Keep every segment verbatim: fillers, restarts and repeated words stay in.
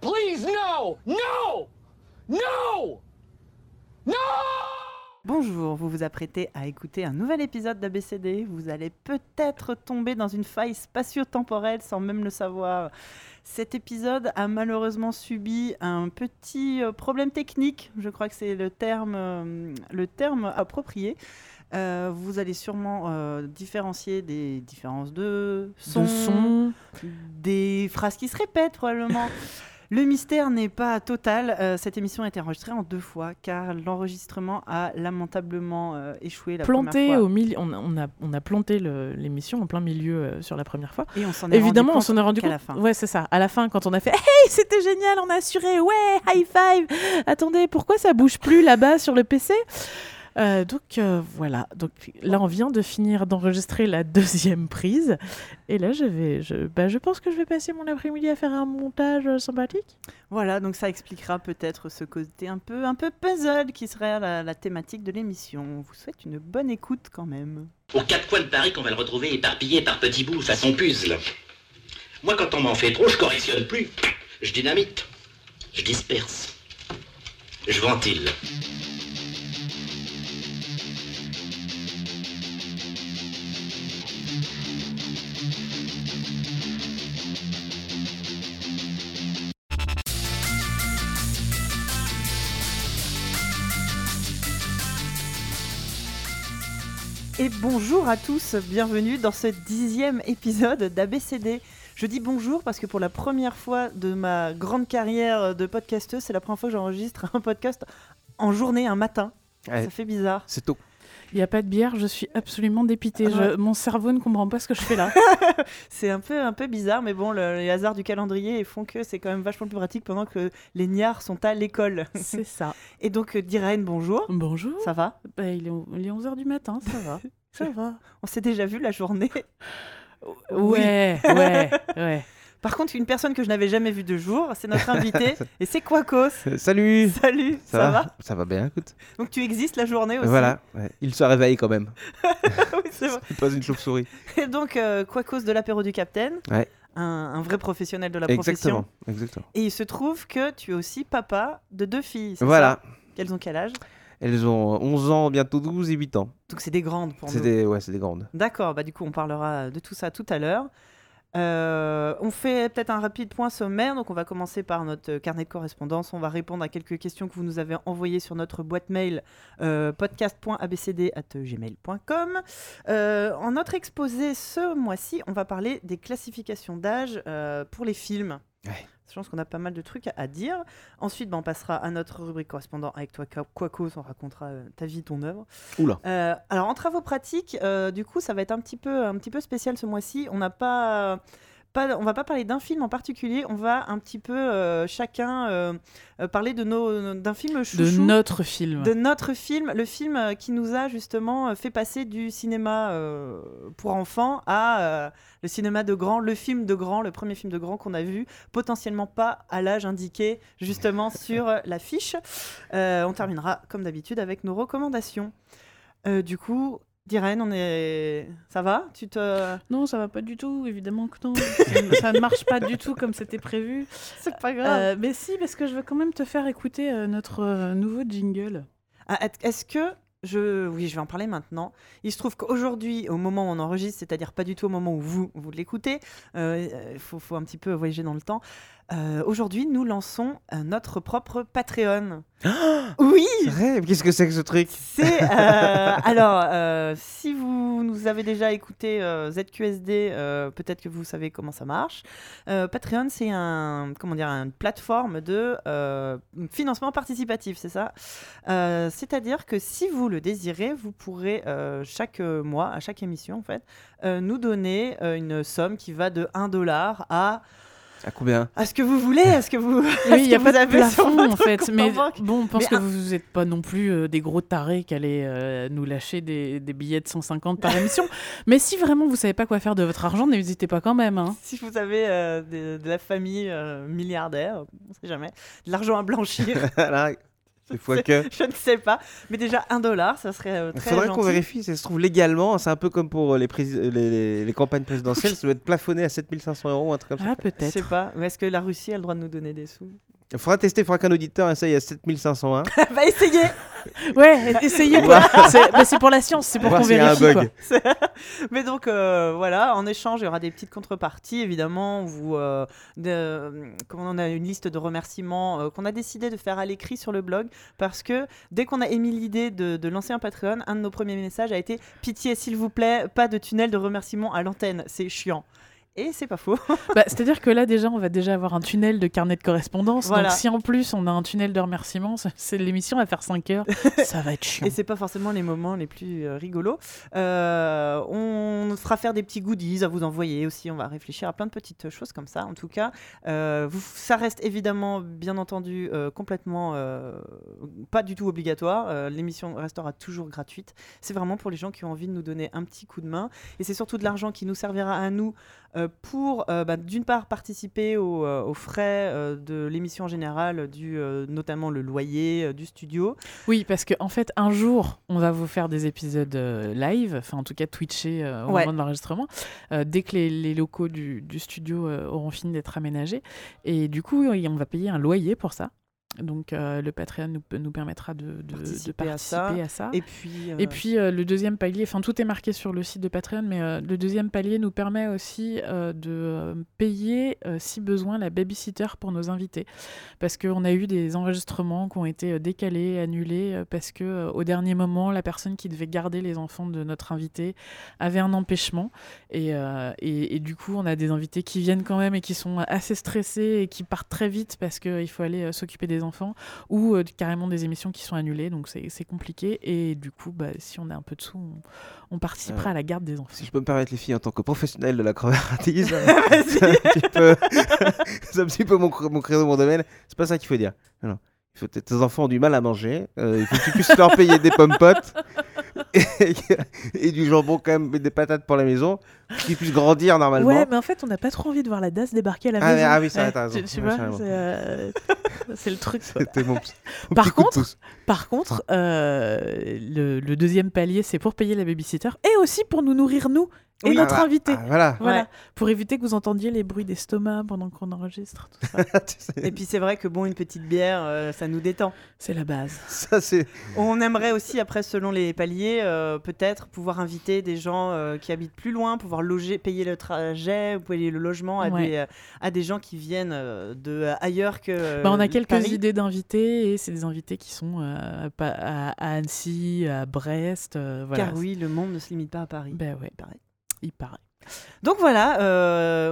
Please, no! No! No! No! Bonjour, vous vous apprêtez à écouter un nouvel épisode d'A B C D. Vous allez peut-être tomber dans une faille spatio-temporelle sans même le savoir. Cet épisode a malheureusement subi un petit euh, problème technique. Je crois que c'est le terme, euh, le terme approprié. Euh, vous allez sûrement euh, différencier des différences de son, de son, des phrases qui se répètent probablement. Le mystère n'est pas total. Euh, cette émission a été enregistrée en deux fois car l'enregistrement a lamentablement euh, échoué la planté première fois. Au milieu, on, a, on, a, on a planté le, l'émission en plein milieu euh, sur la première fois. Et on s'en est Évidemment, rendu on s'en est rendu compte compte. qu'à la fin. Ouais, c'est ça. À la fin, quand on a fait hey, c'était génial, on a assuré, ouais, high five. Attendez, pourquoi ça bouge plus là-bas sur le P C? Euh, donc euh, voilà, donc là on vient de finir d'enregistrer la deuxième prise et là je vais, je, bah, je pense que je vais passer mon après-midi à faire un montage euh, sympathique. Voilà, donc ça expliquera peut-être ce côté un peu, un peu puzzle qui serait la, la thématique de l'émission. On vous souhaite une bonne écoute quand même. Aux quatre coins de Paris qu'on va le retrouver éparpillé par petits bouts façon puzzle. Moi quand on m'en fait trop, je correctionne plus. Je dynamite, je disperse, je ventile. Et bonjour à tous, bienvenue dans ce dixième épisode d'A B C D. Je dis bonjour parce que pour la première fois de ma grande carrière de podcasteuse, c'est la première fois que j'enregistre un podcast en journée, un matin. Ouais, ça fait bizarre. C'est tôt. Il n'y a pas de bière, je suis absolument dépitée. Ouais. Je, mon cerveau ne comprend pas ce que je fais là. C'est un peu, un peu bizarre, mais bon, le, les hasards du calendrier font que c'est quand même vachement plus pratique pendant que les niards sont à l'école. C'est ça. Et donc, Diraine, bonjour. Bonjour. Ça va? Bah, il, est, il est onze heures du matin, ça va. Ça va. On s'est déjà vu la journée. Ouais, oui. ouais, ouais. Par contre, une personne que je n'avais jamais vue de jour, c'est notre invité, et c'est Quacos. Salut. Salut, ça, ça va, va Ça va bien, écoute. Donc tu existes la journée aussi. Voilà, ouais. Il se réveille quand même. Oui, c'est vrai. C'est pas une chauve-souris. Et donc, euh, Quacos de l'apéro du Capitaine, ouais. un, un vrai professionnel de la exactement, profession. Exactement. Et il se trouve que tu es aussi papa de deux filles, c'est voilà. ça? Elles ont quel âge? Elles ont onze ans, bientôt douze et huit ans. Donc c'est des grandes pour c'est nous. Des, ouais, c'est des grandes. D'accord, bah du coup on parlera de tout ça tout à l'heure. Euh, on fait peut-être un rapide point sommaire, donc on va commencer par notre carnet de correspondance. On va répondre à quelques questions que vous nous avez envoyées sur notre boîte mail euh, podcast point a b c d arobase gmail point com. Euh, en notre exposé ce mois-ci, on va parler des classifications d'âge euh, pour les films. Ouais. Je pense qu'on a pas mal de trucs à, à dire. Ensuite, bah, on passera à notre rubrique correspondant avec toi, Quacos. On racontera euh, ta vie, ton œuvre. Oula. Euh, alors, en travaux pratiques, euh, du coup, ça va être un petit peu, un petit peu spécial ce mois-ci. On n'a pas... Pas, on va pas parler d'un film en particulier, on va un petit peu euh, chacun euh, euh, parler de nos, d'un film chouchou. De notre film. De notre film, le film euh, qui nous a justement euh, fait passer du cinéma euh, pour enfants à euh, le cinéma de grand, le film de grand, le premier film de grand qu'on a vu, potentiellement pas à l'âge indiqué justement sur euh, l'affiche. Euh, on terminera comme d'habitude avec nos recommandations. Euh, du coup... Diraine, on est... ça va? Tu te... Non, ça va pas du tout, évidemment que non. ça, ça ne marche pas du tout comme c'était prévu. C'est pas grave. Euh, mais si, parce que je veux quand même te faire écouter euh, notre euh, nouveau jingle. Ah, est-ce que... Je... Oui, je vais en parler maintenant. Il se trouve qu'aujourd'hui, au moment où on enregistre, c'est-à-dire pas du tout au moment où vous, vous l'écoutez, il euh, faut, faut un petit peu voyager dans le temps. Euh, aujourd'hui, nous lançons euh, notre propre Patreon. Oui. C'est vrai. Qu'est-ce que c'est que ce truc? C'est euh, alors, euh, si vous nous avez déjà écouté euh, Z Q S D, euh, peut-être que vous savez comment ça marche. Euh, Patreon, c'est un, comment dire, une plateforme de euh, financement participatif, c'est ça. Euh, c'est-à-dire que si vous le désirez, vous pourrez euh, chaque mois, à chaque émission en fait, euh, nous donner euh, une somme qui va de un dollar à À combien? À ce que vous voulez, à ce que vous. Oui, il n'y a pas de avez plafond en fait. Mais banque. bon, on pense mais que un... vous n'êtes pas non plus euh, des gros tarés qui allaient euh, nous lâcher des, des billets de cent cinquante par émission. Mais si vraiment vous ne savez pas quoi faire de votre argent, n'hésitez pas quand même. Hein. Si vous avez euh, de, de la famille euh, milliardaire, on ne sait jamais, de l'argent à blanchir. C'est fois que. Je ne sais pas. Mais déjà, un dollar, ça serait euh, Il très faudrait gentil. qu'on vérifie, ça se trouve légalement, c'est un peu comme pour les, prési- les, les- les campagnes présidentielles, ça doit être plafonné à sept mille cinq cents euros ou un truc comme ça. Ah, Je peut-être. sais pas. Mais est-ce que la Russie a le droit de nous donner des sous? Il faudra tester, il faudra qu'un auditeur essaye à sept mille cinq cent un. Va essayer. Ouais, essayez. On va- c'est bah, c'est pour la science, c'est pour voir qu'on s'il y a un vérifie. bug. Quoi. Mais donc euh, voilà, en échange, il y aura des petites contreparties, évidemment. Vous, euh, de, comment on a une liste de remerciements euh, qu'on a décidé de faire à l'écrit sur le blog, parce que dès qu'on a émis l'idée de, de lancer un Patreon, un de nos premiers messages a été « Pitié, s'il vous plaît, pas de tunnel de remerciements à l'antenne, c'est chiant ». Et c'est pas faux. Bah, c'est-à-dire que là, déjà, on va déjà avoir un tunnel de carnet de correspondance. Voilà. Donc, si en plus, on a un tunnel de remerciements, ça- c'est l'émission va faire cinq heures. Ça va être chiant. Et c'est pas forcément les moments les plus euh, rigolos. Euh, on fera faire des petits goodies à vous envoyer aussi. On va réfléchir à plein de petites choses comme ça. En tout cas, euh, vous, ça reste évidemment, bien entendu, euh, complètement euh, pas du tout obligatoire. Euh, L'émission restera toujours gratuite. C'est vraiment pour les gens qui ont envie de nous donner un petit coup de main. Et c'est surtout de l'argent qui nous servira à nous euh, pour, euh, bah, d'une part, participer au, euh, aux frais euh, de l'émission en général, du, euh, notamment le loyer euh, du studio. Oui, parce qu'en en fait, un jour, on va vous faire des épisodes euh, live, enfin en tout cas twitchés euh, au Ouais. moment de l'enregistrement, euh, dès que les, les locaux du, du studio euh, auront fini d'être aménagés. Et du coup, oui, on va payer un loyer pour ça. Donc euh, le Patreon nous, nous permettra de, de Participer de participer à ça. à ça. Et puis, euh, Et puis euh, le deuxième palier, enfin tout est marqué sur le site de Patreon, mais euh, le deuxième palier nous permet aussi euh, de euh, payer, euh, si besoin, la babysitter pour nos invités. Parce qu'on a eu des enregistrements qui ont été euh, décalés, annulés, euh, parce que euh, au dernier moment, la personne qui devait garder les enfants de notre invité avait un empêchement. Et, euh, et, et du coup, on a des invités qui viennent quand même et qui sont assez stressés et qui partent très vite parce qu'il faut aller euh, s'occuper des enfants, ou euh, carrément des émissions qui sont annulées, donc c'est c'est compliqué. Et du coup, bah, si on a un peu de sous, on, on participera Ouais. à la garde des enfants. Si je peux me permettre, les filles, en tant que professionnel de la crevardise, c'est un petit peu, c'est un petit peu mon, cr- mon credo, mon domaine. C'est pas ça qu'il faut dire. Non, non. Il faut que tes enfants ont du mal à manger. euh, il faut que tu puisses leur payer des pommes potes et, et du jambon quand même, et des patates pour la maison, pour qu'ils puissent grandir normalement. Ouais, mais en fait, on n'a pas trop envie de voir la D A S débarquer à la Ah, maison. ah oui, ça, Ouais, t'as raison. Tu, tu Ouais, vois, carrément. c'est euh, c'est le truc. quoi. C'était mon, petit- mon Par petit coup de contre, pouce. Par contre, euh, le, le deuxième palier, c'est pour payer la babysitter et aussi pour nous nourrir, nous, et Oui. notre Ah, invité. ah, voilà. Voilà, Ouais. pour éviter que vous entendiez les bruits d'estomac pendant qu'on enregistre. Tout ça. Tu sais, Et puis c'est vrai que bon, une petite bière, euh, ça nous détend. C'est la base. ça, c'est. On aimerait aussi, après, selon les paliers, euh, peut-être pouvoir inviter des gens euh, qui habitent plus loin, pouvoir loger, payer le trajet, ou payer le logement à, Ouais. des, euh, à des gens qui viennent euh, de euh, ailleurs que. euh, Bah, on a quelques Paris. idées d'invités et c'est des invités qui sont euh, pas- à, à Annecy, à Brest. euh, voilà. Car oui, le monde ne se limite pas à Paris. Ben ouais, il paraît. il paraît. Donc voilà, euh,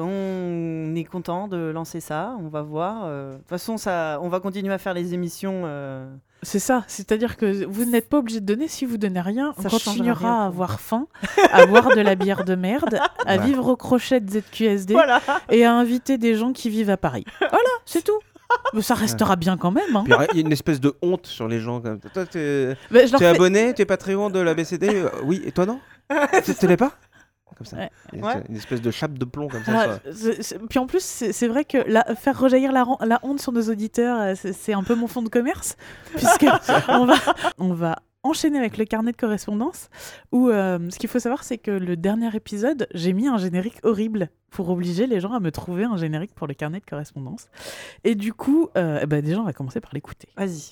on est content de lancer ça. On va voir. euh, De toute façon, ça, on va continuer à faire les émissions. euh, C'est ça, c'est-à-dire que vous n'êtes pas obligé de donner. Si vous donnez rien, Ça on changera continuera rien à pour avoir faim, à boire de la bière de merde, à Ouais. vivre au crochet de Z Q S D Voilà. et à inviter des gens qui vivent à Paris. Voilà, c'est tout. Mais ça restera bien quand même. Hein. Puis il y a une espèce de honte sur les gens. Comme... Toi, t'es Bah, je leur t'es fais- abonné, t'es Patreon de la B C D euh, Oui, et toi non Tu tu l'es pas Comme ça. Ouais. Et Ouais. c'est Une espèce de chape de plomb comme ça. Ah, sur- c'est- c'est- Puis en plus, c'est c'est vrai que la- faire rejaillir la, ran- la honte sur nos auditeurs, euh, c'est c'est un peu mon fond de commerce, puisque on va, on va enchaîner avec le carnet de correspondance, où euh, ce qu'il faut savoir, c'est que le dernier épisode, j'ai mis un générique horrible pour obliger les gens à me trouver un générique pour le carnet de correspondance. Et du coup, euh, eh ben, déjà, on va commencer par l'écouter. Vas-y.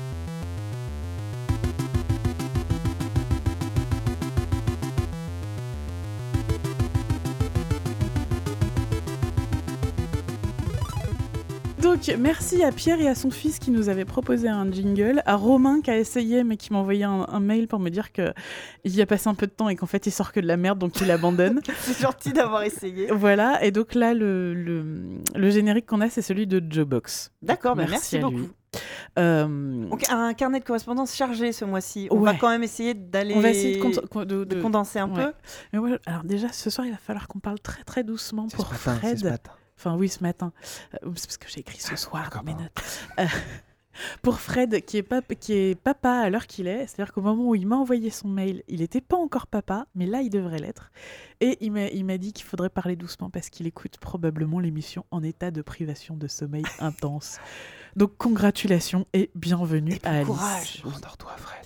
Donc, merci à Pierre et à son fils qui nous avaient proposé un jingle, à Romain qui a essayé mais qui m'a envoyé un, un mail pour me dire qu'il y a passé un peu de temps et qu'en fait il sort que de la merde donc il abandonne. C'est gentil d'avoir essayé. Voilà, et donc là, le, le, le générique qu'on a, c'est celui de Joe Box. D'accord, bah Merci merci, à lui. beaucoup. Euh, Donc un carnet de correspondance chargé ce mois-ci. On va Ouais. quand même essayer d'aller on va essayer de, con- con- de- de de- condenser un ouais. peu. Mais voilà, alors déjà, ce soir, il va falloir qu'on parle très très doucement C'est pour ce matin, c'est ce Fred. matin. Enfin oui, ce matin. Euh, c'est parce que j'ai écrit ce soir d'accord, dans mes pardon. notes. Euh, Pour Fred, qui est, pap- qui est papa à l'heure qu'il est, c'est-à-dire qu'au moment où il m'a envoyé son mail, il n'était pas encore papa, mais là, il devrait l'être. Et il m'a, il m'a dit qu'il faudrait parler doucement parce qu'il écoute probablement l'émission en état de privation de sommeil intense. Donc, congratulations et bienvenue Et à Alice. courage. Endors-toi, Fred.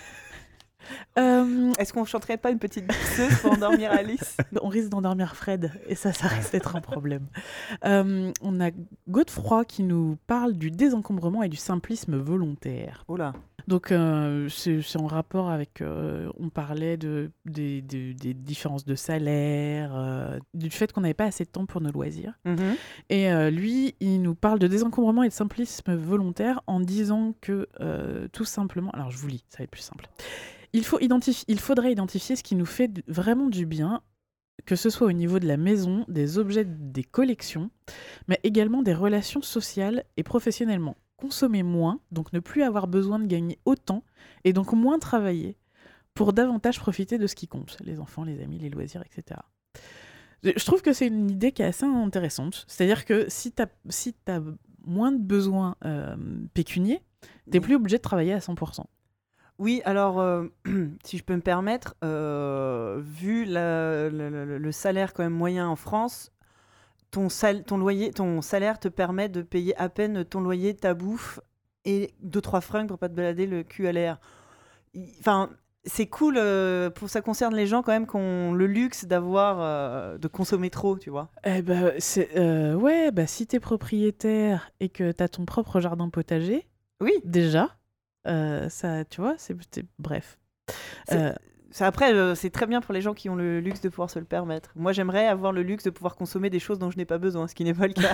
Euh, Est-ce qu'on chanterait pas une petite berceuse pour endormir Alice? on risque d'endormir Fred et ça, ça risque d'être un problème. Euh, on a Godefroy qui nous parle du désencombrement et du simplisme volontaire. Oula. Donc, euh, c'est, c'est en rapport avec. Euh, on parlait de, des, des- des différences de salaire, euh, du fait qu'on n'avait pas assez de temps pour nos loisirs. Mhm. Et euh, lui, il nous parle de désencombrement et de simplisme volontaire en disant que euh, tout simplement. Alors, je vous lis, ça va être plus simple. Il, faut identifi- il faudrait identifier ce qui nous fait d- vraiment du bien, que ce soit au niveau de la maison, des objets, des collections, mais également des relations sociales et professionnellement. Consommer moins, donc ne plus avoir besoin de gagner autant, et donc moins travailler, pour davantage profiter de ce qui compte, les enfants, les amis, les loisirs, et cetera. Je je trouve que c'est une idée qui est assez intéressante. C'est-à-dire que si tu as si t'as moins de besoins euh, pécuniers, tu n'es plus obligé de travailler à cent pour cent. Oui, alors, euh, si je peux me permettre, euh, vu la- le, le- le salaire quand même moyen en France, ton, sal- ton, loyer, ton salaire te permet de payer à peine ton loyer, ta bouffe et deux, trois fringues pour pas te balader le cul à l'air. Il- Enfin, c'est cool, euh, pour ça concerne les gens quand même qui ont le luxe d'avoir, euh, de consommer trop, tu vois. Eh ben, c'est, euh, ouais, bah, si tu es propriétaire et que tu as ton propre jardin potager, Oui, déjà, euh, ça, tu vois, c'est, c'est- bref. C'est- Euh, c'est après, euh, c'est très bien pour les gens qui ont le luxe de pouvoir se le permettre. Moi, j'aimerais avoir le luxe de pouvoir consommer des choses dont je n'ai pas besoin, ce qui n'est pas le cas.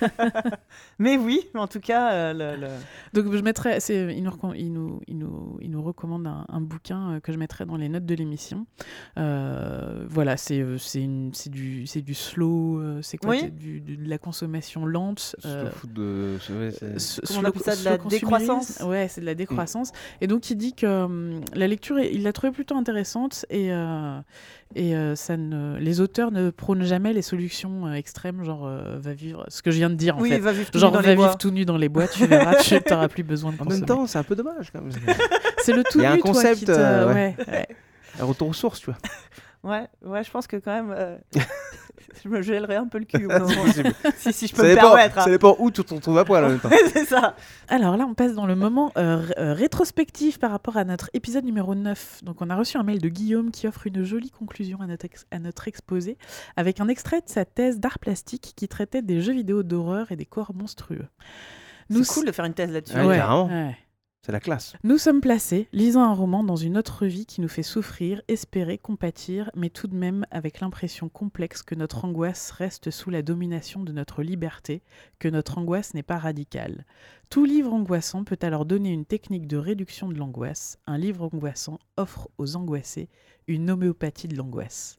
Mais oui, en tout cas, euh, le- le- Donc je mettrai, c'est, il, nous, recom- il, nous, il, nous, il nous recommande un, un bouquin euh, que je mettrai dans les notes de l'émission. Euh, voilà, c'est, euh, c'est, une- c'est, du, c'est du slow, euh, c'est quoi Oui. c'est du, du- de la consommation lente. Slow euh, food de. ouais, c'est- s- Comment on slow- appelle ça, de slow la consumerisme. décroissance? Ouais, c'est de la décroissance. Et donc il dit que hum, la lecture, il l'a trouvé plutôt intéressante et, euh, et euh, ça ne, les auteurs ne prônent jamais les solutions euh, extrêmes, genre euh, va vivre, ce que je viens de dire en oui, fait. va vivre tout nu Genre dans va les bois. vivre tout nu dans les bois, tu verras, tu n'auras plus besoin de En consommer. même temps, c'est un peu dommage quand même. C'est le tout Il y a un nu, toi, concept, qui te... euh, ouais, ouais. Un retour aux sources, tu vois. Ouais, ouais, je pense que quand même, euh, je me gèlerais un peu le cul au bout d'un C'est moment. possible. si, si je peux Ça me dépend, permettre. hein. ça dépend où tu te retrouves à poil en même temps. c'est ça. Alors là, on passe dans le moment euh, r- euh, rétrospectif par rapport à notre épisode numéro neuf. Donc on a reçu un mail de Guillaume qui offre une jolie conclusion à notre, ex- à notre exposé, avec un extrait de sa thèse d'art plastique qui traitait des jeux vidéo d'horreur et des corps monstrueux. C'est cool de faire une thèse là-dessus. Ouais, carrément. ouais. C'est la classe. Nous sommes placés, lisant un roman dans une autre vie qui nous fait souffrir, espérer, compatir, mais tout de même avec l'impression complexe que notre angoisse reste sous la domination de notre liberté, que notre angoisse n'est pas radicale. Tout livre angoissant peut alors donner une technique de réduction de l'angoisse. Un livre angoissant offre aux angoissés une homéopathie de l'angoisse.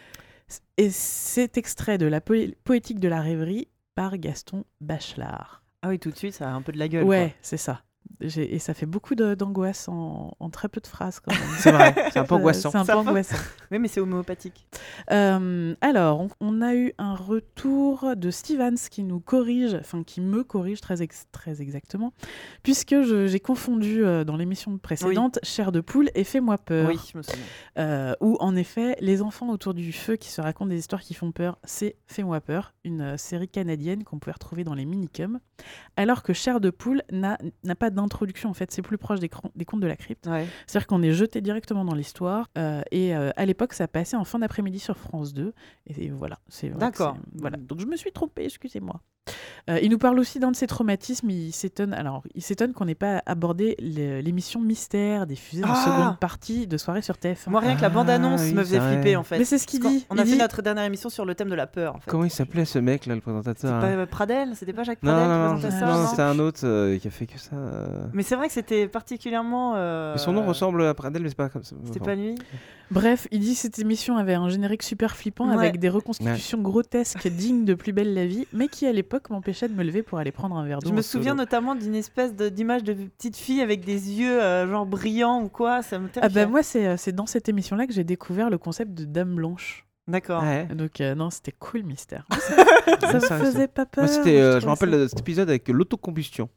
Et cet extrait de la po- poétique de la rêverie par Gaston Bachelard. Ah oui, tout de suite, ça a un peu de la gueule. Ouais, c'est ça. J'ai- Et ça fait beaucoup de- d'angoisse en, en très peu de phrases quand même. C'est vrai, c'est un peu Euh, angoissant. C'est un peu Ça- angoissant. quoi. Oui, mais c'est homéopathique. Euh, alors, on, on a eu un retour de Stevens qui nous corrige, enfin qui me corrige très, ex- très exactement, puisque je- j'ai confondu euh, dans l'émission précédente Chair de poule et Fais-moi peur. Oui, je me souviens. Euh, où en effet, les enfants autour du feu qui se racontent des histoires qui font peur, c'est Fais-moi peur, une euh, série canadienne qu'on pouvait retrouver dans les minicums, alors que Chair de poule n'a n'a pas d'introduction, en fait, c'est plus proche des, cron- des contes de la crypte. Ouais. C'est-à-dire qu'on est jeté directement dans l'histoire, euh, et euh, à l'époque, ça passait en fin d'après-midi sur France deux, et, et voilà. c'est vrai que D'accord. c'est- Voilà. Donc je me suis trompée, excusez-moi. Euh, il nous parle aussi d'un de ses traumatismes. Il s'étonne, alors, il s'étonne qu'on n'ait pas abordé le- l'émission Mystère diffusée en Ah seconde partie de soirée sur T F un. Moi, rien que la Ah, bande-annonce oui, me c'est faisait vrai. flipper, en fait. Mais c'est ce qu'il Parce qu'on- dit. On Il a fait dit- notre dernière émission sur le thème de la peur, en fait. Comment il s'appelait ce mec là, le présentateur C'était hein pas Pradel C'était pas Jacques Non, Pradel non, non, qui présentait non, ça non, non c'était un autre euh, qui a fait que ça. euh. Mais c'est vrai que c'était particulièrement. euh, Mais son nom ressemble à Pradel, mais c'est pas comme ça. C'était Enfin, pas lui. Bref, il dit que cette émission avait un générique super flippant Ouais. avec des reconstitutions grotesques dignes de Plus belle la vie, mais qui à l'époque m'empêchait de me lever pour aller prendre un verre d'eau. Je me en souviens solo. notamment d'une espèce de- d'image de petite fille avec des yeux euh, genre brillants ou quoi. Ça me Ah terrifiait. bah moi, c'est euh, c'est dans cette émission-là que j'ai découvert le concept de Dame Blanche. D'accord. Ouais. Donc euh, non, c'était cool, Mystère. Ça Ouais, me ça, faisait pas peur. Moi, c'était, euh, je me trouvais rappelle ça- de cet épisode avec l'autocombustion.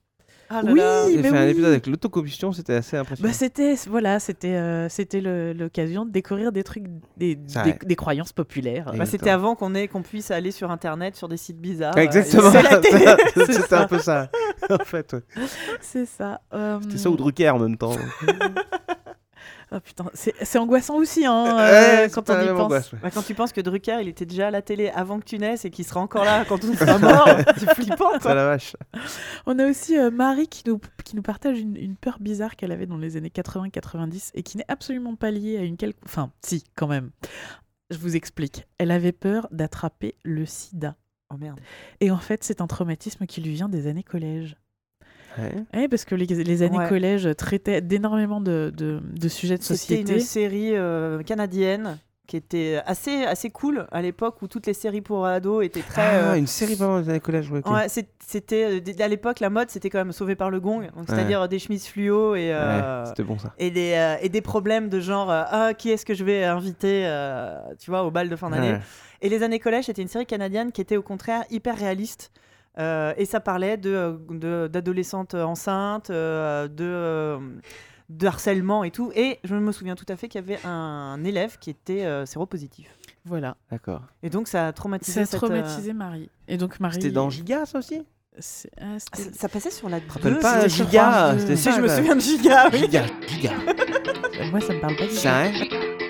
Ah là Oui, là. J'ai mais fait un oui. épisode avec l'autocombustion, c'était assez impressionnant. Bah, c'était voilà, c'était euh, c'était le- l'occasion de découvrir des trucs, des, Ça, des, ouais. des croyances populaires. Et- Bah, c'était avant qu'on ait qu'on puisse aller sur internet sur des sites bizarres. euh, Exactement, et c'est la télé. C'est c'était ça. un peu ça. En fait, ouais. C'est ça. euh, C'était ça ou Drucker en même temps. Oh putain, c'est c'est angoissant aussi hein, euh, Ouais, c'est quand pas on la y même pense. angoisse, ouais. Bah, quand tu penses que Drucker, il était déjà à la télé avant que tu naisses et qu'il sera encore là quand on sera mort, c'est flippant Ah quoi. la vache. On a aussi euh, Marie qui nous, qui nous partage une, une peur bizarre qu'elle avait dans les années quatre-vingts quatre-vingt-dix et qui n'est absolument pas liée à une quelconque... Enfin, si, quand même. Je vous explique. Elle avait peur d'attraper le sida. Oh merde. Et en fait, c'est un traumatisme qui lui vient des années collège. Ouais. Ouais, parce que les, les années Ouais. collège traitaient d'énormément de, de, de sujets de C'était société. une série euh, canadienne qui était assez, assez cool à l'époque où toutes les séries pour ados étaient très. Ah, euh, une série pendant les années collège, ouais, ok. Ouais, c'est- c'était euh, d- à l'époque la mode c'était quand même Sauvé par le gong, donc c'est-à-dire euh, des chemises fluo et euh, Ouais, c'était bon ça. et des euh, et des problèmes de genre euh, ah qui est-ce que je vais inviter euh, tu vois au bal de fin d'année. Ouais. Et les années collège c'était une série canadienne qui était au contraire hyper réaliste. Euh, et ça parlait de, de- d'adolescentes enceintes, euh, de, euh, de harcèlement et tout. Et je me souviens tout à fait qu'il y avait un élève qui était euh, séropositif. Voilà. D'accord. Et donc ça a traumatisé Ça a cette, euh, traumatisé Marie. Et donc Marie... C'était dans Giga ça aussi? C'est- ah, ah, c'était- ça, ça passait sur la Je te rappelle deux, pas c'était sur Giga, France deux. c'était Si, ça, je me là. souviens de Giga, oui. Giga, Giga. Moi, ça me parle pas du tout. Ça, hein?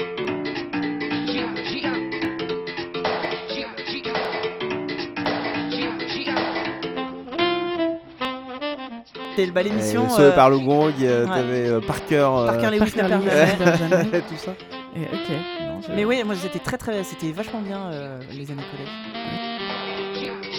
C'était bah, l'émission. Euh, Sauvé euh, par le gong, euh, ouais. t'avais euh, Parker. euh, Parker Lewis Parker ne perd Lewis jamais. ne perd jamais. tout ça. Et, ok. Non, je- Mais oui, moi c'était très très, c'était vachement bien euh, les années collège.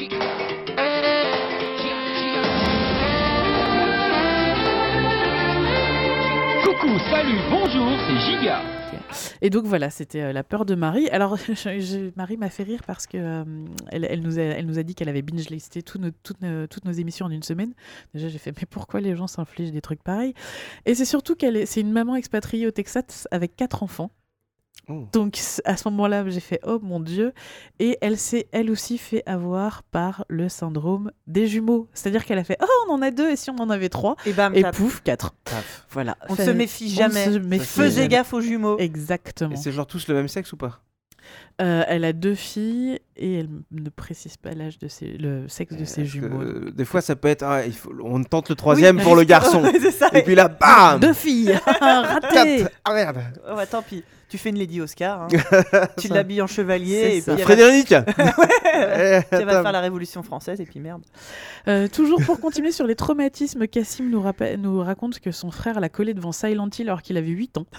Coucou, salut, bonjour, c'est Giga. Et donc voilà, c'était euh, la peur de Marie. Alors je- je- Marie m'a fait rire parce que euh, elle, elle nous a, elle nous a dit qu'elle avait binge listé tout nos- toutes, nos, toutes nos émissions en une semaine. Déjà j'ai fait mais pourquoi les gens s'infligent des trucs pareils? Et c'est surtout qu'elle est, c'est une maman expatriée au Texas avec quatre enfants. Oh. Donc c- à ce moment-là, j'ai fait oh mon Dieu. Et elle s'est elle aussi fait avoir par le syndrome des jumeaux. C'est-à-dire qu'elle a fait oh on en a deux et si on en avait trois? Et bam, Et quatre. pouf, quatre. Paf. Voilà. On ne Fait- se méfie on jamais. se méfie Faisez jamais. gaffe aux jumeaux. Exactement. Et c'est genre tous le même sexe ou pas? Euh, elle a deux filles et elle ne précise pas l'âge de ses, le sexe de ses Parce que, jumeaux. euh, des fois, ça peut être. Ah, il faut, on tente le troisième Oui, pour le garçon. c'est ça. Et puis là, bam Deux filles Raté. Quatre. Ah merde. Oh, bah, tant pis. Tu fais une Lady Oscar. hein. tu Ça. l'habilles en chevalier C'est et ça. puis elle va, Frédéric puis Eh, elle va attends. faire la Révolution française et puis merde. Euh, toujours pour continuer sur les traumatismes, Cassim nous, rappelle- nous raconte que son frère l'a collé devant Silent Hill alors qu'il avait huit ans.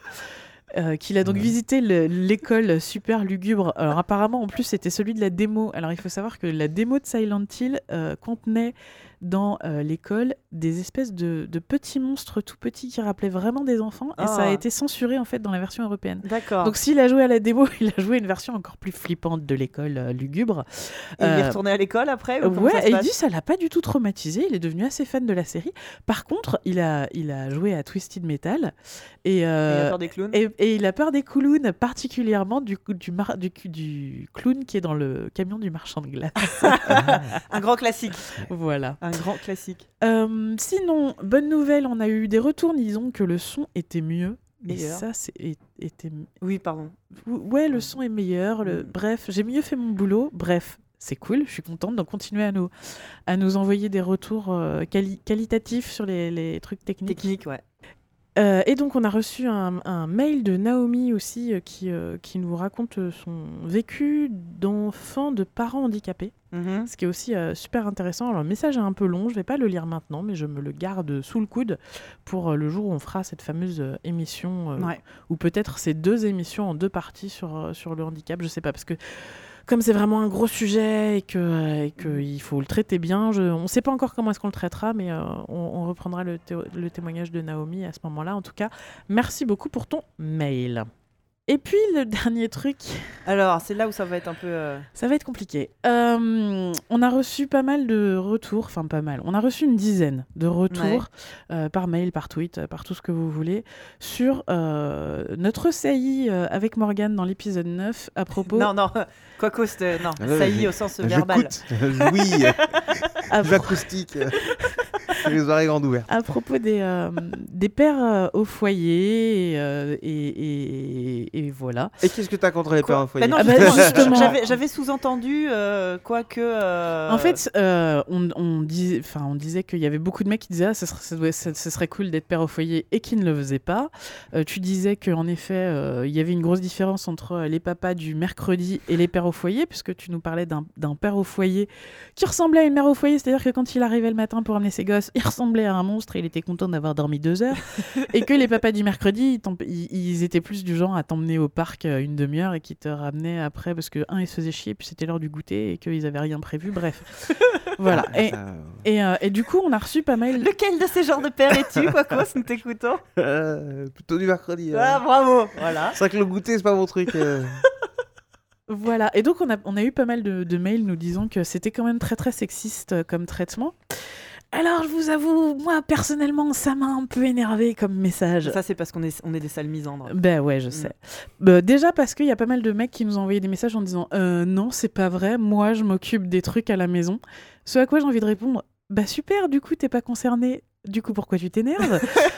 Euh, qu'il a donc Ouais. visité le- l'école super lugubre. Alors apparemment, en plus, c'était celui de la démo. Alors il faut savoir que la démo de Silent Hill euh, contenait dans euh, l'école des espèces de, de petits monstres tout petits qui rappelaient vraiment des enfants. Et ça a Ah. été censuré en fait dans la version européenne. D'accord. Donc s'il a joué à la démo, il a joué une version encore plus flippante de l'école euh, lugubre. Et il est Euh, retourné à l'école après ou comment Ouais, ça se et il passe dit ça l'a pas du tout traumatisé. Il est devenu assez fan de la série. Par contre, il a, il a joué à Twisted Metal et, Et il euh, a peur des clowns. et, et il a peur des clowns, particulièrement du, du, mar- du, du clown qui est dans le camion du marchand de glace. Un grand classique. Voilà. Un grand classique. Euh, sinon, bonne nouvelle, on a eu des retours disons que le son était mieux. Et Meilleur. ça, c'est et- était. Oui, pardon. Ouais, le son est meilleur. Le... Mm. Bref, j'ai mieux fait mon boulot. Bref, c'est cool. Je suis contente. Donc, continuez à nous, à nous envoyer des retours euh, quali- qualitatifs sur les, les trucs techniques. Technique, ouais. Euh, et donc, on a reçu un, un mail de Naomi aussi euh, qui, euh, qui nous raconte euh, son vécu d'enfant de parents handicapés. Mhm. Ce qui est aussi euh, super intéressant. Alors, le message est un peu long, je ne vais pas le lire maintenant, mais je me le garde sous le coude pour euh, le jour où on fera cette fameuse euh, émission, euh, Ouais. ou peut-être ces deux émissions en deux parties sur, euh, sur le handicap, je ne sais pas, parce que comme c'est vraiment un gros sujet et que euh, et qu'il faut le traiter bien, je, on ne sait pas encore comment est-ce qu'on le traitera, mais euh, on, on reprendra le, té- le témoignage de Naomi à ce moment-là. En tout cas, merci beaucoup pour ton mail. Et puis, le dernier truc... Alors, c'est là où ça va être un peu. euh, Ça va être compliqué. Euh, on a reçu pas mal de retours, enfin pas mal, on a reçu une dizaine de retours euh, par mail, par tweet, euh, par tout ce que vous voulez, sur euh, notre saillie euh, avec Morgane dans l'épisode neuf à propos... Non, non. Quoique, c'était. Non, Ah ouais, ça y mais- est, au sens verbal. J'écoute. Oui. à, pro- J'acoustique. Les oreilles grandes ouvertes. À propos des, euh, des pères euh, au foyer, et, euh, et, et, et voilà. Et qu'est-ce que t'as contre les Quoi pères au foyer? Bah non, Ah bah, justement, justement. J'avais, j'avais sous-entendu euh, quoi que. euh, En fait, euh, on, on, dis, on disait qu'il y avait beaucoup de mecs qui disaient ah, ce, serait, ça doit- ça- ce serait cool d'être père au foyer et qui ne le faisaient pas. Euh, tu disais qu'en effet, euh, il y avait une grosse différence entre les papas du mercredi et les pères au foyer, puisque tu nous parlais d'un, d'un père au foyer qui ressemblait à une mère au foyer, c'est-à-dire que quand il arrivait le matin pour amener ses gosses, il ressemblait à un monstre et il était content d'avoir dormi deux heures. Et que les papas du mercredi, ils, t'em- ils- ils étaient plus du genre à t'emmener au parc euh, une demi-heure et qui te ramenaient après parce que, un, ils se faisaient chier, puis c'était l'heure du goûter et qu'ils avaient rien prévu. Bref. Voilà. Ah, Et, ça, et, euh, et du coup, on a reçu pas mal. Lequel de ces genres de pères es-tu, Quacos, nous t'écoutons? euh, plutôt du mercredi. Ah, hein. bravo. Voilà. C'est vrai que le goûter, c'est pas mon truc. euh. Voilà. Et donc, on a, on a eu pas mal de, de mails nous disant que c'était quand même très, très sexiste euh, comme traitement. Alors, je vous avoue, moi, personnellement, ça m'a un peu énervé comme message. Ça, c'est parce qu'on est, on est des sales misandres. Ben ouais, je sais. Bah, déjà parce qu'il y a pas mal de mecs qui nous ont envoyé des messages en disant euh, non, c'est pas vrai, moi je m'occupe des trucs à la maison. Ce à quoi j'ai envie de répondre bah super, du coup t'es pas concerné, du coup pourquoi tu t'énerves?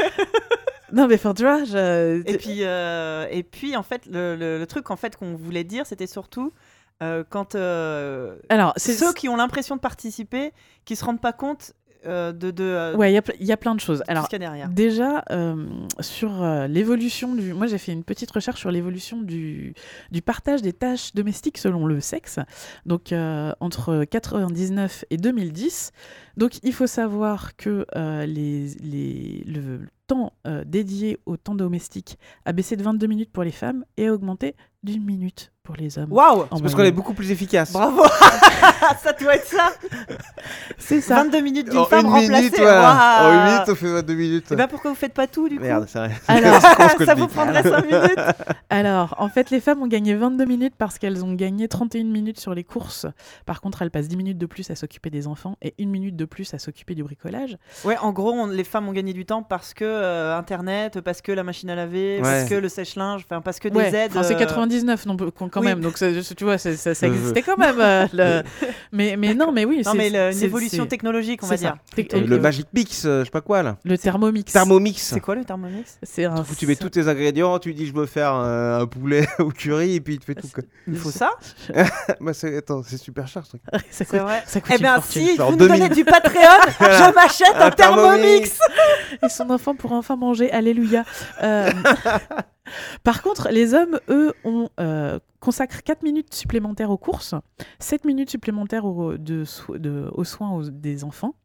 Non mais enfin tu vois, je... Et puis, euh, et puis en fait, le, le, le truc en fait qu'on voulait dire, c'était surtout euh, quand euh, Alors, c'est ceux qui ont l'impression de participer, qui se rendent pas compte euh, de, de, euh, ouais, il y a ple- il y, a plein de choses. de tout Alors ce qu'il y a derrière. déjà, euh, sur euh, l'évolution du... Moi, j'ai fait une petite recherche sur l'évolution du, du partage des tâches domestiques selon le sexe. Donc, euh, entre quatre-vingt-dix-neuf et deux mille dix. Donc, il faut savoir que euh, les, les, le temps euh, dédié au temps domestique a baissé de vingt-deux minutes pour les femmes et a augmenté d'une minute pour les hommes. Waouh! En C'est parce qu'on moyenne. est beaucoup plus efficace. Bravo! Ça doit être ça! C'est ça. vingt-deux minutes d'une En femme une remplacée. minute, voilà. Waouh. En une minute, on fait vingt-deux minutes. Et ben pourquoi vous faites pas tout du coup? Merde, c'est vrai. Alors, C'est con ce que Ça je vous dis. prendrait cinq minutes? Alors, en fait, les femmes ont gagné vingt-deux minutes parce qu'elles ont gagné trente et une minutes sur les courses. Par contre, elles passent dix minutes de plus à s'occuper des enfants et une minute de plus à s'occuper du bricolage. Ouais, en gros, on- les femmes ont gagné du temps parce que euh, Internet, parce que la machine à laver, parce Ouais. que le sèche-linge, enfin parce que des Ouais, aides. enfin, c'est euh, quatre-vingt-dix-neuf non, quand quand oui. même. Donc, ça, tu vois, ça, ça, ça Je existait quand même. euh, le- mais, mais non, mais oui. Non, c'est- mais le- une c'est- évolution c'est- technologique, on c'est va ça. dire. Tec- Euh, Le euh, Magic Mix, euh, je sais pas quoi là. Le Thermomix. Thermomix. C'est quoi le Thermomix? C'est un. Où tu mets tous tes ingrédients, tu dis je veux faire euh, un poulet au curry et puis il te fait tout. quoi. Il faut ça? Bah, c'est... Attends, c'est super cher ce truc. ça C'est coûte, vrai. ça coûte Eh une bien, fortune. si Genre vous nous deux donnez mille. du Patreon, je m'achète un Thermomix. Et son enfant pourra enfin manger. Alléluia. Euh, Par contre, les hommes, eux, ont, euh, consacrent quatre minutes supplémentaires aux courses, sept minutes supplémentaires au- de so- de- aux soins aux- des enfants.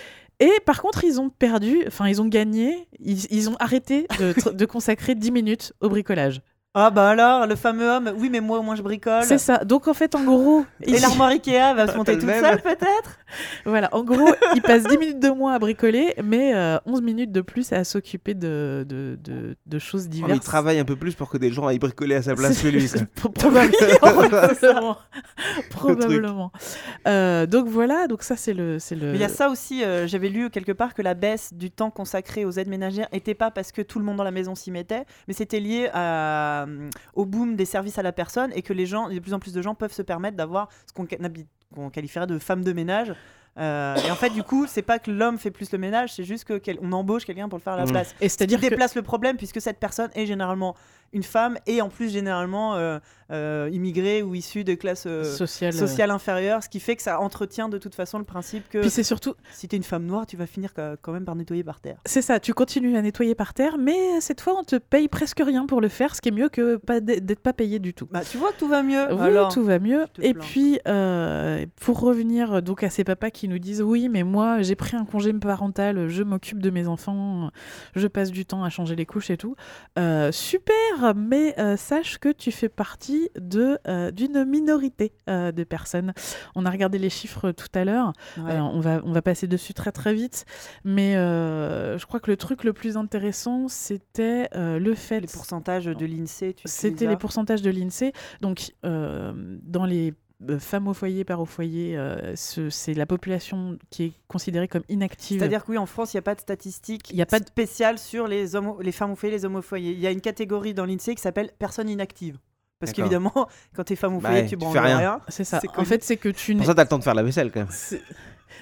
Et par contre, ils ont perdu, enfin, ils ont gagné, ils, ils ont arrêté de, tr- de consacrer dix minutes au bricolage. Ah bah alors, le fameux homme, oui mais moi au moins je bricole. C'est ça. Donc en fait, en gros, Et ils- l'armoire Ikea va se monter T'as le toute même. seule peut-être? voilà, en gros, ils passent dix minutes de moins à bricoler, mais euh, onze minutes de plus à s'occuper de, de, de, de choses Oh, mais diverses. il travaille un peu plus pour que des gens aillent bricoler à sa place que lui. quoi. Pro- Probablement. Probablement. Euh, donc voilà, donc ça c'est le, c'est le. Mais il y a ça aussi, euh, j'avais lu quelque part que la baisse du temps consacré aux aides ménagères n'était pas parce que tout le monde dans la maison s'y mettait, mais c'était lié à, euh, au boom des services à la personne et que les gens, de plus en plus de gens peuvent se permettre d'avoir ce qu'on, ca- qu'on qualifierait de femme de ménage. Euh, et en fait, du coup, c'est pas que l'homme fait plus le ménage, c'est juste qu'on embauche quelqu'un pour le faire à la Mmh. place. Et Ce qui c'est-à-dire que déplace le problème puisque cette personne est généralement une femme et en plus généralement euh, euh, immigrée ou issue de classes euh, social. euh, sociales inférieures, ce qui fait que ça entretient de toute façon le principe que Puis c'est surtout, si t'es une femme noire, tu vas finir ca- quand même par nettoyer par terre. c'est ça, tu continues à nettoyer par terre, mais cette fois on te paye presque rien pour le faire, ce qui est mieux que pas d- d'être pas payé du tout. Bah tu vois que tout va mieux. Oui, Alors, tout va mieux. tu te Et plains. puis, euh, pour revenir donc à ces papas qui nous disent oui, mais moi j'ai pris un congé parental, je m'occupe de mes enfants, je passe du temps à changer les couches et tout. Euh, super, mais euh, sache que tu fais partie de euh, d'une minorité euh, de personnes. On a regardé les chiffres tout à l'heure. ouais. Euh, on va on va passer dessus très très vite, mais euh, je crois que le truc le plus intéressant c'était euh, le fait les pourcentages de l'INSEE, tu c'était les pourcentages de l'INSEE. Donc, euh, dans les euh, femmes au foyer, pères au foyer, euh, ce- c'est la population qui est considérée comme inactive. C'est-à-dire que oui, en France, il n'y a pas de statistiques Il y a pas de- spéciales sur les, hommes, les femmes au foyer, les hommes au foyer. Il y a une catégorie dans l'INSEE qui s'appelle personnes inactives. Parce D'accord. qu'évidemment, quand tu es femme au Bah foyer, ouais, tu tu branles fais rien. rien. C'est ça. c'est En connu. fait, c'est que tu Pour n'es. ça, t'as le temps de faire la vaisselle quand même. c'est-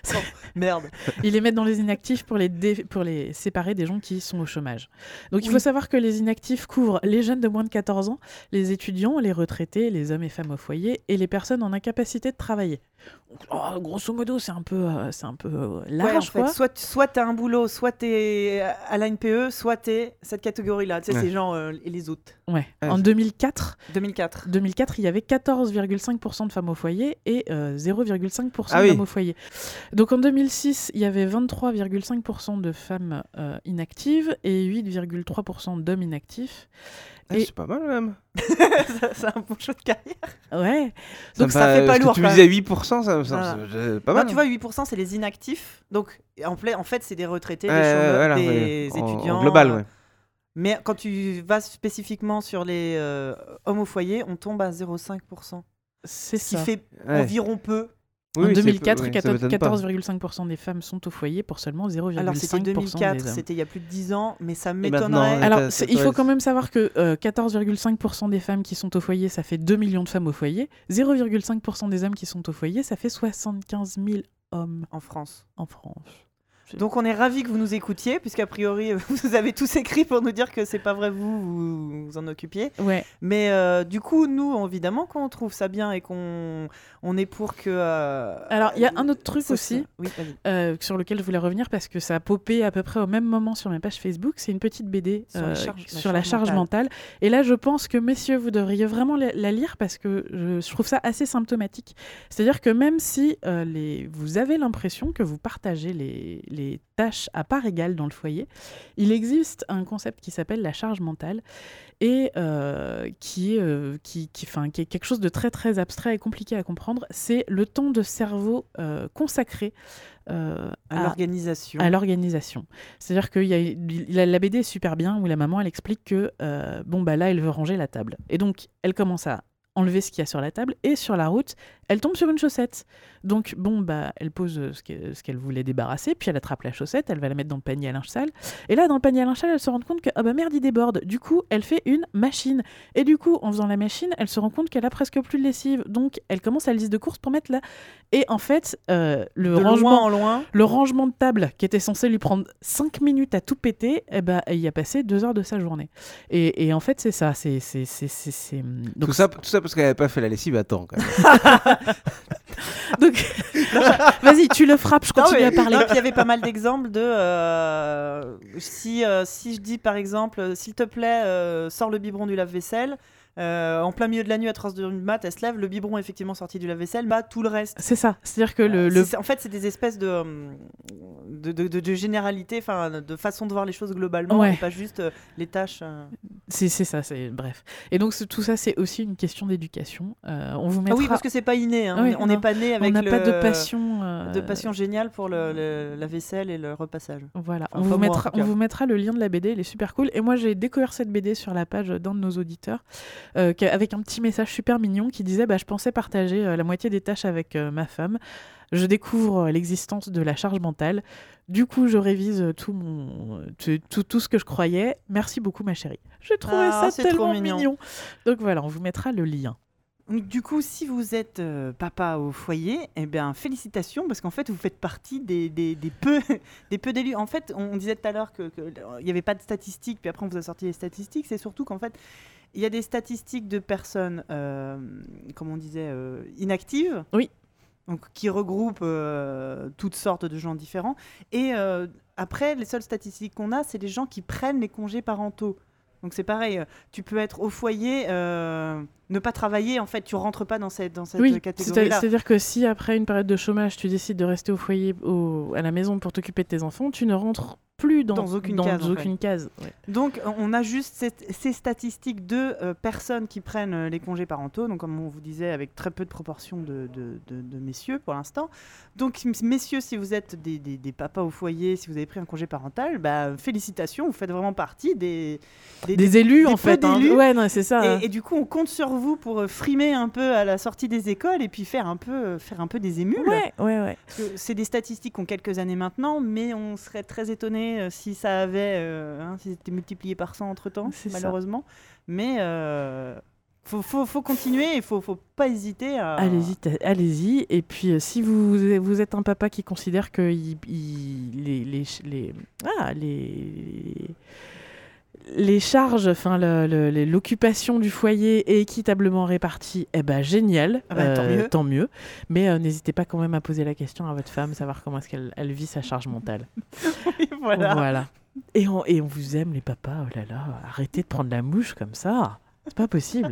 Merde. Ils les mettent dans les inactifs pour les, dé- pour les séparer des gens qui sont au chômage. Donc il Oui. faut savoir que les inactifs couvrent les jeunes de moins de quatorze ans, les étudiants, les retraités, les hommes et femmes au foyer et les personnes en incapacité de travailler. Donc, oh, grosso modo, c'est un peu, euh, c'est un peu euh, large, Ouais, en fait, quoi. soit, soit t'as un boulot, soit t'es à l'A N P E, soit t'es cette catégorie-là. Tu sais, Ouais. ces gens euh, et les autres. Ouais. Ouais, En c'est- deux mille quatre, deux mille quatre. deux mille quatre, il y avait quatorze virgule cinq pour cent de femmes au foyer et euh, zéro virgule cinq pour cent Ah d'hommes oui. au foyer. Donc en deux mille six, il y avait vingt-trois virgule cinq pour cent de femmes euh, inactives et huit virgule trois pour cent d'hommes inactifs. Ah, Et- c'est pas mal, même. Ça- c'est un bon choix de carrière. Ouais. Donc me ça fait pas parce que lourd, Tu quand me disais huit pour cent, ça me semble Voilà. c'est- pas Non, mal. tu vois, huit pour cent, c'est les inactifs. Donc, en, pla- en fait, c'est des retraités, des Ouais, ouais, chômeurs, voilà, des ouais. En- étudiants. En global, euh, ouais. Mais quand tu vas spécifiquement sur les euh, hommes au foyer, on tombe à zéro virgule cinq pour cent. C'est Ce qui ça. fait Ouais. environ peu. Oui, En oui, c'est deux mille quatre, peu- oui, ça quatorze m'étonne pas. quatorze virgule cinq pour cent des femmes sont au foyer pour seulement zéro virgule Alors, cinq c'était pour cent deux mille quatre, des hommes. c'était il y a plus de dix ans, mais ça maintenant, m'étonnerait. ouais. Alors, ça- c'est- ça il faut doit quand même savoir que euh, quatorze virgule cinq pour cent des femmes qui sont au foyer, ça fait deux millions de femmes au foyer. zéro virgule cinq pour cent des hommes qui sont au foyer, ça fait soixante-quinze mille hommes En France. en France. Donc on est ravis que vous nous écoutiez, puisqu'a priori vous avez tous écrit pour nous dire que c'est pas vrai vous, vous vous en occupiez. Ouais. Mais euh, du coup, nous, évidemment, quand on trouve ça bien et qu'on on est pour que... euh, Alors, il y a un autre truc ça- aussi. Oui, vas-y. Euh, sur lequel je voulais revenir parce que ça a popé à peu près au même moment sur ma page Facebook. C'est une petite B D Sur la euh, charge- la sur la charge charge mentale. Et là, je pense que, messieurs, vous devriez vraiment la, la lire parce que je, je trouve ça assez symptomatique. C'est-à-dire que même si euh, les, vous avez l'impression que vous partagez les, les tâches à part égale dans le foyer, il existe un concept qui s'appelle la charge mentale et euh, qui, est, euh, qui, qui, enfin, qui est quelque chose de très très abstrait et compliqué à comprendre. C'est le temps de cerveau euh, consacré euh, À à, l'organisation. à l'organisation. C'est-à-dire que y a, la, la B D est super bien où la maman elle explique que euh, bon bah là elle veut ranger la table et donc elle commence à enlever ce qu'il y a sur la table et sur la route elle tombe sur une chaussette. Donc bon bah elle pose euh, ce qu'elle, ce qu'elle voulait débarrasser puis elle attrape la chaussette, elle va la mettre dans le panier à linge sale et là dans le panier à linge sale elle se rend compte que ah bah merde il déborde. Du coup elle fait une machine et du coup en faisant la machine elle se rend compte qu'elle a presque plus de lessive donc elle commence à la liste de courses pour mettre là et en fait euh, le de rangement loin en loin. le rangement de table qui était censé lui prendre cinq minutes à tout péter, eh ben, il y a passé deux heures de sa journée. Et, et en fait, c'est ça. C'est, c'est, c'est, c'est, c'est... Donc, Tout ça, tout ça parce qu'elle n'avait pas fait la lessive à temps, quand même. donc... Vas-y, tu le frappes, je continue Non, à mais- parler. non, puis il y avait pas mal d'exemples de euh, si, euh, si je dis par exemple, euh, s'il te plaît, euh, sors le biberon du lave-vaisselle. euh, en plein milieu de la nuit à trois heures du mat, elle se lève, le biberon est effectivement sorti du lave-vaisselle, bah tout le reste. C'est ça. C'est-à-dire que le... Euh, le... c'est- en fait, c'est des espèces de, euh, de, de, de, de généralité, enfin, de façon de voir les choses globalement, Ouais. et pas juste euh, les tâches. euh. C'est, c'est ça. C'est... Bref. Et donc, c'est- tout ça, c'est aussi une question d'éducation. Euh, on vous Ah mettra... oui, parce que c'est pas inné. Hein. Ah oui, on n'est non. pas né on avec n'a le... pas de passion... euh, de passion géniale pour le, le- la vaisselle et le repassage. Voilà, Enfin, on, pas vous moi, en mettra, tout cas. on vous mettra le lien de la B D, elle est super cool. Et moi, j'ai découvert cette B D sur la page d'un de nos auditeurs, euh, qui- avec un petit message super mignon qui disait bah, « Je pensais partager euh, la moitié des tâches avec euh, ma femme. Je découvre euh, l'existence de la charge mentale. Du coup, je révise euh, tout, mon, tout, tout, tout ce que je croyais. Merci beaucoup, ma chérie. » J'ai trouvé Ah, ça c'est tellement trop mignon. mignon. Donc voilà, on vous mettra le lien. Donc, du coup, si vous êtes euh, papa au foyer, eh bien, félicitations, parce qu'en fait, vous faites partie des, des, des peu, des peu d'élus. En fait, on, on disait tout à l'heure qu'il n'y avait pas de statistiques, puis après, on vous a sorti les statistiques. C'est surtout qu'en fait, il y a des statistiques de personnes, euh, comme on disait, euh, inactives. Oui. Donc, qui regroupent euh, toutes sortes de gens différents. Et euh, après, les seules statistiques qu'on a, c'est les gens qui prennent les congés parentaux. Donc c'est pareil, euh, tu peux être au foyer, euh, ne pas travailler, en fait, tu rentres pas dans cette, dans cette Oui, c'est- catégorie-là. c'est-à-dire que si après une période de chômage, tu décides de rester au foyer, au- à la maison pour t'occuper de tes enfants, tu ne rentres plus dans, Dans aucune dans case, en aucune case. Ouais. Donc on a juste cette- ces statistiques de euh, personnes qui prennent euh, les congés parentaux, donc comme on vous disait, avec très peu de proportion de, de, de- de messieurs pour l'instant. Donc m- messieurs, si vous êtes des, des- des papas au foyer, si vous avez pris un congé parental, bah, félicitations, vous faites vraiment partie des, Des, élus, des en fait. peu hein. d'élus. Ouais, non, c'est ça. hein. Et, et du coup, on compte sur vous pour euh, frimer un peu à la sortie des écoles et puis faire un peu, euh, faire un peu des émules. Ouais, ouais, ouais. Parce que c'est des statistiques qui ont quelques années maintenant, mais on serait très étonné euh, si ça avait, euh, hein, si c'était multiplié par cent entre temps, C'est ça. malheureusement. Mais euh, faut, faut, faut continuer, il faut, faut pas hésiter à... Allez-y, t- allez-y. Et puis, euh, si vous, vous êtes un papa qui considère que il, il- les, les, ch- les, ah, les, les charges, enfin le- le- les- l'occupation du foyer est équitablement répartie, eh ben génial, Ah bah, tant mieux. tant mieux. Mais euh, n'hésitez pas quand même à poser la question à votre femme, savoir comment est-ce qu'elle elle vit sa charge mentale. voilà. Voilà. Et on, et on vous aime les papas, oh là là, arrêtez de prendre la mouche comme ça, c'est pas possible.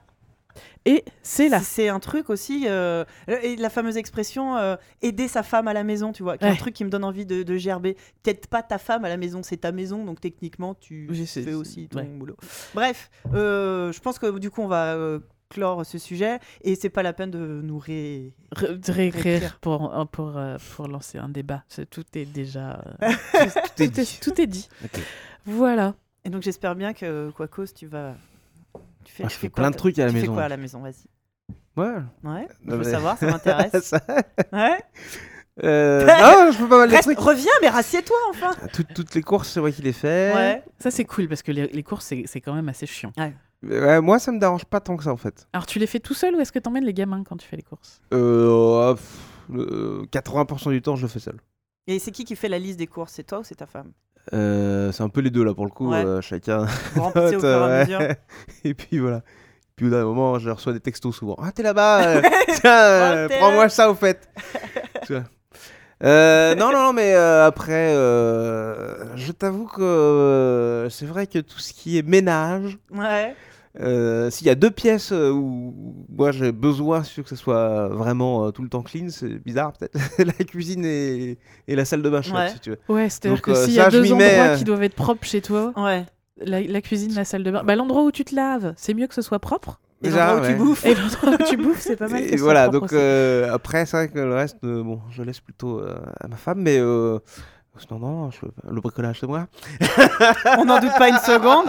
Et c'est la... C'est- C'est un truc aussi, euh, et la fameuse expression euh, aider sa femme à la maison, tu vois, qui est un Ouais. truc qui me donne envie de, de gerber. T'aides pas ta femme à la maison, c'est ta maison, donc techniquement tu Oui, c'est- fais c'est- aussi ton ouais. boulot. Bref, euh, je pense que du coup on va euh, clore ce sujet et c'est pas la peine de nous ré... Ré- de réécrire Réécrire. pour, pour, euh, pour lancer un débat. C'est- Tout est déjà... euh, Tout est tout, est, dit. tout est dit. Ok. Voilà. Et donc j'espère bien que Quacos, tu vas... Tu fais, Ah, tu je fais fais quoi, plein de toi trucs à la Tu maison. fais quoi à la maison, vas-y. Ouais. Ouais, je Non, veux mais- savoir, ça m'intéresse. Ça- Ouais. Euh, non, je fais pas mal de Reste, trucs. reviens, mais rassieds-toi enfin. Toutes, toutes les courses, c'est moi qui les fais. Ouais. Ça, c'est cool parce que les, les courses, c'est c'est quand même assez chiant. Ouais, moi, ça me dérange pas tant que ça en fait. Alors, tu les fais tout seul ou est-ce que t'emmènes les gamins quand tu fais les courses? Euh, pff, le- quatre-vingts pour cent du temps, je le fais seul. Et c'est qui qui fait la liste des courses? C'est toi ou c'est ta femme? Euh, c'est un peu les deux là pour le coup, Ouais. euh, chacun. Vous remplissez au fur et à Ouais. mesure. Et puis voilà. Puis au dernier moment, je reçois des textos souvent. Ah, t'es là-bas euh, Tiens, euh, Oh, t'es prends-moi là. ça au fait. Tu vois. Euh, non, non, non, mais euh, après, euh, je t'avoue que euh, c'est vrai que tout ce qui est ménage, Ouais. euh, s'il y a deux pièces euh, où moi j'ai besoin sûr que ce soit vraiment euh, tout le temps clean, c'est bizarre peut-être. La cuisine et, et la salle de bain, Ouais. si tu veux. Ouais, c'est-à-dire Donc, que euh, s'il y ça, a je deux m'y endroits mets, euh, qui doivent être propres chez toi, Ouais. la, la cuisine, la salle de bain, bah, l'endroit où tu te laves, c'est mieux que ce soit propre. Et Déjà, l'endroit où tu ouais. bouffes. Et l'endroit où tu bouffes, c'est pas mal. que Et ce soit voilà, propre donc aussi. euh, après, c'est vrai que le reste, euh, bon, je laisse plutôt euh, à ma femme, mais euh, non, non, je- le bricolage, c'est moi. On n'en doute pas une seconde.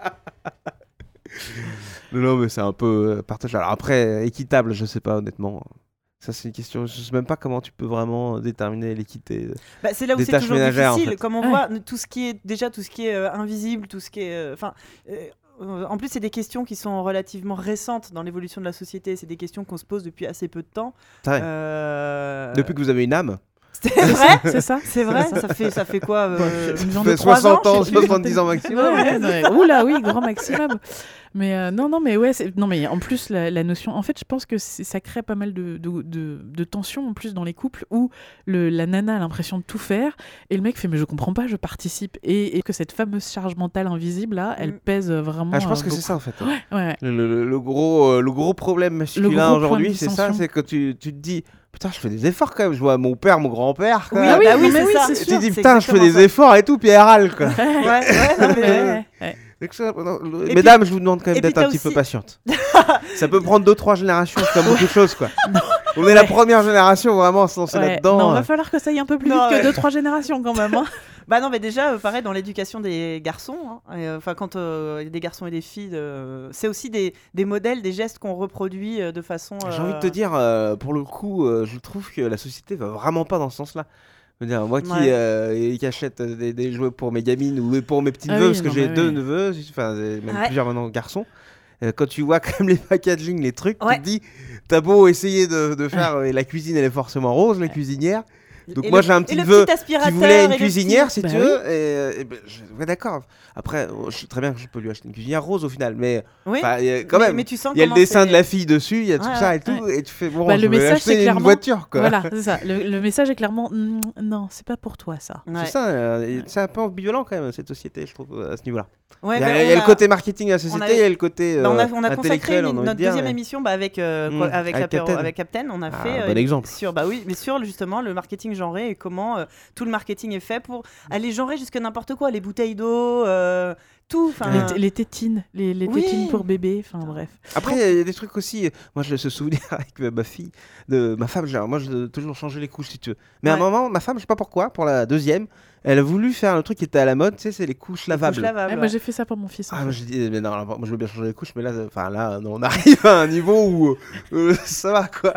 Non, non, mais c'est un peu euh, partagé. Alors après, équitable, je sais pas, honnêtement. Ça, c'est une question. Je sais même pas comment tu peux vraiment déterminer l'équité. Bah, c'est là où Des c'est tâches toujours ménagères, en difficile. fait. Comme on Ouais. voit, tout ce qui est déjà tout ce qui est euh, invisible, tout ce qui est, enfin. euh, euh, en plus, c'est des questions qui sont relativement récentes dans l'évolution de la société. C'est des questions qu'on se pose depuis assez peu de temps. C'est vrai. Euh, Depuis que vous avez une âme, C'est vrai. C'est ça? C'est vrai. Ça fait ça fait quoi euh, Une ça viande fait de trois soixante ans, ans, je sais plus. soixante-dix ans maximum. Ouais, ouais, ouais. Oula, oui, grand maximum. Mais euh, non, non, mais ouais, c'est- non, mais en plus la, la notion, en fait, je pense que c'est- ça crée pas mal de, de, de, de tensions en plus dans les couples où le, la nana a l'impression de tout faire et le mec fait mais je comprends pas, je participe et, et que cette fameuse charge mentale invisible là, elle Mm. pèse vraiment. Ah, je pense euh, que c'est beaucoup. ça en fait. Ouais, ouais. Le, le- le gros, euh, le gros problème masculin gros point de aujourd'hui, c'est ça, dissension. c'est que tu, tu te dis, putain, je fais des efforts quand même. Je vois mon père, mon grand-père. quoi. Oui, Ah oui, bah oui, mais c'est oui, ça. c'est Et sûr. tu te dis, c'est putain, je fais exactement des ça. efforts et tout, puis elle râle quoi. Ouais, ouais, non, mais- Ouais, ouais. Donc ça, non, le- Et puis- mesdames, je vous demande quand et même puis d'être un t'as petit peu aussi- patiente. Ça peut prendre deux trois générations, c'est comme beaucoup de choses quoi. On est la première génération vraiment à se lancer Ouais. là-dedans. Non, euh. va falloir que ça aille un peu plus Non, vite ouais. que deux trois générations quand même. Hein. Bah non, mais déjà, euh, pareil, dans l'éducation des garçons, hein, et, euh, enfin, quand euh, il y a des garçons et des filles, euh, c'est aussi des, des modèles, des gestes qu'on reproduit euh, de façon. J'ai euh, envie de te dire, euh, pour le coup, euh, je trouve que la société va vraiment pas dans ce sens-là. Je veux dire, moi qui, Ouais. euh, qui achète euh, des, des jouets pour mes gamines ou pour mes petits Ah neveux, oui, parce que non, j'ai mais deux oui. neveux, enfin euh, même Ouais. plusieurs maintenant garçons, euh, quand tu vois quand même les packaging, les trucs, Ouais. tu te dis, t'as beau essayer de, de faire, euh, la cuisine elle est forcément rose, la cuisinière. Donc et moi le- j'ai un et petit le neveu aspirateur qui voulait et une le cuisinière petit- si Bah tu oui. veux, et, euh, et ben, je- ouais, d'accord. Après, oh, je sais très bien que je peux lui acheter une cuisinière rose au final, mais Oui. enfin, il y a- quand mais, même. mais tu sens Il y a le comment dessin c'est- de la fille dessus, il y a tout Ouais, ça ouais, et tout, et tu fais bon, Bah, je le vais message, acheter c'est une clairement- voiture quoi. Voilà, c'est ça. Le, le message est clairement mm, non, c'est pas pour toi ça. Ouais. C'est ça, euh, et c'est un peu ambivalent quand même cette société, je trouve, à ce niveau-là. Ouais, il y a, bah, il y a on le a- côté marketing de la on société, a- il y a le côté euh, bah, on a, on a consacré intellectuel, une- on a envie notre de dire, deuxième mais- émission bah, avec, euh, Mm, quoi- avec, avec l'apéro- Captain. avec Captain. On a Ah, fait bon exemple. sur bah oui, mais sur justement le marketing genré et comment euh, tout le marketing est fait pour aller genrer jusque n'importe quoi, les bouteilles d'eau, euh, tout. enfin, Les, t- les tétines, les, les Oui. tétines pour bébé, enfin bref. Après, il y a- il y, a des trucs aussi. euh, Moi, je ce souvenir avec euh, ma fille, de ma femme. Genre, moi, je toujours changer les couches si tu veux. Mais à un Ouais. moment, ma femme, je sais pas pourquoi, pour la deuxième, elle a voulu faire le truc qui était à la mode, tu sais, c'est les couches lavables. couches lavables, Ouais, ouais. moi j'ai fait ça pour mon fils. en Ah, fait. moi j'ai dit, mais non, alors, moi je veux bien changer les couches, mais là, euh, enfin là, non, on arrive à un niveau où euh, ça va quoi.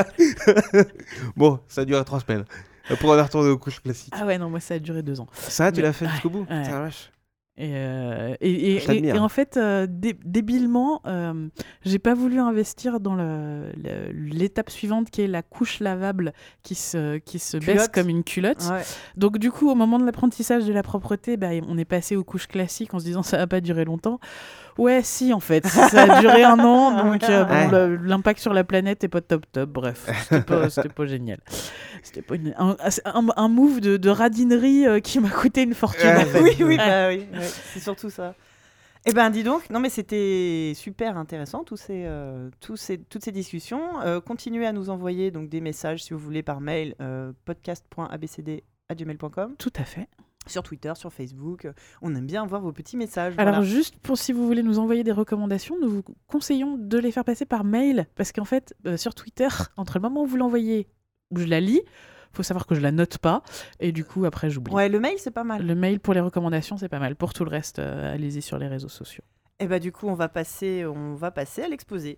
Bon, ça a duré trois semaines. Euh, Pour en retourner aux couches classiques. Ah ouais, non, moi ça a duré deux ans. Ça, tu mais- l'as fait ouais, jusqu'au bout ouais. Putain, la vache. Et, euh, et, et, Je et, t'admire. et en fait, euh, dé- débilement, euh, j'ai pas voulu investir dans le, le- l'étape suivante qui est la couche lavable qui se, qui se baisse Culotte. comme une culotte. Ouais. Donc du coup, au moment de l'apprentissage de la propreté, bah, on est passé aux couches classiques en se disant ça va pas durer longtemps. Ouais, si en fait, ça a duré un an, donc euh, bon, Ouais. le- l'impact sur la planète est pas top top. Bref, c'était pas, c'était pas génial. C'était pas une- un, un, un move de, de radinerie euh, qui m'a coûté une fortune. Ouais. en fait. Oui, oui, Ouais. bah oui, ouais, c'est surtout ça. Eh ben, dis donc, non mais c'était super intéressant tous ces, euh, tous ces, toutes ces discussions. Euh, continuez à nous envoyer donc des messages si vous voulez par mail euh, podcast point a b c d arobase gmail point com, Tout à fait. sur Twitter, sur Facebook. On aime bien voir vos petits messages. Alors voilà. juste pour si vous voulez nous envoyer des recommandations, nous vous conseillons de les faire passer par mail parce qu'en fait euh, sur Twitter, entre le moment où vous l'envoyez, où je la lis, faut savoir que je la note pas et du coup après j'oublie. Ouais, le mail c'est pas mal. Le mail pour les recommandations c'est pas mal. Pour tout le reste, euh, allez-y sur les réseaux sociaux. Et bah du coup on va passer, on va passer à l'exposé.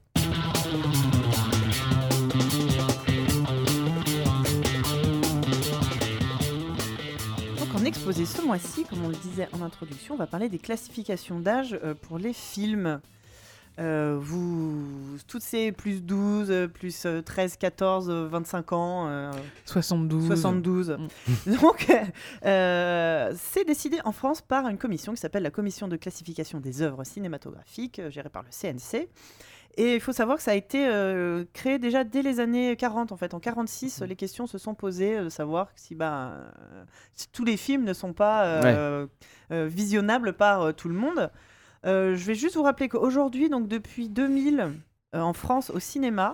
Donc en exposé ce mois-ci, comme on le disait en introduction, on va parler des classifications d'âge euh, pour les films. Euh, vous, toutes ces plus douze, euh, plus euh, treize, quatorze, euh, vingt-cinq ans, euh, soixante-douze. soixante-douze. Donc, euh, c'est décidé en France par une commission qui s'appelle la Commission de classification des œuvres cinématographiques, euh, gérée par le C N C. Et il faut savoir que ça a été euh, créé déjà dès les années quarante. En fait, en quarante-six, les questions se sont posées euh, de savoir si, bah, euh, si tous les films ne sont pas euh, euh, visionnables par euh, tout le monde. Euh, je vais juste vous rappeler qu'aujourd'hui, donc depuis deux mille, euh, en France, au cinéma,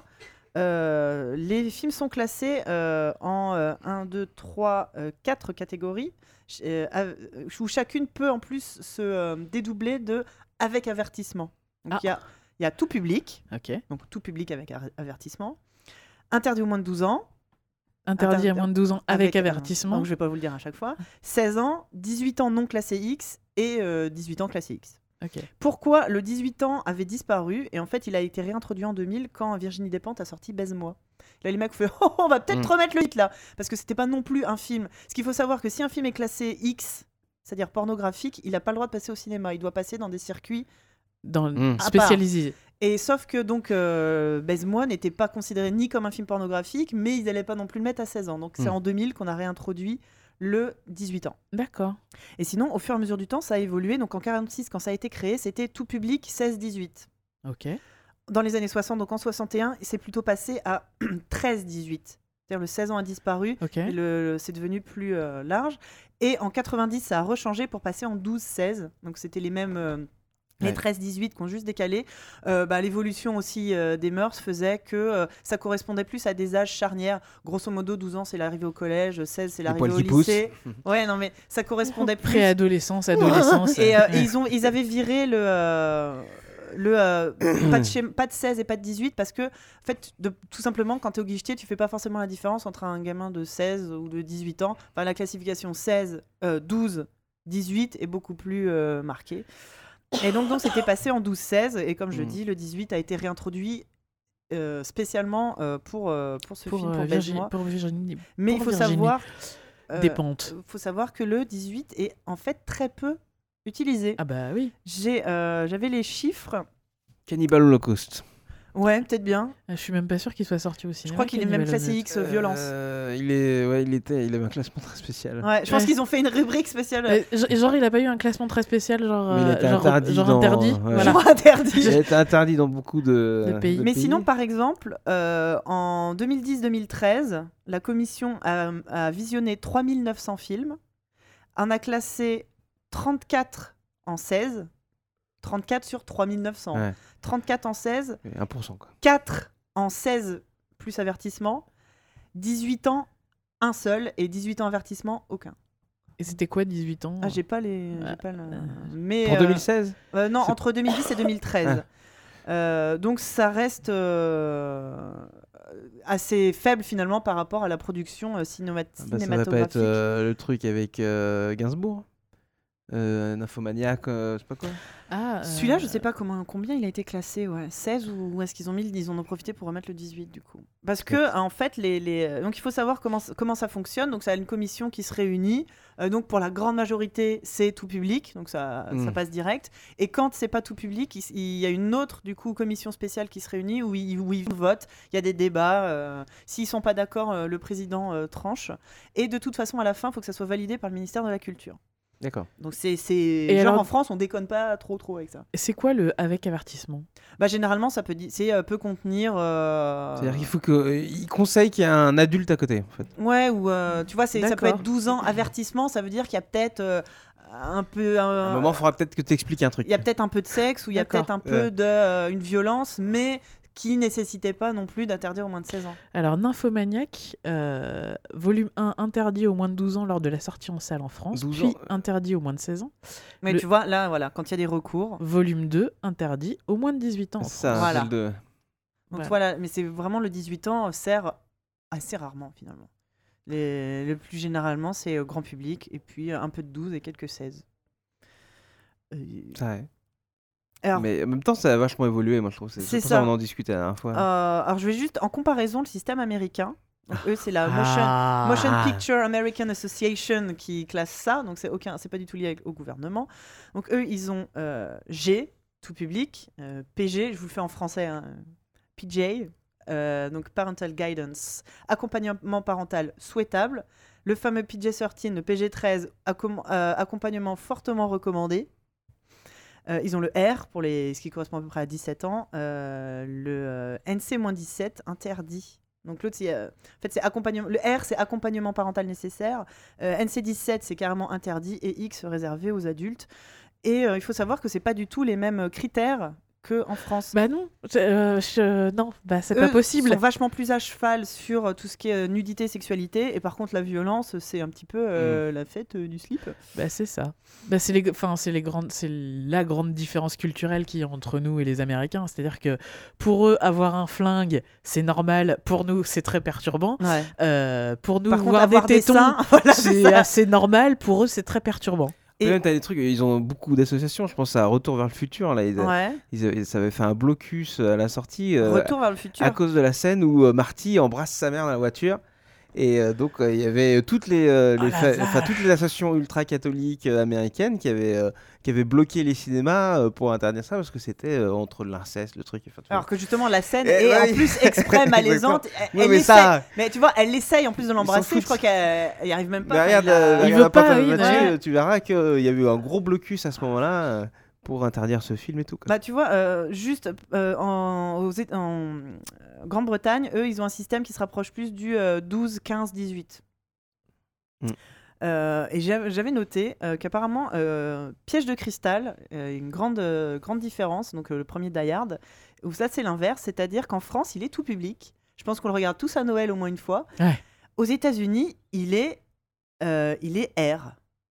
euh, les films sont classés euh, en euh, un, deux, trois, quatre catégories, euh, av- où chacune peut en plus se euh, dédoubler de avec avertissement. Donc il Ah. y a il y a tout public, Ok. donc tout public avec ar- avertissement, interdit aux moins de douze ans, Interdit Interdit- à moins de douze ans avec, euh, avertissement. donc je vais pas vous le dire à chaque fois, seize ans, dix-huit ans non classé X et euh, dix-huit ans classé X. Ok. Pourquoi le dix-huit ans avait disparu et en fait il a été réintroduit en deux mille quand Virginie Despentes a sorti Baise-moi. Là les mecs ont fait oh, on va peut-être Mm. remettre le hit là parce que c'était pas non plus un film. Ce qu'il faut savoir que si un film est classé X, c'est-à-dire pornographique, il a pas le droit de passer au cinéma, il doit passer dans des circuits Dans Mm. À spécialisé. et sauf que donc euh, Baise-moi n'était pas considéré ni comme un film pornographique mais ils n'allaient pas non plus le mettre à seize ans. Donc c'est Mm. en deux mille qu'on a réintroduit le dix-huit ans. D'accord. Et sinon au fur et à mesure du temps ça a évolué. Donc en quarante-six quand ça a été créé c'était tout public seize dix-huit. Ok. Dans les années soixante, donc en soixante et un, c'est plutôt passé à treize dix-huit. C'est-à-dire le seize ans a disparu Ok. et le, c'est devenu plus euh, large. Et en quatre-vingt-dix, ça a rechangé pour passer en douze seize. Donc c'était les mêmes... euh, les Ouais. treize dix-huit qui ont juste décalé. Euh, bah, l'évolution aussi euh, des mœurs faisait que euh, ça correspondait plus à des âges charnières. Grosso modo, douze ans, c'est l'arrivée au collège, seize, c'est l'arrivée poils au qui poussent. lycée. Ouais, non, mais ça correspondait plus. Préadolescence, adolescence. Et, euh, Ouais. ils, ont, ils avaient viré le, euh, le euh, pas, de schéma- pas de seize et pas de dix-huit parce que, en fait, de, tout simplement, quand tu es au guichet, tu fais pas forcément la différence entre un gamin de seize ou de dix-huit ans. Enfin, la classification seize, euh, douze, dix-huit est beaucoup plus euh, marquée. Et donc, donc c'était passé en douze seize. Et comme je le Mm. dis, le dix-huit a été réintroduit euh, spécialement euh, pour, euh, pour ce pour, film, euh, pour Virginie, Baise-moi. pour Virginie. Mais il pour faut Virginie savoir... euh, Despentes. faut savoir que le dix-huit est en fait très peu utilisé. Ah bah oui. J'ai, euh, j'avais les chiffres. Cannibal Holocaust. Ouais, peut-être bien. Je suis même pas sûr qu'il soit sorti au cinéma. Je crois qu'il est même Cannibal classé Holocaust. X euh, violence. Euh, il est, ouais, il était, il avait un classement très spécial. Ouais, je pense Ouais. qu'ils ont fait une rubrique spéciale. Euh, g- genre, il a pas eu un classement très spécial, genre, Mais il euh, était genre, interdit genre dans- interdit. ouais. Voilà. Genre interdit. Il a été interdit dans beaucoup de, De pays. Mais sinon, par exemple, euh, en deux mille dix deux mille treize, la commission a, a visionné trois mille neuf cents films, en a classé trente-quatre en seize, trente-quatre sur trois mille neuf cents. Ouais. trente-quatre en seize, un pour cent quoi. quatre en seize plus avertissement, dix-huit ans, un seul, et dix-huit ans avertissement, aucun. Et c'était quoi, dix-huit ans Ah, j'ai pas les. j'ai Ah, pas le- euh, Mais, Pour euh, deux mille seize euh, non, C'est- entre deux mille dix et deux mille treize. Euh, donc ça reste euh, assez faible finalement par rapport à la production euh, cinéma- Ah bah, ça va pas cinématographique. être euh, le truc avec euh, Gainsbourg euh, Nymphomaniac, euh, je sais pas quoi. Ah, euh, Celui-là, je sais pas comment, combien il a été classé, ouais. seize ou, ou est-ce qu'ils ont mis, ils en ont profité pour remettre le dix-huit du coup. Parce que en fait, les, les... donc il faut savoir comment, comment ça fonctionne. Donc ça a une commission qui se réunit. Euh, donc pour la grande majorité, c'est tout public, donc ça, Mm. ça passe direct. Et quand c'est pas tout public, il, il y a une autre du coup commission spéciale qui se réunit où ils, où ils votent. Il y a des débats. Euh... S'ils sont pas d'accord, euh, le président euh, tranche. Et de toute façon, à la fin, il faut que ça soit validé par le ministère de la Culture. D'accord. Donc c'est, c'est... Et genre alors- en France, on déconne pas trop trop avec ça. C'est quoi le avec avertissement? Bah généralement ça peut, di- c'est, euh, peut contenir. euh, C'est-à-dire qu'il faut que, euh, il conseille qu'il y ait un adulte à côté, en fait. Ouais, ou euh, tu vois, c'est, ça peut D'accord. être douze ans. Avertissement, ça veut dire qu'il y a peut-être euh, un peu. À un moment, il faudra peut-être que tu expliques un truc. Il y a peut-être un peu de sexe ou il y a D'accord. peut-être un peu Ouais. de euh, une violence, mais qui nécessitait pas non plus d'interdire au moins de seize ans. Alors, Nymphomaniac, euh, volume un, interdit aux moins de douze ans lors de la sortie en salle en France, douze puis ans. interdit aux moins de seize ans. Mais Le- tu vois, là, voilà, quand il y a des recours. Volume deux, interdit aux moins de dix-huit ans en Ça, France. Voilà. c'est le deux. Donc Voilà. voilà, mais c'est vraiment le dix-huit ans euh, sert assez rarement finalement. Les, le plus généralement, c'est euh, grand public et puis euh, un peu de douze et quelques seize. Euh, Ça, ouais. alors, Mais en même temps, ça a vachement évolué, moi je trouve. C'est, C'est pour ça. qu'on en discutait la dernière fois. Euh, alors je vais juste en comparaison le système américain. Donc, eux c'est la motion, Ah. Motion Picture American Association qui classe ça. Donc c'est aucun, c'est pas du tout lié avec- au gouvernement. Donc eux ils ont euh, G tout public, euh, P G, je vous le fais en français, hein, P J, euh, donc Parental Guidance, accompagnement parental souhaitable. Le fameux P J treize, le P G treize, accom- euh, accompagnement fortement recommandé. Euh, ils ont le R pour les, ce qui correspond à peu près à dix-sept ans. Euh, le euh, N C dix-sept interdit. Donc l'autre, c'est, euh, en fait, c'est accompagnement. Le R, c'est accompagnement parental nécessaire. Euh, N C dix-sept, c'est carrément interdit. Et X, réservé aux adultes. Et euh, il faut savoir que c'est pas du tout les mêmes critères qu'en France. Bah non, je- euh, je- non, bah c'est Eux pas possible. sont vachement plus à cheval sur euh, tout ce qui est euh, nudité, sexualité. Et par contre, la violence, c'est un petit peu euh, la fête euh, du slip. Bah c'est ça. Bah c'est les, enfin c'est les grandes, c'est la grande différence culturelle qu'il y a entre nous et les Américains. C'est-à-dire que pour eux, avoir un flingue, c'est normal. Pour nous, c'est très perturbant. Ouais. Euh, pour nous, Par contre, voir avoir des des tétons, seins, voilà, c'est c'est ça. assez normal. Pour eux, c'est très perturbant. Et- Et même, t'as des trucs, ils ont beaucoup d'associations. Je pense à Retour vers le futur. Là, ils, Ouais. ils avaient, ça avait fait un blocus à la sortie euh, Retour vers le futur. à cause de la scène où euh, Marty embrasse sa mère dans la voiture. Et euh, donc, euh, il y avait toutes les, euh, Oh les la fa- vache. enfin, toutes les associations ultra-catholiques euh, américaines qui avaient, euh, qui avaient bloqué les cinémas euh, pour interdire ça parce que c'était euh, entre l'inceste, le truc. Enfin, tu vois. Alors que justement la scène Eh est ouais. en plus extrême, malaisante. Elle, Ouais, elle mais essaye- ça- mais tu vois, elle essaye en plus de l'embrasser. foutent. Je crois qu'elle elle y arrive même pas. Mais Enfin, regarde, il a- euh, Il regarde veut la pas, Pantone oui, Mathieu, ouais. tu verras qu'il y a eu un gros blocus à ce moment-là euh, pour interdire ce film et tout. Quoi. Bah tu vois, euh, juste euh, en, aux Éta- en, euh, Grande-Bretagne, eux, ils ont un système qui se rapproche plus du euh, douze, quinze, dix-huit. Mm. Euh, et j'avais j'avais noté euh, qu'apparemment, euh, Piège de cristal, euh, une grande, euh, grande différence, donc euh, le premier Die Hard, où ça c'est l'inverse, c'est-à-dire qu'en France, il est tout public. Je pense qu'on le regarde tous à Noël au moins une fois. Ouais. Aux États-Unis, il est, euh, il est R.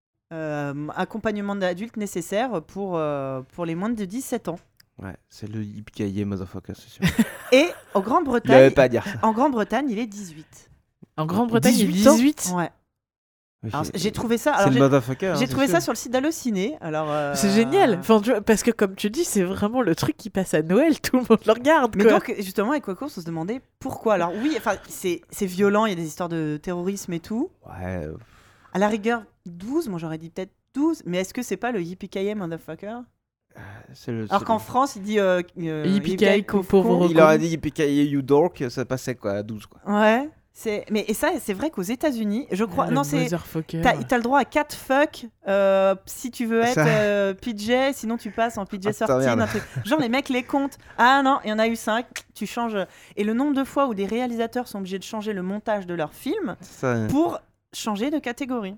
Euh, accompagnement d'adultes nécessaire pour, euh, pour les moins de dix-sept ans. Ouais, c'est le yippee motherfucker, c'est sûr. Et en Il n'avait Grande-Bretagne, pas à dire ça. en Grande-Bretagne, il est dix-huit. En Grande-Bretagne, il est dix-huit ans dix-huit. Ouais. Oui, Alors, c'est- j'ai trouvé ça. C'est alors, le j'ai- motherfucker. hein, J'ai c'est trouvé sûr. ça sur le site d'Allociné. Alors. euh, C'est génial. Enfin, tu vois, parce que comme tu dis, c'est vraiment le truc qui passe à Noël. Tout le monde le regarde. Mais quoi. donc, justement, avec Quacos, on se demandait pourquoi. Alors, oui, enfin, c'est c'est violent, il y a des histoires de terrorisme et tout. Ouais, euh, À la rigueur, douze, moi j'aurais dit peut-être douze, mais est-ce que c'est pas le yippee motherfucker? c'est le. Alors c'est qu'en le- France, il dit. Euh, euh, Yippee-ki-yay, yippee-ki-yay, pauvre Il aurait dit yippee you dork, ça passait quoi, à douze quoi. Ouais. C'est... Mais et ça, c'est vrai qu'aux États-Unis, je crois. Ah, le non, c'est. motherfucker. T'as, t'as le droit à quatre fuck euh, si tu veux être Ça- euh, P J, sinon tu passes en P J Ah, putain, treize. merde. Un truc. Genre les mecs les comptent. Ah non, il y en a eu cinq, tu changes. Et le nombre de fois où des réalisateurs sont obligés de changer le montage de leur film Ça... pour changer de catégorie.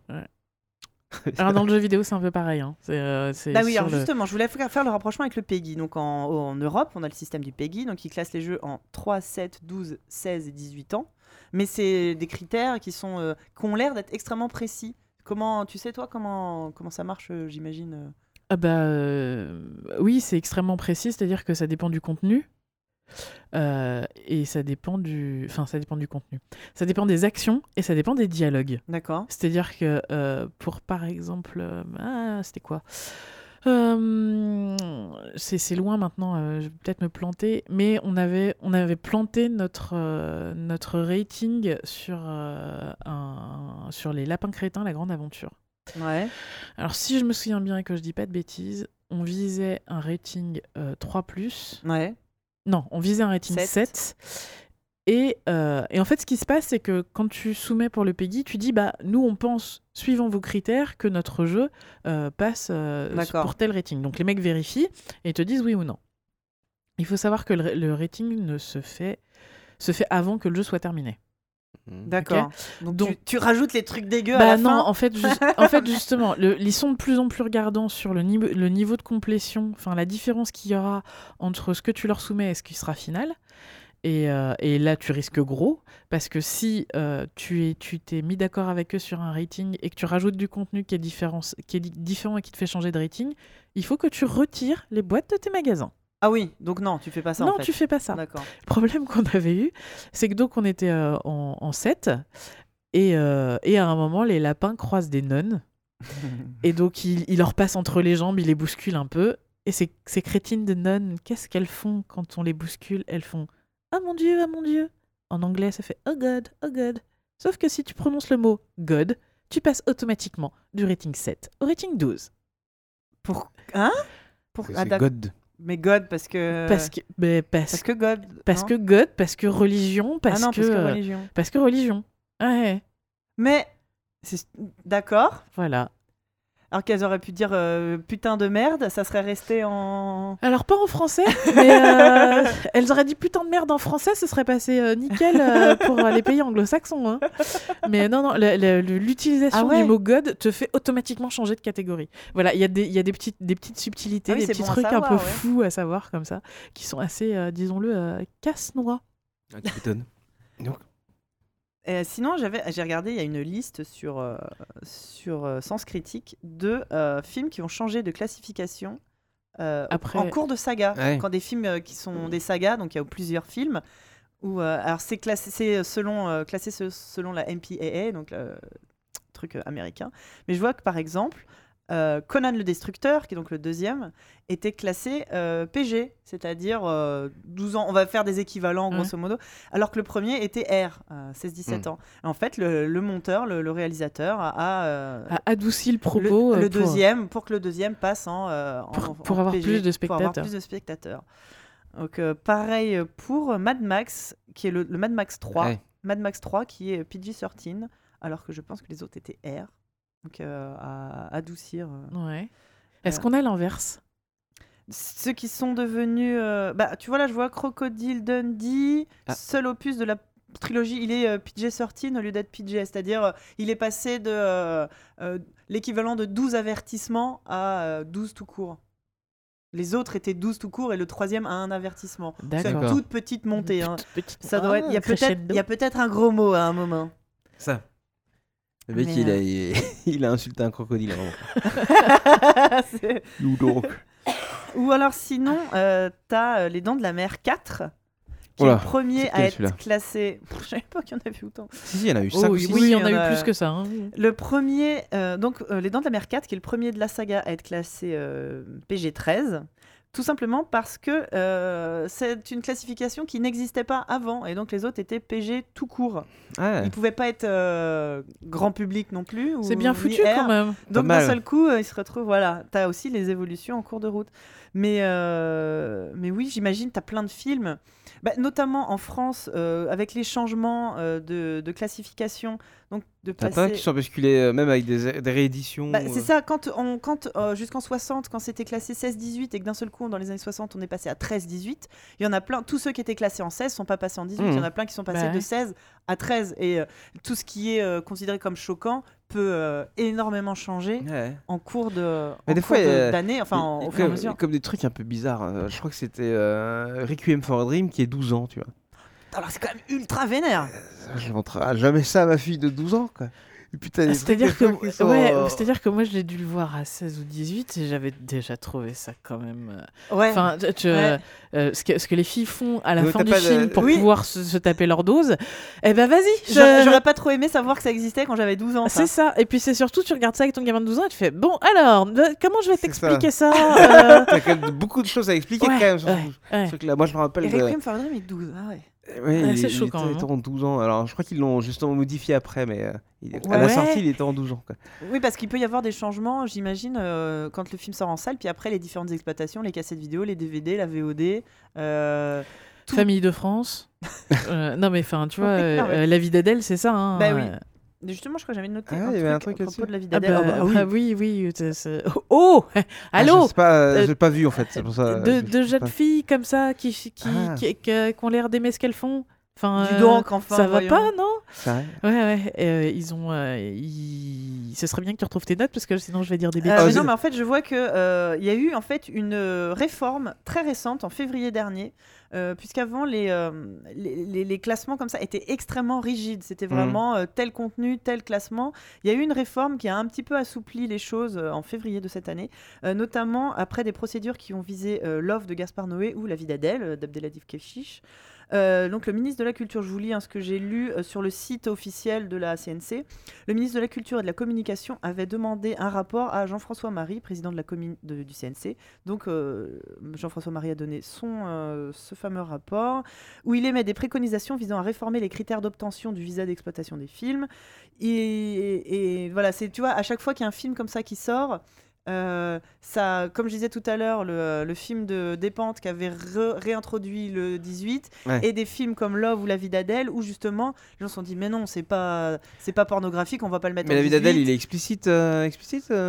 Alors dans le jeu vidéo, c'est un peu pareil. Hein. C'est, euh, c'est Bah oui, sur alors le- justement, je voulais faire faire le rapprochement avec le PEGI. Donc en, en Europe, on a le système du PEGI, donc il classe les jeux en trois, sept, douze, seize et dix-huit ans. Mais c'est des critères qui, sont, euh, qui ont l'air d'être extrêmement précis. Comment, tu sais toi comment, comment ça marche, euh, j'imagine euh Ah bah euh, oui, c'est extrêmement précis, c'est-à-dire que ça dépend du contenu. Euh, et ça dépend du... Enfin, ça dépend du contenu. Ça dépend des actions et ça dépend des dialogues. D'accord. C'est-à-dire que euh, pour, par exemple... euh, ah, c'était quoi Euh, c'est, c'est loin maintenant, euh, je vais peut-être me planter, mais on avait, on avait planté notre, euh, notre rating sur, euh, un, sur les lapins crétins, la grande aventure. Ouais. Alors si je me souviens bien et que je dis pas de bêtises, on visait un rating euh, trois plus. Ouais. Non, on visait un rating sept. sept. Et, euh, et en fait, ce qui se passe, c'est que quand tu soumets pour le PEGI, tu dis, bah, nous, on pense, suivant vos critères, que notre jeu euh, passe euh, D'accord. pour tel rating. Donc, les mecs vérifient et te disent oui ou non. Il faut savoir que le, le rating ne se fait, se fait avant que le jeu soit terminé. D'accord. Donc, Donc- tu, tu rajoutes les trucs dégueux à Bah la non, fin. en fait, ju- en fait justement, le, ils sont de plus en plus regardants sur le niveau, le niveau de complétion, enfin la différence qu'il y aura entre ce que tu leur soumets et ce qui sera final. Et, euh, et là, tu risques gros, parce que si euh, tu, es, tu t'es mis d'accord avec eux sur un rating et que tu rajoutes du contenu qui est, différent, qui est di- différent et qui te fait changer de rating, il faut que tu retires les boîtes de tes magasins. Ah oui, donc non, tu fais pas ça non, en fait. tu fais pas ça. D'accord. Le problème qu'on avait eu, c'est que donc on était euh, en, en sept, et, euh, et à un moment, les lapins croisent des nonnes, et donc ils il leur passent entre les jambes, ils les bousculent un peu, et ces, ces crétines de nonnes, qu'est-ce qu'elles font quand on les bouscule? Elles font « Ah mon Dieu, ah mon Dieu !» En anglais, ça fait « Oh God, oh God !» Sauf que si tu prononces le mot « God », tu passes automatiquement du rating sept au rating douze. Pour hein Pour C'est ah, d'accord. God. Mais God parce que Parce que, mais parce, parce que God. parce non que God, parce que religion, parce, ah non, que, parce que euh, religion. parce que religion. Ouais, Mais c'est d'accord. voilà. Alors qu'elles auraient pu dire euh, putain de merde, ça serait resté en. Alors, pas en français, mais euh, elles auraient dit putain de merde en français, ce serait passé euh, nickel euh, pour euh, les pays anglo-saxons. Hein. Mais non, non, le- le- le- l'utilisation Ah ouais. du mot God te fait automatiquement changer de catégorie. Voilà, il y a des, il y a des, petites, des petites subtilités, Ah oui, des c'est petits bon à trucs savoir, un peu ouais. fous à savoir comme ça, qui sont assez, euh, disons-le, euh, casse-noix. Ah, tu m'étonnes. Donc, Euh, sinon, j'avais, j'ai regardé, il y a une liste sur, euh, sur euh, Sens Critique de euh, films qui ont changé de classification euh, Après- en cours de saga. Ouais. Quand des films euh, qui sont des sagas, donc il y a plusieurs films, où, euh, alors c'est, classé, c'est selon, euh, classé se- selon la M P A A, donc le truc euh, américain. Mais je vois que par exemple, euh, Conan le Destructeur, qui est donc le deuxième, était classé euh, P G, c'est-à-dire euh, douze ans. On va faire des équivalents Ouais. grosso modo, alors que le premier était R, euh, seize dix-sept Mm. ans. En fait, le, le monteur, le, le réalisateur a, a, euh, A adouci le le, propos. le euh, pour- deuxième pour que le deuxième passe en, euh, en- Pour- en pour avoir P G, plus de pour avoir spectateurs. plus de spectateurs. Donc euh, pareil pour Mad Max, qui est le, le Mad Max trois. ouais. Mad Max trois qui est P G treize, alors que je pense que les autres étaient R. Donc euh, à adoucir. euh. Ouais. Est-ce Euh. qu'on a l'inverse? Ceux qui sont devenus... euh, Bah, tu vois, là, je vois Crocodile Dundee, Ah. seul opus de la trilogie, il est euh, P G treize au lieu d'être P G, c'est-à-dire euh, il est passé de euh, euh, l'équivalent de douze avertissements à euh, douze tout court. Les autres étaient douze tout court et le troisième a un avertissement. C'est une D'accord. toute petite montée. Hein. Petite- Ça doit être... Il y a Ah, peut-être crescendo. il y a peut-être un gros mot à un moment. Ça. Le mec, Mais, il, a, euh, il, il a insulté un crocodile. Vraiment. C'est- Ou donc. Ou alors sinon, euh, t'as euh, Les Dents de la Mer quatre, qui est Oula, le premier c'est à quel, être celui-là classé... Je savais pas qu'il y en avait autant. Si, si, il y en a eu Oh, cinq ou oui, six. oui, il y en il a y eu en a- plus que ça. hein. Le premier, euh, donc euh, Les Dents de la Mer quatre, qui est le premier de la saga à être classé euh, P G treize, tout simplement parce que euh, c'est une classification qui n'existait pas avant, et donc les autres étaient P G tout court. Ah, Ils pouvaient pas être euh, grand public non plus. C'est ou bien ni foutu R. quand même. Donc d'un mal. seul coup, euh, ils se retrouvent, voilà, t'as aussi les évolutions en cours de route. Mais, euh, mais oui, j'imagine, t'as plein de films, bah, notamment en France, euh, avec les changements euh, de, de classification, donc de T'as passer... pas qui sont basculés, euh, même avec des, des rééditions. Bah, euh, c'est ça, quand on, quand, euh, jusqu'en soixante, quand c'était classé seize dix-huit et que d'un seul coup, dans les années soixante, on est passé à treize dix-huit, il y en a plein, tous ceux qui étaient classés en seize sont pas passés en dix-huit, il y en a plein qui sont passés Bah de ouais. seize à treize, et euh, tout ce qui est euh, considéré comme choquant peut euh, énormément changer Ouais. en cours de Mais en des cours fois, de- euh, d'années, enfin en- Et- au et fur et à comme, mesure. comme des trucs un peu bizarres. euh, je crois que c'était euh, Requiem for a Dream qui est douze ans, tu vois. Alors c'est quand même ultra vénère. Je montrerai jamais ça à ma fille de douze ans, quoi. Putain, les C'est-à-dire trucs, que, des fois, qui sont, ouais, euh, c'est-à-dire que moi je l'ai dû le voir à seize ou dix-huit et j'avais déjà trouvé ça quand même. euh, Ouais. Enfin, tu- tu- Ouais. euh, ce, que, ce que les filles font à la Donc, fin t'as du pas de- film pour Oui. pouvoir se, se taper leur dose, eh ben vas-y. je- J'aurais j'aurais pas trop aimé savoir que ça existait quand j'avais douze ans. ça. C'est ça. Et puis c'est surtout, tu regardes ça avec ton gamin de douze ans et tu fais bon, alors, euh, comment je vais C'est t'expliquer ça, euh, T'as quand même beaucoup de choses à expliquer Ouais, quand même. sur ce- ouais, ouais. ce truc-là. Moi, je me rappelle. Et de- Requiem for a Dream, mais douze. Ah ouais. Ouais, Ouais, il, c'est il chaud était, quand même, était en douze ans. Alors, je crois qu'ils l'ont justement modifié après, mais euh, il- à Ouais. la sortie, il était en douze ans. Quoi. Oui, parce qu'il peut y avoir des changements, j'imagine, euh, quand le film sort en salle, puis après les différentes exploitations, les cassettes vidéo, les D V D, la V O D. euh, tout. Famille de France. Euh, non mais enfin, tu vois, Ouais, euh, non, mais- euh, la vie d'Adèle, c'est ça. Hein, Bah oui. euh. Mais justement, je crois que j'avais noté Ah, un, il y avait truc un truc à propos là-dessus. de la vie Ah d'Adèle. bah, Ah bah oui. ah oui, oui. c'est- c'est- Oh, Ah, allô. je sais pas, euh, Euh, j'ai pas vu en fait. C'est pour ça. Deux, je- deux je sais jeunes pas. filles comme ça qui, qui, Ah. qui, qui- qui ont l'air d'aimer ce qu'elles font. Enfin, Du euh, donc, enfin, ça va voyons. pas, non? C'est vrai. Ouais, ouais. euh, ils ont, euh, ils- ce serait bien que tu retrouves tes notes parce que sinon je vais dire des Euh, bêtises. mais vas-y. non, mais en fait, je vois que euh, il y a eu en fait une euh, réforme très récente en février dernier, euh, puisqu'avant les, euh, les, les- les classements comme ça étaient extrêmement rigides. C'était Mhm. vraiment euh, tel contenu, tel classement. Il y a eu une réforme qui a un petit peu assoupli les choses euh, en février de cette année, euh, notamment après des procédures qui ont visé euh, Love de Gaspard Noé ou La vie d'Adèle euh, d'Abdelaziz Kechiche. Euh, donc le ministre de la Culture, je vous lis hein, ce que j'ai lu euh, sur le site officiel de la C N C. Le ministre de la Culture et de la Communication avait demandé un rapport à Jean-François Marie, président de la commune de- du C N C. Donc euh, Jean-François Marie a donné son, euh, ce fameux rapport où il émet des préconisations visant à réformer les critères d'obtention du visa d'exploitation des films. Et, et- et voilà, c'est, tu vois, à chaque fois qu'il y a un film comme ça qui sort, euh, ça, comme je disais tout à l'heure, le, le film de Despentes qui avait re- réintroduit le dix-huit, Ouais. et des films comme Love ou La vie d'Adèle, où justement les gens se sont dit mais non, c'est pas, c'est pas pornographique, on va pas le mettre Mais en la vie d'Adèle, dix-huit. il est explicite, euh, explicite euh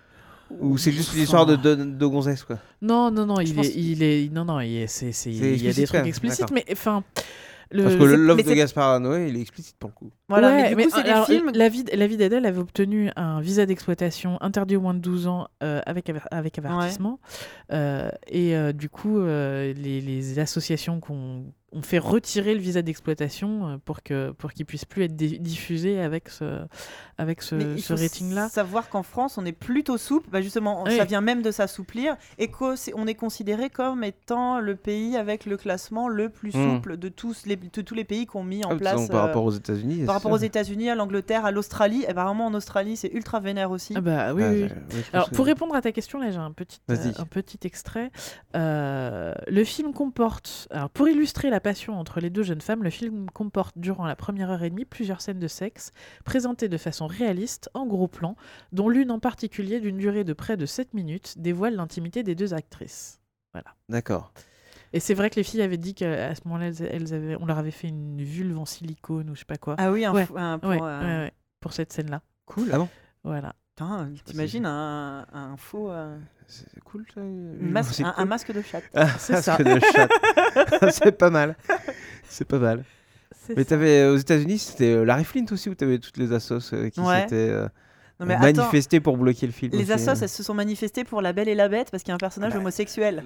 Ou c'est juste une histoire de, de, de gonzesse quoi. Non, non, non, Je il pense- est, il est, non, non, il est, c'est, c'est- il y a explicite des quand trucs même, explicites, d'accord. mais enfin. Le, Parce que le c'est- Love mais de c'est- Gaspard Noé, il est explicite pour le coup. Voilà, Ouais, mais du coup, c'est alors, des films. La vie, la vie d'Adèle avait obtenu un visa d'exploitation interdit aux moins de douze ans euh, avec, aver- avec avertissement. Euh, et euh, du coup, euh, les, les associations qu'on ont fait retirer le visa d'exploitation euh, pour que pour qu'il puisse plus être dé- diffusé avec ce avec ce, Mais il ce faut rating-là. savoir qu'en France, on est plutôt souple. Bah justement, Oui. ça vient même de s'assouplir. Et qu'on on est considéré comme étant le pays avec le classement le plus Hmm. souple de tous les, de tous les pays qui ont mis en Ah, de toute façon, place. par euh, rapport aux États-Unis. par rapport aux États-Unis, à l'Angleterre, à l'Australie. Et apparemment, en Australie, c'est ultra vénère aussi. Ah bah oui, oui. Alors, pour répondre à ta question, là, j'ai un petit, euh, Vas-y. un petit extrait. Euh, le film comporte, alors, pour illustrer la passion entre les deux jeunes femmes, le film comporte, durant la première heure et demie, plusieurs scènes de sexe, présentées de façon réaliste, en gros plan, dont l'une en particulier, d'une durée de près de sept minutes, dévoile l'intimité des deux actrices. D'accord. Et c'est vrai que les filles avaient dit qu'à ce moment-là, elles, elles avaient, on leur avait fait une vulve en silicone ou je sais pas quoi. Ah oui, un, Ouais. fou- un- pour, Ouais, euh, ouais, ouais, pour cette scène-là. Cool. Ah bon Voilà. putain, t'imagines un, un faux euh, C'est cool ça. masque, C'est un, cool. un masque de chatte. Ah, C'est masque ça. de chatte. C'est pas mal. C'est pas mal. C'est Mais ça. t'avais euh, aux États-Unis, c'était euh, Larry Flint aussi où t'avais toutes les assos euh, qui Ouais. s'étaient euh, Non, mais attends, manifestées pour bloquer le film. les aussi, assos, euh. elles se sont manifestées pour La Belle et la Bête parce qu'il y a un personnage Bah, homosexuel.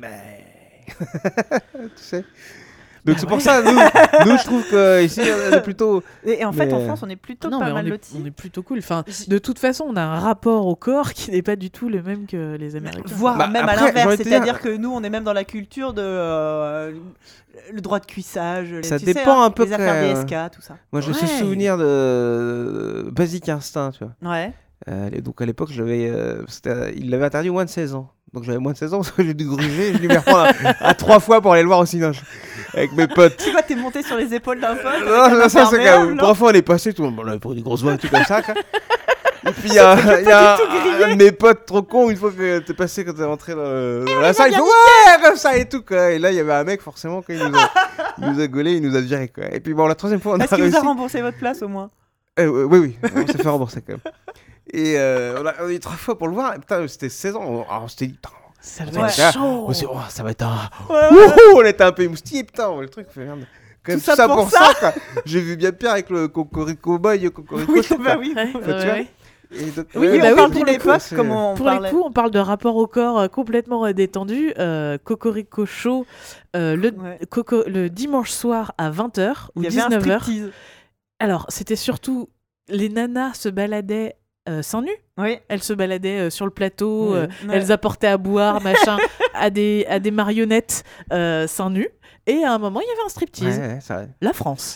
tu sais. Donc Bah c'est ouais. pour ça, nous, nous je trouve que ici on est plutôt. Et, et en fait, Mais- en France, on est plutôt Non, pas mais on mal est, lotis. on est plutôt cool. Enfin, J- de toute façon, on a un rapport au corps qui n'est pas du tout le même que les Américains. Voire Bah, même après, à j'ai l'inverse, envie de te c'est-à-dire dire- que nous, on est même dans la culture de euh, le droit de cuissage. les- Ça tu sais, dépend hein, un peu les affaires que- D S K, tout ça. Moi j'ai ce Ouais. souvenir de Basic Instinct, tu vois. Ouais. Euh, et donc à l'époque, j'avais, euh, c'était- il l'avait interdit aux moins de seize ans. Donc j'avais moins de seize ans parce que j'ai dû gruger et je dû m'y reprendre à, à trois fois pour aller le voir au cinoche avec mes potes. Tu vois, t'es monté sur les épaules d'un pote. avec Non, un non, ça c'est imperméable, quand même. non Pour fois, on est passé, tout le monde on avait pris des grosses voix et tout comme ça. Quoi. Et puis il y a, il y a un, un de mes potes trop con, une fois que t'es passé, quand t'es rentré dans, le- dans la salle, il fait ouais, comme ça et tout. Quoi. Et là, il y avait un mec, forcément, quand il nous a, il nous a gaulé, il nous a viré. Quoi. Et puis bon, la troisième fois, on a Est-ce qu'il réussi. vous a remboursé votre place au moins? Eh, ouais, oui, oui, on s'est fait rembourser quand même. Et euh, on, a, on a eu trois fois pour le voir. Et putain, c'était seize ans. On, alors, on s'était dit, putain, Ça Ouais. doit être Ouais. chaud. on s'est dit, oh, ça va être un. Ouais, Wouhou, on était un peu émoustillés, putain, le truc fait merde. Quand même Tout ça pour ça, quoi. J'ai vu bien pire avec le Cocorico Boy, Cocorico. Oui, Show, bah quoi. oui. Ouais, tu ouais, vois ouais. Et donc, Oui, ouais, bah on oui, parle pour d'une le coup, époque, c'est- comme on Pour parlait. les coups, on parle de rapport au corps euh, complètement euh, détendu. Euh, Cocorico Show, euh, le, Ouais. coco, le dimanche soir à vingt heures ou Il y avait un dix-neuf heures. striptease. Alors, c'était surtout les nanas se baladaient euh, seins nus. Oui. Elles se baladaient euh, sur le plateau, Oui. euh, Ouais. elles apportaient à boire, machin, à des, à des marionnettes euh, seins nus. Et à un moment, il y avait un striptease. Ouais, ouais, c'est vrai. La France.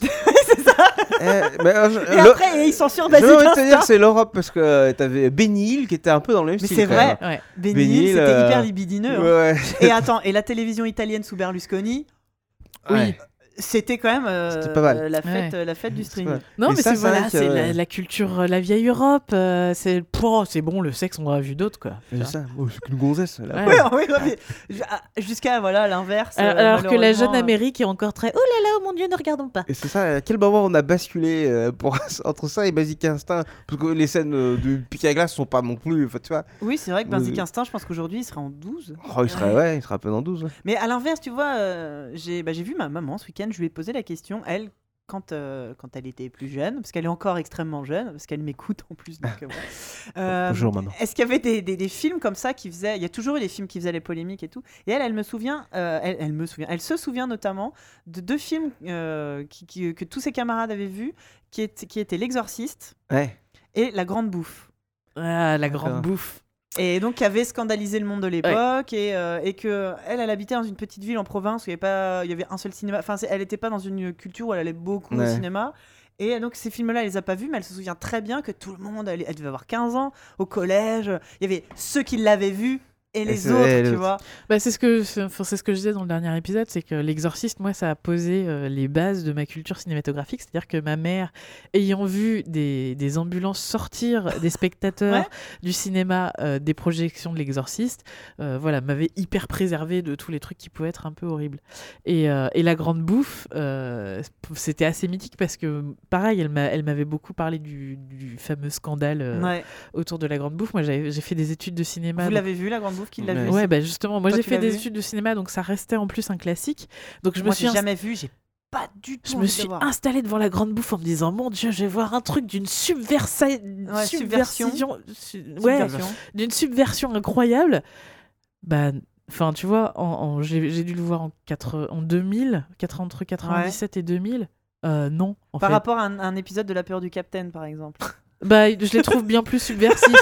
Eh, mais, euh, je- Et le- après, ils sont sur J'ai Basic envie de te dire Instinct. c'est l'Europe parce que euh, t'avais Benny Hill qui était un peu dans le même Mais style. c'est quand vrai. même. Ouais. Benny Benny Hill, Hill, c'était euh, hyper libidineux. hein. Ouais, Et attends, et la télévision italienne sous Berlusconi, ouais. Oui. c'était quand même euh, C'était pas mal. la fête, la fête du string. Ouais. Non, Mais mais, ça, c'est c'est voilà, vrai que- c'est la, la culture, euh, la vieille Europe. euh, c'est pouah, c'est bon, le sexe, on en a vu d'autres, quoi. C'est ça. Oh, c'est qu'une gonzesse. Là. Ouais. Oui, oui, oui, mais ju- ah, jusqu'à voilà l'inverse. Alors, euh, alors que la malheureusement, jeune euh, Amérique est encore très. Oh là là, oh mon Dieu, ne regardons pas. Et c'est ça, à quel moment on a basculé euh, pour... entre ça et Basic Instinct. Parce que les scènes euh, de pique à glace sont pas non plus. Enfin, tu vois. Oui, c'est vrai que Basic Euh, Instinct, je pense qu'aujourd'hui, il serait en douze. Oh, il serait, ouais, il serait un peu dans douze. Ouais. Mais à l'inverse, tu vois, euh, j'ai bah, j'ai vu ma maman ce week-end, je lui ai posé la question, elle, quand, euh, quand elle était plus jeune, parce qu'elle est encore extrêmement jeune, parce qu'elle m'écoute en plus. Donc, euh, voilà. Euh, Bonjour, maman. Est-ce qu'il y avait des, des, des films comme ça qui faisaient. Il y a toujours eu des films qui faisaient les polémiques et tout. Et elle, elle me souvient, euh, elle, elle me souvient, elle se souvient notamment de deux films euh, qui, qui- que tous ses camarades avaient vus, qui, étaient- qui étaient L'Exorciste Ouais. et La Grande Bouffe. Ah, la grande D'accord. bouffe. Et donc, qui avait scandalisé le monde de l'époque, et, euh, et que elle, elle habitait dans une petite ville en province où il y avait pas, il y avait un seul cinéma. Enfin, c'est- elle n'était pas dans une culture où elle allait beaucoup au Ouais. cinéma. Et donc, ces films-là, elle les a pas vus, mais elle se souvient très bien que tout le monde, elle, elle devait avoir quinze ans, au collège. Il y avait ceux qui l'avaient vu et les c'est- autres, et tu l'autre. vois. Bah, c'est ce que c'est enfin, c'est ce que je disais dans le dernier épisode, c'est que L'Exorciste, moi, ça a posé euh, les bases de ma culture cinématographique. C'est-à-dire que ma mère, ayant vu des, des ambulances sortir des spectateurs Ouais. du cinéma euh, des projections de L'Exorciste, euh, voilà, m'avait hyper préservé de tous les trucs qui pouvaient être un peu horribles. Et, euh, et La Grande Bouffe, euh, c'était assez mythique parce que, pareil, elle m'a- elle m'avait beaucoup parlé du, du fameux scandale euh, Ouais. autour de La Grande Bouffe. Moi, j'avais- j'ai fait des études de cinéma. Vous donc- l'avez vu, La Grande Bouffe, qui l'a Ouais. vu Ouais, aussi bah justement, moi Toi, j'ai tu fait l'as des vu études de cinéma, donc ça restait en plus un classique. Donc je me Moi, suis, j'ai ins- jamais vu, j'ai pas du tout je me envie suis de voir. installée devant La Grande Bouffe en me disant, mon Dieu, je vais voir un truc d'une subversa... Ouais, subversion. subversion, su- ouais, Subversion. d'une subversion incroyable. Bah, enfin, tu vois, en, en- j'ai j'ai dû le voir en, quatre- en deux mille, quatre- entre quatre-vingt-dix-sept et deux mille. Euh, non, en Par fait. rapport à un, un épisode de La Peur du Capitaine, par exemple. Bah, je les trouve bien plus subversifs.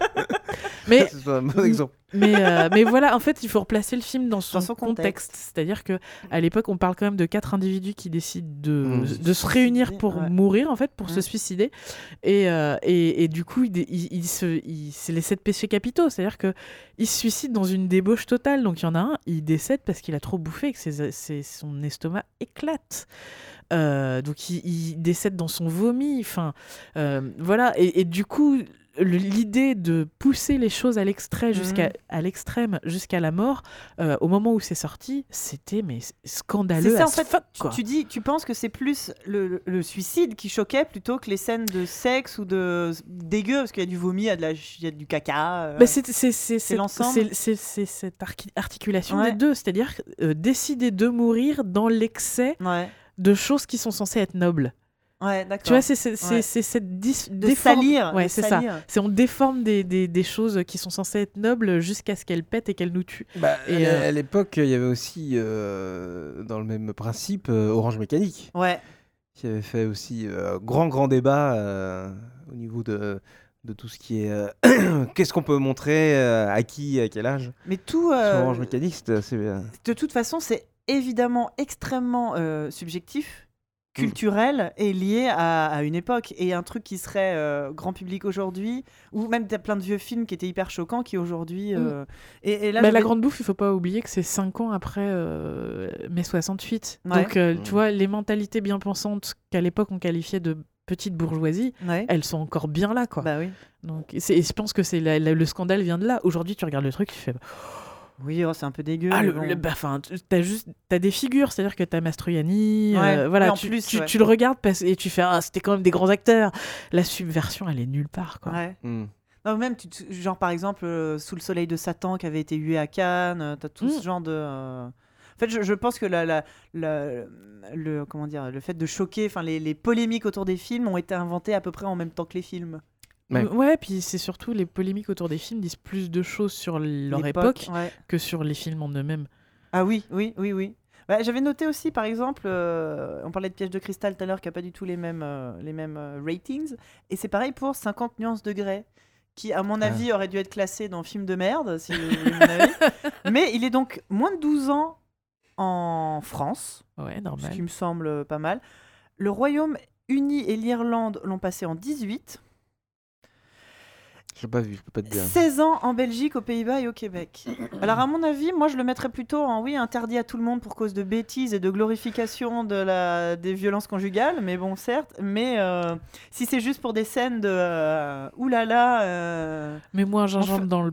Mais C'est un bon exemple. Mais, euh, mais voilà, en fait, il faut replacer le film dans son, Dans son contexte. contexte. C'est-à-dire que à l'époque, on parle quand même de quatre individus qui décident de, Mmh. de se réunir pour Ouais. mourir, en fait, pour se Mmh. suicider. Et, euh, et, et du coup, il, dé- il, il se, il- c'est les sept péchés capitaux. C'est-à-dire que il se suicide dans une débauche totale. Donc, il y en a un, il décède parce qu'il a trop bouffé et que ses- ses- son estomac éclate. Euh, donc, il, il décède dans son vomi. Enfin, euh, voilà. Et, et du coup, le- l'idée de pousser les choses à l'extrait jusqu'à Mhm. à l'extrême jusqu'à la mort, euh, au moment où c'est sorti, c'était mais scandaleux. C'est ça, en as fait, fuck, tu- quoi. Tu dis, tu penses que c'est plus le, le- le suicide qui choquait plutôt que les scènes de sexe ou de dégueu, parce qu'il y a du vomi, il y a, de la, il y a du caca. euh. Bah, c'est c'est- c'est- c'est- l'ensemble. c'est- c'est- c'est cette archi- articulation Ouais. des deux, c'est-à-dire euh, décider de mourir dans l'excès Ouais, de choses qui sont censées être nobles. ouais, d'accord. Tu vois, c'est c'est- c'est- Ouais. c'est cette dis- de déforme- salir. Ouais, de c'est ça. salir. C'est on déforme des, des, des choses qui sont censées être nobles jusqu'à ce qu'elles pètent et qu'elles nous tuent. Bah, Et, à- euh, à l'époque, il y avait aussi, euh, dans le même principe, euh, Orange Mécanique, Ouais, qui avait fait aussi euh, grand, grand débat euh, au niveau de, de tout ce qui est. euh, Qu'est-ce qu'on peut montrer, euh, à qui, à quel âge. mais tout. Sur euh, Orange Mécanique, c'était assez. euh, de toute façon, c'est évidemment extrêmement euh, subjectif, culturel et lié à, à une époque. Et un truc qui serait euh, grand public aujourd'hui, ou même t'as plein de vieux films qui étaient hyper choquants qui aujourd'hui. euh, et, et là, Bah, je La vais- Grande Bouffe, il faut pas oublier que c'est cinq ans après euh, mai soixante-huit. Ouais. Donc, euh, Mm. tu vois, les mentalités bien pensantes qu'à l'époque on qualifiait de petite bourgeoisie, Ouais. elles sont encore bien là, quoi. Bah oui. Donc, et c'est- et je pense que c'est la- la- le scandale vient de là. Aujourd'hui, tu regardes le truc, tu fais Oui, oh, c'est un peu dégueu. ah mais le, bon. le- bah, enfin, tu- t'as juste t'as des figures, c'est-à-dire que t'as Mastroianni, Ouais, euh, voilà, et en tu, plus, tu, ouais. tu le regardes parce- et tu fais ah c'était quand même des grands acteurs. La subversion, elle est nulle part, quoi. Ouais. hmm. Non, même, tu te- genre par exemple, euh, Sous le soleil de Satan qui avait été hué à Cannes, euh, t'as tout Mm. ce genre de. euh, En fait, je, je pense que la, la, la- le, comment dire, le fait de choquer, enfin, les, les polémiques autour des films ont été inventées à peu près en même temps que les films. Ouais. Ouais, puis c'est surtout les polémiques autour des films disent plus de choses sur leur L'époque, époque ouais. que sur les films en eux-mêmes. Ah oui, oui, oui, oui. Bah, j'avais noté aussi, par exemple, euh, on parlait de Piège de cristal tout à l'heure, qui n'a pas du tout les mêmes, euh, les mêmes euh, ratings. Et c'est pareil pour cinquante nuances de Grey, qui, à mon avis, aurait dû être classé dans film de merde, si vous voulez mon avis. Mais il est donc moins de douze ans en France, Ouais, ce normal. qui me semble pas mal. Le Royaume-Uni et l'Irlande l'ont passé en dix-huit. Je l'ai pas vu, je peux pas te dire. seize ans en Belgique, aux Pays-Bas et au Québec. Alors à mon avis, moi je le mettrais plutôt en oui, interdit à tout le monde pour cause de bêtises et de glorification de la... des violences conjugales, mais bon certes, mais euh, si c'est juste pour des scènes de euh, oulala... Euh... Mets-moi un gingembre dans le...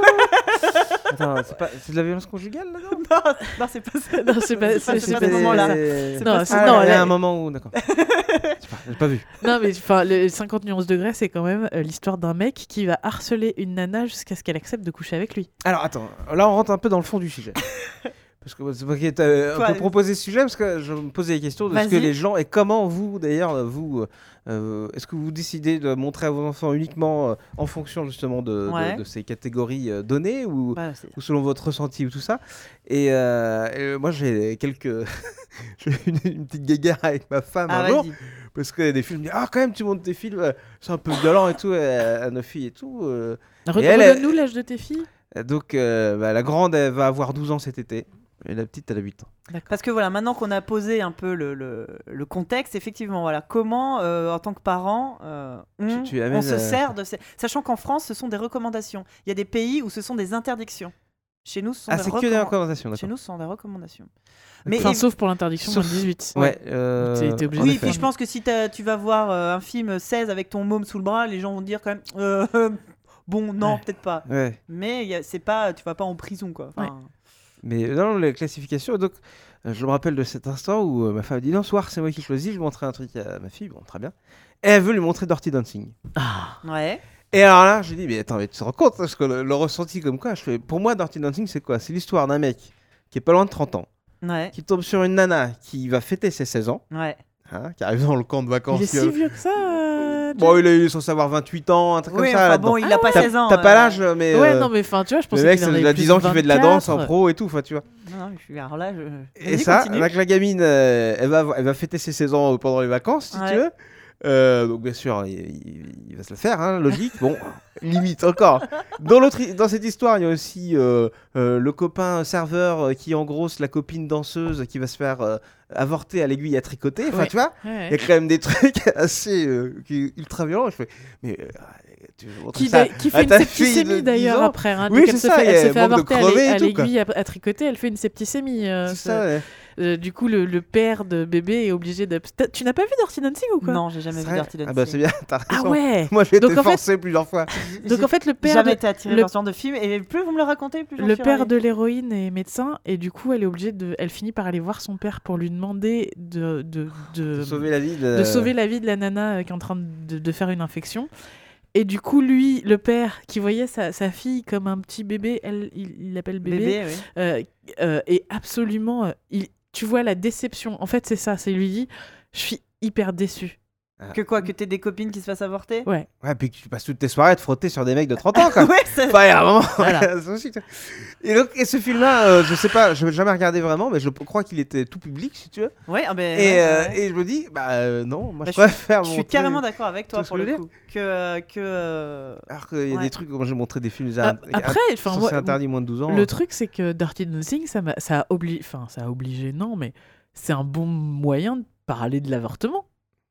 Attends, c'est, pas... c'est de la violence conjugale là-dedans? non, non, c'est pas ça. Non, c'est pas, c'est, c'est pas c'est ce moment-là. C'est... C'est Non, pas c'est- ça. Ah, non, il y là- a un moment où... D'accord. J'ai pas, j'ai pas vu. Non, mais enfin, les cinquante nuances de Grey, c'est quand même euh, l'histoire d'un mec qui va harceler une nana jusqu'à ce qu'elle accepte de coucher avec lui. Alors attends, là on rentre un peu dans le fond du sujet. Parce que c'est pas qui euh, on Quoi, peut proposer ce sujet parce que je me posais des questions de ce que Vas-y. les gens et comment vous d'ailleurs vous euh, est-ce que vous décidez de montrer à vos enfants uniquement euh, en fonction justement de, Ouais. de, de ces catégories euh, données ou, Voilà, c'est- ou selon votre ressenti ou tout ça et, euh, et, euh, moi j'ai quelques j'ai une, une petite guéguerre avec ma femme Ah, un jour vas-y. parce que des films ah quand même tu montes des films euh, c'est un peu violent et tout euh, à nos filles et tout euh. Re- elle, Redonne-nous l'âge de tes filles. donc euh, bah, la grande elle va avoir douze ans cet été et la petite elle a huit ans. Parce que voilà, maintenant qu'on a posé un peu le, le, le contexte, effectivement, voilà, comment, euh, en tant que parent, euh, on, Tu- tu amènes, on se euh, sert de ces... Sachant qu'en France, ce sont des recommandations. Il y a des pays où ce sont des interdictions. Chez nous, ce sont Ah des c'est que des recommand- recommandations Chez d'accord. nous, ce sont des recommandations. Mais Enfin, évi- sauf pour l'interdiction Sauf- moins de dix-huit. Ouais, euh, T'es- t'es obligé en de oui, effet. puis je pense que si t'as- tu vas voir euh, un film seize avec ton môme sous le bras, les gens vont dire quand même euh, bon, non, Ouais. peut-être pas. Ouais. Mais y a- c'est pas, tu vas pas en prison, quoi. Enfin, Mais non, la classification, donc euh, je me rappelle de cet instant où euh, ma femme dit non, soir, c'est moi qui choisis, je montrais un truc à ma fille, bon, très bien. Et elle veut lui montrer Dirty Dancing. Ah, ouais. Et alors là, j'ai dit, mais attends, mais tu te rends compte, parce que le, le ressenti comme quoi, je fais, pour moi, Dirty Dancing, c'est quoi? C'est l'histoire d'un mec qui est pas loin de trente ans, Ouais. qui tombe sur une nana qui va fêter ses seize ans, Ouais. hein, qui arrive dans le camp de vacances. il est qui- si vieux que ça. euh, Bon, il est censé avoir vingt-huit ans, un truc Oui, comme ça. enfin là-dedans. bon, il a pas T'as seize ans. t'as pas euh, l'âge, mais. Ouais, euh, non, mais enfin, tu vois, je le pensais mec, qu'il en il avait a plus dix de ans qu'il fait de la danse en vingt-quatre. pro et tout, enfin, tu vois. Non, non, je suis alors là, je. Et Vas-y, ça, continue. avec la gamine, euh, elle, va, elle va fêter ses seize ans pendant les vacances, si Ouais. tu veux. Euh, donc, bien sûr, il, il- il va se la faire, hein, logique. Bon, limite encore. Dans, l'autre, hi- dans cette histoire, il y a aussi euh, euh, le copain serveur euh, qui engrosse la copine danseuse qui va se faire euh, avorter à l'aiguille à tricoter. Enfin, Ouais. tu vois, Ouais, il y a quand même des trucs assez euh, qui- ultra violents. Je fais, mais euh, tu veux montrer Qui, ça d'a- qui à fait une ta fille de septicémie dix d'ailleurs ans après. Hein, Oui, dès qu'elle c'est se ça, fait, il y a elle se fait manque de avorter à crever l'ai- et à tout, quoi. l'aiguille à, à tricoter, elle fait une septicémie. euh, C'est ça- ça, ouais. Euh, du coup, le, le père de bébé est obligé de. T'as- Tu n'as pas vu Dirty Dancing ou quoi? Non, j'ai jamais C'est vu vrai Dirty Dancing. Ah bah c'est bien, t'as Ah raison. ouais. Moi j'ai Donc, été en fait- forcé plusieurs fois. Donc en fait, le père jamais de, été attiré le- par ce genre de film et plus vous me le racontez, plus j'en le suis père ravie. de l'héroïne est médecin et du coup, elle est obligée de. Elle finit par aller voir son père pour lui demander de de de, De sauver la vie de, de sauver la vie de la nana euh, qui est en train de, de faire une infection. Et du coup, lui, le père, qui voyait sa, sa fille comme un petit bébé, elle, il il l'appelle bébé, Bébé, oui. euh, euh, et absolument, euh, il, tu vois la déception. En fait, c'est ça, c'est il lui dit, je suis hyper déçu. Que quoi, que t'aies des copines qui se fassent avorter? Ouais. Ouais, puis que tu passes toutes tes soirées à te frotter sur des mecs de trente ans, quoi. Ouais, c'est- Enfin, il y a un moment. Voilà. c'est aussi que- et, donc, et ce film-là, euh, je sais pas, je n'ai jamais regardé vraiment, mais je crois qu'il était tout public, si tu veux. Ouais, ah ben, et, ouais, euh, ouais. et je me dis, bah euh, non, moi Bah, je préfère Je suis montrer- carrément d'accord avec toi tout ce pour que je le veux coup. Que. euh, que euh, Alors qu'il y a Ouais. des trucs, moi j'ai montré des films Ah, ah, après, enfin, c'est moi, interdit moins de douze ans. le truc, c'est que Dirty Dancing, ça, m'a- ça a obligé, enfin, ça a obligé, non, mais c'est un bon moyen de parler de l'avortement.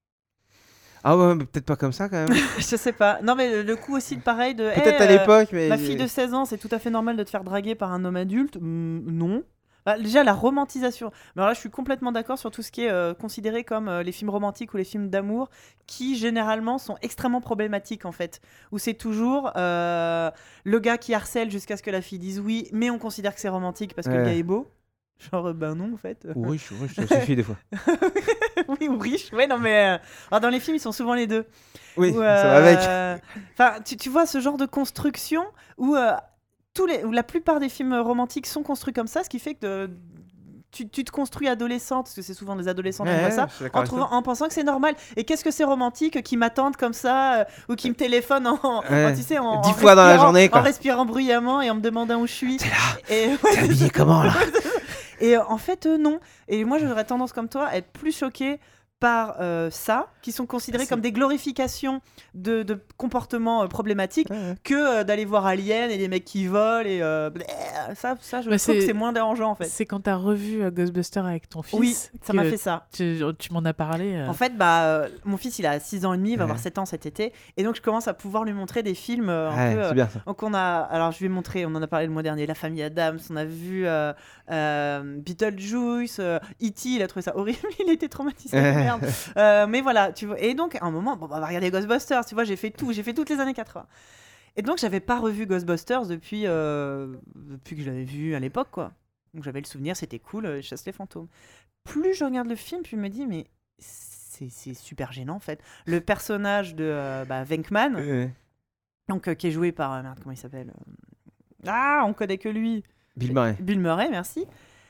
Ah ouais, mais peut-être pas comme ça quand même. je sais pas. Non, mais le, le coup aussi de pareil de. Peut-être hey, à euh, l'époque, mais. Ma fille de seize ans, c'est tout à fait normal de te faire draguer par un homme adulte. Hmm, non. Bah, déjà, la romantisation. Mais alors là, je suis complètement d'accord sur tout ce qui est euh, considéré comme euh, les films romantiques ou les films d'amour, qui généralement sont extrêmement problématiques en fait. Où c'est toujours euh, le gars qui harcèle jusqu'à ce que la fille dise oui, mais on considère que c'est romantique parce que le Ouais. gars est beau. Genre, euh, ben non, en fait. Ou riche, ou riche, ça suffit des fois. Oui, ou riche. Ouais, non, mais. euh, alors, dans les films, ils sont souvent les deux. Oui, Où, ça va avec. euh, Enfin, tu, tu vois ce genre de construction où, euh, tous les, où la plupart des films romantiques sont construits comme ça, ce qui fait que de- tu, tu te construis adolescente, parce que c'est souvent des adolescents qui Ouais, voient ça, je suis d'accord en, avec trouvant- toi. en pensant que c'est normal. Et qu'est-ce que c'est romantique qui m'attendent comme ça, euh, ou qui me téléphonent en, en- Ouais. tu sais, en, Dix en fois dans la respirant- journée, quoi. en respirant bruyamment et en me demandant où je suis. T'es là, Et, t'es habillé comment là? Et euh, en fait, euh, non. Et moi, j'aurais tendance comme toi à être plus choquée par euh, ça, qui sont considérés C'est- comme des glorifications de, de comportements euh, problématiques, Ouais, ouais. que euh, d'aller voir Alien et les mecs qui volent. Et euh, bleh, ça, ça, je Bah, trouve que c'est- c'est moins dérangeant en fait. C'est quand t'as revu euh, Ghostbusters avec ton fils. Oui, ça que m'a fait ça. Tu, tu m'en as parlé. euh. En fait, bah, euh, mon fils, il a six ans et demi, il va Ouais. avoir sept ans cet été. Et donc, je commence à pouvoir lui montrer des films euh, un Ouais, peu... euh, c'est bien ça. donc, on a... Alors, je lui ai montré, on en a parlé le mois dernier, La Famille Adams, on a vu euh, euh, Beetlejuice, euh, E T, il a trouvé ça horrible, il était traumatisé, merde. Euh, mais voilà, tu vois. Et donc, à un moment, bon, bah, on va regarder Ghostbusters, tu vois, j'ai fait tout, j'ai fait toutes les années quatre-vingts. Et donc, j'avais pas revu Ghostbusters depuis, euh, depuis que je l'avais vu à l'époque, quoi. Donc, j'avais le souvenir, c'était cool, euh, chasse les fantômes. Plus je regarde le film, plus je me dis, mais c'est, c'est super gênant, en fait. Le personnage de euh, bah, Venkman, Ouais. donc, euh, qui est joué par, euh, merde, comment il s'appelle euh, Ah, on connaît que lui. Bill Murray. Bill Murray, merci.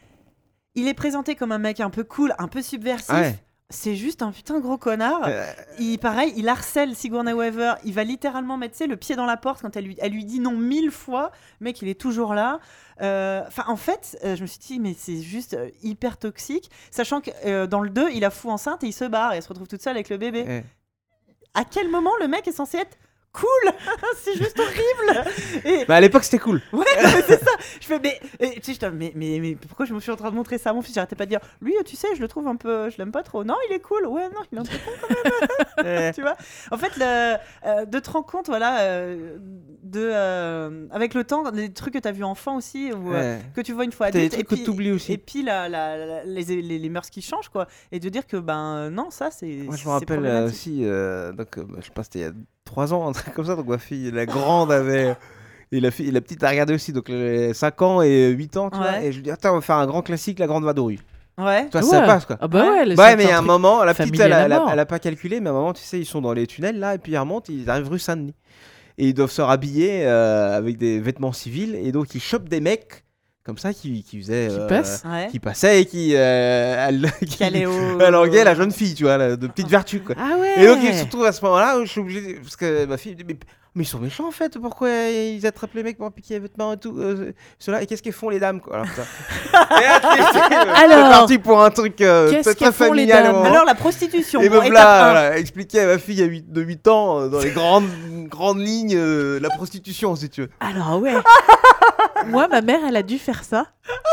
Il est présenté comme un mec un peu cool, un peu subversif. Ah ouais. C'est juste un putain de gros connard. Euh, Il, pareil, il harcèle Sigourney Weaver. Il va littéralement mettre tu sais, le pied dans la porte quand elle lui, elle lui dit non mille fois. Le mec, il est toujours là. Euh, Enfin, en fait, euh, je me suis dit, mais c'est juste euh, hyper toxique. Sachant que euh, dans le deux, il a fou enceinte et il se barre et elle se retrouve toute seule avec le bébé. ouais. À quel moment le mec est censé être cool? C'est juste horrible. Et, Bah à l'époque c'était cool. ouais, mais c'est ça. Je fais, mais, et, tu sais, je te- mais, mais, mais pourquoi je me suis en train de montrer ça à mon fils? J'arrêtais pas de dire, lui, tu sais, je le trouve un peu, je l'aime pas trop. Non, il est cool. Ouais, non, il est un peu con quand même. Tu vois. En fait, le, euh, de te rendre compte, voilà, euh, de, euh, avec le temps, les trucs que t'as vu enfant aussi, ou euh, Ouais. que tu vois une fois T'as des adulte, et trucs que puis, t'oublies aussi. et puis la, la, la- les, les, les mœurs qui changent, quoi, et de dire que ben euh, non, ça c'est. Moi je c'est me rappelle euh, problématique. aussi, euh, donc euh, je sais pas, c'était il y a trois ans, un truc comme ça, donc ma fille, la grande avait... Et la, fille, la petite a regardé aussi, donc elle a cinq ans et huit ans, tu vois, Ouais. et je lui dis, attends, on va faire un grand classique, La Grande Vadrouille. Ouais. Toi, Ouais. ça passe quoi. Ah bah ouais, les- Ouais, c'est mais il y a un truc moment, la petite, familier elle, à a- la elle, a, mort. elle a pas calculé, mais à un moment, tu sais, ils sont dans les tunnels là, et puis ils remontent, ils arrivent rue Saint-Denis. Et ils doivent se rhabiller euh, avec des vêtements civils, et donc ils chopent des mecs comme ça qui, qui faisaient. Qui euh, passent. Ouais. Qui passaient et qui. Euh, elle, qui allaient au- elle languait la jeune fille, tu vois, la- de petite vertu quoi. Ah ouais. Et donc ils se retrouvent à ce moment-là où je suis obligé. de- Parce que ma fille me dit, mais, mais ils sont méchants en fait, pourquoi ils attrapent les mecs pour piquer les vêtements et tout euh, cela, et qu'est-ce qu'elles font les dames quoi. Alors, ça... et là, c'est- c'est- Alors, c'est parti pour un truc euh, qu'est-ce très, très qu'elles font, les familial. dames au moment. Alors la prostitution. Et bon, me étape voilà, un. voilà, expliquer à ma fille à huit- de huit ans, euh, dans les grandes, grandes lignes, euh, la prostitution, si tu veux. Alors ouais. Moi, ma mère, elle a dû faire ça.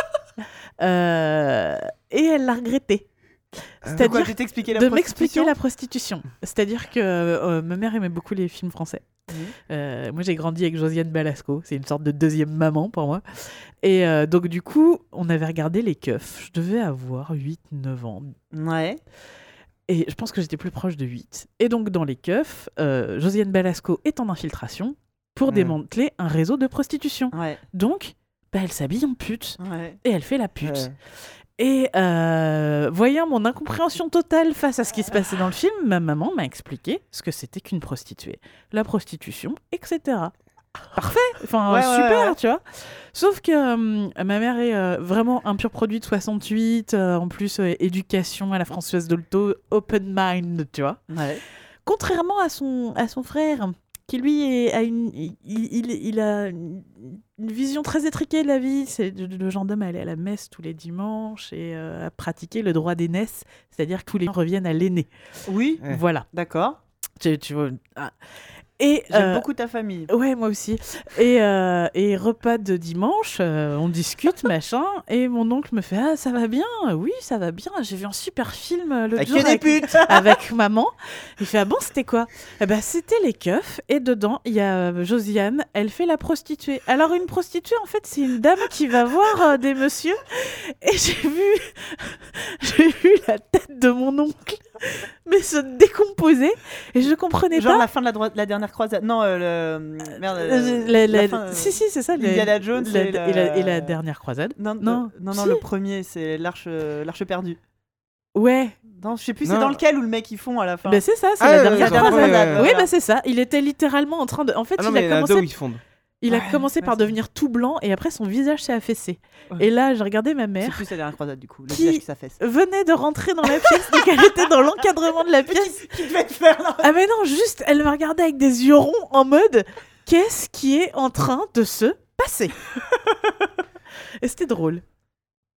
Euh, et elle l'a regretté. Pourquoi C'est-à-dire tu t'expliquais la de m'expliquer prostitution la prostitution. C'est-à-dire que euh, ma mère aimait beaucoup les films français. Mhm. Euh, moi, j'ai grandi avec Josiane Balasco. C'est une sorte de deuxième maman pour moi. Et euh, donc, du coup, on avait regardé Les Keufs. Je devais avoir huit neuf ans. Ouais. Et je pense que j'étais plus proche de huit. Et donc, dans Les Keufs, euh, Josiane Balasco est en infiltration pour Mhm. démanteler un réseau de prostitution. Ouais. Donc, bah, elle s'habille en pute. Ouais. Et elle fait la pute. Ouais. Et euh, voyant mon incompréhension totale face à ce qui se passait dans le film, ma maman m'a expliqué ce que c'était qu'une prostituée, la prostitution, et cetera. Parfait, enfin Ouais, ouais, super, ouais. tu vois. Sauf que euh, ma mère est euh, vraiment un pur produit de soixante-huit, euh, en plus euh, éducation à la Françoise Dolto, open mind, tu vois. Ouais. Contrairement à son, à son frère, qui lui est, a une, il, il, il a une, une vision très étriquée de la vie. C'est le, le genre d'homme à aller à la messe tous les dimanches et euh, à pratiquer le droit d'aînesse, c'est-à-dire que tous les gens reviennent à l'aîné. Oui. Ouais. Voilà. D'accord. Tu, tu vois. ah. Et, J'aime euh, beaucoup ta famille. Ouais, moi aussi. Et, euh, et repas de dimanche, euh, on discute, machin. Et mon oncle me fait « Ah, ça va bien? Oui, ça va bien. J'ai vu un super film euh, l'autre Avec jour que des avec, putes. avec maman. » Il fait « Ah bon, c'était quoi ?» Eh ben, c'était Les Keufs. Et dedans, il y a euh, Josiane. Elle fait la prostituée. Alors, une prostituée, en fait, c'est une dame qui va voir euh, des messieurs. Et j'ai vu... j'ai vu la tête de mon oncle mais se décomposer. Et je comprenais Genre pas. la fin de la, droite- la dernière croisade. Non, euh, le. Merde. Euh, euh, la- la la- fin, euh, si, si, c'est ça. la- Indiana Jones la- et la- et, la, et la dernière croisade. Non, Non, non, non, non, si. le premier, c'est l'arche, euh, l'arche perdue. Ouais, Non, je sais plus, Non. c'est dans lequel où le mec ils font à la fin. bah c'est ça, c'est Ah, la ouais, dernière ouais, croisade. ouais, ouais, croisade. ouais. Oui, Voilà. bah c'est ça. Il était littéralement en train de. En fait, Ah non, il mais a il y en a commencé, deux où ils fondent. il a Ouais, commencé ouais, par c'est- devenir tout blanc et après son visage s'est affaissé. Ouais. Et là, j'ai regardé ma C'est mère plus la dernière croisade du coup. Le Qui- visage qui s'affaisse. venait de rentrer dans la pièce, donc elle était dans l'encadrement de la pièce. Qui devait te faire là Ah mais non, juste, elle me regardait avec des yeux ronds en mode qu'est-ce qui est en train de se passer. Et c'était drôle.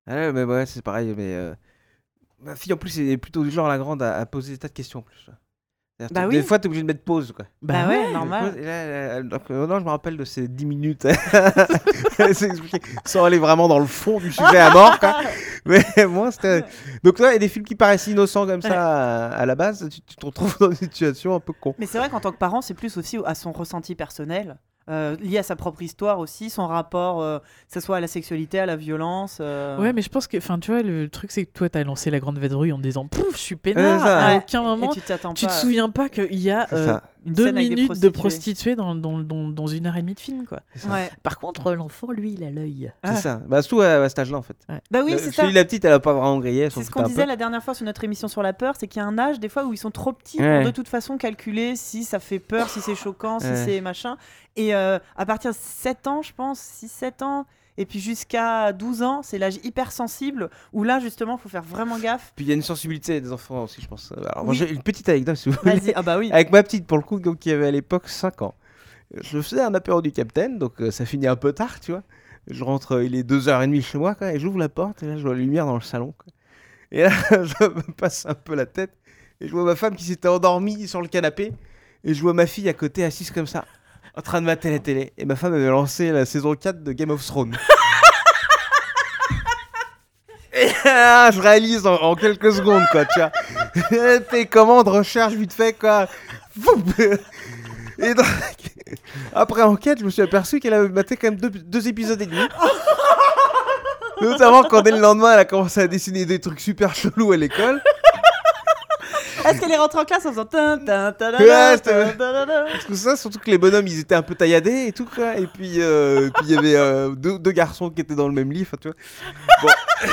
Ah ouais, mais ouais, c'est pareil. Mais euh, ma fille, en plus, est plutôt du genre, la grande, à, à poser des tas de questions en plus. là. C'est-à-dire, Bah t- oui. Des fois, t'es obligé de mettre pause, quoi. Bah ouais, Et normal. pause, et là, elle- elle- donc, euh, non, je me rappelle de ces dix minutes. Elle s'est expliquée sans aller vraiment dans le fond du sujet à mort, quoi. Mais moi, c'était. Donc, là, il y a des films qui paraissent innocents comme ça à, à la base, tu, tu te retrouves dans une situation un peu con. Mais c'est vrai qu'en tant que parent, c'est plus aussi à son ressenti personnel, euh, lié à sa propre histoire aussi, son rapport, euh, que ce soit à la sexualité, à la violence. euh. Ouais, mais je pense que, enfin, tu vois, le truc, c'est que toi, t'as lancé la grande vadrouille en te disant, pouf, je suis peinard. Ouais, ça. À Ouais. aucun Et moment, tu t'attends tu pas. te souviens pas qu'il y a C'est euh, ça. Une deux scène avec des minutes de prostituées. prostituées dans, dans, dans, dans une heure et demie de film, quoi. C'est ça. Ouais. Par contre, l'enfant, lui, il a l'œil. C'est Ah. ça. Bah, surtout à, à cet âge-là, en fait. Bah oui, Le- c'est je te ça. dis, la petite, elle a pas vraiment grillé. elle s'en C'est ce foutait qu'on un disait peu. la dernière fois sur notre émission sur la peur, c'est qu'il y a un âge des fois où ils sont trop petits Ouais. pour de toute façon calculer si ça fait peur, si c'est choquant, si Ouais. c'est machin. Et euh, à partir de sept ans, je pense, six sept ans, et puis jusqu'à douze ans, c'est l'âge hypersensible où là justement, il faut faire vraiment gaffe. Puis il y a une sensibilité des enfants aussi, je pense. Alors, moi, Oui. j'ai une petite anecdote, si vous voulez. Vas-y, ah bah oui. Avec ma petite, pour le coup, donc, qui avait à l'époque cinq ans. Je faisais un apéro du Capitaine, donc euh, ça finit un peu tard, tu vois. Je rentre, euh, il est deux heures trente chez moi, quoi, et j'ouvre la porte, et là, je vois la lumière dans le salon. Quoi. Et là, je me passe un peu la tête, et je vois ma femme qui s'était endormie sur le canapé, et je vois ma fille à côté, assise comme ça, en train de mater la télé. Et ma femme avait lancé la saison quatre de Game of Thrones. Et là, je réalise en, en quelques secondes, quoi, tu vois. Tes commandes, recherche vite fait, quoi. Boum. Et donc, après enquête, je me suis aperçu qu'elle avait maté quand même deux, deux épisodes et demi. Notamment quand dès le lendemain, elle a commencé à dessiner des trucs super chelous à l'école. Est-ce qu'elle est rentrée en classe en faisant tin, tin, tin, tin, Ouais, tin, c'était- tin, tin, tin. Tout ça, surtout que les bonhommes, ils étaient un peu tailladés et tout, quoi. Et puis, euh, puis il y avait euh, deux, deux garçons qui étaient dans le même lit, enfin, tu vois. Bon.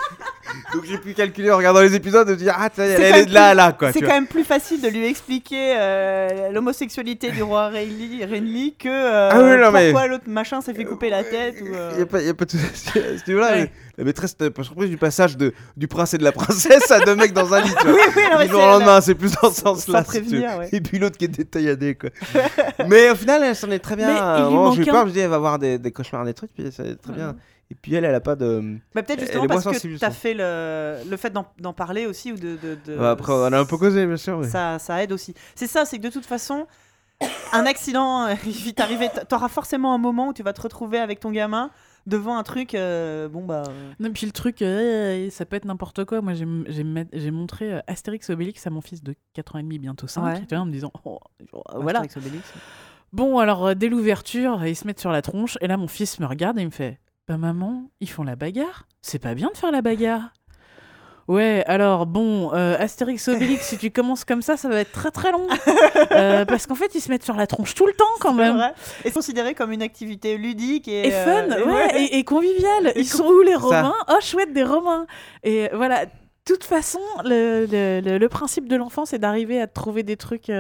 Donc j'ai pu calculer en regardant les épisodes de dire, ah, tiens, elle, C'est elle quand est même de là à plus- là, quoi. C'est tu quand vois. même plus facile de lui expliquer euh, l'homosexualité du roi Renly, Renly que euh, Ah oui, non, mais- pourquoi l'autre machin s'est fait couper la tête. Ou, euh, Il y a pas, il y a pas de souci à ce niveau-là. Ouais. La maîtresse n'était pas surprise du passage de, du prince et de la princesse à deux mecs dans un lit, tu vois. Oui, oui, non, mais Du jour au c'est- lendemain, c'est plus dans ce sans sens-là. si tu prévenir, veux. ouais. Et puis l'autre qui était tailladé, quoi. Mais au final, elle s'en est très bien. Mais il À un lui moment, j'ai eu manque peur, un- je me dis, elle va avoir des, des cauchemars, des trucs, puis ça va être très bien. Et puis elle, elle a pas de. Bah, peut-être Elle justement est moins parce que sensible, tu as ça. fait le, le fait d'en d'en parler aussi ou de. de, de- Bah, après, on en a un peu causé, bien sûr. Mais... ça, ça aide aussi. C'est ça, c'est que de toute façon, un accident, euh, il va t'arriver. T'auras forcément un moment où tu vas te retrouver avec ton gamin devant un truc. euh, bon, bah. euh, Non, puis le truc, euh, ça peut être n'importe quoi. Moi, j'ai j'ai met- j'ai montré euh, Astérix et Obélix à mon fils de quatre ans et demi, bientôt cinq, Ouais. tu vois, en me disant, oh, oh, voilà. Astérix, Obélix. Bon, alors, euh, dès l'ouverture, ils se mettent sur la tronche, et là, mon fils me regarde et il me fait, bah maman, ils font la bagarre. C'est pas bien de faire la bagarre. Ouais, alors bon, euh, Astérix Obélix, si tu commences comme ça, ça va être très très long. Euh, parce qu'en fait, ils se mettent sur la tronche tout le temps quand C'est même. vrai. Et c'est considéré comme une activité ludique et, Et fun, euh, ouais, et, et convivial. Et Ils sont où les Ça. Romains? Oh, chouette, des Romains. Et voilà, de toute façon, le, le, le- le principe de l'enfant, c'est d'arriver à trouver des trucs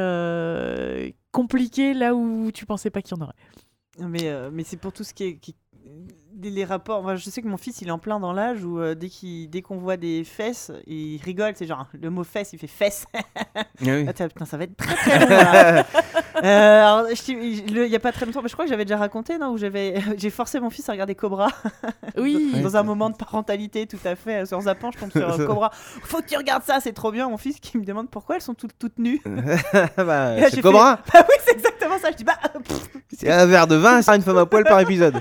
euh, compliqués là où tu pensais pas qu'il y en aurait. Mais, euh, mais c'est pour tout ce qui est. Qui... des- Les rapports. Moi, je sais que mon fils, il est en plein dans l'âge où euh, dès qu'il dès qu'on voit des fesses, il rigole. C'est genre le mot fesse, il fait fesse. Ah oui. Ah, t'as- putain, ça va être très très long. là. Euh, alors, je t'ai- le- il y a pas très longtemps, mais je crois que j'avais déjà raconté, non, où j'avais, j'ai forcé mon fils à regarder Cobra Oui. dans un moment de parentalité, tout à fait. Sur Zappant, je tombe sur euh, Cobra. Faut que tu regardes ça, c'est trop bien. Mon fils qui me demande pourquoi elles sont toutes toutes nues. bah, Et là, c'est j'ai Cobra. Bah oui, c'est exactement ça. Je dis bah. pff. C'est un verre de vin, c'est une femme à poil par épisode.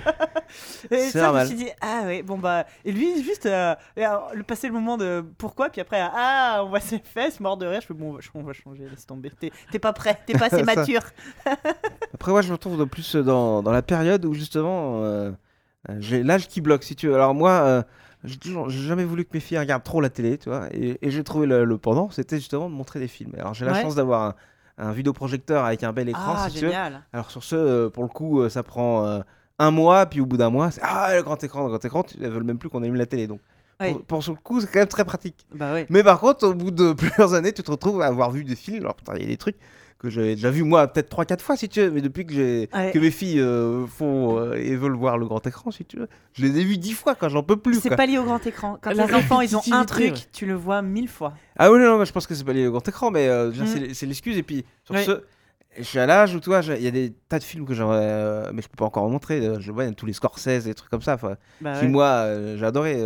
Et C'est ça, je me normal. suis dit, ah ouais, bon bah. Et lui, juste euh, et alors, le passer le moment de pourquoi, puis après, ah, on voit ses fesses, mort de rire. Je fais, bon, on va, ch- on va changer, laisse tomber. T'es t'es pas prêt, t'es pas assez Ça. mature. Après, moi, je me retrouve de plus dans, dans la période où justement, euh, euh, j'ai l'âge qui bloque, si tu veux. Alors, moi, euh, j'ai toujours- j'ai jamais voulu que mes filles regardent trop la télé, tu vois. Et, et j'ai trouvé le, le pendant, c'était justement de montrer des films. Alors, j'ai la Ouais. chance d'avoir un, un vidéoprojecteur avec un bel écran, Ah, si tu veux. génial. Alors, sur ce, euh, pour le coup, euh, ça prend euh, un mois, puis au bout d'un mois, c'est ah, le grand écran, le grand écran, tu- elles veulent même plus qu'on allume la télé. Donc, Ouais. pour, pour ce coup, c'est quand même très pratique. Bah ouais. Mais par contre, au bout de plusieurs années, tu te retrouves à avoir vu des films. Alors, putain, il y a des trucs que j'avais déjà vu moi, peut-être trois quatre fois si tu veux, mais depuis que, j'ai... Ouais. que mes filles euh, font euh, et veulent voir le grand écran, si tu veux, je les ai vus dix fois quand j'en peux plus. C'est quoi. pas lié au grand écran. Quand La les enfants, ils ont un répétitivité, truc, ouais. tu le vois mille fois. Ah oui, non, non, mais je pense que c'est pas lié au grand écran, mais euh, déjà, Mm. c'est, c'est l'excuse. Et puis, sur Ouais. ce, je suis à l'âge où, tu vois, j'ai- il y a des tas de films que j'aimerais, euh, mais je peux pas encore en montrer. euh, Je vois, il y a tous les Scorsese et des trucs comme ça, enfin, Bah qui, ouais. moi, euh, j'ai adoré. euh,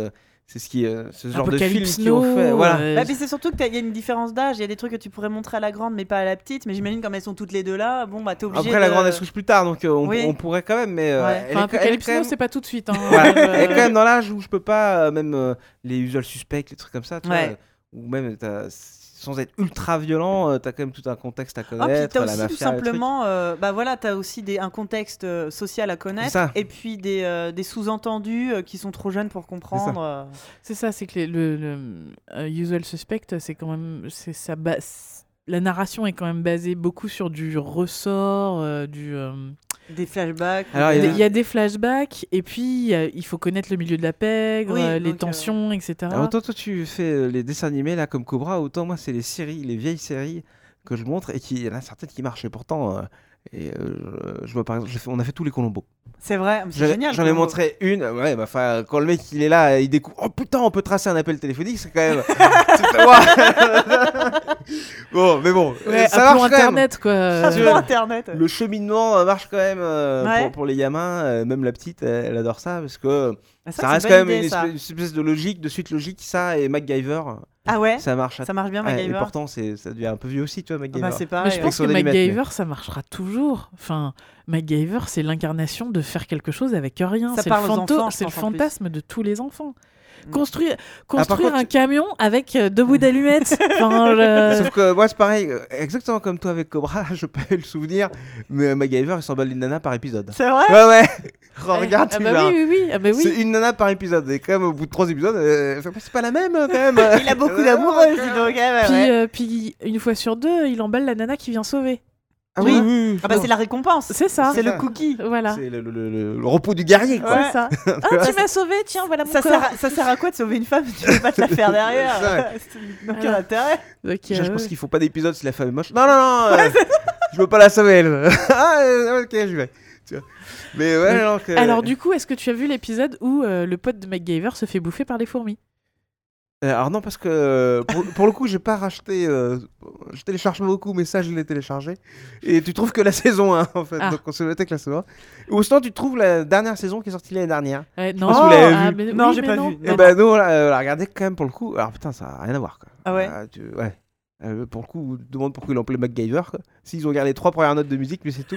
c'est ce qui, euh, ce genre de film Apocalypse qui ont Now, fait. Voilà. euh, Bah, mais c'est surtout qu'il y a une différence d'âge. Il y a des trucs que tu pourrais montrer à la grande, mais pas à la petite. Mais j'imagine comme elles sont toutes les deux là, bon bah t'es obligé. Après, de... la grande elle se couche plus tard, donc euh, on, Oui. on pourrait quand même, mais euh, Ouais. elle, Enfin, est, elle est Apocalypse quand Now, même. c'est pas tout de suite. Hein. Voilà. Euh, Elle est quand même dans l'âge où je peux pas, euh, même euh, les usual suspects, les trucs comme ça, tu Ouais. vois, ou même t'as- sans être ultra violent, euh, t'as quand même tout un contexte à Ah, puis connaître, t'as la aussi mafia, tout les trucs. simplement, euh, bah voilà, t'as aussi des, un contexte euh, social à C'est connaître, ça. et puis des, euh, des sous-entendus euh, qui sont trop jeunes pour comprendre. euh. C'est ça, c'est que les- le, le euh, Usual Suspect, c'est quand même, c'est ça, ba- c- la narration est quand même basée beaucoup sur du ressort, euh, du. euh, Des flashbacks. Alors, des- il y a- Il y a des flashbacks et puis euh, il faut connaître le milieu de la pègre, Oui, euh, les donc, euh, tensions, et cetera. Alors, autant toi tu fais euh, les dessins animés là comme Cobra, autant moi c'est les séries, les vieilles séries que je montre et qui il y en a certaines qui marchent et pourtant euh, et euh, je, je vois par exemple, j'ai fait- on a fait tous les Colombos. C'est vrai, c'est J'en ai- génial. J'en ai Colombo. montré une, euh, ouais, bah, enfin, quand le mec il est là, il découvre, oh putain, on peut tracer un appel téléphonique, c'est quand même. C'est- Ouah. Bon, mais bon, Ouais, ça appelons marche quand même. Internet quoi. Sur Euh, Internet. Le cheminement euh, marche quand même euh, Ouais. pour, pour les gamins, euh, même la petite, elle, elle adore ça parce que Ah, ça, c'est reste une quand bonne même idée, une, ça. espèce, une espèce de logique, de suite logique, ça et MacGyver, Ah ouais, ça marche. à- ça marche bien, Ouais, MacGyver. et pourtant, c'est, ça devient un peu vieux aussi, tu vois, Ah MacGyver. bah, c'est Mais pareil. je ouais. pense que son allimètre, MacGyver, ça marchera toujours. Enfin, MacGyver, c'est l'incarnation de faire quelque chose avec rien. Ça C'est le, parle aux fanto- enfants, je c'est le pense, en plus. fantasme de tous les enfants. Mm. Construire, par construire contre, un camion avec euh, deux bouts d'allumettes. Enfin, le- Sauf que moi, c'est pareil, euh, exactement comme toi avec Cobra, je peux le souvenir, mais euh, MacGyver, il s'emballe une nana par épisode. C'est vrai. Ouais, ouais, regarde, ah tu bah verras. oui, oui, oui. Ah bah oui. C'est une nana par épisode, et quand même, au bout de trois épisodes, euh, elle fait, c'est pas la même, quand même. Il a beaucoup d'amoureuses, dis donc. ouais, ouais, Puis, ouais. euh, puis, une fois sur deux, il emballe la nana qui vient sauver. Ah oui. oui, oui, oui. Ah bah c'est la récompense. C'est ça. C'est le ça. cookie. Voilà. C'est le, le- le- le repos du guerrier, quoi. Ouais. C'est ça. Ah, tu m'as sauvé, tiens, voilà mon Ça corps. sert, à, ça sert à quoi de sauver une femme si tu veux pas te la faire derrière? Ouais. C'est aucun Voilà. intérêt. Donc, Déjà, je euh, pense qu'il faut pas d'épisode si la femme est moche. Non, non, non, euh, je veux pas la sauver, elle. Ah, euh, ok, je vais. Tu vois. Mais ouais, Donc, non, que- Alors, du coup, est-ce que tu as vu l'épisode où euh, le pote de MacGyver se fait bouffer par les fourmis? Euh, alors non, parce que euh, pour, pour le coup, j'ai pas racheté. euh, je télécharge pas beaucoup, mais ça, je l'ai téléchargé. Et tu trouves que la saison un, en fait. Ah. Donc on se mettait que la saison un. Ou sinon, tu trouves la dernière saison qui est sortie l'année dernière. Ouais, non, pas si vous l'avez ah, vu. mais- Non, oui, j'ai mais pas non. vu. Et Non. bah, nous, on l'a euh, on l'a regardé quand même pour le coup. Alors putain, ça a rien à voir, quoi. Ah ouais. Euh, tu- ouais. Euh, pour le coup, on te demande pourquoi ils l'ont appelé MacGyver, quoi. S'ils ont gardé les trois premières notes de musique, mais c'est tout.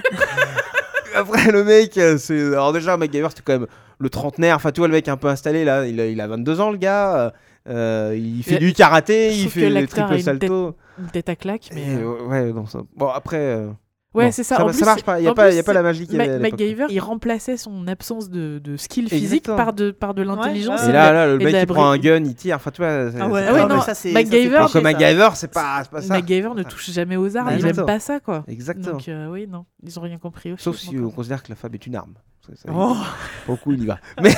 Après, le mec, euh, c'est. Alors déjà, MacGyver, c'était quand même le trentenaire. Enfin, tu vois, le mec un peu installé, là. Il a, il a vingt-deux ans, le gars. euh, euh, il fait Il a- du karaté, je il trouve que fait des l'acteur a triple une tête- salto. Une tête à claque, mais. Et, euh, euh, ouais, non, ça... Bon, après. euh, Ouais, bon, c'est ça. Ça, En ça plus, marche c'est- pas. Il n'y a, en pas- plus, y a pas la magie qu'il y Ma- avait à l'époque. MacGyver, il remplaçait son absence de, de skill physique Exactement. par de, par de l'intelligence. ouais. Et et là, de- là, le et de mec, la il prend un bri- gun, il tire. Enfin, tu vois. c'est- Ah ouais, c'est Ah ouais, pas- non, ça c'est. MacGyver, ça, Alors c'est que pas ça. MacGyver, c'est pas, c'est pas ça. MacGyver ne touche jamais aux armes, il Exactement. aime pas ça, quoi. Exactement. Donc, euh, oui, non, ils ont rien compris aussi. Sauf si encore. on considère que la femme est une arme. Ça, ça, Oh. Pour le coup, il y va. Mais,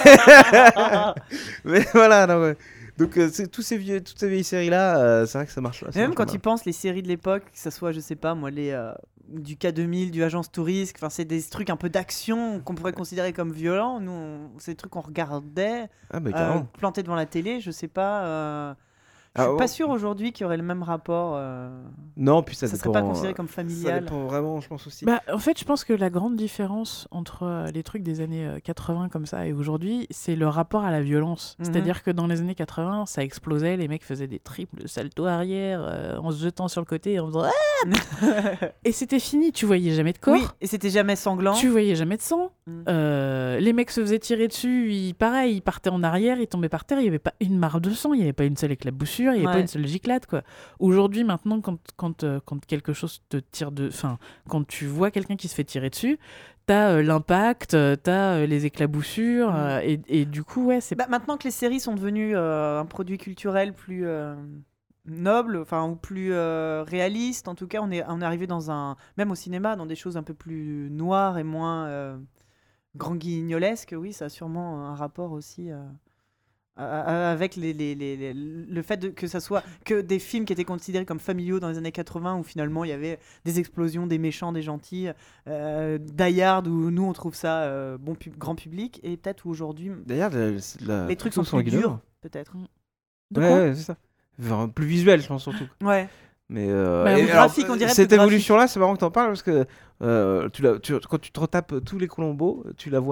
mais voilà, non, ouais. Donc, euh, c'est- tous ces vieux, toutes ces vieilles séries-là, euh, c'est vrai que ça marche. ça Et même marche quand pas tu penses les séries de l'époque, que ça soit, je sais pas, moi, les euh, du K deux mille, du Agence Touriste, enfin, c'est des trucs un peu d'action qu'on pourrait considérer comme violents. Nous, on- c'est des trucs qu'on regardait, mal. Ah, mais euh, carrément. plantés devant la télé, je sais pas. euh, Je Ah, suis oh. pas sûr aujourd'hui qu'il y aurait le même rapport. euh, Non, puis ça, Ça, dépend. serait pas considéré comme Ça familial. dépend vraiment, je pense aussi. Bah, en fait, je pense que la grande différence entre euh, les trucs des années euh, quatre-vingts comme ça et aujourd'hui, c'est le rapport à la violence. Mhm. C'est-à-dire que dans les années quatre-vingts, ça explosait, les mecs faisaient des triples saltos arrière euh, en se jetant sur le côté et en faisant Ah et c'était fini, tu voyais jamais de corps, Oui, et c'était jamais sanglant. tu voyais jamais de sang. Mhm. Euh, les mecs se faisaient tirer dessus, ils, pareil, ils partaient en arrière, ils tombaient par terre, il n'y avait pas une mare de sang, il n'y avait pas une seule éclaboussure, il n'y avait pas Ouais. une seule giclade, quoi. Aujourd'hui, maintenant, quand, quand, euh, quand quelque chose te tire de... Enfin, quand tu vois quelqu'un qui se fait tirer dessus, t'as euh, l'impact, euh, t'as euh, les éclaboussures, Mm. euh, et, et du coup, ouais, c'est... Bah, maintenant que les séries sont devenues euh, un produit culturel plus euh, noble, enfin ou plus euh, réaliste, en tout cas, on est, on est arrivé dans un, même au cinéma, dans des choses un peu plus noires et moins euh, grand guignolesques. Oui, ça a sûrement un rapport aussi. euh, à- à- avec les, les- les- les- le fait de, que ça soit que des films qui étaient considérés comme familiaux dans les années quatre-vingts où finalement il y avait des explosions, des méchants, des gentils, euh, Die Hard où nous on trouve ça euh, bon pub- grand public, et peut-être où aujourd'hui D'ailleurs, le- la- les trucs plutôt sont plus sanguineux. durs peut-être. De Ouais, quoi ouais, c'est ça. Enfin, plus visuel, je pense surtout. Ouais. Mais euh, Bah, et oui, alors, graphique, on dirait cette plus graphique. évolution-là, c'est marrant que t'en parles parce que euh, tu la- tu- quand tu te retapes tous les Colombos, tu la vois.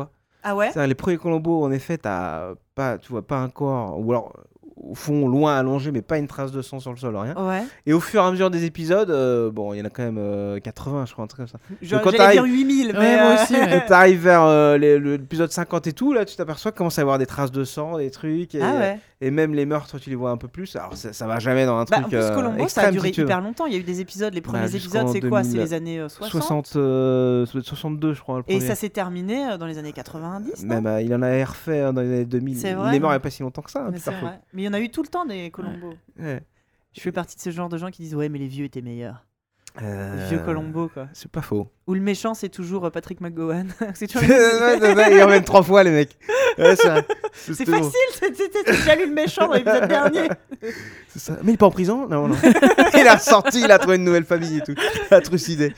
Ah ouais. C'est-à-dire, les premiers Columbo, en effet, t'as pas, tu vois pas un corps, ou alors au fond, loin, allongé, mais pas une trace de sang sur le sol, rien. Ouais. Et au fur et à mesure des épisodes, euh, bon, il y en a quand même euh, quatre-vingts, je crois, un truc comme ça. Genre, quand j'allais dire t'arrives- huit mille, mais. Ouais, moi euh, aussi. ouais. Quand t'arrives vers euh, les- le- l'épisode cinquante et tout, là, tu t'aperçois qu'il commence à y avoir des traces de sang, des trucs. Et, Ah ouais. et même les meurtres, tu les vois un peu plus. Alors, ça, ça va jamais dans un Bah, truc. en plus, euh, Columbo, ça a extrême, duré si tu veux. hyper longtemps. Il y a eu des épisodes. Les premiers jusqu'en épisodes, c'est quoi? C'est deux mille les années euh, soixante. soixante, euh, ça doit être soixante-deux, je crois. Le Et premier. ça s'est terminé euh, dans les années quatre-vingt-dix. non Même, euh, il en a refait hein, dans les années deux mille. C'est il vrai, est mort il ouais. n'y a pas si longtemps que ça. hein, Mais c'est Peter Falk. vrai. Mais il y en a eu tout le temps des Columbo. Ouais. Je fais partie de ce genre de gens qui disent ouais, mais les vieux étaient meilleurs. Euh, Les vieux Columbo, quoi. C'est pas faux. Ou le méchant, c'est toujours euh, Patrick McGowan. c'est toujours... Ouais, ouais, ouais, ils reviennent trois fois, les mecs. Ouais, c'est vrai. c'est C'était bon. facile, c'est- c'est- c'est- j'ai déjà lu le méchant dans l'épisode dernier. C'est ça. Mais il est pas en prison? Non, non. Il a ressorti, il a trouvé une nouvelle famille et tout. Il a trucidé.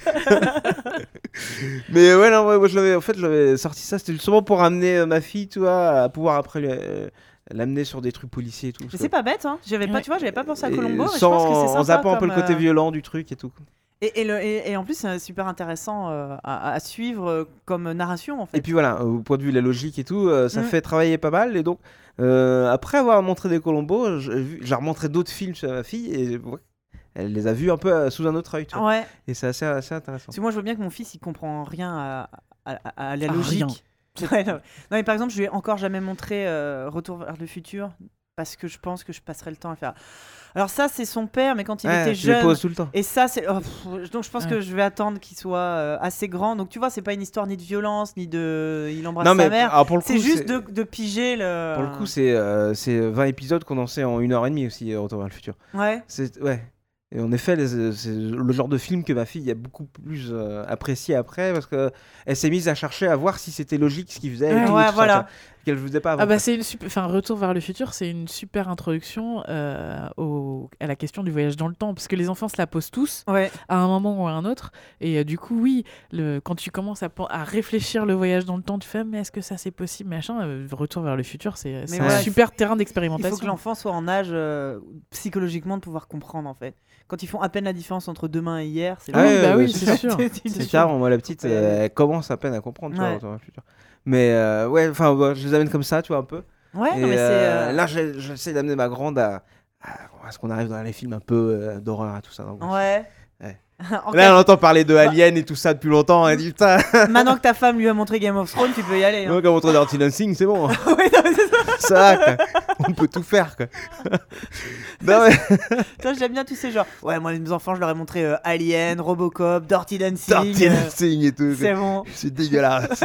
Mais ouais, non, ouais, moi je l'avais, en fait, je l'avais sorti ça. C'était justement pour amener euh, ma fille, tu vois, à pouvoir après lui, euh, l'amener sur des trucs policiers et tout. Mais parce c'est que- pas bête, hein. J'avais pas, Ouais. tu vois, j'avais pas pensé à et Columbo, mais je sans, pense que c'est sympa. en zappant un peu comme, le côté euh, violent du truc et tout. Et, et, le- et- et en plus, c'est super intéressant euh, à, à suivre euh, comme narration, en fait. Et puis voilà, au point de vue de la logique et tout, euh, ça Mm. fait travailler pas mal. Et donc, euh, après avoir montré des Columbo, j'ai vu- j'ai remontré d'autres films sur ma fille et ouais, elle les a vus un peu euh, sous un autre œil. Tu vois. Ouais. Et c'est assez, assez intéressant. Parce que moi, je vois bien que mon fils, il comprend rien à, à, à- à la Ah, logique. Ouais, non. Non, mais par exemple, je lui ai encore jamais montré euh, Retour vers le futur parce que je pense que je passerai le temps à faire. Alors ça, c'est son père, mais quand il Ouais, était tu les jeune. poses tout le temps. Et ça, c'est. oh, pff, donc je pense Ouais. que je vais attendre qu'il soit euh, assez grand. Donc tu vois, c'est pas une histoire ni de violence, ni de. Il embrasse Non, mais sa mère. alors, pour le coup, C'est juste de, de piger le. Pour le coup, c'est euh, c'est vingt épisodes condensés en une heure et demie aussi, euh, Retour vers le futur. Ouais. C'est ouais. Et en effet, les- c'est le genre de film que ma fille a beaucoup plus euh, apprécié après parce que elle s'est mise à chercher à voir si c'était logique ce qu'il faisait. et Ouais. tout, Ouais, tout ça, voilà. tu vois, Qu'elle ne faisait pas avant. Ah bah c'est une super, enfin Retour vers le futur, c'est une super introduction euh, au... à la question du voyage dans le temps, parce que les enfants se la posent tous Ouais. à un moment ou à un autre, et euh, du coup oui, le... quand tu commences à, pen- à réfléchir le voyage dans le temps, tu fais mais est-ce que ça c'est possible, machin. euh, Retour vers le futur, c'est c'est ouais, un super terrain Il d'expérimentation. faut que l'enfant soit en âge euh, psychologiquement de pouvoir comprendre en fait. Quand ils font à peine la différence entre demain et hier, c'est Ah oui, Ouais, bah ouais, oui, c'est c'est sûr. C'est carrément, moi la petite, Ouais. euh, elle commence à peine à comprendre, tu vois, Ouais. Retour vers le futur. Mais euh, ouais, enfin, bah, je les amène comme ça, tu vois, un peu. Ouais, Et non, mais c'est. euh, euh, là, j'ai- j'essaie d'amener ma grande à, à, à ce qu'on arrive dans les films un peu euh, d'horreur et tout ça. donc. Ouais. Ouais. En Là, fait, on entend parler de Alien et tout ça depuis longtemps. Elle dit putain, maintenant que ta femme lui a montré Game of Thrones, tu peux y aller. hein. moi, quand on montre Dirty Dancing, c'est bon. hein. Ouais, non, mais c'est ça. Ça, va, quoi. On peut tout faire, quoi. non, mais Toi, j'aime bien tous ces genres. Ouais, moi, mes enfants, je leur ai montré euh, Alien, Robocop, Dirty Dancing. Dirty euh, Dancing et tout. c'est bon. C'est dégueulasse.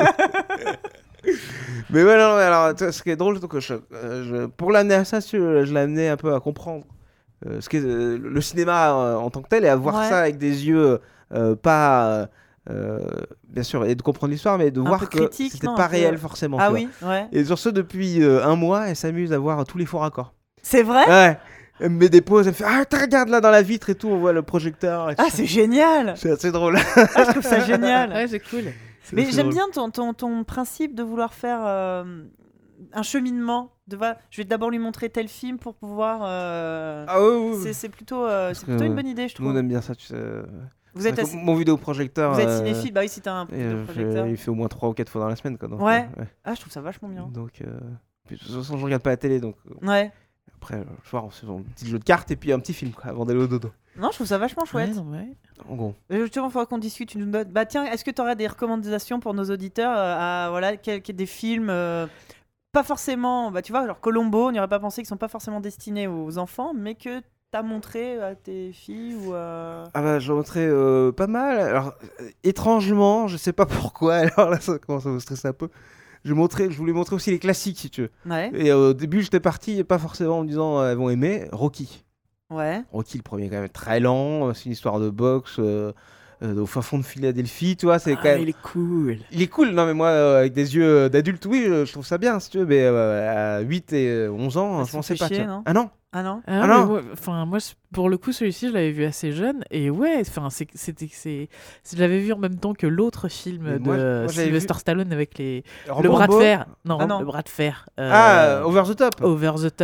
Mais ouais, non, mais alors, tu vois, ce qui est drôle, donc, je, euh, je- pour l'amener à ça, si tu veux, je l'ai amené un peu à comprendre euh, ce qu'est euh, le cinéma euh, en tant que tel et à voir Ouais. ça avec des yeux euh, pas. euh, bien sûr, et de comprendre l'histoire, mais de Un voir peu que critique, c'était non, pas un peu- réel forcément. Ah tu vois. oui, ouais. Et sur ce, depuis euh, un mois, elle s'amuse à voir tous les faux raccords. C'est vrai. Ouais. Elle me met des pauses, elle me fait ah t'as regarde là dans la vitre et tout, on voit le projecteur. Et tout Ah, ça. c'est génial. C'est assez drôle. Ah, je trouve ça génial. Ouais, c'est cool. C'est Mais assez j'aime drôle. bien ton, ton, ton principe de vouloir faire euh, un cheminement. De, va- je vais d'abord lui montrer tel film pour pouvoir. euh, Ah ouais, ouais, ouais. c'est, c'est plutôt, euh, Parce c'est plutôt que une bonne idée, je Nous on trouve. aime bien ça, tu sais. Vous êtes, C'est assez- Mon vidéoprojecteur. vous êtes euh, cinéphile, bah oui, si t'as un et, euh, projecteur. je- il fait au moins trois ou quatre fois dans la semaine. Quoi, donc, Ouais. euh, Ah, je trouve ça vachement bien. Donc, euh, puis, de toute façon, je regarde pas la télé, donc euh, Ouais. après, euh, le soir, on se fait un petit jeu de cartes et puis un petit film quoi, avant d'aller au dodo. Non, je trouve ça vachement chouette. Ouais, non, ouais. En gros. Euh, Justement, il faudra qu'on discute. Tu nous notes. Bah tiens, est-ce que tu aurais des recommandations pour nos auditeurs euh, à voilà, quel- quel- des films euh, pas forcément, bah tu vois, genre Columbo, on n'y aurait pas pensé qu'ils sont pas forcément destinés aux enfants, mais que t'as montré à tes filles ou euh... Ah bah, j'en montrais euh, pas mal. Alors, euh, étrangement, je sais pas pourquoi, alors là, ça commence à me stresser un peu. Je, montrais, je voulais montrer aussi les classiques, si tu veux. Ouais, Et euh, au début, j'étais parti, pas forcément en me disant euh, elles vont aimer, Rocky. ouais. Rocky, le premier, quand même très lent. euh, C'est une histoire de boxe euh, euh, au fin fond de Philadelphie, tu vois. C'est quand Ah, même... il est cool. Il est cool, non mais moi, euh, avec des yeux euh, d'adulte, oui, euh, je trouve ça bien, si tu veux, mais euh, à huit et euh, onze ans, Ah, je ça pensais fait pas. chier, tiens. non Ah non. Ah non. Ah, Ah mais non. moi, enfin moi c- pour le coup celui-ci je l'avais vu assez jeune et ouais enfin c'est c'était c'est c'est- je l'avais vu en même temps que l'autre film Mais de moi, moi, j'avais Sylvester Stallone avec les le Rambo, bras de fer non, Ah non. le bras de fer euh, Ah, Over the Top. Over the Top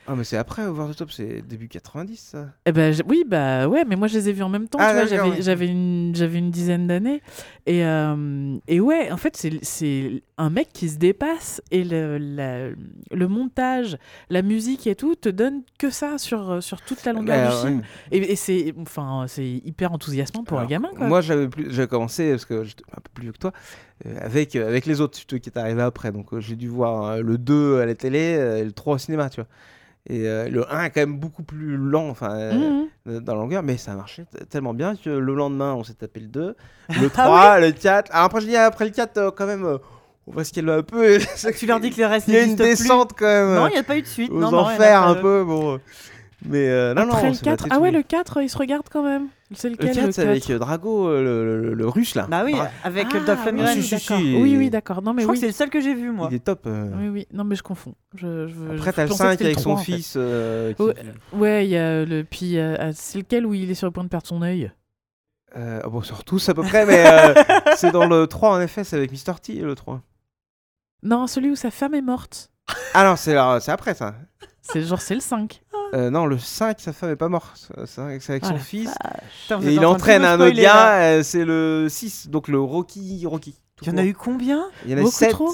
Ah, mais c'est après Over the Top, c'est début quatre-vingt-dix, ça. Eh ben, j- oui, bah ouais, mais moi je les ai vus en même temps, Ah, tu vois, d'accord, j'avais, oui. j'avais, une, j'avais une dizaine d'années. Et, euh, et ouais, en fait, c'est, c'est un mec qui se dépasse et le, la- le montage, la musique et tout te donne que ça sur, sur toute la longueur Bah, du ouais. film. Et, et c'est, enfin, c'est hyper enthousiasmant pour un Alors, gamin, quoi. Moi, j'avais plus, j'avais commencé parce que j'étais un peu plus vieux que toi, euh, avec euh, avec les autres ceux qui est arrivé après. Donc euh, j'ai dû voir euh, le deux à la télé euh, et le trois au cinéma, tu vois. Et euh, le un est quand même beaucoup plus lent, enfin euh, Mhm. euh, dans la longueur, mais ça marchait t- tellement bien que le lendemain, on s'est tapé le deux, le Ah trois, le quatre. Alors après, je dis après le quatre, euh, quand même, euh, on va se calmer un peu. Tu leur dis que le reste Il y a une n'existe plus. descente quand même. Non, euh, il n'y a pas eu de suite. aux non, non, il y en a enfers pas un de- peu, bon. Mais euh, non, Après non, on le s'est quatre, maté ah tout. ouais, le quatre, il se regarde quand même. C'est Le lequel, quatre, le c'est avec quatre euh, Drago, euh, le, le- le russe là. Bah oui, Dra- avec Ah, Dolph oui, Lundgren. si, si, d'accord. si. Oui, oui, d'accord. Non, mais Je crois oui. que c'est le seul que j'ai vu, moi. Il est top. euh. Oui, oui. Non, mais je confonds. Je, je, Après, je t'as le pensais que cinq c'était avec trois, son en fait. fils. euh, qui- Ouais, ouais, il y a le. Puis, euh, c'est lequel où il est sur le point de perdre son œil? Euh, ah bon, sur tous à peu près, mais euh, c'est dans le trois en effet, c'est avec mister T le trois. Non, celui où sa femme est morte. Ah non, c'est là- c'est après ça. C'est genre, c'est le cinq. Euh, non, le cinq, sa femme est pas morte. C'est avec, c'est avec Ah, son la fils. Putain, vous Et êtes il en train de entraîne tout me un autre spoiler, gars, là. euh, c'est le six, donc le Rocky. Rocky tout Il y en court. a eu combien Il y en a Beaucoup sept. trop.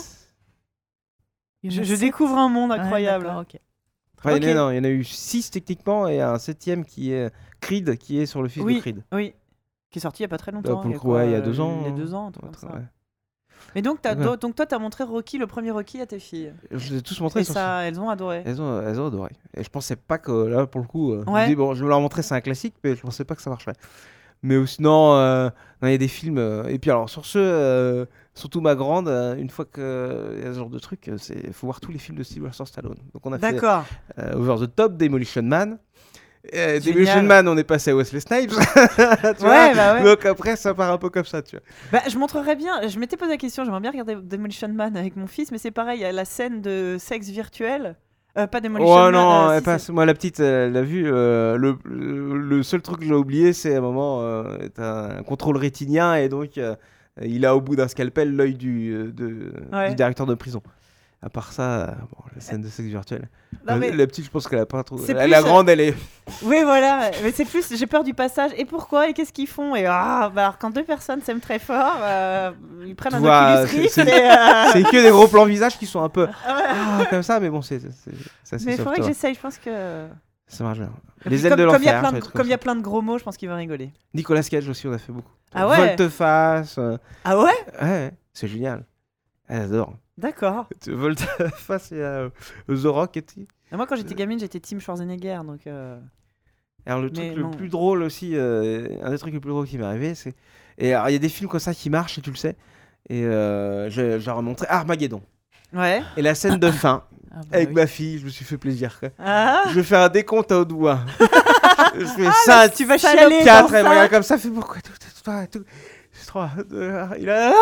Il y en je, a je sept. découvre un monde Ouais, incroyable. d'accord, ok. Enfin, il y en a- Ok. non, il y en a eu six techniquement et un septième qui est Creed, qui est sur le fils Oui. de Creed. Oui. Qui est sorti il y a pas très Bah, longtemps. pour le coup, quoi, ouais, il y a euh, deux ans. Il y a hein. deux ans, un truc Ouais, comme ça. ouais. Mais donc, t'as- Ouais. do- donc toi, t'as montré Rocky, le premier Rocky à tes filles. Je les ai tous montrés Et sur ça, elles ont adoré. Elles ont, elles ont adoré. Et je pensais pas que là, pour le coup, euh, je me Ouais. dis, bon, je vais leur montrer, c'est un classique, mais je pensais pas que ça marcherait. Mais euh, sinon, euh, non, il y a des films. euh, et puis alors, sur ce, euh, surtout ma grande, euh, une fois qu'il y a ce genre de truc, il faut voir tous les films de Sylvester Stallone. Donc on a fait D'accord. euh, Over the Top, Demolition Man. Euh, Génial. Demolition Man, on est passé à Wesley Snipes. tu Ouais, vois. bah ouais. Donc après, ça part un peu comme ça, tu vois. Bah, je montrerais bien. Je m'étais posé la question. J'aimerais bien regarder Demolition Man avec mon fils, mais c'est pareil. Il y a la scène de sexe virtuel. Euh, pas Demolition Oh Man. non, euh, elle si, passe. c'est- Moi, la petite, elle l'a vu. euh, le, le, le seul truc que j'ai oublié, c'est à un moment, euh, t'as un contrôle rétinien et donc euh, il a au bout d'un scalpel l'œil du, euh, de, Ouais. du directeur de prison. À part ça, euh, bon, la scène de sexe virtuel. Non, La- mais- La petite, je pense qu'elle a pas trop. C'est La, plus, la euh, grande, elle est. Oui, voilà. Mais c'est plus. J'ai peur du passage. Et pourquoi Et qu'est-ce qu'ils font Et ah, bah, alors, quand deux personnes s'aiment très fort, euh, ils prennent Tu un vois, Oculus c'est- Rift. c'est- et, euh, C'est que des gros plans visage qui sont un peu ah ouais. ah, comme ça, mais bon, c'est c'est- c'est assez Mais il soft, faudrait que ouais. j'essaye. Je pense que. Ça marche bien. Et Les puis, ailes comme, de comme il y a l'enfer. plein des de, trucs comme il y a comme plein de gros mots, je pense qu'il va rigoler. ça. Nicolas Cage aussi, on a fait beaucoup. Ah ouais Volte-face. euh, Ah ouais Ouais, ouais, c'est génial. Elle adore. D'accord. Volte-face et euh, The Rock et tout. Et moi, quand j'étais gamine, j'étais Team Schwarzenegger, donc. euh, Alors le Mais truc le non. plus drôle aussi, euh, un des trucs les plus drôles qui m'est arrivé, c'est... Et alors il y a des films comme ça qui marchent, et tu le sais. Et euh, je, je leur ai montré Armageddon. Ouais. Et la scène de fin, Ah, bah avec oui. ma fille, je me suis fait plaisir. Quoi. Ah, Je vais faire un décompte à haut doigt. je fais bah, cinq, tu vas fallait chialer aller quatre, dans elle me ça. regarde comme ça, fait pourquoi tout, tout, tout, tout. trois, deux, un, il a...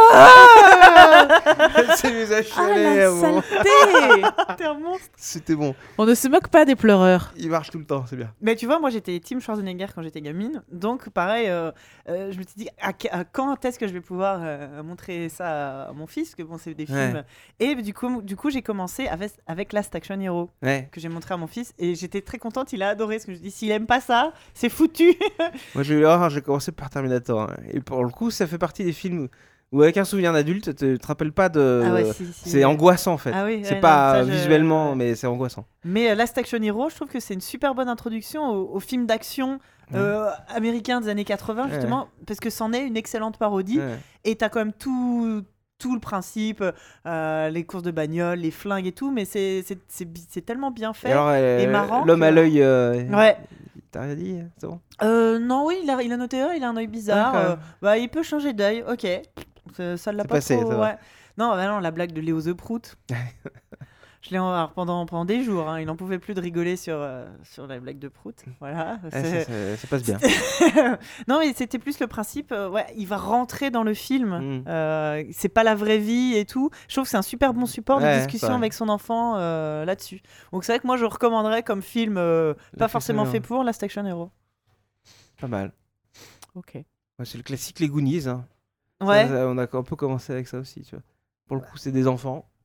Ah elle s'est mise à Ah, chialer. à la un moment. saleté. T'es un monstre. C'était bon. On ne se moque pas des pleureurs. Il marche tout le temps, c'est bien. Mais tu vois, moi j'étais Team Schwarzenegger quand j'étais gamine, donc pareil, euh, euh, je me suis dit à, que- à quand est-ce que je vais pouvoir euh, montrer ça à mon fils, que bon c'est des Ouais. films. Et du coup, du coup j'ai commencé avec, avec Last Action Hero Ouais. que j'ai montré à mon fils et j'étais très contente, il a adoré. Parce que je me dis s'il aime pas ça, c'est foutu. Moi j'ai eu l'horreur, j'ai commencé par Terminator. hein. Et pour le coup, ça fait partie des films où avec un souvenir d'adulte, tu te rappelles pas de... Ah ouais, si, si. C'est angoissant en fait. Ah oui, c'est ouais, pas non, ça, je- visuellement, ouais. mais c'est angoissant. Mais euh, Last Action Hero, je trouve que c'est une super bonne introduction au, au film d'action euh, américain des années quatre-vingts, Ouais. justement, parce que c'en est une excellente parodie. Ouais. Et t'as quand même tout, tout le principe, euh, les courses de bagnole, les flingues et tout, mais c'est, c'est, c'est, bi- c'est tellement bien Et fait. alors, euh, et marrant l'homme que- à l'œil. euh, Ouais. T'as rien dit, c'est bon. Euh, non, oui, il a, il a noté un, il a un œil bizarre. D'accord. euh, bah, il peut changer d'œil, ok. Ça, ça l'a C'est pas passé, trop. ça va. ouais. Non, bah non, la blague de Léo The Prout. Je l'ai en alors, pendant, pendant des jours. Hein, il n'en pouvait plus de rigoler sur, euh, sur la blague de Prout. Voilà. Ouais, c'est- ça, ça- ça passe bien. non, mais c'était plus le principe. euh, ouais, il va rentrer dans le film. Mm. euh, c'est pas la vraie vie et tout. Je trouve que c'est un super bon support Ouais, de discussion ça. avec son enfant euh, là-dessus. Donc c'est vrai que moi je recommanderais comme film euh, pas Last forcément Action fait Hero. pour Last Action Hero. Pas mal. Ok. Ouais, c'est le classique Les Goonies. hein. Ouais. Ça, ça, on a un peu commencé avec ça aussi, tu vois. Pour le coup, c'est des enfants.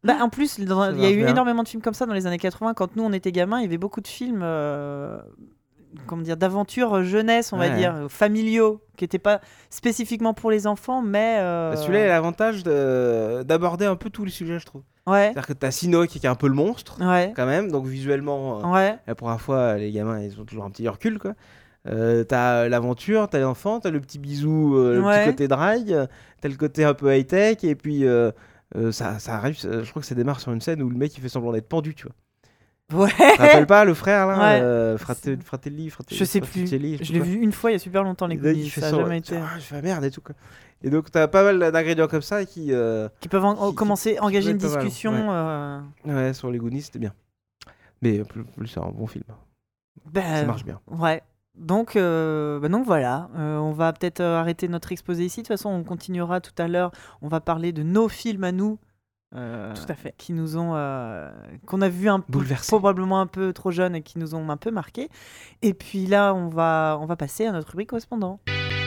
Bah, en plus, dans- Ça il y a marche eu bien. énormément de films comme ça dans les années quatre-vingts. Quand nous, on était gamins, il y avait beaucoup de films euh, comment dire, d'aventure jeunesse, on va Ouais. dire, euh, familiaux, qui n'étaient pas spécifiquement pour les enfants, mais... euh, Bah, celui-là, il a l'avantage de- d'aborder un peu tous les sujets, je trouve. Ouais, C'est-à-dire que t'as Sino qui est un peu le monstre, ouais, quand même, donc visuellement, euh, ouais. la première fois, les gamins, ils ont toujours un petit recul, quoi. Euh, t'as l'aventure, t'as l'enfant, t'as le petit bisou, euh, le Ouais. petit côté drague, euh, t'as le côté un peu high-tech, et puis euh, euh, ça, ça arrive, euh, je crois que ça démarre sur une scène où le mec il fait semblant d'être pendu, tu vois. Ouais. Tu te rappelles pas le frère là, Ouais. euh, Frate- Fratelli, Fratelli, Je sais plus. Fratelli, Je l'ai vu une fois il y a super longtemps, les Les gars, Goonies. il fait Ça a semblant- jamais été... Ah, je fais ah, merde et tout, quoi. Et donc t'as pas mal d'ingrédients comme ça qui, euh, Qui peuvent en- Qui- qui- commencer à qui engager peut une être pas mal, discussion. ouais. euh, ouais, sur les Goonies, c'était bien. Mais plus, plus c'est un bon film, bah, ça marche bien. Ouais. Donc, euh, bah donc voilà, Euh, on va peut-être euh, arrêter notre exposé ici. De toute façon, on continuera tout à l'heure. On va parler de nos films à nous, euh, Tout à fait. qui nous ont, euh, qu'on a vu un peu, Bouleversés. probablement un peu trop jeunes et qui nous ont un peu marqué. Et puis là, on va, on va passer à notre rubrique correspondant.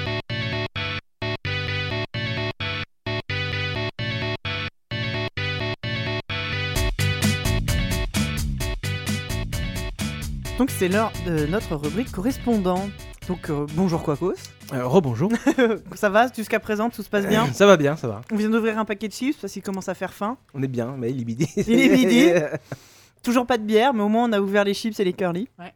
Donc c'est l'heure de notre rubrique correspondant. Donc euh, bonjour Quacos. Euh, rebonjour. Ça va jusqu'à présent, tout se passe bien. Ça va bien, ça va. On vient d'ouvrir un paquet de chips parce qu'il commence à faire faim. On est bien, mais il est midi. Il est midi. Toujours pas de bière, mais au moins on a ouvert les chips et les curly. Ouais.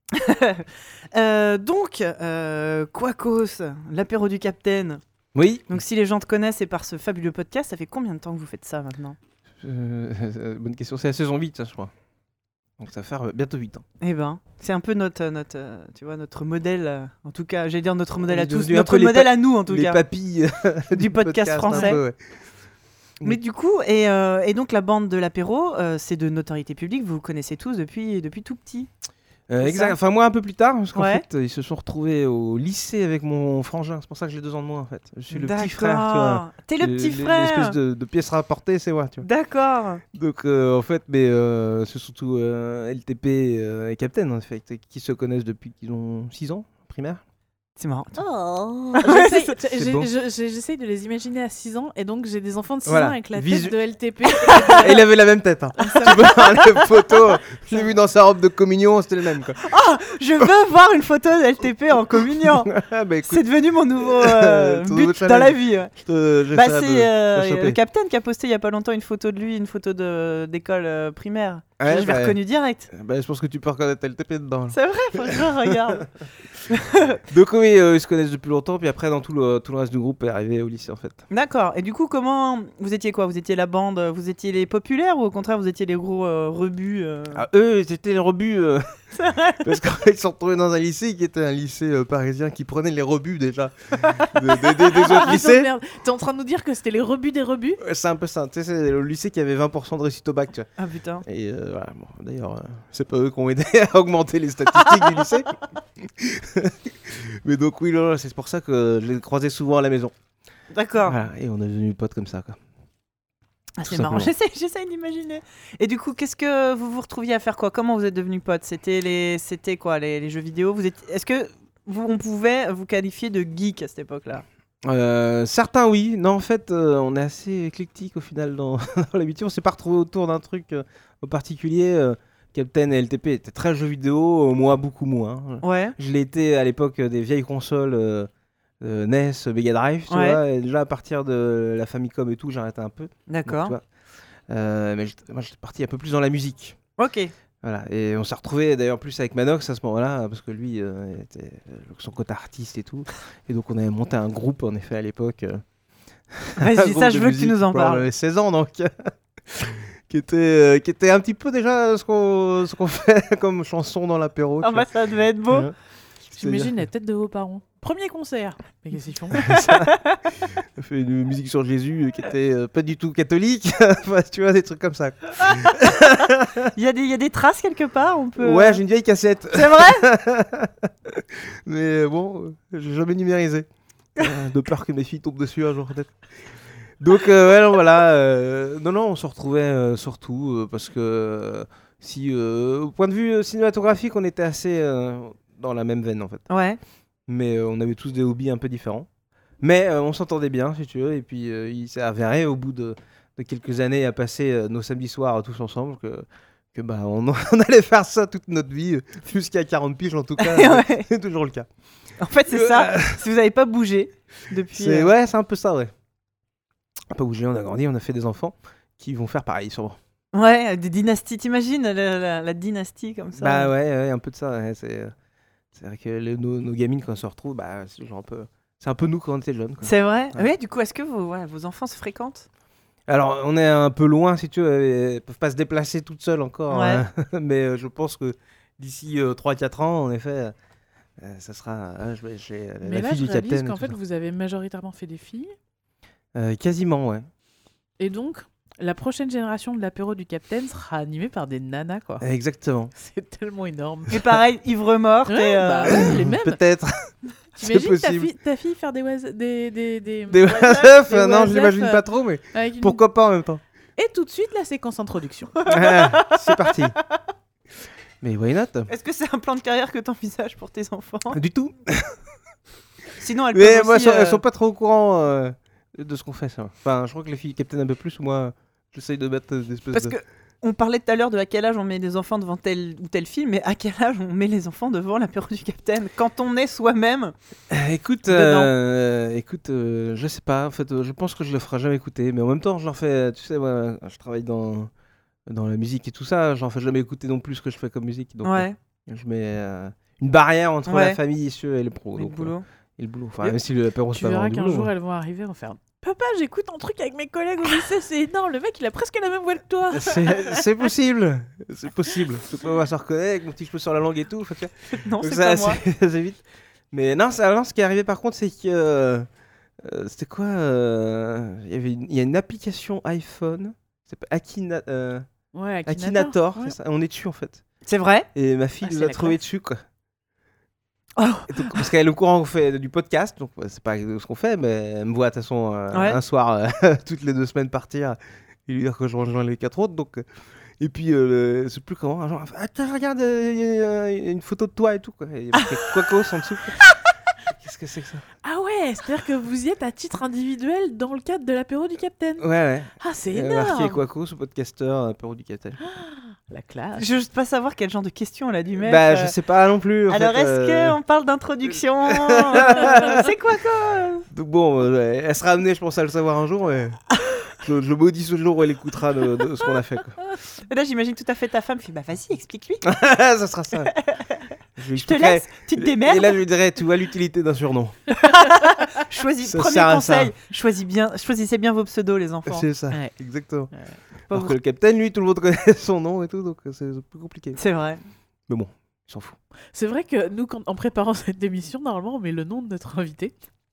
Euh, donc, euh, Quacos, l'apéro du Capitaine. Oui. Donc si les gens te connaissent, c'est par ce fabuleux podcast. Ça fait combien de temps que vous faites ça maintenant? Euh, euh, bonne question. C'est la saison huit, ça, je crois. Donc ça va faire euh, bientôt huit ans. Eh ben, c'est un peu notre, notre, euh, tu vois, notre modèle. euh, en tout cas, j'allais dire notre modèle On à est tous, devenu un notre peu les modèle pa- à nous en tout Les cas. papilles euh, Du podcast un français. peu, ouais. Mais du coup, et, euh, et donc la bande de l'apéro, euh, c'est de notoriété publique. Vous vous connaissez tous depuis, depuis tout petit. Euh, C'est exact. ça. Enfin, moi, un peu plus tard, parce qu'en Ouais. fait, euh, ils se sont retrouvés au lycée avec mon frangin. C'est pour ça que j'ai deux ans de moins, en fait. Je suis le petit frère, tu vois. D'accord. T'es le Euh, petit l- frère. L'espèce de, de pièce rapportée, c'est moi, tu vois. D'accord. Donc, euh, en fait, mais euh, c'est surtout euh, L T P euh, et Captain, en fait, qui se connaissent depuis qu'ils ont six ans, primaire. C'est marrant. Oh. C'est ça. J'essaye j'ai- beau. je- j'ai- j'essaye de les imaginer à six ans et donc j'ai des enfants de six Voilà. ans avec la Visu- tête de L T P. Et il avait la même tête. Hein. tu peux voir les photos. Je l'ai vu dans sa robe de communion, c'était le même, quoi. Je veux voir une photo de L T P en communion. Ah, bah écoute, C'est devenu mon nouveau euh, Ton but nouveau dans challenge. la vie. ouais. je te- j'essaierai Bah, de- c'est de euh, choper. le Capitaine qui a posté il y a pas longtemps une photo de lui, une photo de- d'école euh, primaire. Ouais, je l'ai bah, reconnu direct. bah, je pense que tu peux reconnaître L T P dedans. là. C'est vrai, faut que je regarde. Donc oui, euh, ils se connaissent depuis longtemps, puis après dans tout le, tout le reste du groupe est arrivé au lycée en fait. D'accord. Et du coup, comment vous étiez quoi? Vous étiez la bande, vous étiez les populaires ou au contraire vous étiez les gros euh, rebuts euh Ah, eux, c'était les rebuts, euh, C'est vrai. parce qu'en fait ils se sont retrouvés dans un lycée qui était un lycée euh, parisien qui prenait les rebuts déjà de- de- des- des autres Ah, lycées. merde. T'es en train de nous dire que c'était les rebuts des rebuts? Ouais, c'est un peu ça, tu sais, c'est le lycée qui avait vingt pour cent de réussite au bac, tu vois. Ah putain. Et euh, voilà, bon, d'ailleurs, euh, c'est pas eux qui ont aidé à augmenter les statistiques du lycée. Mais donc oui, non, non, c'est pour ça que je les croisais souvent à la maison. D'accord. Voilà, et on est devenus potes comme ça, quoi. Ah, Tout c'est marrant. simplement. J'essaie, j'essaie d'imaginer. Et du coup, qu'est-ce que vous vous retrouviez à faire quoi? Comment vous êtes devenus potes? C'était les, c'était quoi les, les jeux vidéo? Vous êtes, est-ce que vous, on pouvait vous qualifier de geek à cette époque-là? Euh, certains oui, non en fait euh, on est assez éclectique au final dans, dans l'habitude, on s'est pas retrouvé autour d'un truc euh, au particulier. euh, Captain et L T P étaient très jeux vidéo, euh, moi beaucoup moins. Ouais. Je l'ai été à l'époque euh, des vieilles consoles euh, euh, N E S, Mega Drive, tu Ouais. vois, et déjà à partir de la Famicom et tout, j'arrêtais un peu. donc, D'accord. tu vois. Euh, mais j'étais- moi j'étais parti un peu plus dans la musique. Ok. Voilà, et on s'est retrouvé d'ailleurs plus avec Manox à ce moment-là, parce que lui, euh, était euh, son côté artiste et tout. Et donc on avait monté un groupe en effet à l'époque. euh, un Vas-y, groupe ça de je veux que tu musique nous en pour, parles. euh, seize ans donc. qui, était, euh, qui était un petit peu déjà ce qu'on ce qu'on fait comme chanson dans l'apéro. Ah tu bah ça devait être beau. vois. J'imagine la tête de vos parents. Premier concert. Mais qu'est-ce qu'ils font? On fait une musique sur Jésus euh, qui était euh, pas du tout catholique. Enfin, tu vois, des trucs comme ça. Il y a des, il y a des traces quelque part. On peut. Ouais, j'ai une vieille cassette. C'est vrai. Mais euh, bon, euh, j'ai jamais numérisé. Euh, de peur que mes filles tombent dessus un jour peut-être. Donc euh, ouais, non, voilà. euh, non, non, on se retrouvait euh, surtout euh, parce que euh, si, euh, au point de vue euh, cinématographique, on était assez euh, dans la même veine en fait. Ouais. Mais euh, on avait tous des hobbies un peu différents. Mais euh, on s'entendait bien, si tu veux. Et puis euh, il s'est avéré au bout de, de quelques années à passer euh, nos samedis soirs tous ensemble que, que bah, on, on allait faire ça toute notre vie, euh, jusqu'à quarante piges en tout cas. Ouais. C'est toujours le cas. En fait, c'est Euh, ça. Si vous n'avez pas bougé depuis. C'est, euh, ouais, c'est un peu ça, ouais. On n'a pas bougé, on a grandi, on a fait des enfants qui vont faire pareil, sûrement. Ouais, des dynasties. T'imagines la, la- la dynastie comme ça? Bah ouais, ouais, un peu de ça. Ouais, c'est, euh, c'est vrai que les- nos, nos gamines, quand elles se retrouvent, bah, c'est genre un peu, c'est un peu nous quand on était jeunes. Quoi. C'est vrai. Ouais. Oui, du coup, est-ce que vos, ouais, vos enfants se fréquentent? Alors, on est un peu loin, si tu veux. Elles peuvent pas se déplacer toutes seules encore. Ouais. hein. Mais euh, je pense que d'ici euh, trois quatre ans, en effet, euh, ça sera. euh, je vais- j'ai, euh, Mais la là, fille je du réalise capitaine. et qu'en tout fait, ça. vous avez majoritairement fait des filles. Euh, quasiment, ouais. Et donc, la prochaine génération de l'apéro du Capitaine sera animée par des nanas, quoi. Exactement. C'est tellement énorme. Et pareil, ivre morte. Ouais, et, euh, bah ouais, les mêmes. Peut-être. c'est T'imagines ta possible. fille, ta fille faire des oise- des des des, Des WhatsApp, WhatsApp, des euh, non, je WhatsApp, l'imagine euh, pas trop, mais avec une- pourquoi pas en même temps. Et tout de suite la séquence introduction. Ah, c'est parti. Mais why not? Est-ce que c'est un plan de carrière que t'envisages pour tes enfants? Du tout. Sinon, elles Mais peuvent moi, aussi, elles sont- euh, elles sont pas trop au courant euh, de ce qu'on fait, ça. Enfin, je crois que les filles capitaine un peu plus, moi, j'essaye de mettre des espèces Parce de... que on parlait tout à l'heure de à quel âge on met des enfants devant tel ou tel film, mais à quel âge on met les enfants devant l'apéro du Capitaine quand on est soi-même? Euh, écoute, Dedans. euh, écoute, euh, je sais pas. En fait, euh, je pense que je le ferai jamais écouter, mais en même temps, je leur fais. Tu sais, moi, je travaille dans dans la musique et tout ça. J'en fais jamais écouter non plus ce que je fais comme musique. Donc, Ouais, euh, je mets euh, une barrière entre Ouais. la famille issue et les pros. le donc, boulot. euh, et le boulot. Enfin, Et même si l'apéro c'est Tu pas verras vraiment du qu'un boulot. jour hein. elles vont arriver, elles vont faire Papa, j'écoute un truc avec mes collègues au lycée, c'est énorme, le mec il a presque la même voix que toi. C'est c'est possible, c'est possible. Tout le monde va se reconnaître avec mon petit cheveu sur la langue et tout. Faut que- Non, Donc c'est ça, pas moi. c'est assez vite. Mais non, ça, alors, ce qui est arrivé par contre, c'est que euh, euh, c'était quoi euh, Il y avait une, il y a une application iPhone, c'est Akina, euh, Ouais, Akinator. Akinator, ouais. c'est ça, on est dessus en fait. C'est vrai? Et ma fille Ah, nous c'est a la trouvé classe. dessus quoi. Oh. Et donc, parce qu'elle est au courant qu'on fait du podcast, donc ouais, c'est pas ce qu'on fait, mais elle me voit de toute façon euh, Ouais. un soir euh, toutes les deux semaines partir et lui dire que je rejoins les quatre autres. Donc, euh, et puis, euh, je sais plus comment, un jour, elle fait, ah, tiens, regarde, euh, il y a, euh, il y a une photo de toi et tout. Quoi. Et il y a marqué Quacos en dessous. quoi. Qu'est-ce que c'est que ça? Ah ouais, c'est-à-dire que vous y êtes à titre individuel dans le cadre de l'apéro du Capitaine. Ouais, ouais. Ah, c'est Il y a marqué énorme. Quacos, podcasteur, apéro du Capitaine. La classe. Je veux juste pas savoir quel genre de questions elle a dû mettre. Bah, euh. je sais pas non plus. en Alors, fait, est-ce euh, qu'on parle d'introduction? euh, C'est quoi quoi? Donc bon, euh, ouais, elle sera amenée, je pense, à le savoir un jour, mais je, je maudis ce jour où elle écoutera de, de ce qu'on a fait. Quoi. Et là, j'imagine tout à fait ta femme. Fait, bah vas-y, explique-lui. Ça sera ça. Je, lui Je te expliquerai- laisse, tu te démerdes. Et là, je lui dirais, tu vois l'utilité d'un surnom. Choisis, Ça premier sert à ça. conseil, choisis bien, choisissez bien vos pseudos, les enfants. C'est ça, Ouais. exactement. Pas Alors vous- que le capitaine, lui, tout le monde connaît son nom et tout, donc euh, c'est plus compliqué. C'est vrai. Mais bon, il s'en fout. C'est vrai que nous, quand- en préparant cette émission, normalement, on met le nom de notre invité.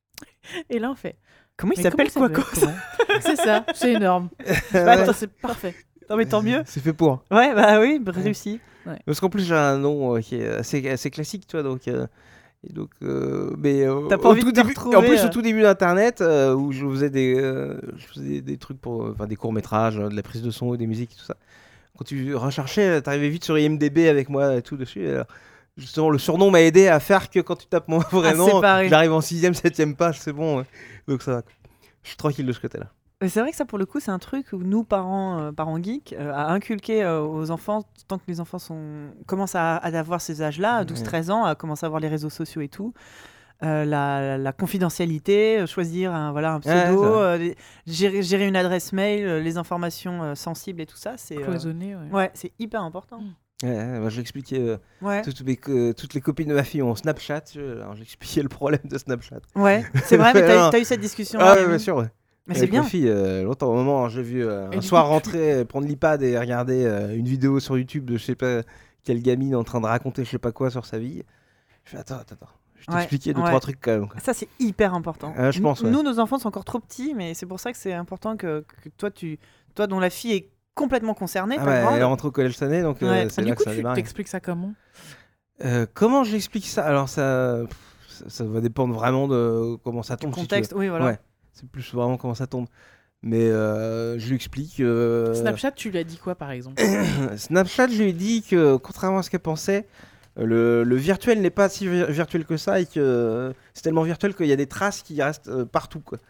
Et là, on fait. Comment il Mais s'appelle comment quoi il s'appelle, comment C'est ça, c'est énorme. Bah, attends, c'est parfait. Non mais tant mieux. C'est fait pour. Ouais, bah oui, réussi. Parce qu'en plus, j'ai un nom euh, qui est assez, assez classique, tu vois, donc... euh, et donc, euh, mais euh, T'as pas au envie tout de te début, retrouver, en plus euh. au tout début d'internet euh, où je faisais des euh, je faisais des, des trucs pour euh, enfin des courts métrages, de la prise de son, des musiques et tout ça. Quand tu recherchais, t'arrivais vite sur I M D B avec moi et tout dessus. Et alors, justement, le surnom m'a aidé à faire que quand tu tapes mon vrai Ah, nom, c'est pareil. j'arrive en sixième, septième page, c'est bon. ouais. Donc ça va. quoi. Je suis tranquille de ce côté-là. Mais c'est vrai que ça, pour le coup, c'est un truc où nous, parents, euh, parents geeks, euh, à inculquer euh, aux enfants, tant que les enfants sont... commencent à, à avoir ces âges-là, douze treize ans, à commencer à voir les réseaux sociaux et tout. Euh, la, la confidentialité, euh, choisir un, voilà, un Ouais, c'est pseudo, vrai. euh, les- gérer, gérer une adresse mail, euh, les informations euh, sensibles et tout ça, c'est euh, Cloisonné, ouais. ouais, c'est hyper important. Mm. Ouais, ouais, moi, je l'expliquais. euh, Ouais, toutes, mes co- toutes les copines de ma fille ont Snapchat. euh, Alors j'expliquais le problème de Snapchat. ouais, c'est vrai, mais t'as, Non. t'as eu cette discussion. Ah là, ouais, bien sûr. Ouais. Mais Avec c'est bien. ma fille, euh, longtemps, au moment, j'ai vu euh, Et un du soir coup, rentrer, euh, prendre l'iPad et regarder euh, une vidéo sur YouTube de je sais pas quelle gamine en train de raconter je sais pas quoi sur sa vie. Je fais attends, attends, attends. Je Ouais, t'expliquais deux, ouais. trois trucs quand même. quoi. Ça, c'est hyper important. Ah, je pense, ouais. Nous, nos enfants sont encore trop petits, mais c'est pour ça que c'est important que, que toi, tu, toi, dont la fille est complètement concernée, Ah ta ouais, grande, elle rentre au collège cette année, donc euh, Ouais. c'est Ah, là du que coup, ça a tu démarré. t'expliques ça comment Euh, comment j'explique ça Alors ça, pff, ça, ça va dépendre vraiment de comment ça du tombe. si tu veux. contexte. Oui, voilà. Ouais, c'est plus vraiment comment ça tombe. Mais euh, je lui explique. euh, Snapchat, tu lui as dit quoi par exemple Snapchat, je lui ai dit que, contrairement à ce qu'elle pensait, euh, le, le virtuel n'est pas si vir- virtuel que ça et que euh, c'est tellement virtuel qu'il y a des traces qui restent euh, partout. Quoi.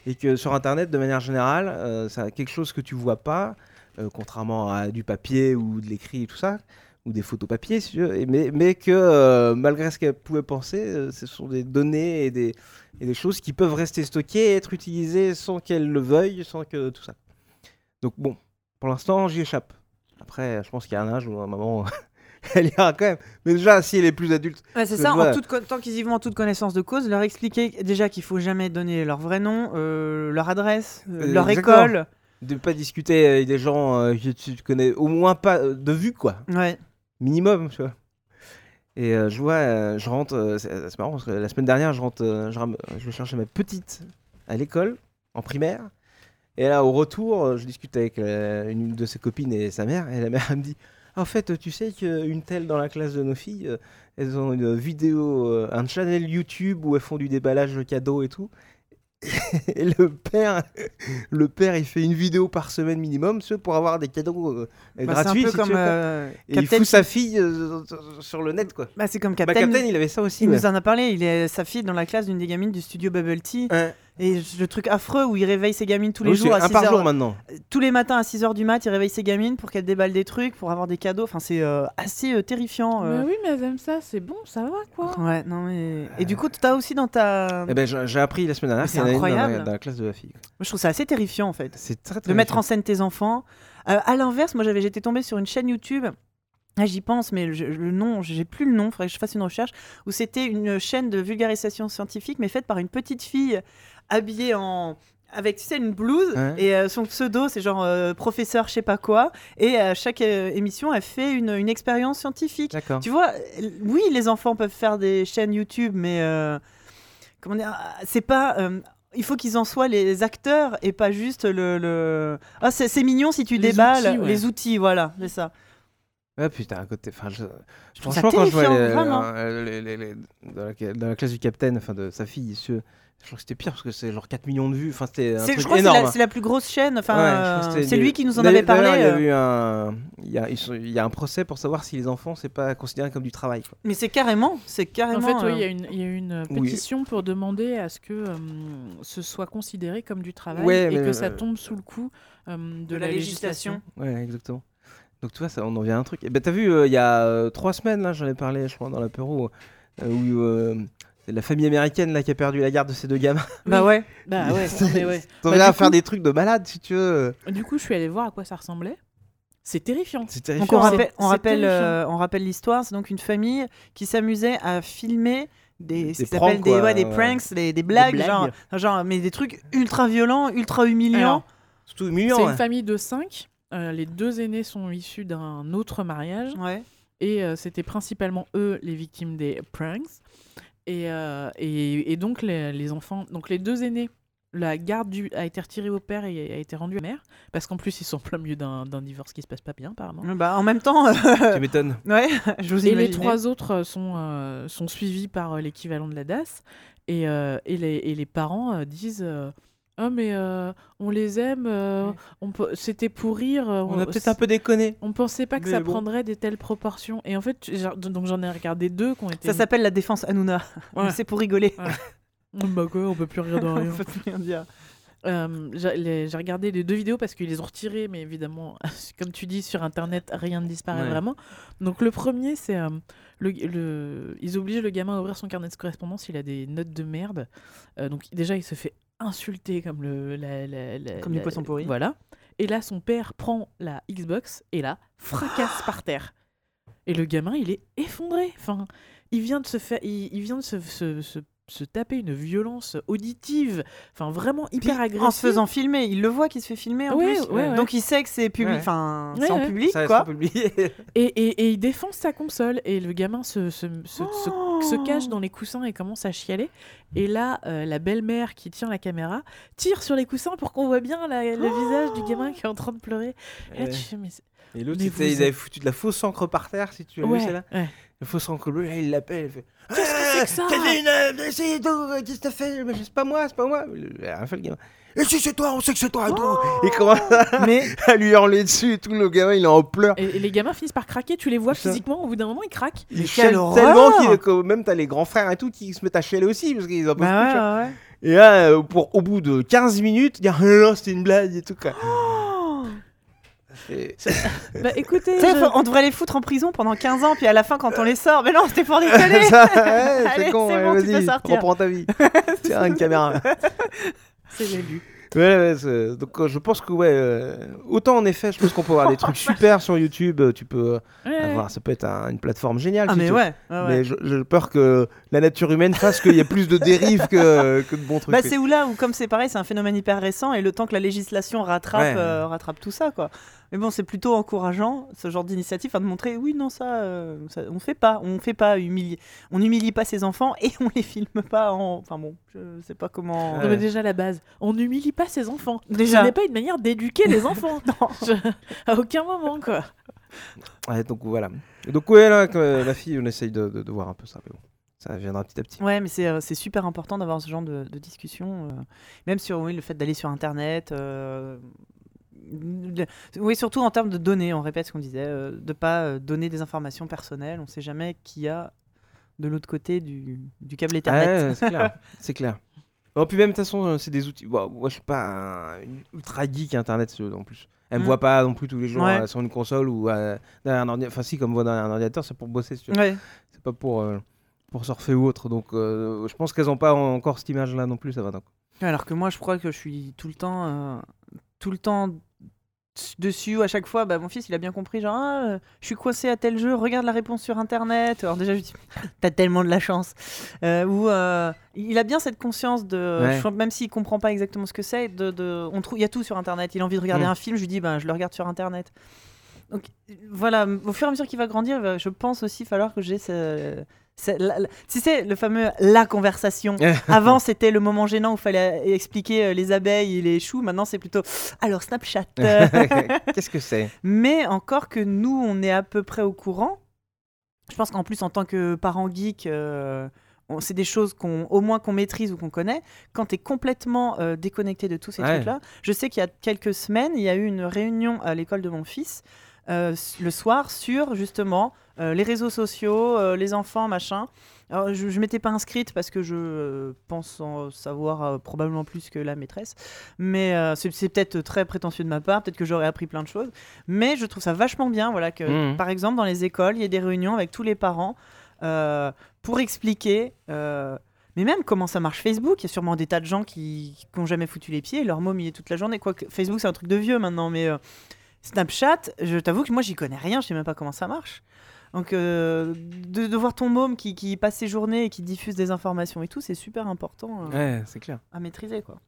Et que sur Internet, de manière générale, euh, c'est quelque chose que tu vois pas, euh, contrairement à du papier ou de l'écrit et tout ça, ou des photos papier, si tu veux, et mais, mais que euh, malgré ce qu'elle pouvait penser, euh, ce sont des données et des, et des choses qui peuvent rester stockées et être utilisées sans qu'elle le veuille, sans que tout ça. Donc bon, pour l'instant, j'y échappe. Après, je pense qu'il y a un âge où à un moment, elle ira quand même. Mais déjà, si elle est plus adulte... Ouais, c'est que ça, je vois- en toute co- tant qu'ils y vont en toute connaissance de cause, leur expliquer déjà qu'il faut jamais donner leur vrai nom, euh, leur adresse, euh, Euh, leur exactement. école. De pas discuter avec des gens euh, que tu connais au moins pas euh, de vue, quoi. Ouais. Minimum, tu vois. Et euh, je vois, euh, je rentre, euh, c'est, c'est marrant parce que la semaine dernière, je rentre, euh, je, ram- je vais chercher ma petite à l'école, en primaire. Et là, au retour, euh, je discute avec euh, une de ses copines et sa mère. Et la mère, elle me dit, en fait, tu sais qu'une telle dans la classe de nos filles, euh, elles ont une vidéo, euh, un channel YouTube où elles font du déballage de cadeaux et tout. Et le père, le père, il fait une vidéo par semaine minimum, ce pour avoir des cadeaux euh, Bah, gratuits. c'est un peu si comme tu veux, quoi. euh, Et il Captain. fout sa fille euh, sur le net, quoi. Bah, c'est comme Bah, Captain. Captain, il avait ça aussi. Il ouais. nous en a parlé, il est sa fille dans la classe d'une des gamines du studio Bubble Tea. Ouais. Et le truc affreux où il réveille ses gamines tous les Oui, jours c'est à un six par heures. jour maintenant. Tous les matins à six heures du mat, il réveille ses gamines pour qu'elles déballent des trucs, pour avoir des cadeaux. Enfin, c'est euh, assez euh, terrifiant. euh. Mais oui, mais elles aiment ça, c'est bon, ça va quoi. Ouais, non mais. Et du coup, t'as aussi dans ta. Eh ben, j'ai j'ai appris la semaine dernière Mais qu'il y c'est en a une dans la, incroyable. dans la classe de la fille. Moi, je trouve ça assez terrifiant en fait. C'est très très De mettre en méchant. scène tes enfants. Euh, à l'inverse, moi j'avais j'étais tombée sur une chaîne YouTube. Ah, j'y pense, mais je- le nom, j'ai plus le nom. Faudrait que je fasse une recherche. Où c'était une chaîne de vulgarisation scientifique, mais faite par une petite fille habillée en avec tu sais une blouse Ouais. et euh, son pseudo c'est genre euh, professeur je sais pas quoi et à chaque euh, émission elle fait une, une expérience scientifique. D'accord. Tu vois, euh, oui les enfants peuvent faire des chaînes YouTube, mais euh, comment dire, c'est pas euh, il faut qu'ils en soient les acteurs et pas juste le. le... Ah, c'est, c'est mignon si tu Les déballes outils, ouais. les outils, voilà, c'est ça. Ouais, putain, à côté. Enfin, je... Je trouve ça Franchement, quand je vois terrifiant, les, vraiment. euh, les- les- les- dans, la, dans la classe du Capitaine, enfin de sa fille, ce... je crois que c'était pire parce que c'est genre quatre millions de vues. Enfin, c'était un C'est, truc je crois énorme. que c'est la, c'est la plus grosse chaîne. Enfin, Ouais, je crois euh, que c'était c'est des- lui qui nous en D'ailleurs- avait parlé. d'ailleurs, Il y a euh, eu un, il y a, ils sont- il y a un procès pour savoir si les enfants c'est pas considéré comme du travail. Quoi. Mais c'est carrément, c'est carrément. En fait, oui, euh, il y a une, il y a une euh, Oui. pétition pour demander à ce que euh, ce soit considéré comme du travail Ouais, et mais, que ça euh, tombe sous le coup euh, de, de la, la législation. législation. Ouais, exactement. Donc tu vois, ça, on en vient à un truc. Et ben t'as vu, euh, il y a euh, trois semaines là, j'en ai parlé, je crois, dans l'apéro, euh, où euh, c'est la famille américaine là qui a perdu la garde de ses deux gamins. Bah ouais. Bah ouais, non, mais ouais. T'en Bah, viens du à faire coup- des trucs de malade si tu veux. Du coup, je suis allée voir à quoi ça ressemblait. C'est terrifiant. C'est Donc terrifiant. on C'est- rappelle, on c'est rappelle, terrifiant. euh, on rappelle l'histoire. C'est donc une famille qui s'amusait à filmer des, ce Des qui s'appelle pranks, des, quoi, ouais, des ouais. pranks, des, des blagues, blagues. Genre, genre, mais des trucs ultra violents, ultra humiliants. Alors, Surtout humiliant. C'est hein. une famille de cinq. Euh, les deux aînés sont issus d'un autre mariage. Ouais. Et euh, c'était principalement eux les victimes des pranks. Et, euh, et, et donc les, les enfants, donc les deux aînés, la garde du, a été retirée au père et a été rendue à la mère, parce qu'en plus ils sont en plein milieu d'un, d'un divorce qui se passe pas bien apparemment. Bah en même temps, Tu m'étonnes. ouais, je vous Et les imaginais. trois autres euh, sont, euh, sont suivis par euh, l'équivalent de la D A S. Et, euh, et, les, et les parents euh, disent euh, ah mais euh, on les aime, euh, on peut- c'était pour rire. euh, On a peut-être un peu déconné. On pensait pas que Mais ça bon. prendrait des telles proportions. Et en fait, tu- genre, donc j'en ai regardé deux qui ont été. Ça s'appelle la défense Hanouna. Ouais. C'est pour rigoler. Bah quoi, on peut plus rire de On rien. peut plus rien dire. Euh, j'ai les- j'ai regardé les deux vidéos parce qu'ils les ont retirées, mais évidemment, comme tu dis, sur Internet, rien ne disparaît Ouais. vraiment. Donc le premier, c'est euh, le, le- ils obligent le gamin à ouvrir son carnet de correspondance. Il a des notes de merde. Euh, donc déjà, il se fait insulter comme le la- la- la- Comme du la- poisson pourri. Voilà. Et là, son père prend la Xbox et la fracasse par terre. Et le gamin, il est effondré. Enfin, il vient de se faire, il, il vient de se, se- se- se taper une violence auditive, enfin vraiment Puis, hyper agressive. en se faisant filmer, il le voit qu'il se fait filmer en Ouais, plus. ouais, ouais. Donc il sait que c'est public, Ouais. enfin Ouais, c'est en ouais. public Ça, quoi. on peut oublier. Et, et, et il défonce sa console et le gamin se, se, se, se- Oh. se cache dans les coussins et commence à chialer. Et là, euh, la belle-mère qui tient la caméra tire sur les coussins pour qu'on voit bien la- le visage du gamin qui est en train de pleurer. Et là, Ouais. tu fais, mais c'est- Et l'autre, Mais c'était- vous ils avaient foutu de la fausse encre par terre, si tu as vu ouais, celle-là. ouais. La fausse encre bleue, là, il l'appelle, il fait Qu'est-ce que c'est que ça Kevin, euh, c'est tout, euh, qu'est-ce que t'as fait Mais c'est pas moi, c'est pas moi. Il a rien fait le gamin. Et si c'est toi, on sait que c'est toi et tout. Il commence à, Mais à lui hurler dessus et tout, le gamin il est en pleurs. Et, et les gamins finissent par craquer, tu les vois Ça. physiquement, au bout d'un moment ils craquent. Il Mais chiale quelle tellement horreur qu'il- que même t'as les grands frères et tout qui se mettent à chialer aussi parce qu'ils ont pas bah foutu, tu vois. ouais, ouais, ouais. Et là, euh, pour, au bout de quinze minutes, dire non, c'était une blague et tout quoi. Et... Bah écoutez, Tu sais, je- faut- on devrait les foutre en prison pendant quinze ans, puis à la fin, quand on les sort, mais non, c'était pour déconner. Ça, ouais, Allez, c'est con, c'est ouais, bon, tu vas-y, peux sortir. reprends ta vie. Tiens, une caméra. c'est l'élu. Ouais, ouais, c'est- donc euh, je pense que ouais, euh, autant en effet, je pense qu'on peut avoir des trucs super sur YouTube. euh, Tu peux Ouais, avoir, ça peut être un- une plateforme géniale. Ah, si mais tu- ouais. ouais, ouais. Mais je- j'ai peur que la nature humaine fasse qu'il y ait plus de dérives que, que de bons trucs. Bah, c'est où là où, comme c'est pareil, c'est un phénomène hyper récent, et le temps que la législation rattrape, Ouais. euh, rattrape tout ça, quoi. Mais bon, c'est plutôt encourageant, ce genre d'initiative, hein, de montrer, oui, non, ça, euh, ça on fait pas, on fait pas humilier, on n'humilie pas ses enfants, et on les filme pas en... Enfin bon, je sais pas comment... Non, Ouais. mais déjà la base, on n'humilie pas ses enfants. Déjà. Ce n'est pas une manière d'éduquer les enfants. Non. Je- À aucun moment quoi. Ouais, donc voilà. Et donc ouais, là, que la fille, on essaye de, de, de voir un peu ça, mais bon, ça viendra petit à petit. Ouais, mais c'est euh, c'est super important d'avoir ce genre de, de discussion, euh, même sur oui, le fait d'aller sur Internet. euh, le- oui, surtout en termes de données, on répète ce qu'on disait, euh, de pas euh, donner des informations personnelles. On sait jamais qui y a de l'autre côté du, du câble Ethernet. Ouais, c'est clair. C'est clair. Oh, puis même de toute façon, euh, c'est des outils. Bon, moi, je suis pas un, une ultra geek internet euh, en plus. Elle me Mm. voit pas non plus tous les jours Ouais. euh, sur une console ou euh, derrière un ordinateur. Enfin, si, comme voit dans un ordinateur, c'est pour bosser. Si tu veux. Ouais. C'est pas pour, euh, pour surfer ou autre. Donc, euh, je pense qu'elles ont pas en- encore cette image-là non plus. Ça va. Donc. Alors que moi, je crois que je suis tout le temps, euh, tout le temps dessus à chaque fois. Bah, mon fils, il a bien compris, genre, ah, euh, je suis coincé à tel jeu, regarde la réponse sur Internet. Alors déjà, je lui dis, t'as tellement de la chance. Euh, ou euh, il a bien cette conscience de, Ouais. je- même s'il comprend pas exactement ce que c'est, de, de, on trouve, il y a tout sur Internet. Il a envie de regarder Mm. un film, je lui dis, ben, je le regarde sur Internet. Donc voilà, au fur et à mesure qu'il va grandir, euh, je pense aussi falloir que j'ai ce, ce- la- la- tu sais, le fameux la conversation. Avant, c'était le moment gênant où il fallait expliquer euh, les abeilles et les choux. Maintenant, c'est plutôt alors Snapchat. euh. Qu'est-ce que c'est? Mais encore que nous, on est à peu près au courant. Je pense qu'en plus, en tant que parent geek, euh, on- c'est des choses qu'on, au moins qu'on maîtrise ou qu'on connaît. Quand tu es complètement euh, déconnecté de tous ces Ouais. trucs-là, je sais qu'il y a quelques semaines, il y a eu une réunion à l'école de mon fils euh, s- le soir sur justement euh, les réseaux sociaux, euh, les enfants, machin. Alors, je ne m'étais pas inscrite parce que je euh, pense en savoir euh, probablement plus que la maîtresse. Mais euh, c'est, c'est peut-être très prétentieux de ma part. Peut-être que j'aurais appris plein de choses. Mais je trouve ça vachement bien voilà, que, Mhm. par exemple, dans les écoles, il y ait des réunions avec tous les parents euh, pour expliquer... euh, mais même comment ça marche Facebook, il y a sûrement des tas de gens qui n'ont jamais foutu les pieds, leur môme y est toute la journée. Quoique Facebook, c'est un truc de vieux maintenant, mais euh, Snapchat, je t'avoue que moi, j'y connais rien, je sais même pas comment ça marche. Donc, euh, de, de voir ton môme qui, qui passe ses journées et qui diffuse des informations et tout, c'est super important euh, Ouais, c'est clair. à maîtriser, quoi.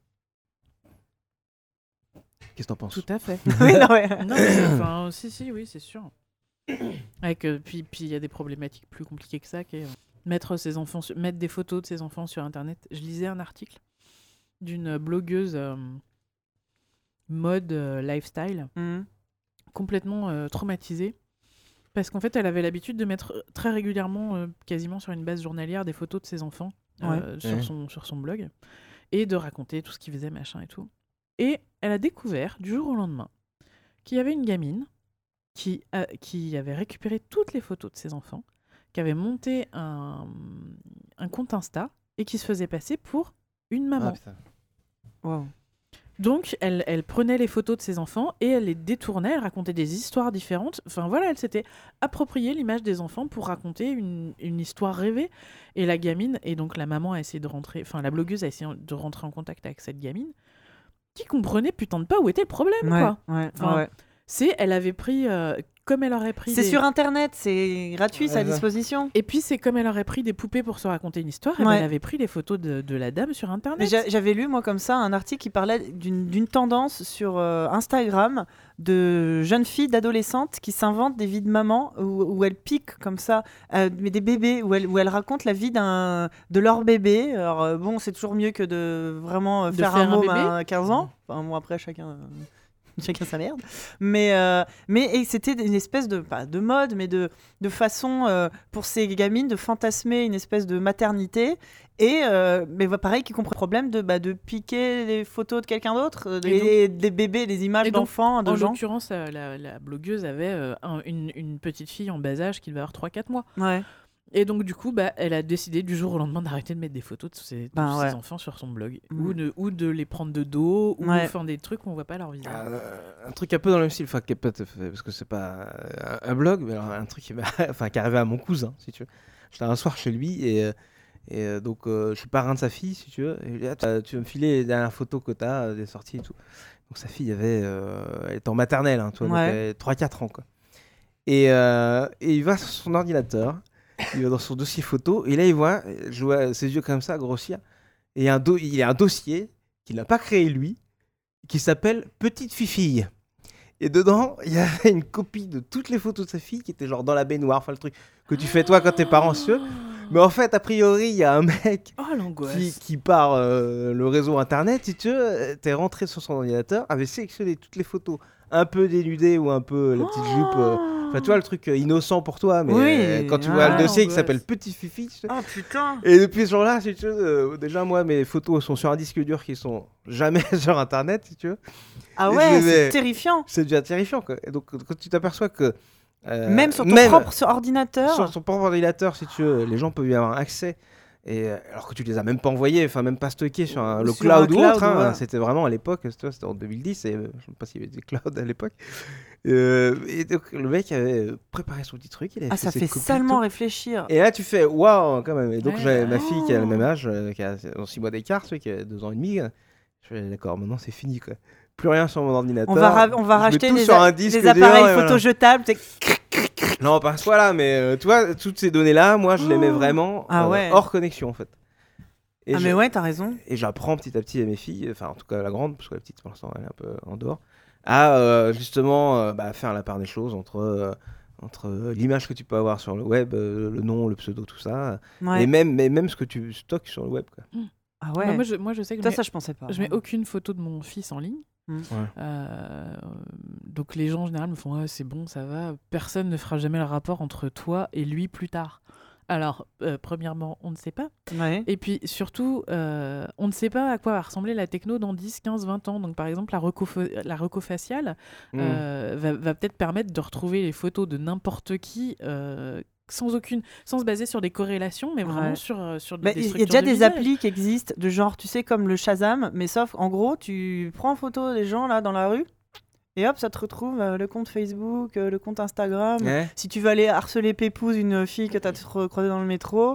Qu'est-ce que t'en penses? Tout à fait. Oui, non, ouais. Non, mais, enfin, si, si, oui, c'est sûr. Avec, euh, puis, puis il y a des problématiques plus compliquées que ça, qui est, euh, mettre ses enfants, sur- mettre des photos de ses enfants sur Internet. Je lisais un article d'une blogueuse euh, mode euh, lifestyle Mhm. complètement euh, traumatisée parce qu'en fait, elle avait l'habitude de mettre euh, très régulièrement, euh, quasiment sur une base journalière, des photos de ses enfants euh, sur, Ouais. son, sur son blog et de raconter tout ce qu'il faisait, machin et tout. Et elle a découvert du jour au lendemain qu'il y avait une gamine qui, a- qui avait récupéré toutes les photos de ses enfants, qui avait monté un, un compte Insta et qui se faisait passer pour une maman. Ah, putain. Wow. Donc, elle, elle prenait les photos de ses enfants et elle les détournait, elle racontait des histoires différentes. Enfin voilà, elle s'était appropriée l'image des enfants pour raconter une, une histoire rêvée. Et la gamine, et donc la maman a essayé de rentrer, enfin la blogueuse a essayé de rentrer en contact avec cette gamine, qui comprenait putain de pas où était le problème, Ouais, quoi. ouais, Enfin, ouais. C'est, elle avait pris, euh, comme elle aurait pris C'est des... sur Internet, c'est gratuit, c'est à Ouais, ça. disposition. Et puis c'est comme elle aurait pris des poupées pour se raconter une histoire, et ben, Ouais. elle avait pris les photos de, de la dame sur Internet. Mais j'a- j'avais lu, moi, comme ça, un article qui parlait d'une d'une tendance sur euh, Instagram de jeunes filles, d'adolescentes qui s'inventent des vies de maman où, où elles piquent comme ça, euh, mais des bébés, où elles, où elles racontent la vie d'un de leur bébé. Alors, euh, bon, c'est toujours mieux que de vraiment euh, De faire, faire un un môme bébé. à quinze ans. Enfin, bon, après, chacun. euh, Chacun sa merde. Mais, euh, mais et c'était une espèce de, pas de mode, mais de, de façon euh, pour ces gamines de fantasmer une espèce de maternité. Et euh, mais bah, pareil, qui comprend le problème de, bah, de piquer les photos de quelqu'un d'autre, euh, Et les- des bébés, des images et donc, d'enfants, de En gens. l'occurrence, euh, la, la blogueuse avait euh, un- une, une petite fille en bas âge qui devait avoir trois quatre mois. Ouais. Et donc, du coup, bah, elle a décidé du jour au lendemain d'arrêter de mettre des photos de ses, de Ben, ses ouais. enfants sur son blog. Mm. Ou, de, ou de les prendre de dos, ou Ouais. enfin, des trucs où on voit pas leur visage. Euh, un truc un peu dans le même style, enfin, qui est pas tout à fait- parce que c'est pas un, un blog, mais alors un truc qui, m'est- enfin, qui est arrivé à mon cousin, si tu veux. J'étais un soir chez lui et, euh, et euh, donc euh, je suis parrain de sa fille, si tu veux. Et je lui ai dit, ah, tu, tu vas me filer les dernières photos que tu as des sorties et tout. Donc sa fille avait, euh, elle était en maternelle, hein, tu vois, donc Ouais. elle avait trois quatre ans, quoi. Et, euh, et il va sur son ordinateur, il va dans son dossier photo, et là il voit, je vois ses yeux comme ça grossir, et il y a un, do- il y a un dossier qu'il n'a pas créé lui, qui s'appelle Petite Fifille. Et dedans, il y avait une copie de toutes les photos de sa fille qui était genre dans la baignoire, enfin le truc que tu fais toi quand tes parents se. Mais en fait, a priori, il y a un mec Oh, l'angoisse. qui, qui par euh, le réseau internet, si tu veux, t'es rentré sur son ordinateur, avait sélectionné toutes les photos un peu dénudées ou un peu la petite jupe. euh, Enfin, tu vois, le truc euh, innocent pour toi, mais Oui, euh, quand tu vois ah, le dossier qui l'angoisse. s'appelle Petit Fifi, tu sais. Oh putain. Et depuis ce jour-là, si tu veux, euh, déjà moi, mes photos sont sur un disque dur qui sont jamais sur internet, si tu veux. Ah Et ouais, je vais- c'est terrifiant. C'est déjà terrifiant, quoi. Et donc, quand tu t'aperçois que. euh, Même sur ton même propre sur ordinateur. sur ton propre ordinateur, si tu veux, les gens peuvent y avoir accès. Et, euh, alors que tu les as même pas envoyés, enfin même pas stockés sur un, le Sur un cloud ou cloud, autre. hein. ouais. C'était vraiment à l'époque, c'était c'était en deux mille dix, et euh, je sais pas s'il y avait des clouds à l'époque. Euh, et donc le mec avait préparé son petit truc. Il avait Ah, ça ses fait copies, salement tout. réfléchir. Et là tu fais waouh quand même. Et donc Ouais. j'ai ma fille qui a le même Oh. âge, euh, qui a six mois d'écart, tu sais, qui a deux ans et demi. euh, Je fais d'accord, maintenant c'est fini quoi. Plus rien sur mon ordinateur. On va, ra- on va Je mets racheter tout des, sur a- un disque des appareils dur, et voilà. photo jetables. t'es- Non, pas ce là, mais euh, tu vois, toutes ces données-là, moi je les mets Oh. vraiment Ah euh, ouais. hors connexion en fait. Et Ah je- mais ouais, t'as raison. Et j'apprends petit à petit à mes filles, enfin en tout cas la grande, parce que la petite pour l'instant elle est un peu en dehors, à euh, justement euh, bah, faire la part des choses entre, euh, entre euh, l'image que tu peux avoir sur le web, euh, le nom, le pseudo, tout ça, Ouais. et même, mais même ce que tu stockes sur le web. Quoi. Ah Bah, ouais. moi, je, moi, je sais que je Ça, mets, ça, je pensais pas. je mets aucune photo de mon fils en ligne. Mm. Ouais. Euh, donc les gens en général me font ouais, c'est bon, ça va. Personne ne fera jamais le rapport entre toi et lui plus tard. Alors, euh, premièrement, on ne sait pas. Ouais. Et puis surtout, euh, on ne sait pas à quoi va ressembler la techno dans dix, quinze, vingt ans. Donc par exemple, la reco, la reco faciale Mm. euh, va, va peut-être permettre de retrouver les photos de n'importe qui euh, sans aucune, sans se baser sur des corrélations, mais vraiment Ouais. sur, euh, sur Bah, des Il y a structures déjà de des visage. applis qui existent, de genre, tu sais, comme le Shazam, mais sauf, en gros, tu prends en photo des gens là dans la rue, et hop, ça te retrouve euh, le compte Facebook, euh, le compte Instagram. Ouais. Si tu veux aller harceler Pépouze, une fille que t'as croisée dans le métro,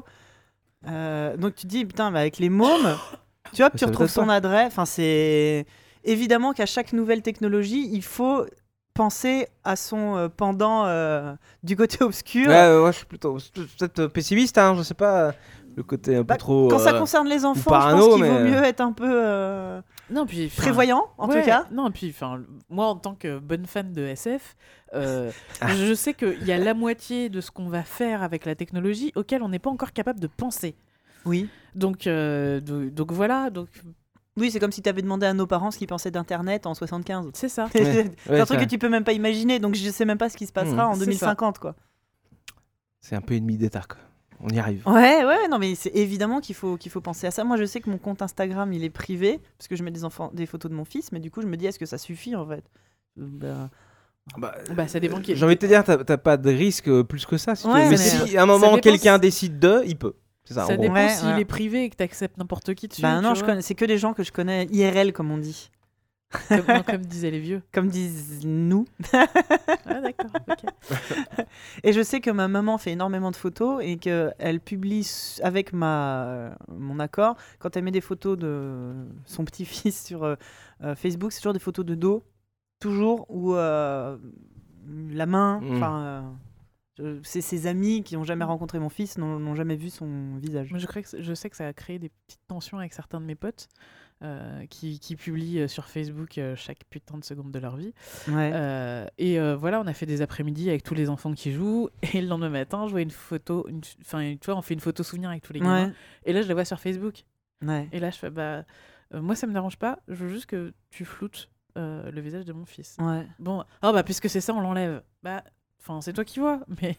euh, donc tu te dis, putain, bah, avec les mômes, tu vois, Ça tu retrouves m'étonne son pas. adresse. Enfin, c'est évidemment qu'à chaque nouvelle technologie, il faut penser à son euh, pendant euh, du côté obscur. Ouais, ouais, ouais, je suis plutôt peut-être euh, pessimiste, hein, je sais pas, euh, le côté un peu Bah, trop. Quand ça euh, concerne les enfants, parano, je pense qu'il vaut mais- mieux être un peu euh, Non, puis, enfin, prévoyant, en ouais, tout cas. Non, puis enfin, moi en tant que bonne fan de S F, euh, Ah. je sais qu'il y a la moitié de ce qu'on va faire avec la technologie auquel on n'est pas encore capable de penser. Oui. Donc, euh, do- donc voilà, donc Oui, c'est comme si tu avais demandé à nos parents ce qu'ils pensaient d'Internet en soixante-quinze. c'est ça. c'est Ouais, un ouais, truc ça- que tu peux même pas imaginer, donc je sais même pas ce qui se passera Mmh, en c'est deux mille cinquante, quoi. C'est un peu ennemi d'État, quoi. On y arrive. Ouais, ouais, non, mais c'est évidemment qu'il faut, qu'il faut penser à ça. Moi, je sais que mon compte Instagram, il est privé, parce que je mets des, enfants, des photos de mon fils, mais du coup, je me dis, est-ce que ça suffit, en fait? Euh, bah, Bah, Bah, ça dépend qui- J'ai envie de te dire, t'as t'as pas de risque euh, plus que ça. Si tu Ouais, veux. Mais mais, si à un moment dépend quelqu'un si- décide de, il peut. C'est ça, en Ça gros. dépend Ouais, s'il ouais. est privé et que tu acceptes n'importe qui dessus. bah non, tu je vois. connais, c'est que des gens que je connais I R L, comme on dit. Comme, non, comme disaient les vieux. Comme disent nous. Ah d'accord, ok. Et je sais que ma maman fait énormément de photos et qu'elle publie s- avec ma, mon accord, quand elle met des photos de son petit-fils sur euh, euh, Facebook, c'est toujours des photos de dos, toujours, ou euh, la main, Mm. enfin... euh, je- c'est ses amis qui n'ont jamais rencontré mon fils, n'ont n'ont jamais vu son visage. Moi, je, crois que c- je sais que ça a créé des petites tensions avec certains de mes potes euh, qui, qui publient euh, sur Facebook euh, chaque putain de seconde de leur vie. Ouais. Euh, et euh, voilà, on a fait des après-midi avec tous les enfants qui jouent. Et le lendemain matin, je vois une photo, une- enfin, tu vois, on fait une photo souvenir avec tous les gamins. Ouais. Et là, je la vois sur Facebook. Ouais. Et là, je fais, bah, euh, moi, ça me dérange pas. Je veux juste que tu floutes euh, le visage de mon fils. Ouais. Bon, ah bah, puisque c'est ça, on l'enlève. Bah, enfin, c'est toi qui vois, mais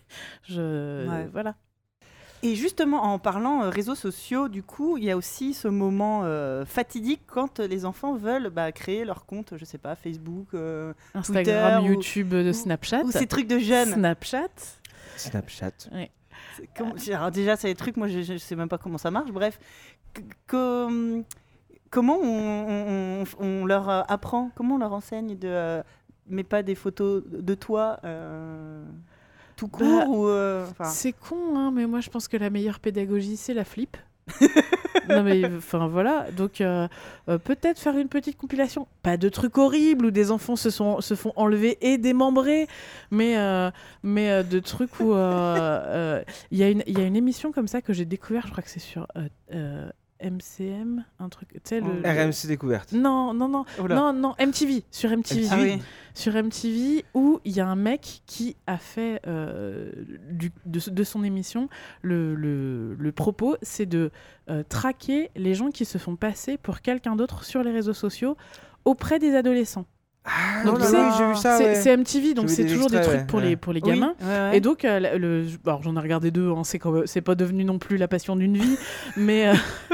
je, Ouais. voilà. Et justement, en parlant euh, réseaux sociaux, du coup, il y a aussi ce moment euh, fatidique quand les enfants veulent bah, créer leur compte, je sais pas, Facebook, euh, Instagram, Twitter ou- YouTube, de ou- Snapchat. ou ces trucs de jeunes. Snapchat. Snapchat. C'est comme- alors déjà, c'est des trucs, moi je, je sais même pas comment ça marche. Bref, que- que- comment on, on- on leur euh, apprend, comment on leur enseigne de. euh, mais pas des photos de toi euh, tout court Bah, ou. euh, enfin, C'est con, hein, mais moi je pense que la meilleure pédagogie, c'est la flip. Non mais enfin voilà, donc euh, euh, peut-être faire une petite compilation, pas de trucs horribles où des enfants se, sont, se font enlever et démembrer, mais, euh, mais euh, de trucs où il euh, euh, y, a une- y a une émission comme ça que j'ai découvert, je crois que c'est sur euh, euh, M C M, un truc, tu sais le... R R M C Découverte. Non, non, non, oh là. non, non, M T V, sur M T V. Ah oui. Sur M T V, où il y a un mec qui a fait euh, du- de, de son émission, le, le- le propos, c'est de euh, traquer les gens qui se font passer pour quelqu'un d'autre sur les réseaux sociaux auprès des adolescents. Ah, Donc, oh là c'est- là, j'ai vu ça. c'est ouais. c'est M T V, donc J'ai vu c'est des toujours des extraits, trucs pour, ouais. les, pour les Oui, gamins. ouais, ouais. Et donc, euh, la- le, alors j'en ai regardé deux, hein, c'est, quand- c'est pas devenu non plus la passion d'une vie, mais, euh,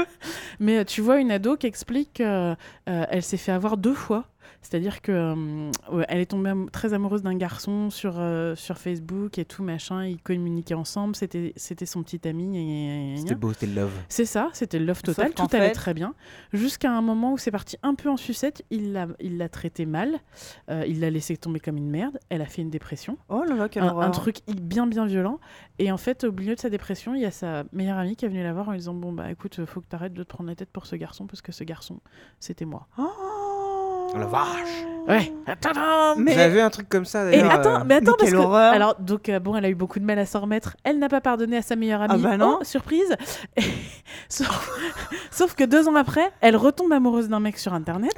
mais euh, tu vois une ado qui explique qu'elle s'est fait avoir deux fois. C'est-à-dire que euh, ouais, elle est tombée am- très amoureuse d'un garçon sur, euh, sur Facebook et tout, machin, ils communiquaient ensemble, c'était, c'était son petit ami. gna, gna, gna, gna. C'était beau, c'était le love. C'est ça, c'était le love total, Sauf qu'en tout allait fait- très bien. Jusqu'à un moment où c'est parti un peu en sucette, il l'a, il l'a traitée mal, euh, il l'a laissée tomber comme une merde, elle a fait une dépression, Oh là là, quelle un, horreur. un truc hi- bien bien violent. Et en fait, au milieu de sa dépression, il y a sa meilleure amie qui est venue la voir en lui disant bon bah écoute, faut que t'arrêtes de te prendre la tête pour ce garçon parce que ce garçon, c'était moi. Oh, Oh la vache. Ouais. Tadam Mais- J'avais vu un truc comme ça Et d'ailleurs. attends, euh, mais attends Mais parce quelle que horreur. alors donc euh, bon, elle a eu beaucoup de mal à s'en remettre. Elle n'a pas pardonné à sa meilleure amie. Ah bah non. Oh, surprise. Et- sauf... sauf que deux ans après, elle retombe amoureuse d'un mec sur internet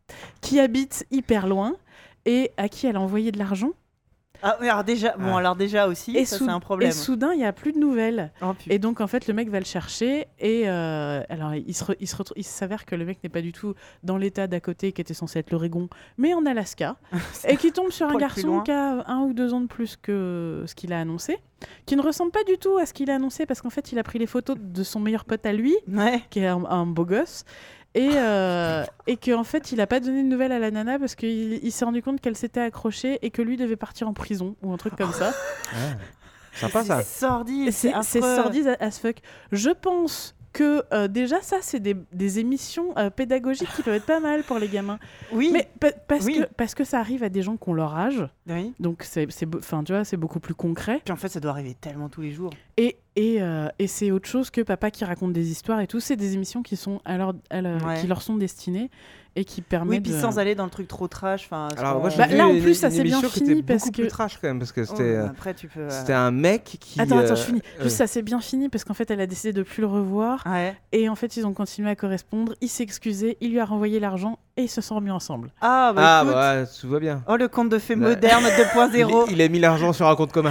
qui habite hyper loin et à qui elle a envoyé de l'argent. Ah, mais alors déjà, bon, Ah. alors déjà aussi, Et, ça sou- c'est un problème. et soudain, il y a plus de nouvelles. Oh, putain. Et donc en fait, le mec va le chercher et euh, alors il se, re- il se retrouve, il s'avère que le mec n'est pas du tout dans l'état d'à côté qui était censé être l'Oregon, mais en Alaska, et qui tombe sur un Poil plus garçon loin. qui a un ou deux ans de plus que ce qu'il a annoncé, qui ne ressemble pas du tout à ce qu'il a annoncé parce qu'en fait, il a pris les photos de son meilleur pote à lui, Ouais. qui est un, un beau gosse. Et, euh, et qu'en fait, il a pas donné de nouvelles à la nana parce qu'il il s'est rendu compte qu'elle s'était accrochée et que lui devait partir en prison ou un truc comme ça. Ah. Sympa ça. C'est sordide, Et C'est c'est affreux. sordide as fuck. Je pense que euh, déjà, ça, c'est des, des émissions euh, pédagogiques qui peuvent être pas mal pour les gamins. Oui. Mais pa- parce, Oui. que, parce que ça arrive à des gens qui ont leur âge. Oui. Donc, c'est, c'est, beau- 'fin, tu vois, c'est beaucoup plus concret. Puis en fait, ça doit arriver tellement tous les jours. Et, et, euh, et c'est autre chose que papa qui raconte des histoires et tout. C'est des émissions qui, sont à leur, à leur- Ouais. qui leur sont destinées et qui permettent Oui, puis de... sans aller dans le truc trop trash. Enfin, Alors sans- moi j'ai Bah, vu là, en une- plus, ça une s'est bien émission qui fini était parce beaucoup que- plus trash quand même parce que Oh, c'était euh, après, tu peux. euh, c'était un mec qui. Attends, attends, euh, je finis. euh, Juste, ça s'est bien fini parce qu'en fait, elle a décidé de plus le revoir. Ouais. Et en fait, ils ont continué à correspondre. Il s'est excusé, il lui a renvoyé l'argent et ils se sont remis ensemble. Ah, bah Ah écoute. bah ouais, tout va bien. Oh, le conte de fées Bah, moderne deux point Il, zéro. il a mis l'argent sur un compte commun.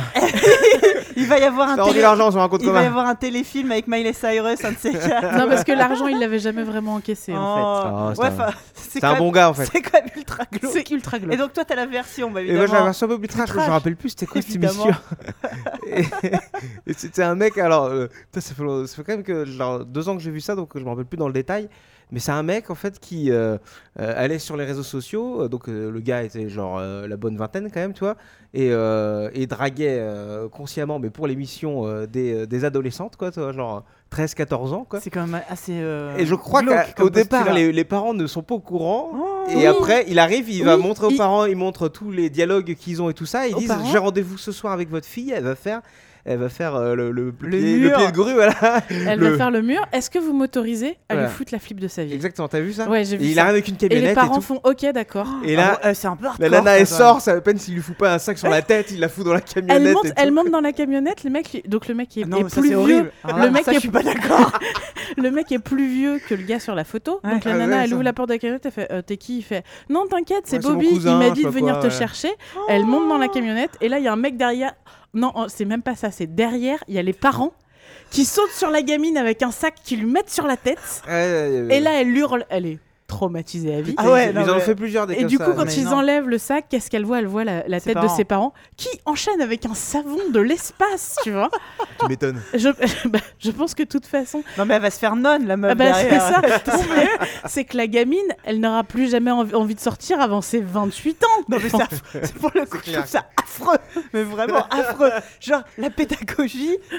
Il va y avoir un Il a rendu télé- l'argent sur un compte Il va y commun. avoir un téléfilm avec Miley Cyrus, un de ces quatre. Non, parce que l'argent, il l'avait jamais vraiment encaissé en Oh, c'est ouais, un- enfin, C'est quand un même- bon gars en fait. C'est quand même ultra fait. glauque. C'est ultra glauque. Et donc toi, t'as la version, bah, Et évidemment. moi j'avais un version un peu plus trash, mais je me trash. rappelle plus c'était quoi cette Évidemment. émission. et et c'était un mec, alors euh, putain, ça, fait, long- ça fait quand même que genre, deux ans que j'ai vu ça, donc je me rappelle plus dans le détail. Mais c'est un mec en fait qui euh, euh, allait sur les réseaux sociaux, euh, donc euh, le gars était genre euh, la bonne vingtaine quand même, tu vois, et, euh, et draguait euh, consciemment, mais pour l'émission euh, des, euh, des adolescentes, quoi, tu vois, genre treize quatorze ans, quoi. C'est quand même assez. euh, Et je crois glauque qu'au comme départ, postulat. les, les parents ne sont pas au courant. Oh, Et Oui. après, il arrive, il va Oui, montrer aux il- parents, il montre tous les dialogues qu'ils ont et tout ça. Ils Aux disent parents j'ai rendez-vous ce soir avec votre fille, elle va faire, elle va faire euh, le, le, Le pied, mur. le pied de grue, voilà. Elle Le- va faire le mur. Est-ce que vous m'autorisez à Voilà. lui foutre la flip de sa vie? Exactement, t'as vu ça? Ouais, j'ai Et vu il ça. arrive avec une Et camionnette les et, parents tout. font OK, d'accord. Et là, Ah, ouais, c'est un peu hardcore, la nana ça, elle quand sort, ça à peine s'il lui fout pas un sac sur la tête, il la fout dans la camionnette. Elle monte, et tout. elle monte dans la camionnette. Le mec, lui- donc le mec est, même. Non, est mais ça, plus c'est vieux. horrible. Alors Le là, mec ça, est- je suis pas d'accord. Le mec est plus vieux que le gars sur la photo. Ouais. Donc la Ah nana, ouais, elle ça. ouvre la porte de la camionnette, elle fait euh, t'es qui? Il fait non, t'inquiète, c'est Ouais, c'est mon Bobby. cousin, il m'a je dit sais de pas venir quoi, te ouais. chercher. Elle monte dans la camionnette et là il y a un mec derrière. Non, oh, c'est même pas ça. C'est derrière. Il y a les parents qui sautent sur la gamine avec un sac qui lui mettent sur la tête. Ouais, ouais, ouais. Et là, elle hurle. Elle est traumatisée à vie. Ah ouais, ils, non, ils en ont mais- fait plusieurs des Et comme du ça, coup, quand mais ils non. enlèvent le sac, qu'est-ce qu'elle voit? Elle voit la, la Ses tête de parents. ses parents qui enchaînent avec un savon de l'espace, tu vois. tu m'étonnes. Je, bah, je pense que de toute façon, Non, mais elle va se faire nonne, la meuf. ah bah, c'est derrière. ça. C'est que la gamine, elle n'aura plus jamais envie, envie de sortir avant ses vingt-huit ans. Non, mais c'est affreux. C'est pour le coup, je clair. trouve ça affreux. Mais vraiment affreux. Genre, la pédagogie.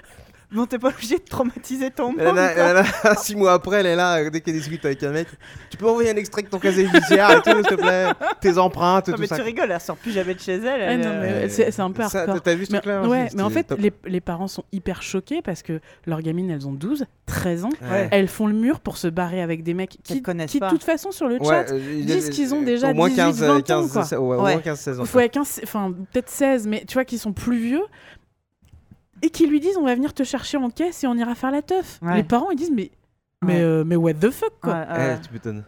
Non, t'es pas obligé de traumatiser ton Elle môme. en a- elle en a- Six mois après, elle est là, dès qu'elle discute avec un mec. Tu peux envoyer un extrait de ton casier judiciaire et tout, s'il te plaît. Tes empreintes, Non, tout mais ça. tu rigoles, elle sort plus jamais de chez elle. Ah elle, non, euh, mais Euh, c'est c'est un peu ça, hardcore. T'as vu ce Mais, truc-là ouais, mais en C'était fait, top. les, les parents sont hyper choqués parce que leurs gamines, elles ont douze, treize ans. Ouais. Elles font le mur pour se barrer avec des mecs Qu'elles qui, connaissent qui de pas. toute façon, sur le Ouais, chat, euh, il y disent a- qu'ils ont déjà au moins dix-huit, quinze, vingt ans, quinze, quoi. ouais, au Ouais. moins quinze seize ans. faut à quinze, enfin peut-être seize, mais tu vois qu'ils sont plus vieux et qui lui disent on va venir te chercher en caisse et on ira faire la teuf. Ouais. Les parents ils disent mais mais, Ouais. euh, mais what the fuck quoi. Ouais, Eh, ouais. tu m'étonnes.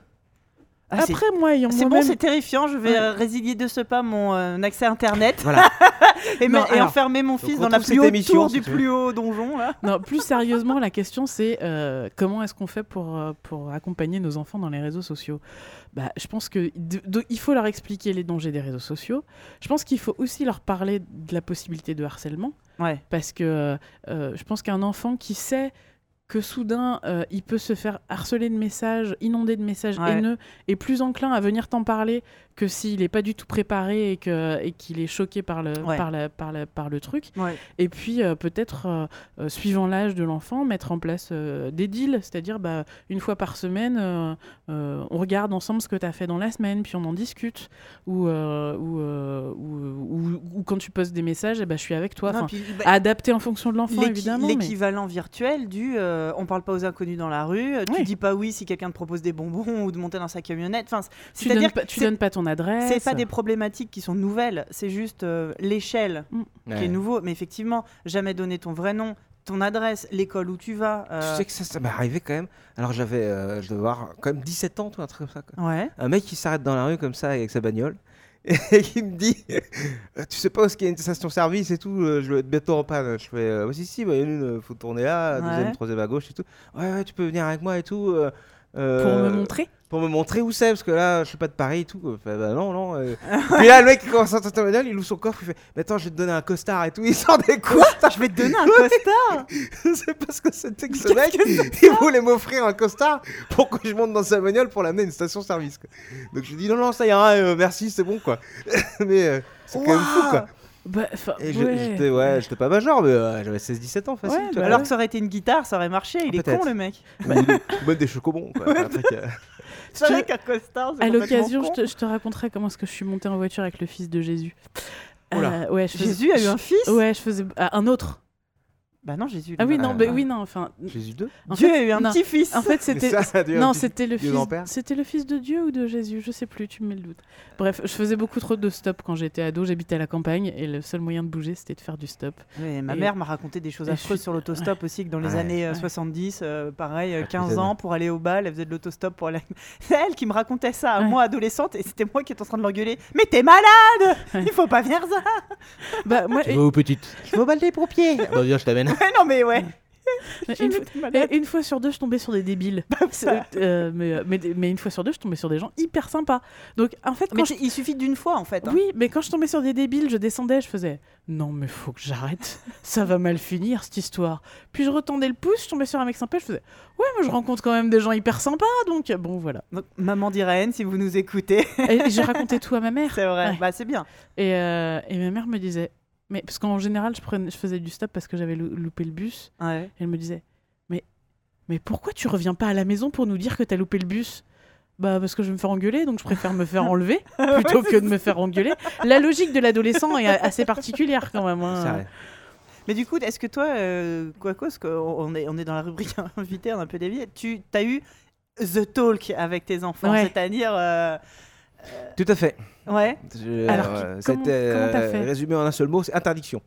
Ah, c'est- Après moi ayant C'est bon, moi-même c'est terrifiant. Je vais Ouais. euh, résilier de ce pas mon euh, accès internet Voilà. et, Non, me- et alors, enfermer mon fils donc dans la retrouve plus cette haute émission, tour si du tu veux. plus haut donjon là. non, plus sérieusement, la question c'est euh, comment est-ce qu'on fait pour, euh, pour accompagner nos enfants dans les réseaux sociaux. Bah, je pense que de- de- il faut leur expliquer les dangers des réseaux sociaux. Je pense qu'il faut aussi leur parler de la possibilité de harcèlement Ouais. parce que euh, je pense qu'un enfant qui sait que soudain euh, il peut se faire harceler de messages, inonder de messages Ouais. haineux, est plus enclin à venir t'en parler que s'il n'est pas du tout préparé et que et qu'il est choqué par le Ouais. par la, par la- par le truc. Ouais. Et puis euh, peut-être, euh, euh, suivant l'âge de l'enfant, mettre en place euh, des deals, c'est-à-dire bah, une fois par semaine, euh, euh, on regarde ensemble ce que tu as fait dans la semaine, puis on en discute. Ou, euh, ou, euh, ou, ou- ou quand tu postes des messages, eh ben, je suis avec toi. Non, Enfin, puis, bah, adapté en fonction de l'enfant, l'équi- évidemment. mais- L'équivalent virtuel du euh, on parle pas aux inconnus dans la rue, euh, tu Oui. dis pas oui si quelqu'un te propose des bonbons ou de monter dans sa camionnette. Enfin, c- Tu c'est-à-dire donnes pas, que tu c'est- donnes pas ton adresse. c'est pas des problématiques qui sont nouvelles, c'est juste euh, l'échelle qui Ouais. est nouveau. Mais effectivement, jamais donner ton vrai nom, ton adresse, l'école où tu vas. euh, Tu sais que ça, ça m'est arrivé quand même. Alors j'avais, euh, je devais avoir quand même dix-sept ans, toi, un truc comme ça. Quoi. Ouais. Un mec qui s'arrête dans la rue comme ça avec sa bagnole et qui me dit euh, tu sais pas où est-ce qu'il y a une station-service et tout, euh, je vais être bientôt en panne. Je fais euh, ouais, si si, bah, il y en a une, euh, faut tourner là, Ouais. deuxième, troisième à gauche et tout. Ouais ouais, tu peux venir avec moi et tout. euh, euh, Pour me montrer. Pour me montrer où c'est, parce que là, je suis pas de Paris et tout. quoi. Fait, bah non, non. euh. Puis là, le mec, il commence à sortir sa bagnole, il ouvre son coffre, il fait mais attends, je vais te donner un costard et tout. Il sort des costards. Je vais te donner un costard. Je sais pas ce que c'était que ce mec. Il voulait m'offrir un costard pour que je monte dans sa bagnole pour l'amener à une station-service. quoi. Donc je lui dis non, non, ça ira, euh, merci, c'est bon quoi. Mais euh, c'est quand même fou quoi. Bah, 'fin, Et je- ouais. j'étais ouais, j'étais pas major, mais euh, j'avais seize dix-sept ans facile. Ouais, tu bah vois. Alors que ça aurait été une guitare, ça aurait marché. Il est Peut-être. con le mec. Ou, ou même des chocobons. Quoi. Un truc, euh, C'est vrai qu'un costard, c'est À complètement l'occasion, je con. te, je te raconterai comment est-ce que je suis montée en voiture avec le fils de Jésus. Oula. Euh, ouais, je faisais- Jésus a eu un fils. Ouais, je faisais ah, un autre. Bah non, Jésus. Ah oui, Ah, non, bah, ah. oui, non, enfin. Jésus deux. en Dieu fait, a eu un non. petit fils. En fait, c'était Mais ça, Dieu, non, un petit- c'était le Dieu fils, d'en père. c'était le fils de Dieu ou de Jésus, je sais plus, tu me mets le doute. Bref, je faisais beaucoup trop de stop quand j'étais ado, j'habitais à la campagne et le seul moyen de bouger, c'était de faire du stop. Ouais, ma Et- mère m'a raconté des choses et je affreuses suis- sur l'autostop aussi, que dans les Ouais. années euh, Ouais. soixante-dix, euh, pareil, euh, Ah, quinze putain. ans, pour aller au bal, elle faisait de l'autostop pour aller. C'est elle qui me racontait ça, à Ouais. moi adolescente, et c'était moi qui étais en train de l'engueuler. Mais t'es malade. Ouais. Il faut pas faire ça. Bah moi, et- où petite Je vais au bal des pompiers. Bah viens, je t'amène. Ouais, non mais ouais. une, Mais fois- t'es malade. et une fois sur deux, je tombais sur des débiles. ça. Euh, mais, euh, mais, mais une fois sur deux, je tombais sur des gens hyper sympas. Donc en fait, Mais quand je- c'est- il suffit d'une fois en fait. hein. oui, mais quand je tombais sur des débiles, je descendais, je faisais non mais faut que j'arrête, ça va mal finir cette histoire. Puis je retendais le pouce, je tombais sur un mec sympa, je faisais ouais, mais je rencontre quand même des gens hyper sympas, donc bon voilà. Donc, maman d'Irène, si vous nous écoutez, Et j'ai raconté tout à ma mère. c'est vrai. Ouais. Bah c'est bien. Et, euh, et ma mère me disait, mais parce qu'en général, je, prenais, je faisais du stop parce que j'avais lou- loupé le bus. Ouais. Et elle me disait, mais, mais pourquoi tu reviens pas à la maison pour nous dire que t'as loupé le bus? Bah parce que je vais me faire engueuler, donc je préfère me faire enlever plutôt que de me faire engueuler. La logique de l'adolescent est a- assez particulière quand même. hein. C'est vrai. Mais du coup, est-ce que toi, euh, quoi cause, on est, on est dans la rubrique invité, on a un peu dévié, tu as eu The Talk avec tes enfants, Ouais. c'est-à-dire... euh, Tout à fait. Ouais. Je- Alors, euh, qui- comment- c'était comment t'as euh, fait résumé en un seul mot, c'est interdiction.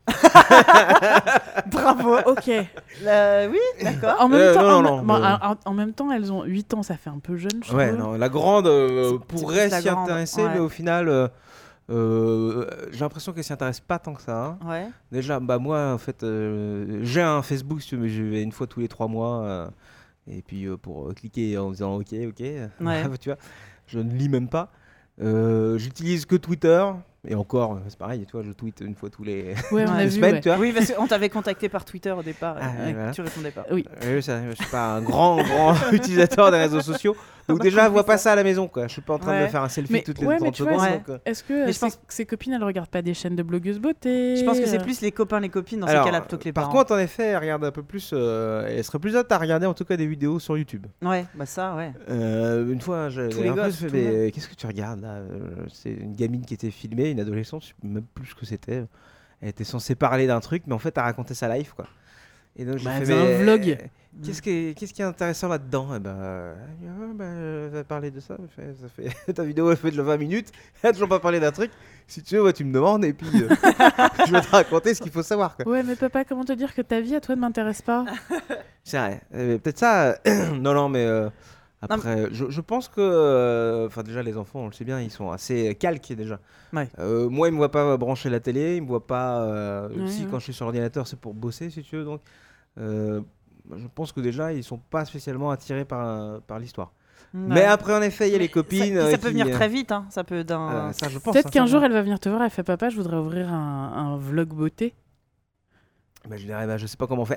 Bravo. Ok. Euh, oui, d'accord. En même, Euh, temps, non, en, non, me- non, bon, mais- en- en même temps, elles ont huit ans, ça fait un peu jeune, je Ouais, trouve. non, la grande euh, C'est- c'est pourrait plus la s'y grande, intéresser, ouais. mais au final, euh, euh, j'ai l'impression qu'elle s'y intéresse pas tant que ça. hein. Ouais. Déjà, bah moi, en fait, euh, j'ai un Facebook, si tu veux, mais je vais une fois tous les trois mois, euh, et puis euh, pour euh, cliquer en disant OK, OK, Ouais. tu vois, je ne lis même pas. Euh, J'utilise que Twitter, Et encore, c'est pareil, tu vois, je tweete une fois tous les, Ouais, on Ouais, a les vu. semaines, ouais. tu vois. Oui, parce qu'on t'avait contacté par Twitter au départ. Ah, et, ouais, voilà. Tu répondais pas. Oui. Oui, ça, je suis pas un grand, grand utilisateur des réseaux sociaux. Donc pas déjà, compris vois pas ça. ça à la maison, quoi. Je suis pas en train de Ouais. me faire un selfie Mais, toutes les ouais, mais trente tu vois, secondes. ouais. donc, euh, Est-ce que Mais euh, je pense- ses, ses copines, elles regardent pas des chaînes de blogueuses beauté Je pense que c'est euh, plus les copains, les copines dans Alors, ces cas-là plutôt que les par parents. contre, en effet, elle regarde un peu plus. euh, elle serait plus apte à regarder en tout cas des vidéos sur YouTube. Ouais, bah ça, ouais. Euh, une fois, j'ai Tous les un peu gosses, fait, tout le mais qu'est-ce que tu regardes là Euh, C'est une gamine qui était filmée, une adolescente, je sais même plus ce que c'était. Elle était censée parler d'un truc, mais en fait, elle racontait sa life, quoi. Et donc, j'ai Bah, fait, elle faisait un mais, vlog. euh, Qu'est-ce qui, est, qu'est-ce qui est intéressant là-dedans Eh ben, euh, elle dit, Ah, bah, euh, elle va parler de ça. Elle fait- ça fait ta vidéo, elle fait de vingt minutes. Elle a toujours pas parlé d'un truc. Si tu veux, ouais, tu me demandes et puis euh, je vais te raconter ce qu'il faut savoir, quoi. Ouais, mais papa, comment te dire que ta vie à toi ne m'intéresse pas? C'est vrai. Euh, Peut-être ça. euh, non, non, mais euh, après, je, je pense que. euh, Enfin, déjà, les enfants, on le sait bien, ils sont assez calques déjà. Ouais. Euh, moi, ils me voient pas brancher la télé, ils me voient pas. euh, Ouais, si, ouais. quand je suis sur l'ordinateur, c'est pour bosser, si tu veux. Donc, euh, je pense que déjà, ils sont pas spécialement attirés par, par l'histoire. Mais Ouais. après, en effet, il y a les Ça, copines. ça euh, peut qui, venir euh, très vite, hein. Ça peut d'un. euh, ça, je pense. Peut-être hein, qu'un ça, jour, moi. elle va venir te voir, elle fait papa, je voudrais ouvrir un, un vlog beauté. Bah, je dirais, bah, je sais pas comment on fait.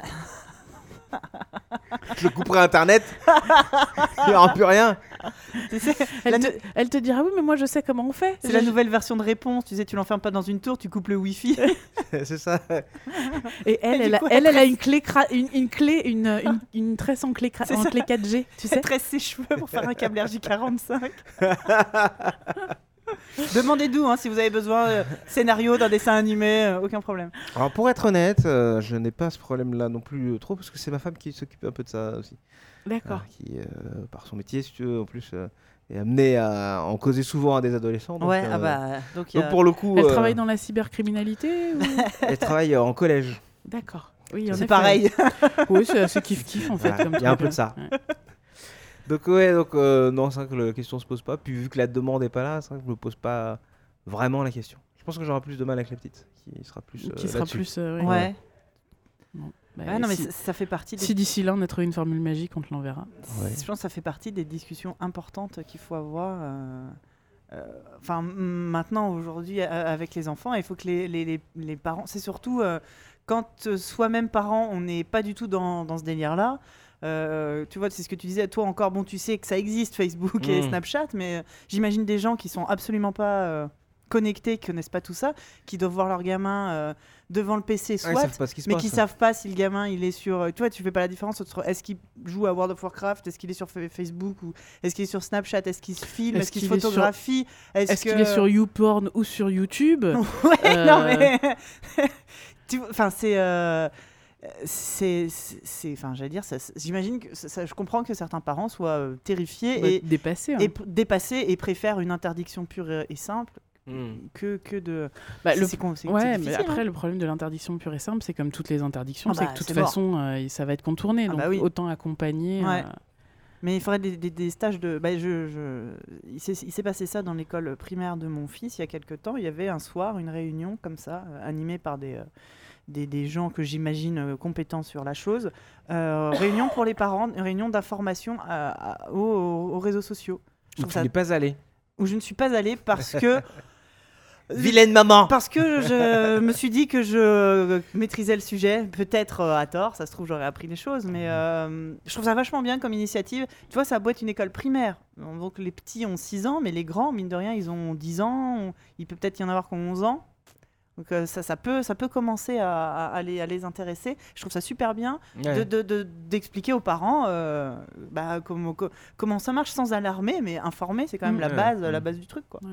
Je couperai Internet. Il n'y aura plus rien. Tu sais, Elle, la te, nou- elle te dira oui, mais moi je sais comment on fait. c'est Je- la nouvelle version de réponse. Tu sais, tu l'enfermes pas dans une tour, tu coupes le wifi. C'est ça. Et elle, Et elle, du a, coup, elle, elle elle a une clé, cra- une, une clé, une, une, une tresse en clé, cra- C'est en ça. clé quatre G, tu Elle sais. tresse ses cheveux pour faire un câble R J quarante-cinq. Demandez d'où hein, si vous avez besoin de scénario d'un dessin animé, euh, aucun problème. Alors pour être honnête, euh, je n'ai pas ce problème-là non plus euh, trop parce que c'est ma femme qui s'occupe un peu de ça aussi. D'accord. Euh, qui, euh, par son métier, si tu veux, en plus, euh, est amenée à en causer souvent à des adolescents. Donc, ouais, euh, ah bah. Donc, il y donc a- pour le coup, Elle euh, travaille dans la cybercriminalité ou... elle travaille euh, en collège. D'accord. Oui, en c'est effet. pareil. Oui, c'est assez kiff-kiff en fait. Voilà, comme il y a un truc, peu de ça. hein. Donc ouais, donc euh, non, c'est vrai que la question se pose pas. Puis vu que la demande est pas là, c'est vrai que je me pose pas vraiment la question. Je pense que j'aurai plus de mal avec la petite, qui sera plus. Ouais. euh, Qui sera là-dessus. plus. euh, Ouais. ouais. Bon, bah, Ouais, non, mais si, ça, ça fait partie des. si d'ici là on a trouvé une formule magique, on te l'enverra. Ouais. Je pense que ça fait partie des discussions importantes qu'il faut avoir. euh, euh, Enfin, m- maintenant, aujourd'hui, euh, avec les enfants, il faut que les, les, les, les parents. C'est surtout euh, quand euh, soi-même parent, on n'est pas du tout dans, dans ce délire-là. Euh, tu vois, c'est ce que tu disais. Toi encore, bon, tu sais que ça existe, Facebook et Mm. Snapchat, mais euh, j'imagine des gens qui sont absolument pas euh, connectés, qui connaissent pas tout ça, qui doivent voir leur gamin euh, devant le P C, Ouais, soit. ils savent pas ce qui se mais passe. qui savent pas si le gamin il est sur. euh, Tu vois, tu fais pas la différence entre est-ce qu'il joue à World of Warcraft, est-ce qu'il est sur Fa- Facebook ou est-ce qu'il est sur Snapchat, est-ce qu'il se filme, Est-ce est-ce qu'il se qu'il est sur- photographie, est-ce, Est-ce que... qu'il est sur YouPorn ou sur YouTube? Ouais, Euh, non mais. Tu vois, Enfin, c'est. euh, C'est, c'est, c'est- enfin, j'allais dire, ça- j'imagine que ça- ça- je comprends que certains parents soient euh, terrifiés Bah, et, dépassé. hein. et p- dépassés et préfèrent une interdiction pure et, et simple Mm. que, que de. Bah, c'est, le- c'est con- c'est- Ouais, c'est mais difficile, après, hein. le problème de l'interdiction pure et simple, c'est comme toutes les interdictions, Ah c'est bah, que de toute c'est mort. façon, euh, ça va être contourné. Ah donc bah oui. autant accompagner. Ouais. euh, Mais il faudrait des, des- des stages de. Bah, je, je... Il, s'est, il s'est passé ça dans l'école primaire de mon fils il y a quelques temps. Il y avait un soir une réunion comme ça, euh, animée par des, euh, des, des gens que j'imagine euh, compétents sur la chose. Euh, réunion pour les parents, une réunion d'information à- à- aux, aux réseaux sociaux. Je Où trouve tu ça- n'es pas allé. Où je ne suis pas allée parce que. Vilaine maman. Parce que je me suis dit que je maîtrisais le sujet, peut-être euh, à tort, ça se trouve j'aurais appris des choses, mais euh, je trouve ça vachement bien comme initiative. Tu vois, ça a beau être une école primaire, donc les petits ont six ans, mais les grands, mine de rien, ils ont dix ans, on- il peut peut-être y en avoir qui ont onze ans. Donc euh, ça, ça, peut, ça peut commencer à, à- à les, à les intéresser. Je trouve ça super bien Ouais. de, de- de- d'expliquer aux parents euh, bah, comment, co- comment ça marche sans alarmer, mais informer, c'est quand même Mm. la Ouais. base, la Mm. base du truc, quoi.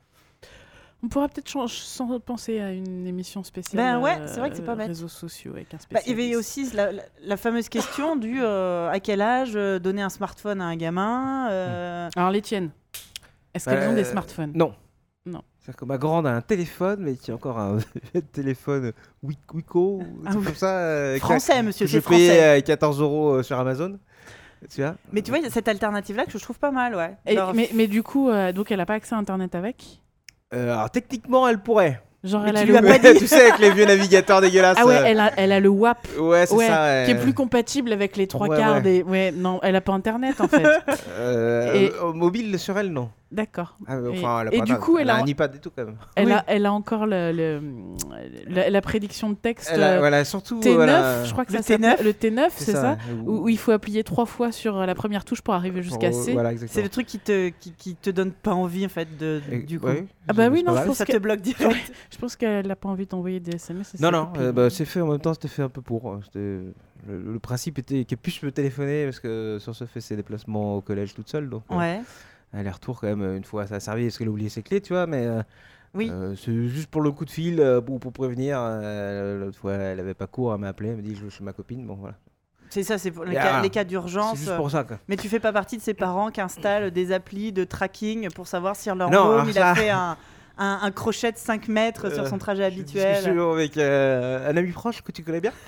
On pourra peut-être changer, sans penser à une émission spéciale. Ben ouais, c'est vrai que c'est pas euh, bête. Réseaux sociaux avec un Bah, spécialiste. il y avait aussi la, la- la fameuse question du euh, à quel âge euh, donner un smartphone à un gamin. euh, Alors les tiennes, est-ce qu'elles ont Euh, des smartphones? Non. Non. C'est-à-dire que ma grande a un téléphone, mais qui est encore un téléphone Wi- Wiko, un Ah truc oui. comme ça. euh, que- Français, monsieur, que c'est j'ai payé français. euh, quatorze euros euh, sur Amazon. Tu vois Mais tu vois, il y a cette alternative-là que je trouve pas mal, ouais. Et- Genre, mais, mais du coup, euh, donc elle a pas accès à Internet avec? Euh, Alors techniquement, elle pourrait. Genre Mais elle tu a lui le as web- pas dit. Tu sais, avec les vieux navigateurs dégueulasses. Ah ouais, euh, elle a, elle a le W A P. Ouais, c'est Ouais, ça. ouais. qui est plus compatible avec les trois Ouais, quarts ouais. des. Ouais, non, elle a pas Internet en fait. Euh, Et- euh, Mobile sur elle, non. D'accord. Ah, mais Et- enfin, elle a et pas du d'un- coup, elle elle a a- un iPad et tout quand même. Elle, Oui. a, elle a encore le, le- la, la prédiction de texte Elle a, euh, voilà, surtout. T neuf, voilà, je crois que Le ça s'appelle. T neuf. Le T neuf, c'est ça, où- où, où il faut appuyer trois fois sur la première touche pour arriver jusqu'à pour- C. Voilà, C'est exactement. le truc qui te, qui, qui te donne pas envie en fait de, Et- du coup. ouais, Ah bah c'est- oui, c'est non, pas je mal. pense Ça que- te bloque direct. Je pense qu'elle n'a pas envie d'envoyer des S M S. à Non, sa non, copine. euh, bah, c'est fait en même temps, c'était fait un peu pour. euh, c'était- Le, le principe était qu'elle puisse me téléphoner parce que sur ce fait ses déplacements au collège toute seule. Donc, euh, Ouais. aller-retour quand même, une fois ça a servi parce qu'elle a oublié ses clés, tu vois, mais euh, Oui. euh, c'est juste pour le coup de fil, euh, pour, pour prévenir. euh, L'autre fois, elle avait pas cours, elle m'a appelé, elle m'a dit je vais chez ma copine, bon voilà. C'est ça, c'est pour les Et cas, voilà. les cas C'est d'urgence. juste pour ça, quoi. Mais tu fais pas partie de ces parents qui installent des applis de tracking pour savoir si leur Non, môme alors il ça- a fait un, un, un crochet de cinq mètres sur Euh, son trajet J'ai une habituel. discussion avec euh, un ami proche que tu connais bien,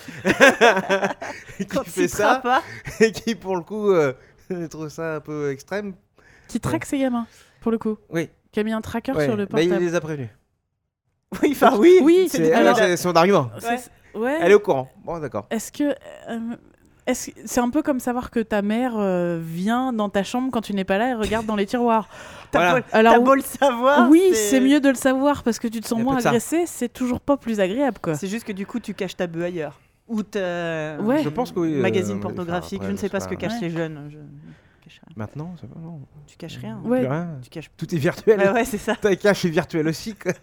qui Quand fait il fera ça, pas. et qui pour le coup, euh, je trouve ça un peu extrême. Qui traque ses gamins, pour le coup. Oui, Qui a mis un tracker ouais, sur le mais il portable. les a prévenus. Oui, enfin oui. Oui, c'est C'est des- alors- euh, c'est son argument. Ouais. C'est- Ouais. Elle est au courant. Bon, d'accord. Est-ce que. euh, est-ce que- c'est un peu comme savoir que ta mère euh, vient dans ta chambre quand tu n'es pas là et regarde dans les tiroirs. T'as Voilà. beau, Alors, t'as beau le savoir. oui, c'est mieux de le savoir parce que tu te sens Y a moins peu de ça. agressé, c'est toujours pas plus agréable quoi. C'est juste que du coup, tu caches ta bœuf ailleurs. Ou ta Ouais. Je pense que oui. euh, magazine mais- pornographique. enfin, je ne sais après, pas ce que c'est cachent Ouais. les jeunes. Je... je cache rien. Maintenant, c'est pas non. Tu caches rien. Ouais. Plus rien. Tu caches. Tout est virtuel. Ouais, ouais, c'est ça. Ta cache est virtuelle aussi. Quoi.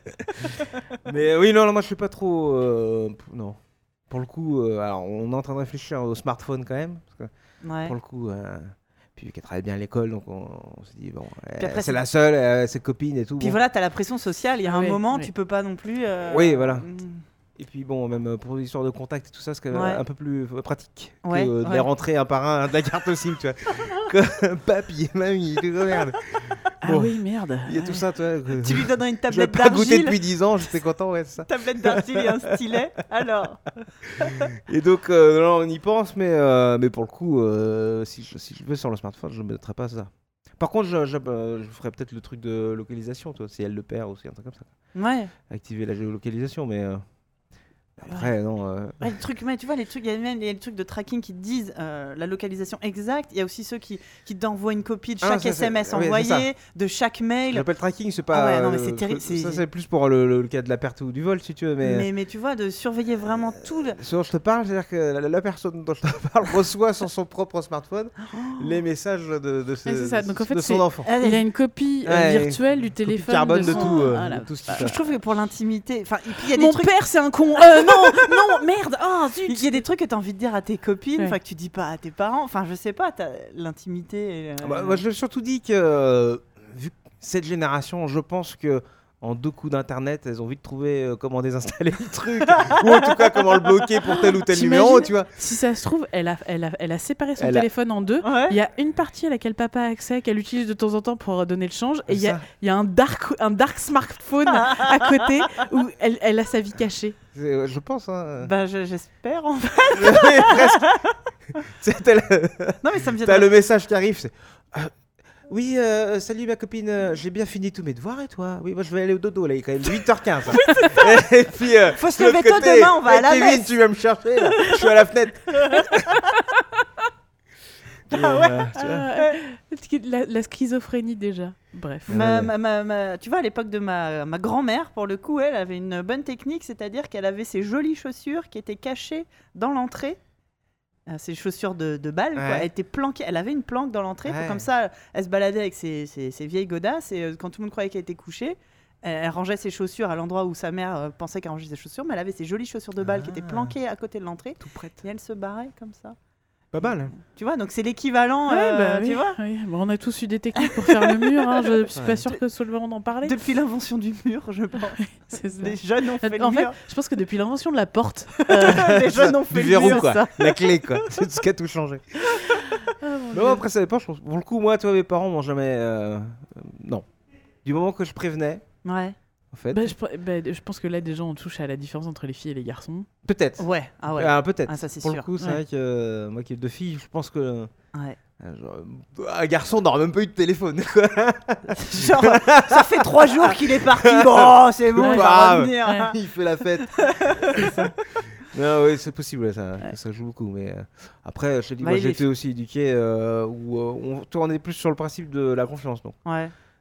Mais euh, oui, non, non, moi je suis pas trop. euh, p- non. Pour le coup, euh, alors on est en train de réfléchir au smartphone quand même. Parce que Ouais. pour le coup, euh, puis vu qu'elle travaille bien à l'école, donc on, on s'est dit, bon, euh, après, c'est c'est- la seule, euh, ses copines et tout. Puis bon. voilà, t'as la pression sociale. Il y a un Oui, moment, oui. tu peux pas non plus. euh, Oui, voilà. mm, Et puis bon, même euh, pour l'histoire de contact et tout ça, c'est Ouais. un peu plus euh, pratique Ouais, que euh, de ouais. les rentrer un par un de la carte SIM, tu vois. Comme papy, mamie, tout ça, merde. Ah Bon. oui, merde. Il y a tout Ouais. ça, tu vois. que- Tu lui donnes une Je l'ai tablette pas goûté d'argile. depuis dix ans, j'étais content, ouais, c'est ça. Tablette d'argile et un stylet. Alors. Et donc, euh, non, on y pense, mais, euh, mais pour le coup, euh, si, je, si je vais sur le smartphone, je ne mettrai pas ça. Par contre, je, je, euh, je ferai peut-être le truc de localisation, toi, si elle le perd aussi, un truc comme ça. Ouais. Activer la géolocalisation, mais euh, après, non. euh, Ouais, les trucs, mais tu vois, les trucs, il y a même les trucs de tracking qui te disent euh, la localisation exacte. Il y a aussi ceux qui, qui t'envoient une copie de Ah, chaque ça, c'est- S M S ah oui, c'est envoyé, de chaque mail. J'appelle tracking, c'est pas. Ah ouais, non, mais euh, c'est terrible, Ça, c'est- ça, c'est plus pour le, le- le cas de la perte ou du vol, si tu veux, mais. Mais, mais tu vois, de surveiller vraiment tout. Le... Ce dont je te parle, c'est-à-dire que la, la personne dont je te parle reçoit sur son propre smartphone les messages de, de, ce- Ouais, c'est ça. Donc, en fait, de son c'est- enfant. Ah, Il a une copie euh, Ouais, virtuelle du Copie téléphone. carbone de, de, son- tout, euh, Voilà. de tout ce qui Je fait. trouve que pour l'intimité, enfin, et puis il y a des Mon trucs. père, c'est un con. Euh, non, non, merde. Ah, zut. Il y a des trucs que tu as envie de dire à tes copines, Ouais. enfin que tu dis pas à tes parents. Enfin, je sais pas, t'as l'intimité. et, euh, Ah bah, moi, je l'ai surtout dit que, euh, vu que cette génération, je pense que en deux coups d'internet, elles ont vite trouvé euh, comment désinstaller le truc, ou en tout cas comment le bloquer pour tel ou tel T'imagines numéro, tu vois. Si ça se trouve, elle a, elle a, elle a séparé son Elle a- téléphone en deux. Ouais. Il y a une partie à laquelle papa a accès, qu'elle utilise de temps en temps pour donner le change, et il y a, Ça, il y a un dark, un dark smartphone à côté où elle, elle a sa vie cachée. c'est- euh, je pense. Hein. Bah, je- j'espère en fait. Oui, presque. C'est- T'as le, Non, mais ça me vient t'as de- le message qui arrive, c'est. euh, oui, euh, salut ma copine, euh, j'ai bien fini tous mes devoirs et toi? Oui, moi je vais aller au dodo là, il est quand même huit heures quinze. Et puis, euh, Faut se de l'autre lever tôt côté, demain, on va à la Kevin, messe. tu vas me chercher, là. Je suis à la fenêtre. Et, euh, tu vois. Ah, la, la schizophrénie déjà. Bref. Ma, Ouais. ma- ma- ma- tu vois, à l'époque de ma, ma grand-mère, pour le coup, elle avait une bonne technique, c'est-à-dire qu'elle avait ses jolies chaussures qui étaient cachées dans l'entrée. Euh, Ses chaussures de, de balle, quoi. Ouais. Elle était planquée, elle avait une planque dans l'entrée, Ouais. comme ça, elle se baladait avec ses, ses- ses vieilles godasses, et euh, quand tout le monde croyait qu'elle était couchée, elle, elle rangeait ses chaussures à l'endroit où sa mère euh, pensait qu'elle rangeait ses chaussures, mais elle avait ses jolies chaussures de balle qui étaient Ah. planquées à côté de l'entrée, Tout prête. et elle se barrait comme ça. Pas mal. hein. Tu vois, donc c'est l'équivalent, Ouais, euh, bah, tu oui, vois. oui. Bon, on a tous eu des techniques pour faire le mur. Hein. Je suis Ouais. pas sûre que ce soit le moment d'en parler. Depuis l'invention du mur, je pense. C'est ça. Les jeunes ont fait En le fait, mur. je pense que depuis l'invention de la porte. euh, Les jeunes ont fait Du le verrou, mur, quoi. ça. La clé, quoi. C'est ce qui a tout changé. ah, mon Non, Dieu. après, ça dépend. Je pense. Pour le coup, moi, toi, mes parents m'ont jamais. euh, euh, Non. Du moment que je prévenais, Ouais. en fait. Bah, je, pr- bah, je pense que là, déjà, on touche à la différence entre les filles et les garçons. Peut-être. Ouais, ah ouais. Ah, peut-être. Ah, ça, c'est Pour sûr. le coup, c'est Ouais. vrai que euh, moi qui ai deux filles, je pense que. Ouais. euh, genre, euh, un garçon n'aurait même pas eu de téléphone. Quoi. Genre, ça fait trois jours qu'il est parti. Bon, c'est bon, Ouais. il va Grave. revenir. Ouais. Il fait la fête. Non, oui, c'est possible, ouais, ça, Ouais. ça joue beaucoup. Mais euh, après, je te dis, Bah, moi il j'ai est- été aussi éduqué euh, où euh, on, toi, on est plus sur le principe de la confiance. Donc, Ouais.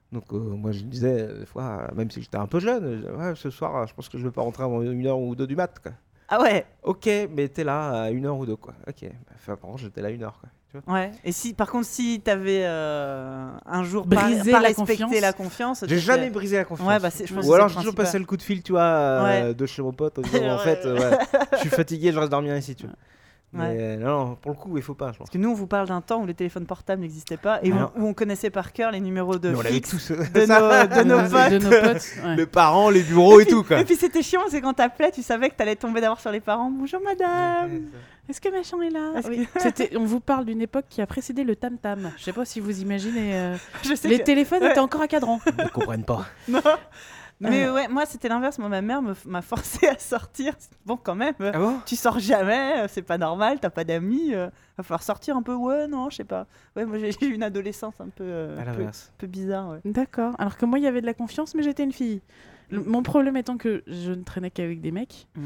Donc euh, moi je disais euh, des fois, euh, même si j'étais un peu jeune, je disais, ouais, ce soir, euh, je pense que je vais pas rentrer avant une heure ou deux du mat. Quoi. Ah ouais. Ok, mais t'es là à une heure ou deux, quoi. Ok, bah, enfin, par contre, j'étais là une heure, quoi. Tu vois. Ouais. Et si, par contre, si t'avais euh, un jour Brisé pas, pas la respecté confiance. la confiance, J'ai tu jamais fais- brisé la confiance. Ouais, bah c'est, je pense Ou que alors c'est j'ai toujours le principal. passé le coup de fil, tu vois, euh, Ouais. de chez mon pote en disant en Ouais, fait, euh, ouais. ouais, je suis fatigué, je reste dormir ici, tu vois. Ouais. Mais euh, non, non, pour le coup, il faut pas, je pense. Parce que nous, on vous parle d'un temps où les téléphones portables n'existaient pas et où, Non. où on connaissait par cœur les numéros de Mais on l'avait fixe tous. de, nos, de nos de, potes. de nos potes. Ouais. Les parents, les bureaux et tout, quoi. Et puis c'était chiant, c'est quand t'appelais, tu savais que t'allais tomber d'abord sur les parents. Bonjour madame. Est-ce que machin est là? Est-ce Oui. C'était, on vous parle d'une époque qui a précédé le tam-tam. Je sais pas si vous imaginez. euh, Je sais les que- téléphones Ouais. étaient encore à cadran. Ils ne comprennent pas. Non. Mais Euh. ouais, moi c'était l'inverse. Moi, ma mère me f- m'a forcé à sortir. Bon, quand même. euh, Ah bon Tu sors jamais, euh, c'est pas normal, t'as pas d'amis. euh, va falloir sortir un peu. Ouais, non, je sais pas. Ouais, moi j'ai j'ai eu une adolescence un peu, euh, À un peu, l'inverse. peu bizarre. Ouais. D'accord. Alors que moi, il y avait de la confiance, mais j'étais une fille. Le- mon problème étant que je ne traînais qu'avec des mecs. Mm.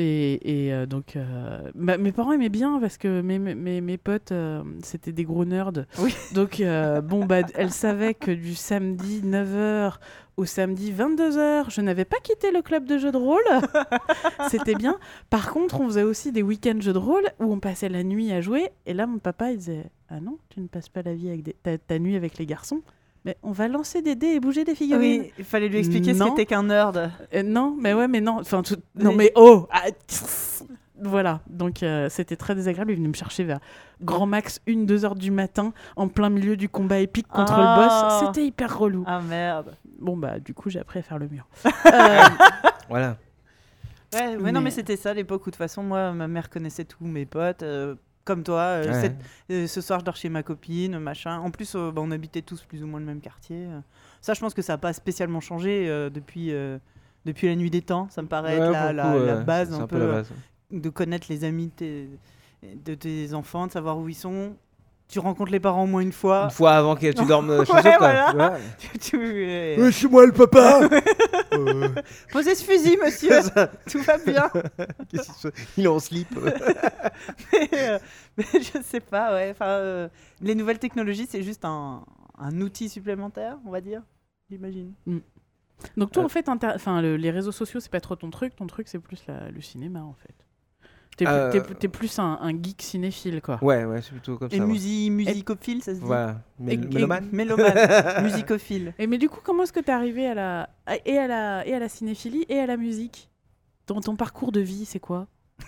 Et, et, euh, donc, euh, bah, mes parents aimaient bien parce que mes, mes, mes potes, euh, c'était des gros nerds. Oui. Donc, euh, bon, bah, elles savaient que du samedi neuf heures au samedi vingt-deux heures, je n'avais pas quitté le club de jeux de rôle. C'était bien. Par contre, on faisait aussi des week-ends jeux de rôle où on passait la nuit à jouer. Et là, mon papa, il disait « Ah non, tu ne passes pas la vie avec des... ta, ta nuit avec les garçons. Mais on va lancer des dés et bouger des figurines. » Oui, il fallait lui expliquer ce Non. qu'était qu'un nerd. Euh, non, mais ouais, mais non. Enfin, tout- non, Oui. mais oh ah, tss. Voilà. Donc, euh, c'était très désagréable. Il venait me chercher vers grand max une deux heures du matin, en plein milieu du combat épique contre Ah. le boss. C'était hyper relou. Ah merde. Bon, bah, du coup, j'ai appris à faire le mur. Euh, Voilà. Ouais, mais non, Mais- mais c'était ça l'époque où de toute façon, moi, ma mère connaissait tous mes potes. euh, Comme toi, euh, Ouais. cette- euh, ce soir je dors chez ma copine, machin. En plus, euh, bah, on habitait tous plus ou moins le même quartier. euh. Ça, je pense que ça n'a pas spécialement changé euh, depuis, euh, depuis la nuit des temps. Ça me paraît Ouais, être la, pour le la- coup, la ouais, base c'est un un peu, peu la euh, base. de connaître les amis de tes, de tes enfants, de savoir où ils sont. Tu rencontres les parents au moins une fois. Une fois avant que tu dormes euh, chez Ouais, eux, quoi. voilà. Tu vois. Tu- tu- euh, Ouais, chez moi, le papa Euh, Posez ce fusil, monsieur. ça, Tout va bien. qu'est-ce qu'il se- Il est en slip. mais, euh, mais je sais pas, ouais. Enfin, euh, les nouvelles technologies, c'est juste un, un outil supplémentaire, on va dire. J'imagine. donc, toi, Euh. en fait, inter- enfin, le- les réseaux sociaux, c'est pas trop ton truc. Ton truc, c'est plus la- le cinéma, en fait. T'es, plus- Euh. t'es- t'es plus un, un geek cinéphile, quoi. Ouais, ouais, c'est plutôt comme Et ça. ouais. musi musicophile, ça se dit. Voilà. Mais Et- mélomane. Mélomane, musicophile. Et mais du coup, comment est-ce que t'es arrivé à la... à- et, à la... et à la cinéphilie et à la musique? Ton, ton parcours de vie, c'est quoi?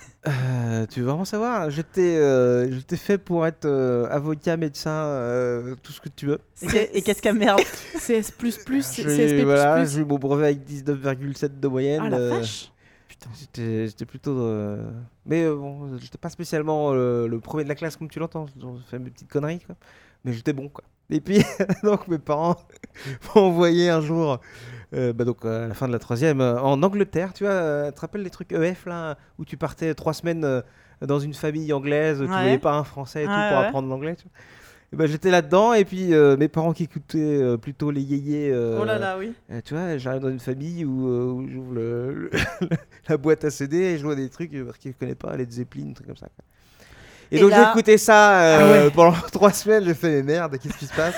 Euh, tu veux vraiment savoir? J'étais euh, j'étais fait pour être euh, avocat, médecin, euh, tout ce que tu veux. Et, que- et qu'est-ce qu'elle merde C S plus plus, C S P J'ai plus voilà, plus. j'ai eu mon brevet avec dix-neuf virgule sept de moyenne. Ah la euh, vache! J'étais j'étais plutôt. euh, Mais euh, bon, j'étais pas spécialement euh, le premier de la classe comme tu l'entends. J'ai fait mes petites conneries, quoi. Mais j'étais bon, quoi. Et puis, donc mes parents m'ont envoyé un jour, euh, bah donc euh, à la fin de la troisième, euh, en Angleterre, tu vois. euh, tu te rappelles les trucs E F là, où tu partais trois semaines euh, dans une famille anglaise, tu Ouais. voyais pas un français et tout Ouais, pour ouais. apprendre l'anglais, tu vois. Et ben, j'étais là-dedans, et puis euh, mes parents qui écoutaient euh, plutôt les yéyés. euh, Oh là là, oui. euh, tu vois, j'arrive dans une famille où, euh, où j'ouvre le, le- la boîte à C D et je vois des trucs euh, qu'ils ne connaissent pas, les Zeppelin, des trucs comme ça. quoi. Et, Et donc là- j'ai écouté ça euh, Ah ouais. pendant trois semaines, j'ai fait mais merde, qu'est-ce qui se passe?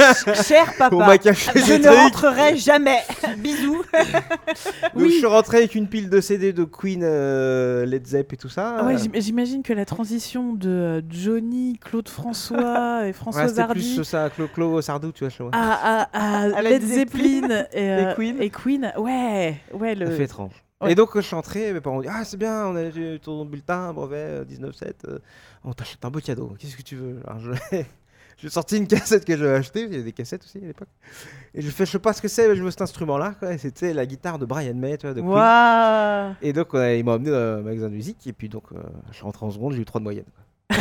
Cher papa, On m'a caché je des ne trucs. rentrerai jamais. Bisous. Donc je suis rentré avec une pile de C D de Queen, euh, Led Zepp et tout ça. Ah ouais, j'im- j'imagine que la transition de euh, Johnny, Claude François et Ouais, Françoise c'était Hardy plus ça, Clo, Clo Sardou, tu vois, chez moi. à, à, à À Led Led Zeppelin et, euh, Et Queen. et Queen, ouais, ouais, le... Ça fait étrange. Ouais. Et donc je suis entré, mes parents ont dit ah c'est bien, on a eu ton bulletin, brevet euh, dix-neuf sept, euh, on t'achète un beau cadeau, qu'est-ce que tu veux? Alors je j'ai sorti une cassette que j'avais achetée, il y avait des cassettes aussi à l'époque, et je fais je sais pas ce que c'est, mais je veux cet instrument là, quoi, et c'était la guitare de Brian May, tu vois, de Queen. Waouh. Et donc ouais, ils m'ont amené dans le magasin de musique, et puis donc euh, je suis rentré en seconde, j'ai eu trois de moyenne. quoi.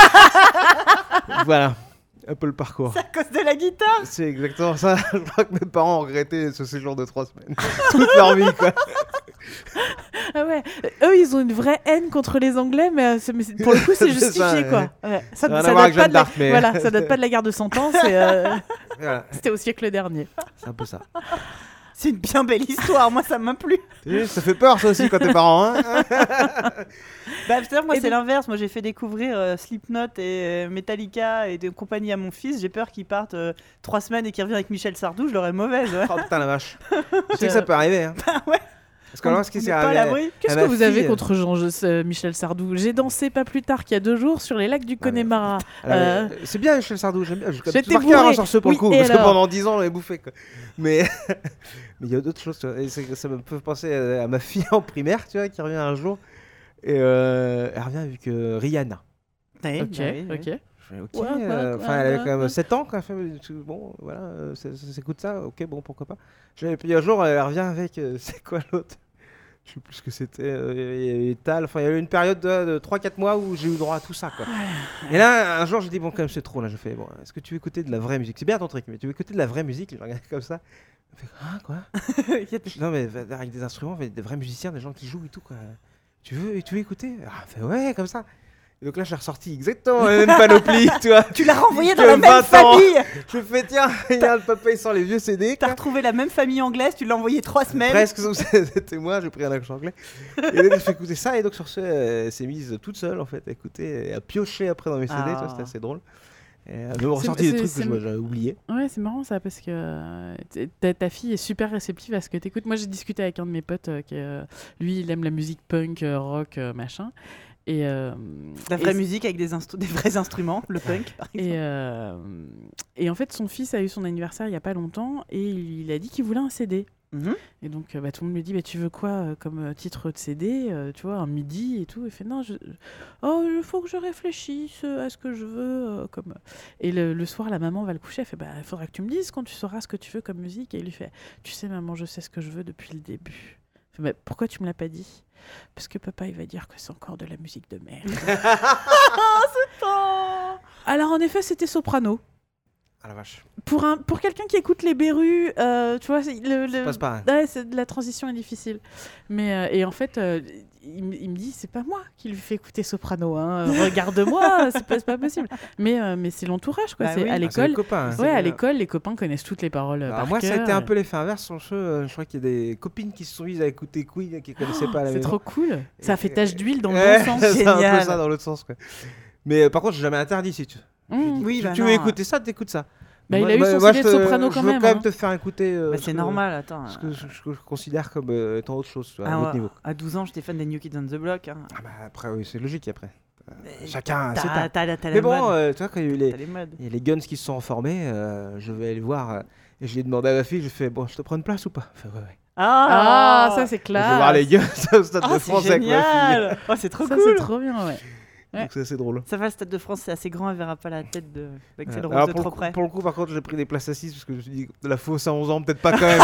Voilà, un peu le parcours. C'est à cause de la guitare. C'est exactement ça. Je crois que mes parents ont regretté ce séjour de trois semaines. Toute leur vie, quoi. Ah ouais, eux ils ont une vraie haine contre les Anglais, mais, euh, c'est- mais c'est- pour le coup c'est C'est justifié ça, quoi. Ouais. Ça, Rien à ça voir avec date pas Jeanne de la... d'Arc, mais- voilà, ça date pas de la guerre de Cent Ans, c'est, euh, Voilà, c'était au siècle dernier. c'est un peu ça. C'est une bien belle histoire, moi ça m'a plu. Ça fait peur ça aussi quand t'es parent. Hein. Bah, c'est-à-dire, moi Et c'est donc- l'inverse. Moi j'ai fait découvrir euh, Slipknot et euh, Metallica et de compagnie à mon fils. J'ai peur qu'il parte euh, trois semaines et qu'il revienne avec Michel Sardou. Je l'aurais mauvaise. Ouais. Oh putain la vache. Tu sais que ça peut arriver. Hein. Bah ouais. Parce que alors, ce qui On s'est n'est pas à arrivé. l'abri. Qu'est-ce Ah, que ma vous avez fille, contre Jean euh, Michel Sardou? J'ai dansé pas plus tard qu'il y a deux jours sur les lacs du Connemara. Alors, Euh, euh, C'est bien Michel Sardou, j'aime bien. Je J'étais suis marqué un bourré. sur ce pour Oui, le coup, et parce que alors pendant dix ans on l'avait bouffé. Quoi. Mais mais il y a d'autres choses, tu vois. Et c'est- ça me peut penser à, à ma fille en primaire, tu vois, qui revient un jour. Et euh, elle revient avec euh, Rihanna. Ouais, Ok, bah oui, oui. ok. Je fais, ok, Ouais, ouais, euh, ouais, enfin, elle avait ouais, quand même ouais. sept ans quand elle fait, bon, voilà, euh, ça, ça s'écoute ça, ok, bon, pourquoi pas. Et puis un jour, elle revient avec, euh, c'est quoi l'autre? Je sais plus ce que c'était, euh, il y avait Tal, enfin, il y a eu une période de, de trois quatre mois où j'ai eu droit à tout ça, quoi. Et là, un jour, j'ai dit, bon, quand même, c'est trop, là, je fais, bon, est-ce que tu veux écouter de la vraie musique? C'est bien ton truc, mais tu veux écouter de la vraie musique? Je regarde comme ça. Elle fait, ah, quoi? Il y a des- Non, mais va- avec des instruments, avec des vrais musiciens, des gens qui jouent et tout, quoi. Tu veux, tu veux écouter? Ah, elle fait, ouais, comme ça. Et donc là, j'ai ressorti exactement la même panoplie, tu vois. Tu l'as renvoyé dans Que la même vingt ans. famille. Je fais, tiens, il y a le papa, il sort les vieux C D. T'as quoi. retrouvé la même famille anglaise. Tu l'as envoyé trois semaines. Presque, sauf que c'était moi, j'ai pris un accent anglais. Et donc, je fais écouter ça, et donc sur ce, elle s'est mise toute seule, en fait, à écouter, et à piocher après dans mes C D, tu vois, Ah. c'était assez drôle. Et elle m'a ressorti c'est- des trucs c'est- que je- j'avais oubliés. Ouais, c'est marrant ça parce que euh, t- ta, ta fille est super réceptive à ce que t'écoutes. Moi, j'ai discuté avec un de mes potes euh, qui, euh, lui, il aime la musique punk, euh, rock, euh, machin. Et euh, La et vraie c- musique avec des, instru- des vrais instruments, le punk par exemple. Et, euh, et en fait, son fils a eu son anniversaire il y a pas longtemps et il a dit qu'il voulait un C D. Mhm. Et donc, euh, bah, tout le monde lui dit, bah, tu veux quoi euh, comme euh, titre de C D euh, Tu vois, un midi et tout. Il fait, non, je... oh, il faut que je réfléchisse euh, à ce que je veux. euh, comme... Et le, le soir, la maman va le coucher. Elle fait, bah, il faudra que tu me dises quand tu sauras ce que tu veux comme musique. Et il lui fait, tu sais, maman, je sais ce que je veux depuis le début. Il fait, bah, pourquoi tu me l'as pas dit? Parce que papa, il va dire que c'est encore de la musique de merde. Oh. Alors, en effet, c'était soprano. Ah la vache, Pour, un, pour quelqu'un qui écoute les Berus, euh, tu vois, c'est- le, ça le, passe pas. hein. ouais, c'est- la transition est difficile. Mais, euh, et en fait, euh, il, m- il me dit, c'est pas moi qui lui fais écouter soprano. Hein. Regarde-moi, c'est pas, c'est pas possible. Mais, euh, mais c'est l'entourage, quoi. Bah c'est oui. à Ah, c'est l'école. les copains. hein. Ouais, à euh, l'école, les copains connaissent toutes les paroles. euh, Alors par moi, ça a cœur. été un peu l'effet inverse sur le jeu. euh, Je crois qu'il y a des copines qui se sont mises à écouter Queen qui connaissaient pas la C'est maison. trop cool. Ça fait tache d'huile dans le Ouais, bon sens. c'est un peu Génial. ça dans l'autre sens. Quoi. Mais euh, par contre, j'ai jamais interdit si tu. Mmh. Oui, tu, bah tu non. veux écouter ça, t'écoutes ça. Bah, Moi- il a eu moi- son moi, C D je de te- soprano quand Je veux même. quand même hein. te faire écouter. euh, Bah, ce c'est que- normal, attends. Ce que je, je- je considère comme euh, étant autre chose, tu vois, à Ah, un autre ouais, niveau. à douze ans, j'étais fan des New Kids on the Block. Hein. Ah bah après, oui, c'est logique après. Euh, Mais chacun a ses T'as tas. t'as la- t'as la Mais bon, mode. euh, tu vois, quand il y a eu les, T'as les modes. il y a les Guns qui se sont reformés, euh, je vais aller voir. euh, et j'ai demandé à ma fille, j'ai fait, bon, je te prends une place ou pas? Elle fait, ouais, ouais. Ah, ça, c'est Je classe. vais voir les Guns au Stade Ah, de c'est France avec ma fille. génial. Oh, c'est trop Ça, cool. c'est trop bien, ouais. Ouais. Donc c'est assez drôle. Ça va, le Stade de France, c'est assez grand, elle verra pas la tête de d'Axel Ouais. Rose Alors, de pour, trop le coup, près. pour le coup, par contre, j'ai pris des places assises parce que je me suis dit, la fausse à onze ans, peut-être pas quand même.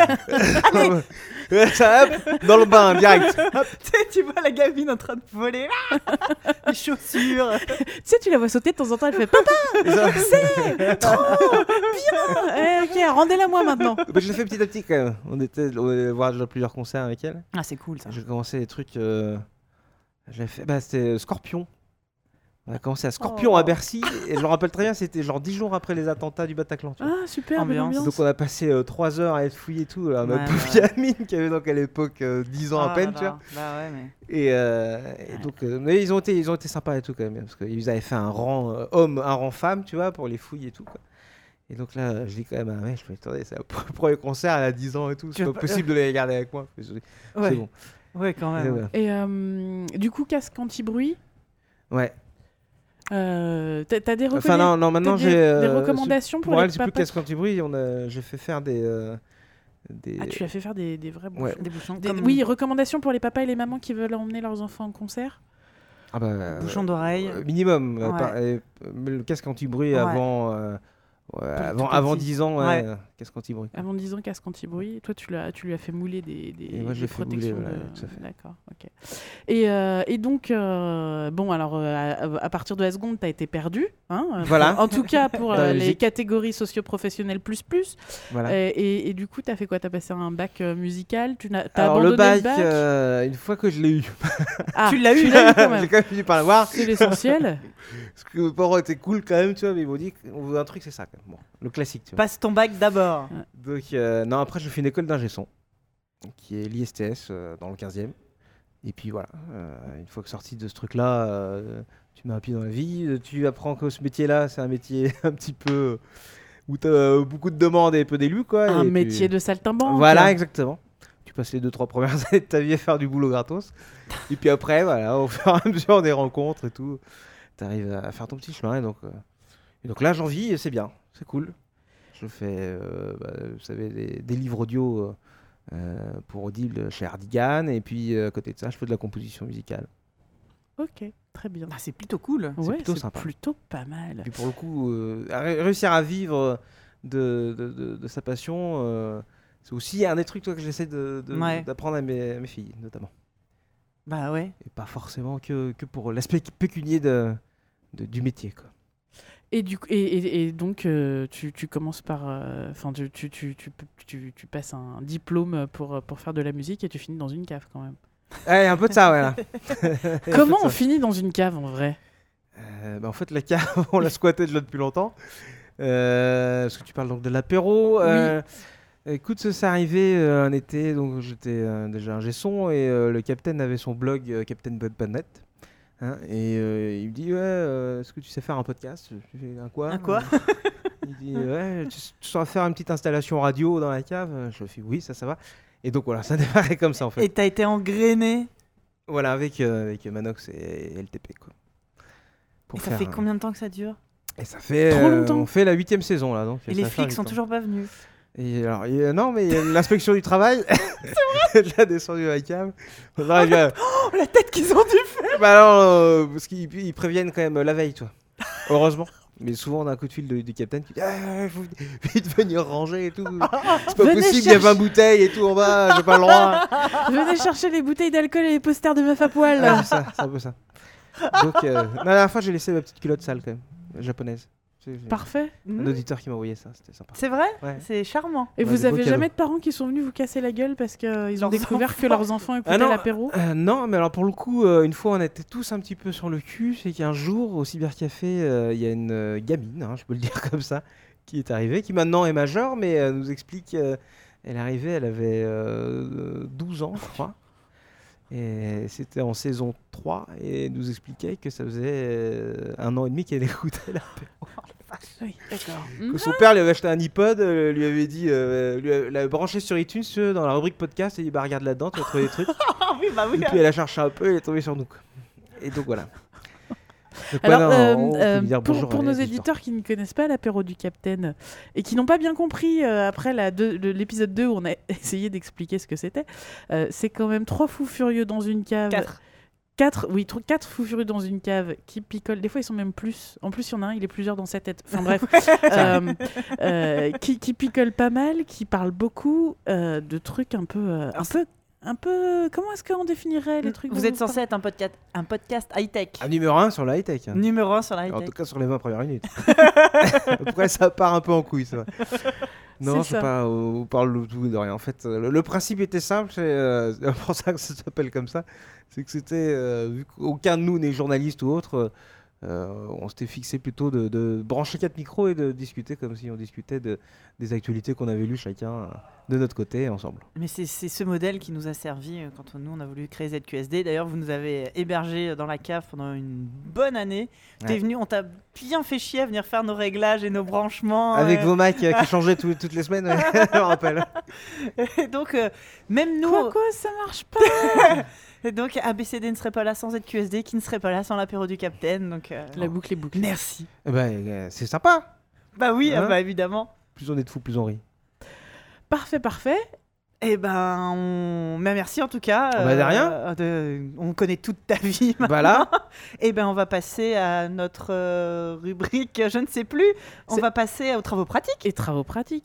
Quoi. Ouais, ça, hop, dans le bain, direct. Hop. Tu sais, tu vois la gamine en train de voler. Les chaussures. Tu sais, tu la vois sauter de temps en temps, elle fait Papa, Et ça- c'est trop bien. Eh, ok, rendez-la moi maintenant. Bah, je l'ai fait petit à petit quand même. On était, on allait voir déjà plusieurs concerts avec elle. Ah, c'est cool ça. J'ai commencé les trucs. Euh... J'ai fait. Bah, c'était Scorpion. On a commencé à Scorpion Oh. à Bercy. Et je me rappelle très bien, c'était genre dix jours après les attentats du Bataclan. tu vois. Ah, super, belle Ambiance. ambiance. Donc on a passé trois heures à être fouillé et tout. Là, ma Ouais, pauvre ouais. gamine qui avait donc à l'époque euh, dix ans à Ah peine, là tu vois. là. Bah ouais, mais. Et, euh, et donc, euh, mais ils ont été, ils ont été sympas et tout quand même, parce qu'ils avaient fait un rang euh, homme, un rang femme, tu vois, pour les fouilles et tout. Quoi. Et donc là, je dis quand même à ma mère, je fais, attendez, c'est le premier concert, elle a dix ans et tout, Tu c'est vas pas pas- possible de les regarder avec moi. Je dis, Ouais. C'est bon. Ouais, quand Et même. voilà. Et euh, du coup, casque anti-bruit, Ouais. euh, t'as t'as des, Enfin reconna- non, non, maintenant t'as j'ai. des, euh, des recommandations c'est- pour pour les elle, c'est plus papas qu'est-ce anti-bruit, on a, j'ai fait faire des, euh, des. Ah, tu lui as fait faire des, des vrais bouchons. Ouais. Des bouchons. Des- comme Oui, recommandations pour les papas et les mamans qui veulent emmener leurs enfants en concert. Ah bah, euh, bouchons d'oreille. euh, minimum. euh, Ouais. par- euh, le casque anti-bruit Ouais. avant, euh, ouais, les avant, tout avant petits. dix ans, ouais, Ouais. euh, casque anti-bruit. Avant dix ans, casque anti-bruit. Toi, tu, l'as, tu lui as fait mouler des, des, Et moi, je des l'ai fait protections. mouler, voilà, de... tout à fait. D'accord, ok. Et, euh, et donc, euh, bon, alors, euh, à, à partir de la seconde, tu as été perdu. Hein, euh, Voilà. En tout cas, pour Dans la euh, les musique. catégories socio-professionnelles plus plus. Voilà. Et, et, et du coup, tu as fait quoi? Tu as passé un bac euh, musical? Tu n'as, t'as Alors abandonné le bac, le bac euh, une fois que je l'ai eu, Ah, Tu l'as eu, eu quand j'ai même. quand même fini par l'avoir. C'est l'essentiel. Parce que mes parents étaient cool quand même, tu vois, mais ils m'ont dit on veut un truc, c'est ça quand même. Bon, le classique, tu vois. Passe ton bac d'abord. Alors. Donc, euh, non, après, je fais une école d'ingé son, qui est l'I S T S euh, dans le quinzième. Et puis voilà, euh, une fois que sorti de ce truc-là, euh, tu mets un pied dans la vie. Tu apprends que ce métier-là, c'est un métier un petit peu où tu as beaucoup de demandes et peu d'élus, quoi. Un et métier puis... de saltimbanque. Voilà, exactement. Tu passes les deux, trois premières années de ta vie à faire du boulot gratos. Et puis après, voilà, au fur et à mesure des rencontres et tout, tu arrives à faire ton petit chemin. Et donc, euh... et donc là, j'en vis et c'est bien, c'est cool. Je fais, euh, bah, vous savez, des, des livres audio euh, pour Audible chez Hardigan. Et puis, euh, à côté de ça, je fais de la composition musicale. Ok, très bien. Ah, c'est plutôt cool. Ouais, plutôt c'est sympa. plutôt pas mal. Et puis pour le coup, euh, ré- réussir à vivre de, de, de, de sa passion, euh, c'est aussi un des trucs toi, que j'essaie de, de- Ouais. d'apprendre à mes, à mes filles, notamment. Bah ouais. Et pas forcément que, que pour l'aspect pécunier de, de- du métier. Quoi. Et, du, coup- et, et, et donc, euh, tu, tu commences par. Enfin, tu, tu, tu, tu, tu, tu passes un diplôme pour, pour faire de la musique et tu finis dans une cave quand même. Ouais, un peu de ça, voilà. Comment on finit dans une cave en vrai? Euh, bah, en fait, la cave, on l'a squattée déjà depuis longtemps. Euh, parce que tu parles donc de l'apéro. Euh, Écoute, ça s'est arrivé euh, un été, donc j'étais euh, déjà un son et euh, le capitaine avait son blog euh, captain bud point net. Hein, et euh, il me dit, ouais, euh, est-ce que tu sais faire un podcast? Je fais un quoi? Un quoi? Il dit, ouais, tu, tu sauras faire une petite installation radio dans la cave? Je fais, oui, ça, ça va. Et donc voilà, ça démarrait comme ça en fait. Et t'as été engrainé. Voilà, avec, euh, avec Manox et L T P. Quoi. Pour Et ça faire, fait euh, combien de temps que ça dure? Et ça fait. Trop euh, longtemps. On fait la huitième saison là. Donc, Et ça les va faire flics huit sont ans. toujours pas venus. Et alors, il y a- non, mais il y a l'inspection du travail. Elle a descendu à la cave. On arrive à- Oh, la tête qu'ils ont dû faire. Bah alors, euh, parce qu'ils ils préviennent quand même la veille, toi. Heureusement. Mais souvent, on a un coup de fil de- du capitaine qui dit ah, faut vite venir ranger et tout. C'est pas Venez possible, il y a chercher- vingt bouteilles et tout en bas, j'ai pas le droit. Venez chercher les bouteilles d'alcool et les posters de meufs à poil. Ah, c'est ça, c'est un peu ça. Donc, euh, la dernière fois, j'ai laissé ma petite culotte sale quand même, japonaise. J'ai- j'ai Parfait. Un auditeur qui m'a envoyé ça, c'était sympa. C'est vrai? Ouais. C'est charmant. Et Ouais, vous des beaux avez cadeaux. jamais de parents qui sont venus vous casser la gueule parce qu'ils ont Leurs découvert que enfants. leurs enfants écoutaient Ah non, l'apéro? Euh, non, mais alors pour le coup, euh, une fois on était tous un petit peu sur le cul, c'est qu'un jour au cybercafé, euh, il y a une euh, gamine, hein, je peux le dire comme ça, qui est arrivée, qui maintenant est majeure, mais euh, nous explique, euh, elle est arrivée, elle avait euh, douze ans, je crois, et c'était en saison trois, et elle nous expliquait que ça faisait euh, un an et demi qu'elle écoutait l'apéro. Oui, d'accord. Que son père lui avait acheté un iPod, euh, lui avait dit, euh, lui avait- l'avait branché sur iTunes euh, dans la rubrique podcast, et il dit bah regarde là-dedans, tu vas trouver des trucs. Ah oui, bah oui. Et puis elle a cherché un peu et elle est tombée sur nous. quoi. Et donc voilà. Donc, Alors, maintenant, euh, on peut euh, lui dire pour, bonjour pour à nos les éditeurs qui ne connaissent pas l'apéro du Capitaine et qui n'ont pas bien compris euh, après la deux- le- l'épisode deux où on a essayé d'expliquer ce que c'était, euh, c'est quand même trois fous furieux dans une cave. Quatre. Quatre, oui, tro- quatre fous furieux dans une cave qui picolent. Des fois, ils sont même plus. En plus, il y en a un, il est plusieurs dans sa tête. Enfin bref, euh, euh, qui, qui picolent pas mal, qui parlent beaucoup euh, de trucs un peu, euh, un Alors, peu, un peu. Comment est-ce qu'on définirait les trucs Vous dont êtes censé être un podcast, un podcast high-tech. Un numéro un sur la high-tech. hein. Numéro un sur la En high-tech. tout cas sur les vingt premières minutes. Après ça part un peu en couille ça. Non, C'est je sais ça. pas, on parle de tout et de rien. En fait, euh, le, le principe était simple, c'est euh, c'est pour ça que ça s'appelle comme ça. C'est que c'était, euh, vu qu'aucun de nous n'est journaliste ou autre, euh, on s'était fixé plutôt de, de brancher quatre micros et de discuter comme si on discutait de, des actualités qu'on avait lues chacun euh, de notre côté ensemble. Mais c'est c'est ce modèle qui nous a servi euh, quand on- nous on a voulu créer Z Q S D. D'ailleurs, vous nous avez hébergés dans la cave pendant une bonne année. T'es Ouais. venu, on t'a bien fait chier à venir faire nos réglages et nos branchements. Avec euh, vos Macs euh, qui changeaient tout- toutes les semaines, ouais, je me rappelle. Et donc, euh, même nous. Quoi, quoi, ça marche pas. Et donc, A B C D ne serait pas là sans Z Q S D, qui ne serait pas là sans l'apéro du Capitaine. Donc, euh, La boucle est bouclée. merci. Eh ben, euh, c'est sympa. Bah oui, Hein ah bah évidemment. Plus on est de fous, plus on rit. Parfait, parfait. Et ben, on... mais merci en tout cas. Bah, de rien. de- On connaît toute ta vie maintenant. Voilà. Et ben, on va passer à notre euh, rubrique, je ne sais plus. On C'est- va passer aux travaux pratiques. Et travaux pratiques.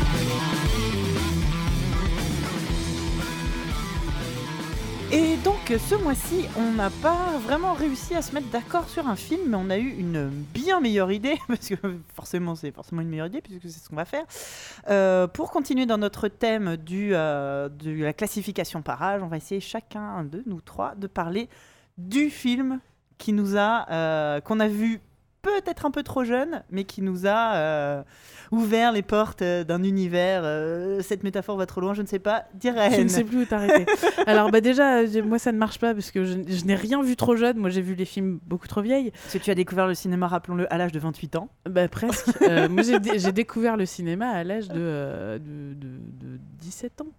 Et donc, que ce mois-ci, on n'a pas vraiment réussi à se mettre d'accord sur un film, mais on a eu une bien meilleure idée, parce que forcément, c'est forcément une meilleure idée, puisque c'est ce qu'on va faire. Euh, pour continuer dans notre thème du, euh, de la classification par âge, on va essayer chacun de nous trois de parler du film qui nous a, euh, qu'on a vu peut-être un peu trop jeune, mais qui nous a euh, ouvert les portes euh, d'un univers. Euh, cette métaphore va trop loin, je ne sais pas. Direct. Je ne sais plus où t'arrêter. Alors bah déjà, euh, moi ça ne marche pas parce que je, je n'ai rien vu trop jeune. Moi j'ai vu les films beaucoup trop vieilles. Parce que tu as découvert le cinéma, rappelons-le, à l'âge de vingt-huit ans. Bah presque. Euh, moi j'ai, dé- j'ai découvert le cinéma à l'âge de, euh, de, de, de dix-sept ans.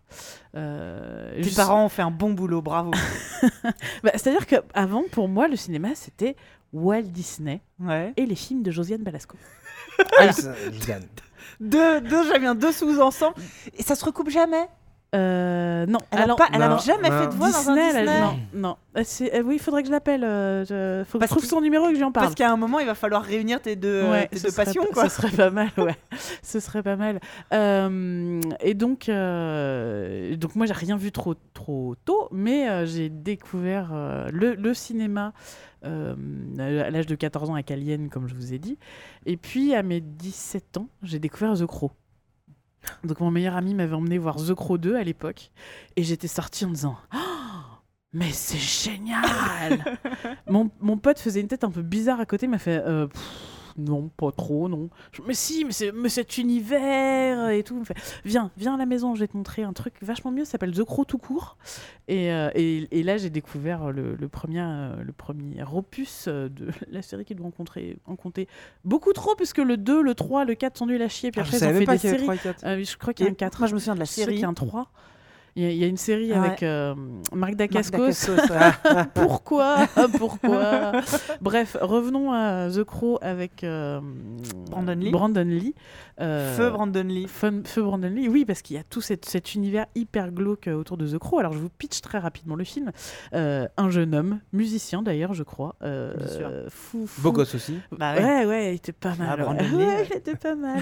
Euh, Tes je- parents ont fait un bon boulot, bravo. Bah, c'est-à-dire qu'avant, pour moi, le cinéma c'était Walt Disney Ouais. et les films de Josiane Balasco. Ah, ça, je gagne. Deux, deux, j'avais un deux sous ensemble. Et ça se recoupe jamais. Euh, non, Elle a alors pas- elle a non, jamais non. fait de voix dans un Disney, elle a- Disney. non, non. Euh, c'est- euh, oui, il faudrait que je l'appelle. Euh, je... Faut que Parce je trouve qu'il- son numéro et que j'en parle. Parce qu'à un moment, il va falloir réunir tes deux, euh, Ouais, tes ce deux serait passions, pas- quoi. Ce serait pas mal, ouais. Ce serait pas mal. Euh, et donc, euh, donc moi, j'ai rien vu trop, trop tôt, mais euh, j'ai découvert euh, le, le cinéma euh, à l'âge de quatorze ans à Calienne, comme je vous ai dit. Et puis, à mes dix-sept ans, j'ai découvert The Crow. Donc, mon meilleur ami m'avait emmené voir The Crow deux à l'époque. Et j'étais sortie en disant... Oh, mais c'est génial. mon, mon pote faisait une tête un peu bizarre à côté, il m'a fait euh, Pff, non, pas trop, non. Je, mais si, mais, c'est, mais cet univers et tout. Il me fait viens, viens à la maison, je vais te montrer un truc vachement mieux, ça s'appelle The Crow tout court. Et, euh, et, et là, j'ai découvert le, le, premier, euh, le premier opus euh, de la série qui doit en, compter, en compter beaucoup trop, puisque le deux, le trois, le quatre sont nuls à chier. Puis Ah, je après, ils savais ont même fait pas des qu'il y avait séries. trois et quatre. Euh, je crois qu'il y a un Et quatre. Moi, je me souviens de la Je sais qu'il série. y a un trois. Il y, a, il y a une série Ouais. avec euh, Marc Dacascos. Marc Dacascos, ouais. Pourquoi Pourquoi Bref, revenons à The Crow avec euh, Brandon Lee. Brandon Lee. Euh, Feu Brandon Lee. Fun- Feu Brandon Lee, oui, parce qu'il y a tout cet, cet univers hyper glauque euh, autour de The Crow. Alors, je vous pitch très rapidement le film. Euh, un jeune homme, musicien d'ailleurs, je crois. Euh, Bien sûr. fou, fou. Beau gosse aussi. Bah ouais. Ouais, ouais, il était pas Ah, mal. ouais. Brandon Lee, Ouais, ouais. il était pas mal.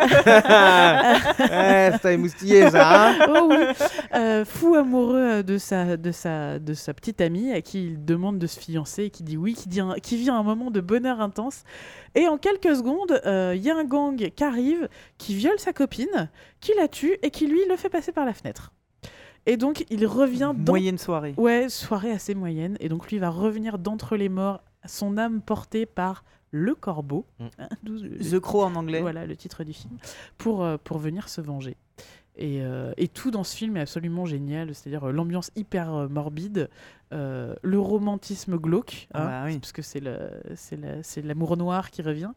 Ouais, ça t'a émoustillé, ça, hein. Oh oui. Euh, fou amoureux euh, de sa, de, sa, de sa petite amie à qui il demande de se fiancer et qui dit oui, qui, dit un- qui vit un moment de bonheur intense. Et en quelques secondes, il y a un gang qui arrive, qui viole sa copine, qui la tue et qui lui le fait passer par la fenêtre. Et donc il revient dans... Moyenne soirée. Ouais, soirée assez moyenne. Et donc lui va revenir d'entre les morts, son âme portée par le corbeau. Mm. Hein, d'où le- The Crow en anglais. voilà le titre du film, pour, euh, pour venir se venger. Et, euh, et tout dans ce film est absolument génial, c'est-à-dire euh, l'ambiance hyper euh, morbide, euh, le romantisme glauque, Ah hein, bah oui. parce que c'est, le, c'est, la- c'est l'amour noir qui revient.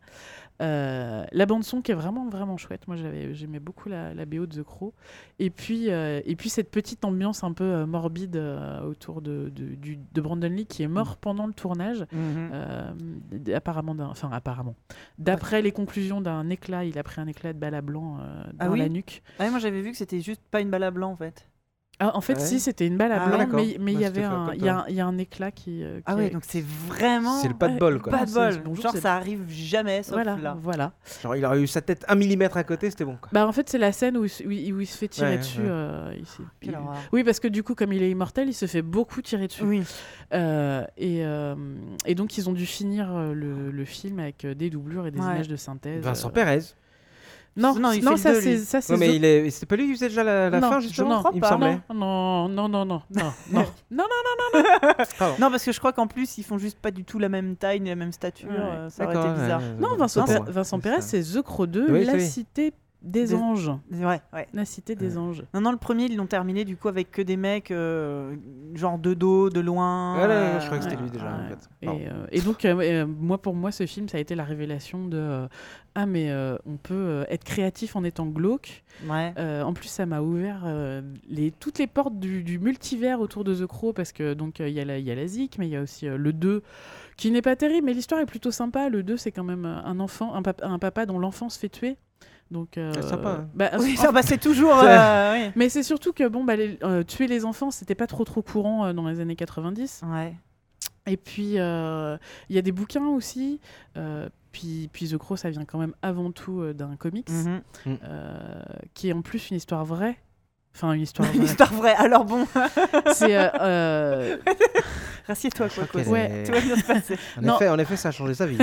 Euh, la bande-son qui est vraiment, vraiment chouette. Moi, j'avais, j'aimais beaucoup la, la B O de The Crow. Et puis, euh, et puis cette petite ambiance un peu euh, morbide euh, autour de, de, du- de Brandon Lee, qui est mort pendant le tournage. Mhm. Euh, d- apparemment, d'un- enfin apparemment. D'après les conclusions d'un éclat, il a pris un éclat de balle à blanc euh, dans Ah oui la nuque. Ouais, moi j'avais vu que c'était juste pas une balle à blanc en fait. Ah, en fait, Ah ouais si, c'était une balle à Ah, blanc, d'accord. mais mais il Moi, y c'était avait fait un, comme il y, a toi. un- il y a un éclat qui. euh, Ah qui ouais, a- donc c'est vraiment C'est le pas de Ouais, bol, quoi. pas de c'est- bol. c'est- bonjour, Genre c'est- ça arrive jamais sauf Voilà, là. voilà. Genre, il aurait eu sa tête un millimètre à côté, c'était bon, quoi. Bah en fait, c'est la scène où il, se- où il- où il se fait tirer Ouais, dessus. ouais. euh, il s'est- Quelle il- horreur. Oui, parce que du coup, comme il est immortel, il se fait beaucoup tirer dessus. Oui. Euh, et, euh, et donc, ils ont dû finir euh, le, le film avec euh, des doublures et des Ouais. images de synthèse. Vincent euh. Pérez. Non, Non, il non, fait ça le deux, c'est lui. ça c'est Ouais, mais The- il est... c'était pas lui qui faisait déjà la, la Non, fin, je- justement, non, il me pas, semblait. Non, non, non, non, non, non, non, non, Non, parce que je crois qu'en plus ils font juste pas du tout la même taille ni la même stature. Ouais. euh, ça aurait été D'accord, ouais, bizarre. ouais, non. ouais, Vincent, c'est Pé- pour moi. Vincent C'est Pérez, ça. c'est The Crow deux, Oui, la oui. cité des Des- anges. Ouais, ouais. La cité des Ouais. anges. Non, non, le premier ils l'ont terminé du coup avec que des mecs euh, genre de dos, de loin. Ouais, ouais, euh, je croyais que c'était Ouais, lui déjà, en ouais. fait. Et, Pardon. euh, et donc, euh, euh, moi, pour moi, ce film, ça a été la révélation de euh, ah, mais euh, on peut euh, être créatif en étant glauque. Ouais. Euh, en plus, ça m'a ouvert euh, les, toutes les portes du, du multivers autour de The Crow, parce que donc euh, il y a la, il y a la Zik, mais il y a aussi euh, le deux, qui n'est pas terrible, mais l'histoire est plutôt sympa. Le deux, c'est quand même euh, un enfant, un, papa, un papa dont l'enfant se fait tuer. Donc, euh, C'est sympa, hein. bah, Oui, en- ça bah, c'est toujours. euh, oui. mais c'est surtout que bon, bah, les- euh, tuer les enfants, c'était pas trop trop courant euh, dans les années quatre-vingt-dix. Ouais. Et puis, euh, il y a des bouquins aussi. euh, puis, puis The Crow, ça vient quand même avant tout euh, d'un comics, Mhm. euh, qui est en plus une histoire vraie. Enfin, une histoire Une vraie. histoire vraie. Alors bon. C'est. euh, euh, Rassieds-toi, Je crois quoi. qu'elle Ouais. est- Tout va bien se passer. En Non. effet, en effet, ça a changé sa vie.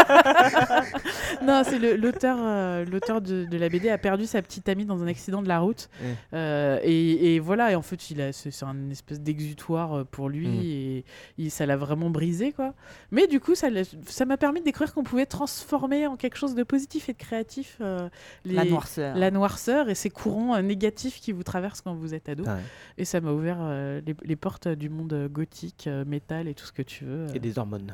Non, c'est le- l'auteur, euh, l'auteur de, de la B D a perdu sa petite amie dans un accident de la route. Ouais. Euh, et, et voilà, et en fait, il a, c'est, c'est un espèce d'exutoire pour lui Mm. et il- ça l'a vraiment brisé, quoi. Mais du coup, ça, l'a- ça m'a permis de découvrir qu'on pouvait transformer en quelque chose de positif et de créatif euh, les- La noirceur. la noirceur et ces courants euh, négatifs qui vous traversent quand vous êtes ado. Ah ouais. Et ça m'a ouvert euh, les, les portes du monde euh, gothique, euh, métal et tout ce que tu veux. euh. Et des hormones.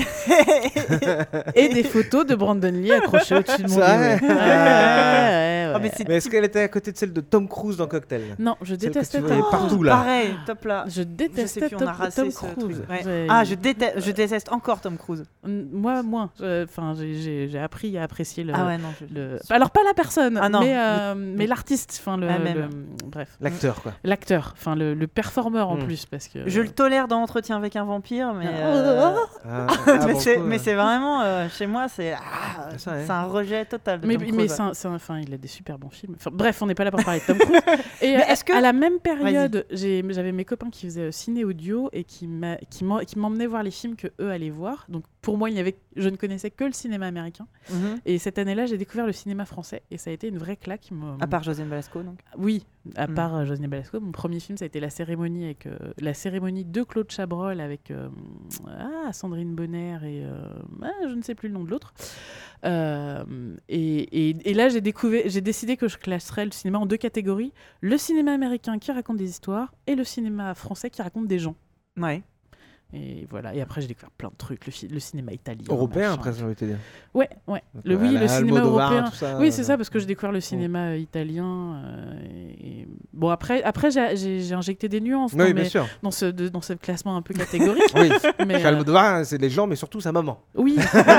Et des photos de Brandon Lee accrochées au-dessus de mon lit. Ça, ouais. ouais. Ouais, ouais, ouais, Ah, mais ouais. c'est Mais est-ce qu'elle était à côté de celle de Tom Cruise dans Cocktail? Non, je Celle que détestais tu Tom voyais Cruise. partout, là. Pareil, top là. Je Je sais détestais plus, on Tom, a rassé Tom ce Cruise. truc. Ouais. J'ai- Ah, je déteste, je déteste encore Tom Cruise. N- Moi, moins. Je- Enfin, j'ai- j'ai j'ai appris à apprécier le. Ah ouais, non. je- le- Alors, pas la personne, Ah non, mais, euh, mais l'artiste. Enfin, le, Ah, même. le- Bref. L'acteur, quoi. L'acteur. Enfin, le, le performeur en Mm. plus. Parce que... Je le tolère dans Entretien avec un vampire, mais. Ah. euh, Ah, mais bon, c'est- cool, mais ouais. c'est vraiment. euh, chez moi, c'est. ah, C'est ça, ouais. c'est un rejet total. De Mais, Tom mais Cruise, c'est ouais. un- c'est un- enfin, il a des super bons films. Enfin, bref, on n'est pas là pour parler de Tom Cruise. Et Mais à- est-ce que- à la même période, j'ai- j'avais mes copains qui faisaient euh, ciné audio et qui m'a- qui m'en- qui m'emmenaient voir les films que eux allaient voir. Donc pour moi, il y avait, je ne connaissais que le cinéma américain. Mhm. Et cette année-là, j'ai découvert le cinéma français et ça a été une vraie claque. Ils m'ont- À part Josiane Balasco, donc. Oui, à Mm. part euh, Josiane Balasco, mon premier film, ça a été la cérémonie avec euh, la cérémonie de Claude Chabrol avec euh, ah, Sandrine Bonner et euh, ah, je ne sais plus le nom de l'autre. Euh, et, et- et là, j'ai découvert, j'ai décidé que je classerais le cinéma en deux catégories le cinéma américain qui raconte des histoires et le cinéma français qui raconte des gens. Ouais. Et voilà. Et après, j'ai découvert plein de trucs, le, fi- le cinéma italien, Européen, machin. après, j'ai envie de te dire. Ouais, ouais. Donc, Le euh, oui, à le la cinéma Almodovar, européen. tout ça, Oui, c'est euh, ça, parce que j'ai découvert le cinéma euh, italien. euh, et, et- Bon, après, après j'ai, j'ai- j'ai injecté des nuances dans, Oui, mes- bien sûr. dans, ce, de- dans ce classement un peu catégorique. Oui, mais, chez euh, Almodovar, c'est les gens, mais surtout sa maman. oui,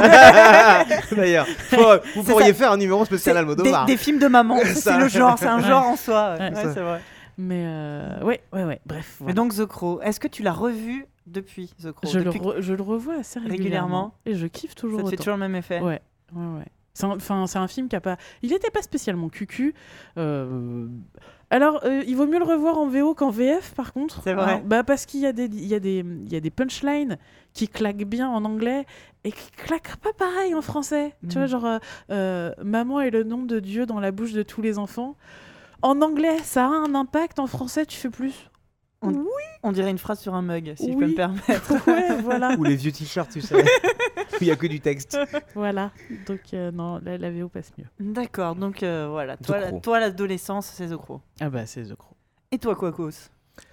D'ailleurs, Faut- vous C'est pourriez ça. faire un numéro spécial C'est Almodovar. des, des films de maman. Ça. C'est le genre, c'est un Ouais. genre en soi. Ouais. Ouais, Ça. c'est vrai. mais euh, ouais, ouais, ouais. Bref, Et voilà. donc The Crow, est-ce que tu l'as revu depuis The Crow je, le Depuis- re- je le revois assez régulièrement. Régulièrement. Et je kiffe toujours Ça te fait autant. toujours le même effet. Ouais, ouais, ouais. C'est un, enfin, c'est un film qui a pas. Il n'était pas spécialement cucu. Euh, Alors, euh, il vaut mieux le revoir en V O qu'en V F, par contre. C'est vrai. Hein, bah, parce qu'il y a des, il y a des, il y a des punchlines qui claquent bien en anglais et qui claquent pas pareil en français. Tu Mm. vois, genre, euh, euh, maman est le nom de Dieu dans la bouche de tous les enfants. En anglais, ça a un impact. En français, tu fais plus. On- Oui. On dirait une phrase sur un mug, si je peux Oui. me permettre. Ouais, voilà. Ou les vieux t-shirts, tu sais. où il n'y a que du texte. Voilà. Donc, euh, non, la, la V O passe mieux. D'accord, donc euh, voilà. The Toi, la- Crow. toi, l'adolescence, c'est The Crow. Ah bah, c'est The Crow. Et toi, Quacos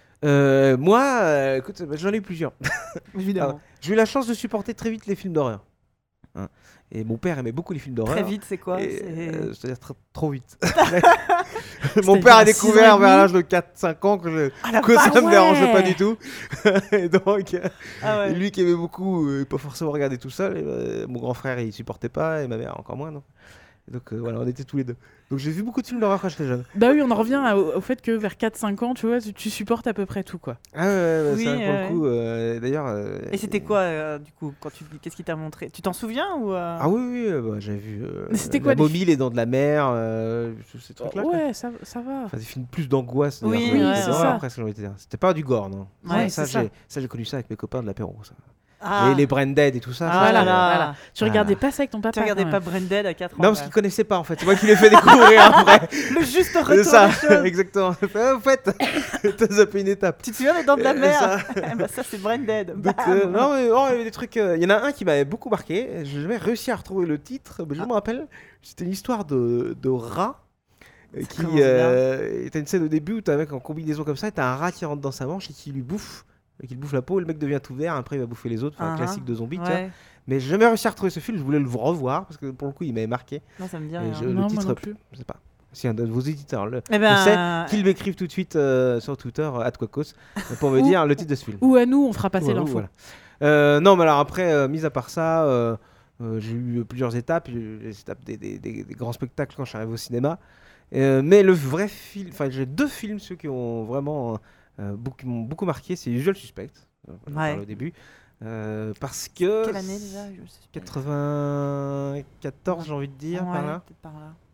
Euh, moi, euh, écoute, bah, j'en ai eu plusieurs. Évidemment. J'ai eu la chance de supporter très vite les films d'horreur. Hein. Et mon père aimait beaucoup les films d'horreur. Très vite, c'est quoi Et, C'est- euh, C'est-à-dire tr- trop vite. C'est-à-dire Mon père a à six ans et découvert vers demi. l'âge de quatre cinq ans que, je- Ah, la que vache, ça me ouais. dérangeait pas du tout. Et donc, euh, Ah ouais. et lui qui aimait beaucoup, euh, pas forcément regarder tout seul, et, euh, mon grand frère il supportait pas, et ma mère encore moins. Non. Et donc euh, voilà, on était tous les deux. Donc j'ai vu beaucoup de films d'horreur quand j'étais jeune. Bah oui, on en revient à- au, au fait que vers quatre cinq ans, tu vois, tu, tu supportes à peu près tout, quoi. Ah ouais, ouais, ouais, Oui, ça, pour ouais. le coup. euh, D'ailleurs. euh, Et c'était quoi, euh, du coup, quand tu qu'est-ce qu'il t'a montré Tu t'en souviens ou euh, Ah oui, oui, euh, bah, j'avais vu. euh, Mais c'était La quoi, les momie, les dents de la mer, euh, ces trucs-là. quoi. Ouais, ça, ça va. Enfin, des films plus d'angoisse. Oui, d'ailleurs, ouais, que c'est d'horreur, ça. après, ce que j'ai envie de dire. C'était pas du gore, non. Ouais, ça, c'est ça. j'ai ça, j'ai connu ça avec mes copains de l'apéro. Ça. Ah, Et les Branded et tout ça. Ah ça, là ça, là. Voilà. Tu Ah. regardais pas ça avec ton papa. tu regardais quand pas même. Branded à quatre ans Non, parce ouais. qu'ils connaissaient pas en fait. C'est moi qui les fais découvrir après. Le juste C'est retour ça, des choses. exactement. Ah, en fait, t'as zappé une étape. Tu te souviens des dents de la Euh, mer ça. Eh ben, ça, c'est Branded. Donc, Bam. euh, non, mais oh, il y avait des trucs. euh, Il y en a un qui m'avait beaucoup marqué. J'ai jamais réussi à retrouver le titre, mais je Ah. me rappelle. C'était une histoire de, de rat. euh, Ça Qui commence euh, t'as une scène au début où t'as un mec en combinaison comme ça, et t'as un rat qui rentre dans sa manche et qui lui bouffe, et qui lui bouffe la peau, et le mec devient tout vert, après il va bouffer les autres, enfin Ah, classique de zombie, tu vois. Ouais. Mais j'ai jamais réussi à retrouver ce film, je voulais le revoir parce que pour le coup il m'avait marqué. Non, ça me dit Et rien. je- Non, le moi titre, non plus. je sais pas. Si un de vos éditeurs le, Eh ben, je sais qu'ils m'écrivent tout de suite euh, sur Twitter, at Quacos, pour me Ou- dire le titre de ce film. Ou à nous, on fera passer Ouais, l'info. voilà. Euh, non, mais alors après, euh, mis à part ça, euh, euh, j'ai eu plusieurs étapes. J'ai eu les étapes des, des- des- des grands spectacles quand je suis arrivé au cinéma. Euh, mais le vrai film, enfin, j'ai deux films, ceux qui ont vraiment euh, beaucoup, qui m'ont beaucoup marqué, c'est Usual Suspect, euh, j'en Ouais. parlais au début. Euh, parce que. Quelle année déjà je sais pas. quatre-vingt-quatorze, j'ai envie de dire, Ouais, par là. peut-être par là.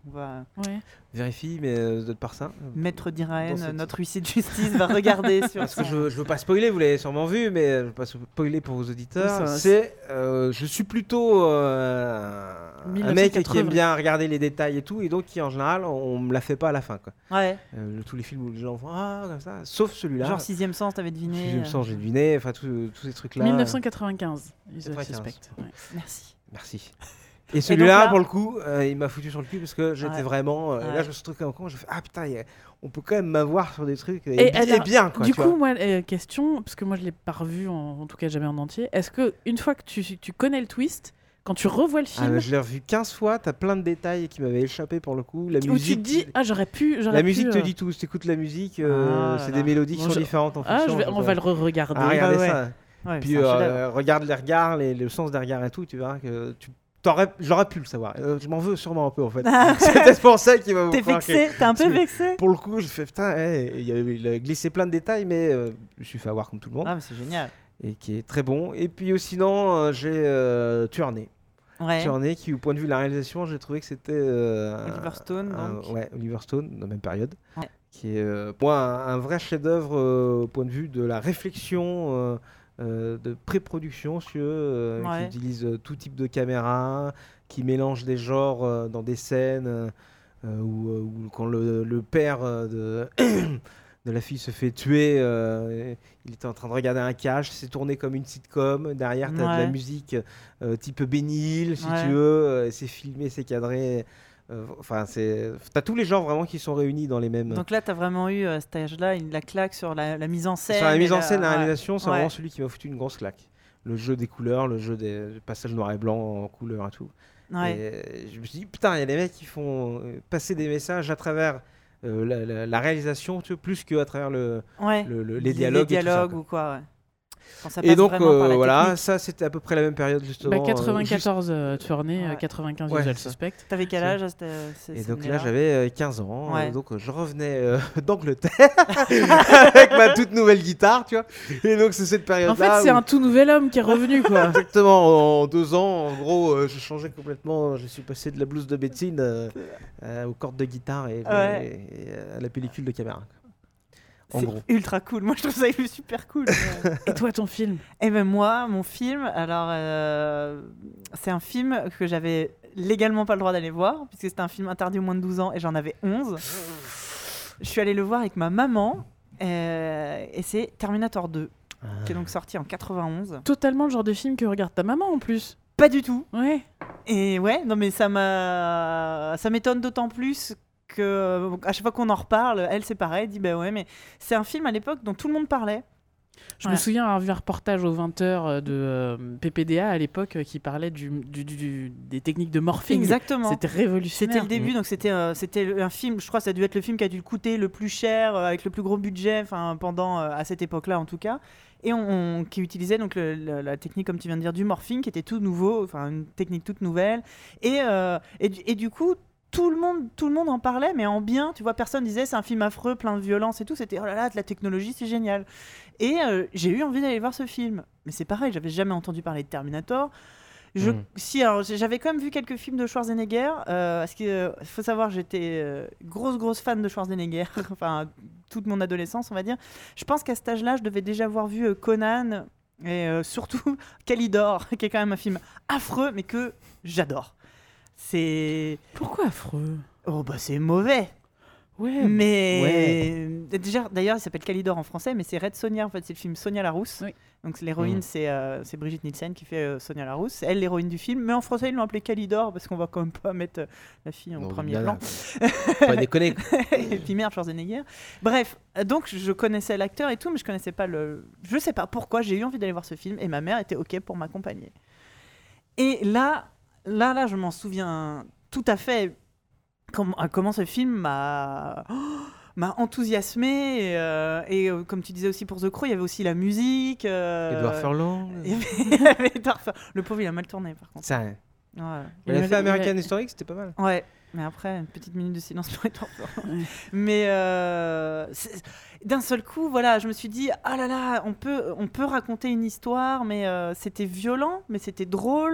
On va... Ouais. Vérifie, mais euh, de par ça. Maître Diraen, Dans cette- notre huissier de justice, va regarder sur Parce que son- je, je veux pas spoiler, vous l'avez sûrement vu, mais euh, je veux pas spoiler pour vos auditeurs. Ça, C'est, euh, je suis plutôt euh, un mec qui dix-neuf cent aime quatre-vingts. bien regarder les détails et tout, et donc qui en général, on me la fait pas à la fin, quoi. Ouais, Euh, le- tous les films où les gens font ah comme ça, sauf celui-là. genre Sixième Sens, t'avais deviné. Je me euh, sens, j'ai deviné, enfin tous tous ces trucs-là. dix-neuf cent quatre-vingt-quinze, Usual quatre-vingt-quinze. Suspect. Ouais. Merci. Merci. Et celui-là, là- pour le coup, euh, il m'a foutu sur le cul parce que j'étais Ouais. vraiment. euh, Ouais. Là, je me suis trouvé comme con. Je fais ah putain, y a- on peut quand même m'avoir sur des trucs et, Et bi- et alors, bien quoi. Du tu coup, vois. moi, euh, question, parce que moi je l'ai pas revu, en, en tout cas jamais en entier. Est-ce que une fois que tu, tu connais le twist, quand tu revois le Ah, film, bah, je l'ai revu quinze fois. T'as plein de détails qui m'avaient échappé pour le coup. La où tu musique. te dis ah j'aurais pu, j'aurais La pu, musique te euh, dit tout. Si t'écoutes la musique, euh, Ah c'est là des là. mélodies qui Bon, sont je- différentes en ah fonction. je vais, je on sais va pas. le re-regarder. Ah, regardez Ah ouais. ça. Ouais, Puis c'est un chef-d'œuvre. euh, regarde les regards, les, le sens des regards et tout. Tu verras que tu t'aurais, j'aurais pu le savoir. Euh, je m'en veux sûrement un peu en fait. c'est peut-être pour ça qu'il va vous T'es croire que- vexé, t'es un peu C'est- vexé. Pour le coup, je fais putain, hey, il, a, il a glissé plein de détails, mais euh, je me suis fait avoir comme tout le monde, Ah, mais c'est génial. et qui est très bon. Et puis euh, sinon, euh, j'ai euh, Tuernay. Ouais. Tuernay, qui au point de vue de la réalisation, j'ai trouvé que c'était euh, Oliver Stone, un- donc. ouais, Oliver Stone, dans la même période, Ouais. qui est euh, pour moi un, un vrai chef-d'œuvre euh, au point de vue de la réflexion. euh, euh, de pré-production, si tu veux, euh, Ouais. qui utilise euh, tout type de caméra, qui mélange des genres euh, dans des scènes euh, euh, où, euh, où quand le, le père euh, de, de la fille se fait tuer, euh, il était en train de regarder un cache, c'est tourné comme une sitcom, derrière tu as de la Ouais. musique euh, type Benny Hill, si Ouais. tu veux, euh, c'est filmé, c'est cadré, euh, enfin c'est... T'as tous les genres vraiment qui sont réunis dans les mêmes... Donc là, t'as vraiment eu à cet âge-là une- la claque sur la, la mise en scène. Sur la mise et en scène, la ouais. réalisation, c'est Ouais. vraiment celui qui m'a foutu une grosse claque. Le jeu des couleurs, le jeu des du passage noir et blanc en couleur et tout. Ouais. Et je me suis dit, putain, il y a des mecs qui font euh, passer des messages à travers euh, la, la- la réalisation, tu vois, plus qu'à travers le, Ouais. le- le- les dialogues. et tout ça, dialogues quoi. ou quoi, ouais. Quand ça Et passe donc, vraiment par euh, la voilà, technique. ça c'était à peu près la même période, justement. Bah, euh, quatre-vingt-quatorze euh, Tuernay, euh, Ouais. quatre-vingt-quinze Ouais, Usual c'est ça. Suspect. T'avais quel c'est- âge à cette, ces- Et ces donc là, années-là j'avais euh, quinze ans, Ouais. euh, donc euh, je revenais euh, d'Angleterre avec ma toute nouvelle guitare, tu vois. Et donc c'est cette En période-là. fait, c'est où- un tout nouvel homme qui est revenu quoi. Exactement, en deux ans, en gros, euh, j'ai changé complètement. Je suis passé de la blouse de Bétine euh, euh, aux cordes de guitare et, Ouais. et- et à la pellicule de caméra. quoi. En C'est gros. ultra cool. Moi, je trouve ça super cool. Et toi, ton film? Et ben moi, mon film, alors euh, c'est un film que j'avais légalement pas le droit d'aller voir puisque c'était un film interdit aux moins de douze ans et j'en avais onze. Je suis allée le voir avec ma maman euh, et c'est Terminator deux qui est donc sorti en quatre-vingt-onze. Totalement le genre de film que regarde ta maman en plus. Pas du tout. Ouais. Et ouais, non mais ça m'a ça m'étonne d'autant plus que euh, à chaque fois qu'on en reparle, elle c'est pareil, elle dit bah ouais mais c'est un film à l'époque dont tout le monde parlait. Je Ouais. me souviens avoir vu un reportage aux vingt heures de euh, P P D A à l'époque euh, qui parlait du, du- du- du- des techniques de morphing. Exactement. C'était révolutionnaire. C'était le début, donc c'était euh, c'était un film. Je crois que ça a dû être le film qui a dû le coûter le plus cher, euh, avec le plus gros budget, enfin pendant euh, à cette époque-là en tout cas, et on, on- qui utilisait donc le- le- la technique comme tu viens de dire du morphing, qui était tout nouveau, enfin une technique toute nouvelle, et euh, et, du- et du coup. Tout le, monde, tout le monde en parlait, mais en bien. Tu vois, personne disait c'est un film affreux, plein de violence et tout. C'était oh là là, de la technologie, c'est génial. Et euh, j'ai eu envie d'aller voir ce film. Mais c'est pareil, j'avais jamais entendu parler de Terminator. Je, Mm. Si, alors j'avais quand même vu quelques films de Schwarzenegger. Euh, parce qu'il euh, faut savoir, j'étais euh, grosse, grosse fan de Schwarzenegger. Enfin, toute mon adolescence, on va dire. Je pense qu'à cet âge-là, je devais déjà avoir vu euh, Conan et euh, surtout Calidor, qui est quand même un film affreux, mais que j'adore. C'est. Pourquoi affreux? Oh, bah, c'est mauvais. Ouais. Mais déjà, d'ailleurs, il s'appelle Calidor en français, mais c'est Red Sonja. En fait, c'est le film Sonia Larousse. Oui. Donc l'héroïne, Mhm. c'est euh, c'est Brigitte Nielsen qui fait euh, Sonia Larousse. C'est elle l'héroïne du film, mais en français ils l'ont appelée Calidor parce qu'on va quand même pas mettre euh, la fille en Non, premier bien plan. là. Faut pas déconner. quoi. Et puis merde, Schwarzenegger. Bref, euh, donc je connaissais l'acteur et tout, mais je connaissais pas le. Je sais pas pourquoi j'ai eu envie d'aller voir ce film et ma mère était ok pour m'accompagner. Et là, là, là, je m'en souviens tout à fait. Comment, comment ce film m'a oh, m'a enthousiasmé et, euh, et euh, comme tu disais aussi pour The Crow, il y avait aussi la musique. euh, Edouard Furlong. il y avait- il y avait Edouard Furlong. Le pauvre, il a mal tourné par contre. Ça, Ouais, Il il a m'avait- fait il American avait- History X, c'était pas mal. ouais. Mais après, une petite minute de silence pour Edouard Furlong. Ouais. Mais euh, c'est- d'un seul coup, voilà, je me suis dit, ah là là, on peut, on peut raconter une histoire, mais euh, c'était violent, mais c'était drôle.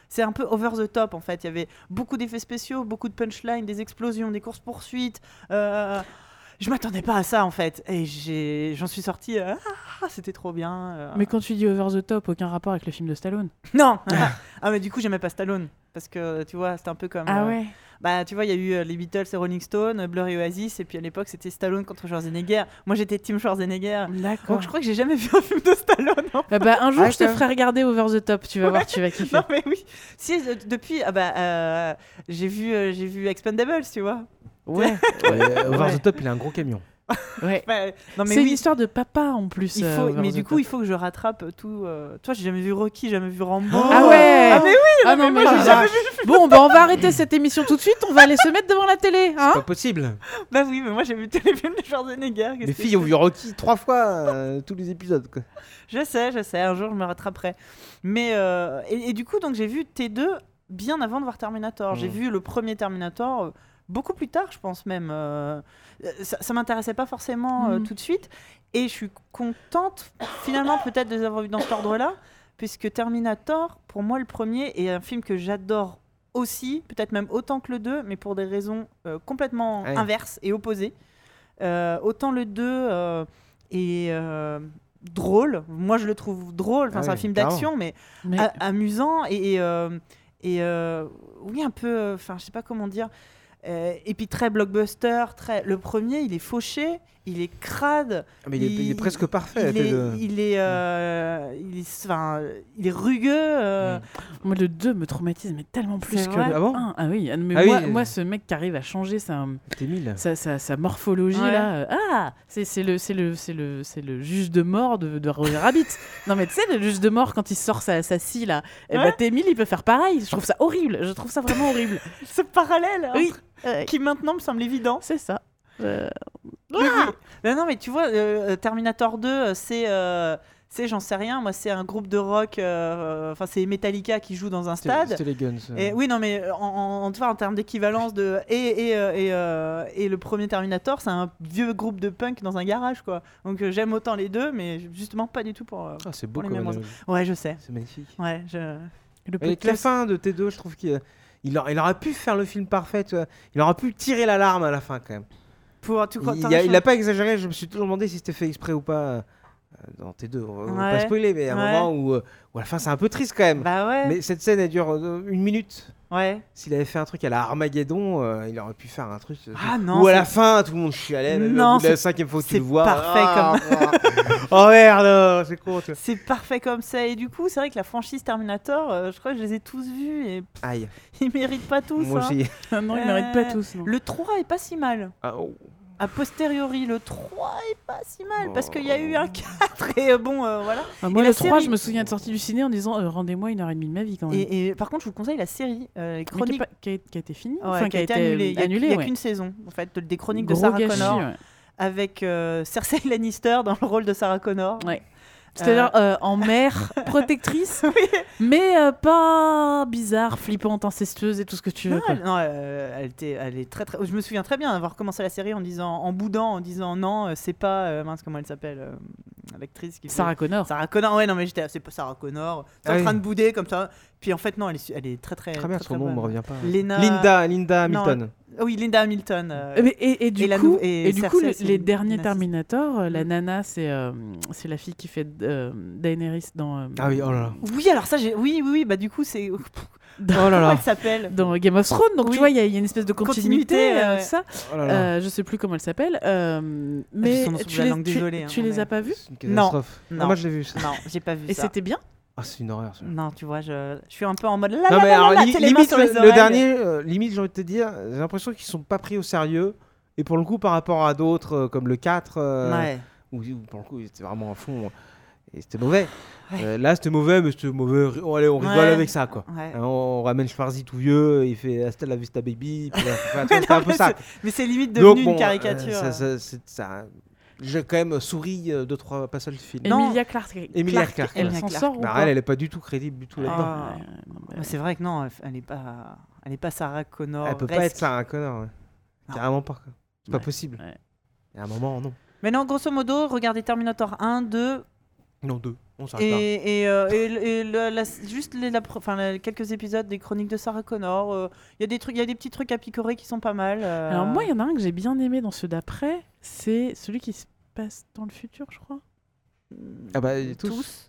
c'est un peu over the top en fait. Il y avait beaucoup d'effets spéciaux, beaucoup de punchlines, des explosions, des courses poursuites. Euh, je m'attendais pas à ça en fait, et j'ai, j'en suis sortie. Euh, ah, c'était trop bien. Euh... Mais quand tu dis over the top, aucun rapport avec le film de Stallone. Non. Ah mais du coup j'aimais pas Stallone parce que tu vois c'était un peu comme. Ah euh, ouais. Bah, tu vois, il y a eu euh, les Beatles et Rolling Stone, euh, Blur et Oasis, et puis à l'époque, c'était Stallone contre Schwarzenegger. Moi, j'étais team Schwarzenegger. D'accord. Donc, je crois que j'ai jamais vu un film de Stallone. En Ah bah, un jour, Ah, je te ça. ferai regarder Over the Top. Tu vas Ouais. voir, tu vas kiffer. Non, mais oui. Si, euh, depuis, ah bah, euh, j'ai vu, euh, j'ai vu Expendables, tu vois. Ouais. Ouais, Over Ouais. the Top, il a un gros camion. ouais. Bah, non, mais C'est une oui. histoire de papa en plus. Il euh, faut, Over mais the du coup, Top. il faut que je rattrape tout. Euh... Toi, j'ai jamais vu Rocky, j'ai jamais vu Rambo. Ah ouais. Ah, mais oui, Ah non, non, mais mais moi, j'ai j'ai jamais jamais vu. Bon, bah on va arrêter cette émission tout de suite. On va aller se mettre devant la télé, hein. Pas possible. Bah oui, mais moi, j'ai vu tous les films de Schwarzenegger. qu'est-ce Les que filles ont vu Rocky trois fois euh, tous les épisodes. Quoi. Je sais, je sais, un jour je me rattraperai. Mais euh, et, et du coup, donc j'ai vu T deux bien avant de voir Terminator. J'ai Mm. vu le premier Terminator euh, beaucoup plus tard, je pense même. Euh, ça, ça m'intéressait pas forcément euh, Mm. tout de suite. Et je suis contente, finalement, peut-être de les avoir vus dans cet ordre-là, puisque Terminator, pour moi, le premier est un film que j'adore aussi, peut-être même autant que le deux, mais pour des raisons euh, complètement Ouais. inverses et opposées. Euh, autant le deux euh, est euh, drôle, moi je le trouve drôle, enfin, Ah c'est un oui, film carrément. d'action, mais, Mais a- amusant et, et, euh, et, euh, oui, un peu, enfin, je sais pas comment dire. Euh, et puis très blockbuster, très. Le premier, il est fauché, il est crade. Ah, mais il, est, il est presque parfait. Il est, T deux. il est, euh, il est, enfin, il est rugueux. euh, Mm. moi, le deux me traumatise, mais tellement plus C'est que vrai le Ah bon un. Ah oui, mais Ah moi, oui. moi, ce mec qui arrive à changer sa, T'es mille. sa, sa, sa morphologie, Ouais. là. euh, Ah c'est, c'est, le, c'est, le, c'est, le, c'est le juge de mort de, de Roger Rabbit. Non, mais tu sais, le juge de mort, quand il sort sa, sa scie, là, et Ouais. bah, T mille, il peut faire pareil. Je trouve ça horrible. Je trouve ça vraiment horrible. Ce parallèle, hein, Oui. Ouais. qui maintenant me semble évident. C'est ça. Euh, Oui, oui. Non, non, mais tu vois, euh, Terminator deux, euh, c'est, euh, c'est, j'en sais rien, moi, c'est un groupe de rock, euh, enfin, c'est Metallica qui joue dans un C'était stade. c'était les Guns. euh. Et, oui, non, mais en, en, en, tu vois, en termes d'équivalence de. Et, et, euh, et, euh, et le premier Terminator, c'est un vieux groupe de punk dans un garage, quoi. Donc euh, j'aime autant les deux, mais justement pas du tout pour. euh, Ah, c'est beau pour les comme mêmes analogie. Ouais, je sais. C'est magnifique. Ouais, je. le Avec la podcast- fin de T deux, je trouve qu'il il aurait, il aurait pu faire le film parfait. Tu vois. Il aurait pu tirer l'alarme à la fin quand même. Pour, tu crois, Il, t'as il a, un il choix. a pas exagéré. Je me suis toujours demandé si c'était fait exprès ou pas euh, dans T deux. On va Ouais. pas spoiler, mais à un Ouais. moment où, euh, où à la fin c'est un peu triste quand même. Bah ouais. Mais cette scène elle dure euh, une minute. Ouais. S'il avait fait un truc à la Armageddon, euh, il aurait pu faire un truc. euh, Ah non. Ou à c'est- la fin, tout le monde chialait. mais Non, au bout de la c'est- cinquième fois que tu c'est le vois. parfait ah, ah. Oh merde, c'est con. Tu vois. C'est parfait comme ça. Et du coup, c'est vrai que la franchise Terminator, euh, je crois que je les ai tous vus et pff, Aïe. ils méritent pas tous. Moi hein. aussi. Ah non, ils Euh, méritent pas tous. Non. Le trois est pas si mal. Ah, oh. A posteriori, le trois est pas si mal parce Oh. qu'il y a eu un quatre et euh, bon, euh, voilà. Ah, moi, Et le la trois, série- je me souviens de sortie du ciné en disant euh, rendez-moi une heure et demie de ma vie quand même. Et, et par contre, je vous conseille la série, euh, les Mais qui, est chroniques. pas- qui a, qui a été finie, Ouais, enfin qui a été annulée. Il y a- annulée, il y a ouais. qu'une saison, en fait, des chroniques de Gros Sarah gâchis, Connor ouais. avec euh, Cersei Lannister dans le rôle de Sarah Connor. Ouais. C'est-à-dire euh, en mère protectrice, mais euh, pas bizarre, flippante, incestueuse et tout ce que tu veux. Non, quoi. elle, non, euh, elle était, elle est très très. Je me souviens très bien d'avoir commencé la série en disant, en boudant, en disant non, euh, c'est pas euh, mince comment elle s'appelle, euh, l'actrice qui fait- Sarah Connor. Sarah Connor. Ouais, non mais j'étais, c'est pas Sarah Connor. T'es Ah en train oui. de bouder comme ça. Puis en fait non, elle est, su- elle est très très. Très bien, son nom bonne. me revient pas. Lena- Linda, Linda Non, Hamilton. Ah oui, Linda Hamilton. euh, Euh, mais- Et, et du et la coup, nou- et et du coup, Cersei, les, c'est les une derniers naziste. Terminator, euh, la Mm. nana, c'est euh, c'est la fille qui fait euh, Daenerys dans, euh, Ah oui, oh là là. Oui, alors ça, j'ai. Oui, oui, oui, bah du coup, c'est. dans, Oh là Comment là. elle s'appelle dans Game of Thrones. Donc Oui. tu vois, il y, a il y a une espèce de continuité, Continuité, euh, ouais. tout ça. Oh là là. Euh, je sais plus comment elle s'appelle. euh, mais son nom sous tu la les, langue, tu- désolée, hein, tu les mais- as pas vus C'est une catastrophe. Ah, Non. moi je l'ai vu. ça. Non, j'ai pas vu Et ça. c'était bien. Ah, c'est une horreur. Ça. Non, tu vois, je, je suis un peu en mode là, Non là, mais là, alors là, li- t'as les mains limite sur le, les le oreilles. dernier, euh, limite j'ai envie de te dire, j'ai l'impression qu'ils sont pas pris au sérieux. Et pour le coup, par rapport à d'autres euh, comme le quatre, euh, Ouais. où, où pour le coup ils étaient vraiment à fond et c'était mauvais. Ouais. Euh, là c'était mauvais, mais c'était mauvais. Oh, allez, on rigole Ouais. avec ça quoi. Ouais. Hein, on ramène Schwarzy tout vieux, il fait Hasta la vista baby. Puis, voilà, enfin, Mais c'était un non, peu mais ça. c'est- Mais c'est limite Donc, devenu bon, une caricature. euh, ça, ça, c'est- ça- J'ai quand même souri euh, deux trois passages du film. Non. Emilia Clarke. Emilia Clarke, Elle Emilia s'en Clarke. sort ou Bah, pas elle, elle est pas du tout crédible du tout là-dedans. Ah. Ouais, non, bah, Mais c'est vrai que non, elle- elle est pas, elle est pas Sarah Connor. Elle peut pas être ça, un connard. Ouais. Non. Carrément pas. quoi. C'est pas Ouais. possible. Ouais. Il y a un moment, non. Mais non, grosso modo, regardez Terminator un, deux, Non, deux. On s'arrête là. Et, et, euh, et, et la- la- juste les, la, pro- enfin, la- quelques épisodes des Chroniques de Sarah Connor. euh, Il y a des trucs, il y a des petits trucs à picorer qui sont pas mal. euh. Alors moi, il y en a un que j'ai bien aimé dans ceux d'après, c'est celui qui se passe dans le futur, je crois. Ah bah, tous. tous.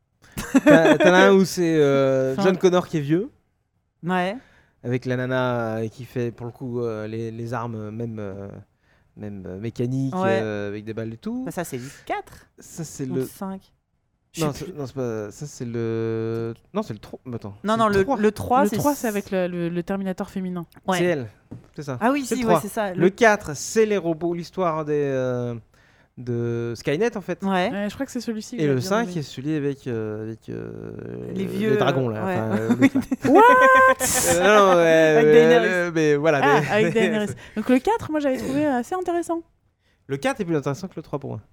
T'as t'en as un où c'est euh, Enfin, John Connor qui est vieux, Ouais. avec la nana euh, qui fait pour le coup euh, les, les armes, euh, même, euh, même euh, mécaniques, Ouais. euh, avec des balles et tout. Bah, ça c'est du quatre Ça, c'est ou le. cinq. Je Non, sais c'est- plus. non, c'est pas. Ça, c'est le. Non, c'est le trois. Attends. Non, c'est non, le, trois. le trois, le c'est trois, c'est avec le, le- le Terminator féminin. Ouais. C'est elle. C'est ça. Ah oui, C'est si, le ouais, trois. c'est ça. Le quatre, c'est les robots, l'histoire des. euh, de Skynet en fait. Ouais. Ouais, je crois que c'est celui-ci. que Et j'ai le bien cinq aimé. est celui avec, euh, avec euh, Les vieux, dragons là. euh, ouais. enfin, euh, l'autre, là. What Euh, non, non, ouais, Avec euh, Daenerys. le- mais voilà. Ah, des- avec Daenerys. Donc le quatre, moi j'avais trouvé assez intéressant. Le quatre est plus intéressant que le trois pour moi.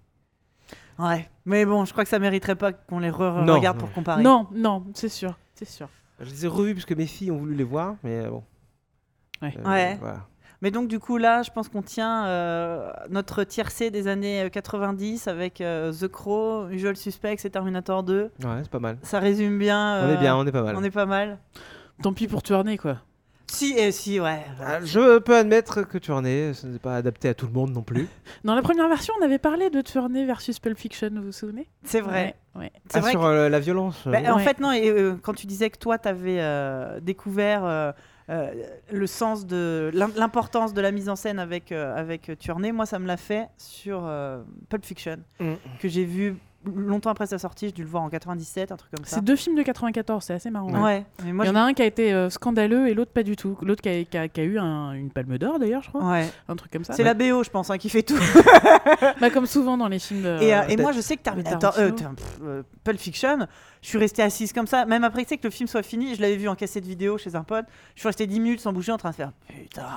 Ouais. Mais bon, je crois que ça mériterait pas qu'on les re- Non, regarde non. pour comparer. Non, non, c'est sûr, c'est sûr. Je les ai revus parce que mes filles ont voulu les voir, mais euh, bon. Ouais. Euh, Ouais. Voilà. Mais donc du coup là, je pense qu'on tient euh, notre tiercé des années euh, quatre-vingt-dix avec euh, The Crow, Usual Suspects et Terminator deux. Ouais, c'est pas mal. Ça résume bien. On est euh, bien, on est pas mal. On est pas mal. Tant pis pour tourner quoi. Si, et si, ouais. Ah, je peux admettre que Tournée, ce n'est pas adapté à tout le monde non plus. Dans la première version, on avait parlé de Tourney versus Pulp Fiction, vous vous souvenez? C'est vrai. Ouais, ouais. C'est Ah, vrai sur que- euh, la violence. euh, Bah, ouais. En Ouais. fait, non, et, euh, quand tu disais que toi, tu avais découvert euh, euh, le sens de l'im- l'importance de la mise en scène avec, euh, avec Tourney, moi, ça me l'a fait sur euh, Pulp Fiction, Mm. que j'ai vu longtemps après sa sortie. J'ai dû le voir en quatre-vingt-dix-sept, un truc comme ça. C'est deux films de quatre-vingt-quatorze, c'est assez marrant. Ouais, mais moi, Il y en a un qui a été euh, scandaleux et l'autre pas du tout. L'autre qui a, qui a- qui a eu un- une palme d'or d'ailleurs, je je- crois. ouais. Un truc comme ça. C'est la B O, je pense, hein, qui fait tout. Bah, comme souvent dans les films de. et, euh, et peut-être. moi, je sais que Terminator, euh, Tarantino. tain, pff, euh, Pulp Fiction, je suis restée assise comme ça, même après tu sais, que le film soit fini. Je l'avais vu en cassette vidéo chez un pote. Je suis restée dix minutes sans bouger en train de faire putain.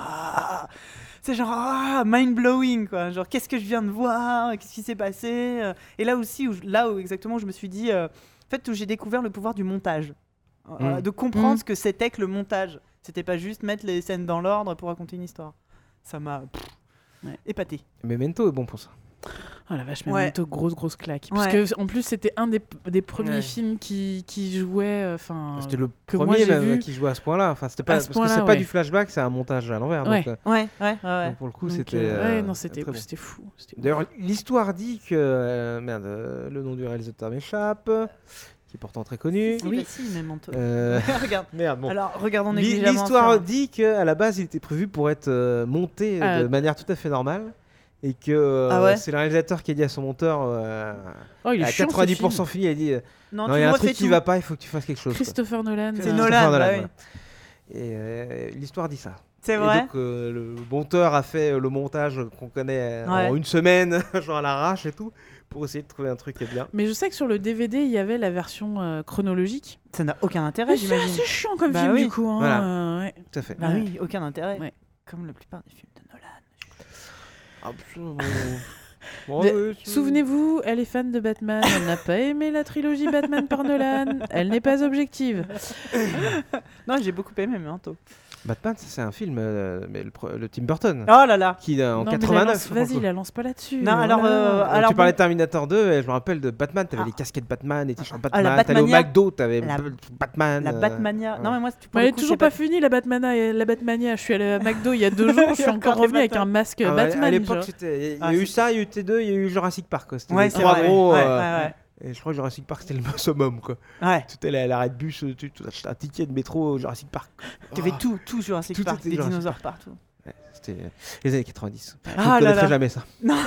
C'est genre ah, mind blowing quoi. Genre qu'est-ce que je viens de voir, qu'est-ce qui s'est passé. euh. Et là aussi, où je- là où exactement, où je me suis dit, euh, en fait, où j'ai découvert le pouvoir du montage, Euh, Mm. de comprendre Mm. ce que c'était que le montage. C'était pas juste mettre les scènes dans l'ordre pour raconter une histoire. Ça m'a pff, Ouais. épaté. Memento est bon pour ça. Oh la vache, Ouais. Memento, grosse grosse claque. Parce Ouais. que en plus c'était un des, des premiers Ouais. films qui, qui jouait. Enfin. C'était le que moi, premier j'ai même, vu. qui jouait à ce point-là. Enfin, c'était pas, À ce parce que point-là, c'est pas ouais. du flashback, c'est un montage à l'envers. Ouais. Donc, euh, Ouais, ouais, ouais. ouais. donc pour le coup, Donc, c'était. euh, euh, ouais, non, c'était très bon. c'était fou. c'était ouf. D'ailleurs, l'histoire dit que. euh, merde, euh, le nom du réalisateur m'échappe, qui est pourtant très connu. Si, Oui. bah si, mais Manto. Euh, Regarde. Merde, bon. Alors, regardons L'hi- négligemment L'histoire ça. dit qu'à la base, il était prévu pour être euh, monté Ah. de manière tout à fait normale. Et que euh, Ah ouais c'est le réalisateur qui a dit à son monteur, euh, Oh, il est à chiant, ce quatre-vingt-dix pour cent film. fini, il a dit euh, Non, Non, tu il y a un refais truc qui tout. va pas, il faut que tu fasses quelque chose. quoi. Christopher Nolan. C'est euh, Nolan, Christopher bah Nolan, oui. voilà. Et euh, l'histoire dit ça. C'est Et vrai. donc euh, le monteur a fait euh, le montage qu'on connaît euh, Ouais. en une semaine, genre à l'arrache et tout, pour essayer de trouver un truc qui est bien. Mais je sais que sur le D V D, il y avait la version euh, chronologique. Ça n'a aucun intérêt, Mais c'est j'imagine. assez chiant comme Bah film oui. du coup. Hein, Voilà. euh, ouais. Tout à fait. Bah Ouais. oui, aucun intérêt. Ouais. Comme la plupart des films de Nolan. Absolument. Bon, Mais ouais, c'est- Souvenez-vous, elle est fan de Batman, elle n'a pas aimé la trilogie Batman par Nolan, elle n'est pas objective. Non, j'ai beaucoup aimé Manto. Batman, ça, c'est un film, euh, mais le, pro- le Tim Burton, Oh là là. qui euh, en Non, mais la quatre-vingt-neuf. lance- pour le Vas-y, coup. la lance pas là-dessus. Non, alors, voilà. euh, Euh, alors tu parlais bon- de Terminator deux, et je me rappelle de Batman, t'avais Ah. les casquettes Batman, les t-shirts Ah, la Batman, t'allais au Batmania. McDo, t'avais La- B- Batman. La euh, Batmania. ouais. Non, mais moi, tu Mais elle est toujours pas finie la Batmania, la Batmania. Je suis allée à McDo il y a deux jours, je suis Il y a encore encore des revenue avec Batman. un masque Ah ouais, Batman. à l'époque, genre. c'était- il y a Ah, eu c'est- ça, il y a eu T deux, il y a eu Jurassic Park. quoi. C'était Ouais, les c'est trois vrai. gros. Ouais, euh, ouais, Et je crois que Jurassic Park, c'était le summum. Quoi. ouais. Ouais. Tu étais à l'arrêt de bus, tu tu achetais un ticket de métro au Jurassic Park. Tu avais Ah, tout, tout Jurassic Tout Park, était des Jurassic dinosaures partout. ouais, C'était euh, les années quatre-vingt-dix. Je Ah ne là connaîtrai là. jamais ça.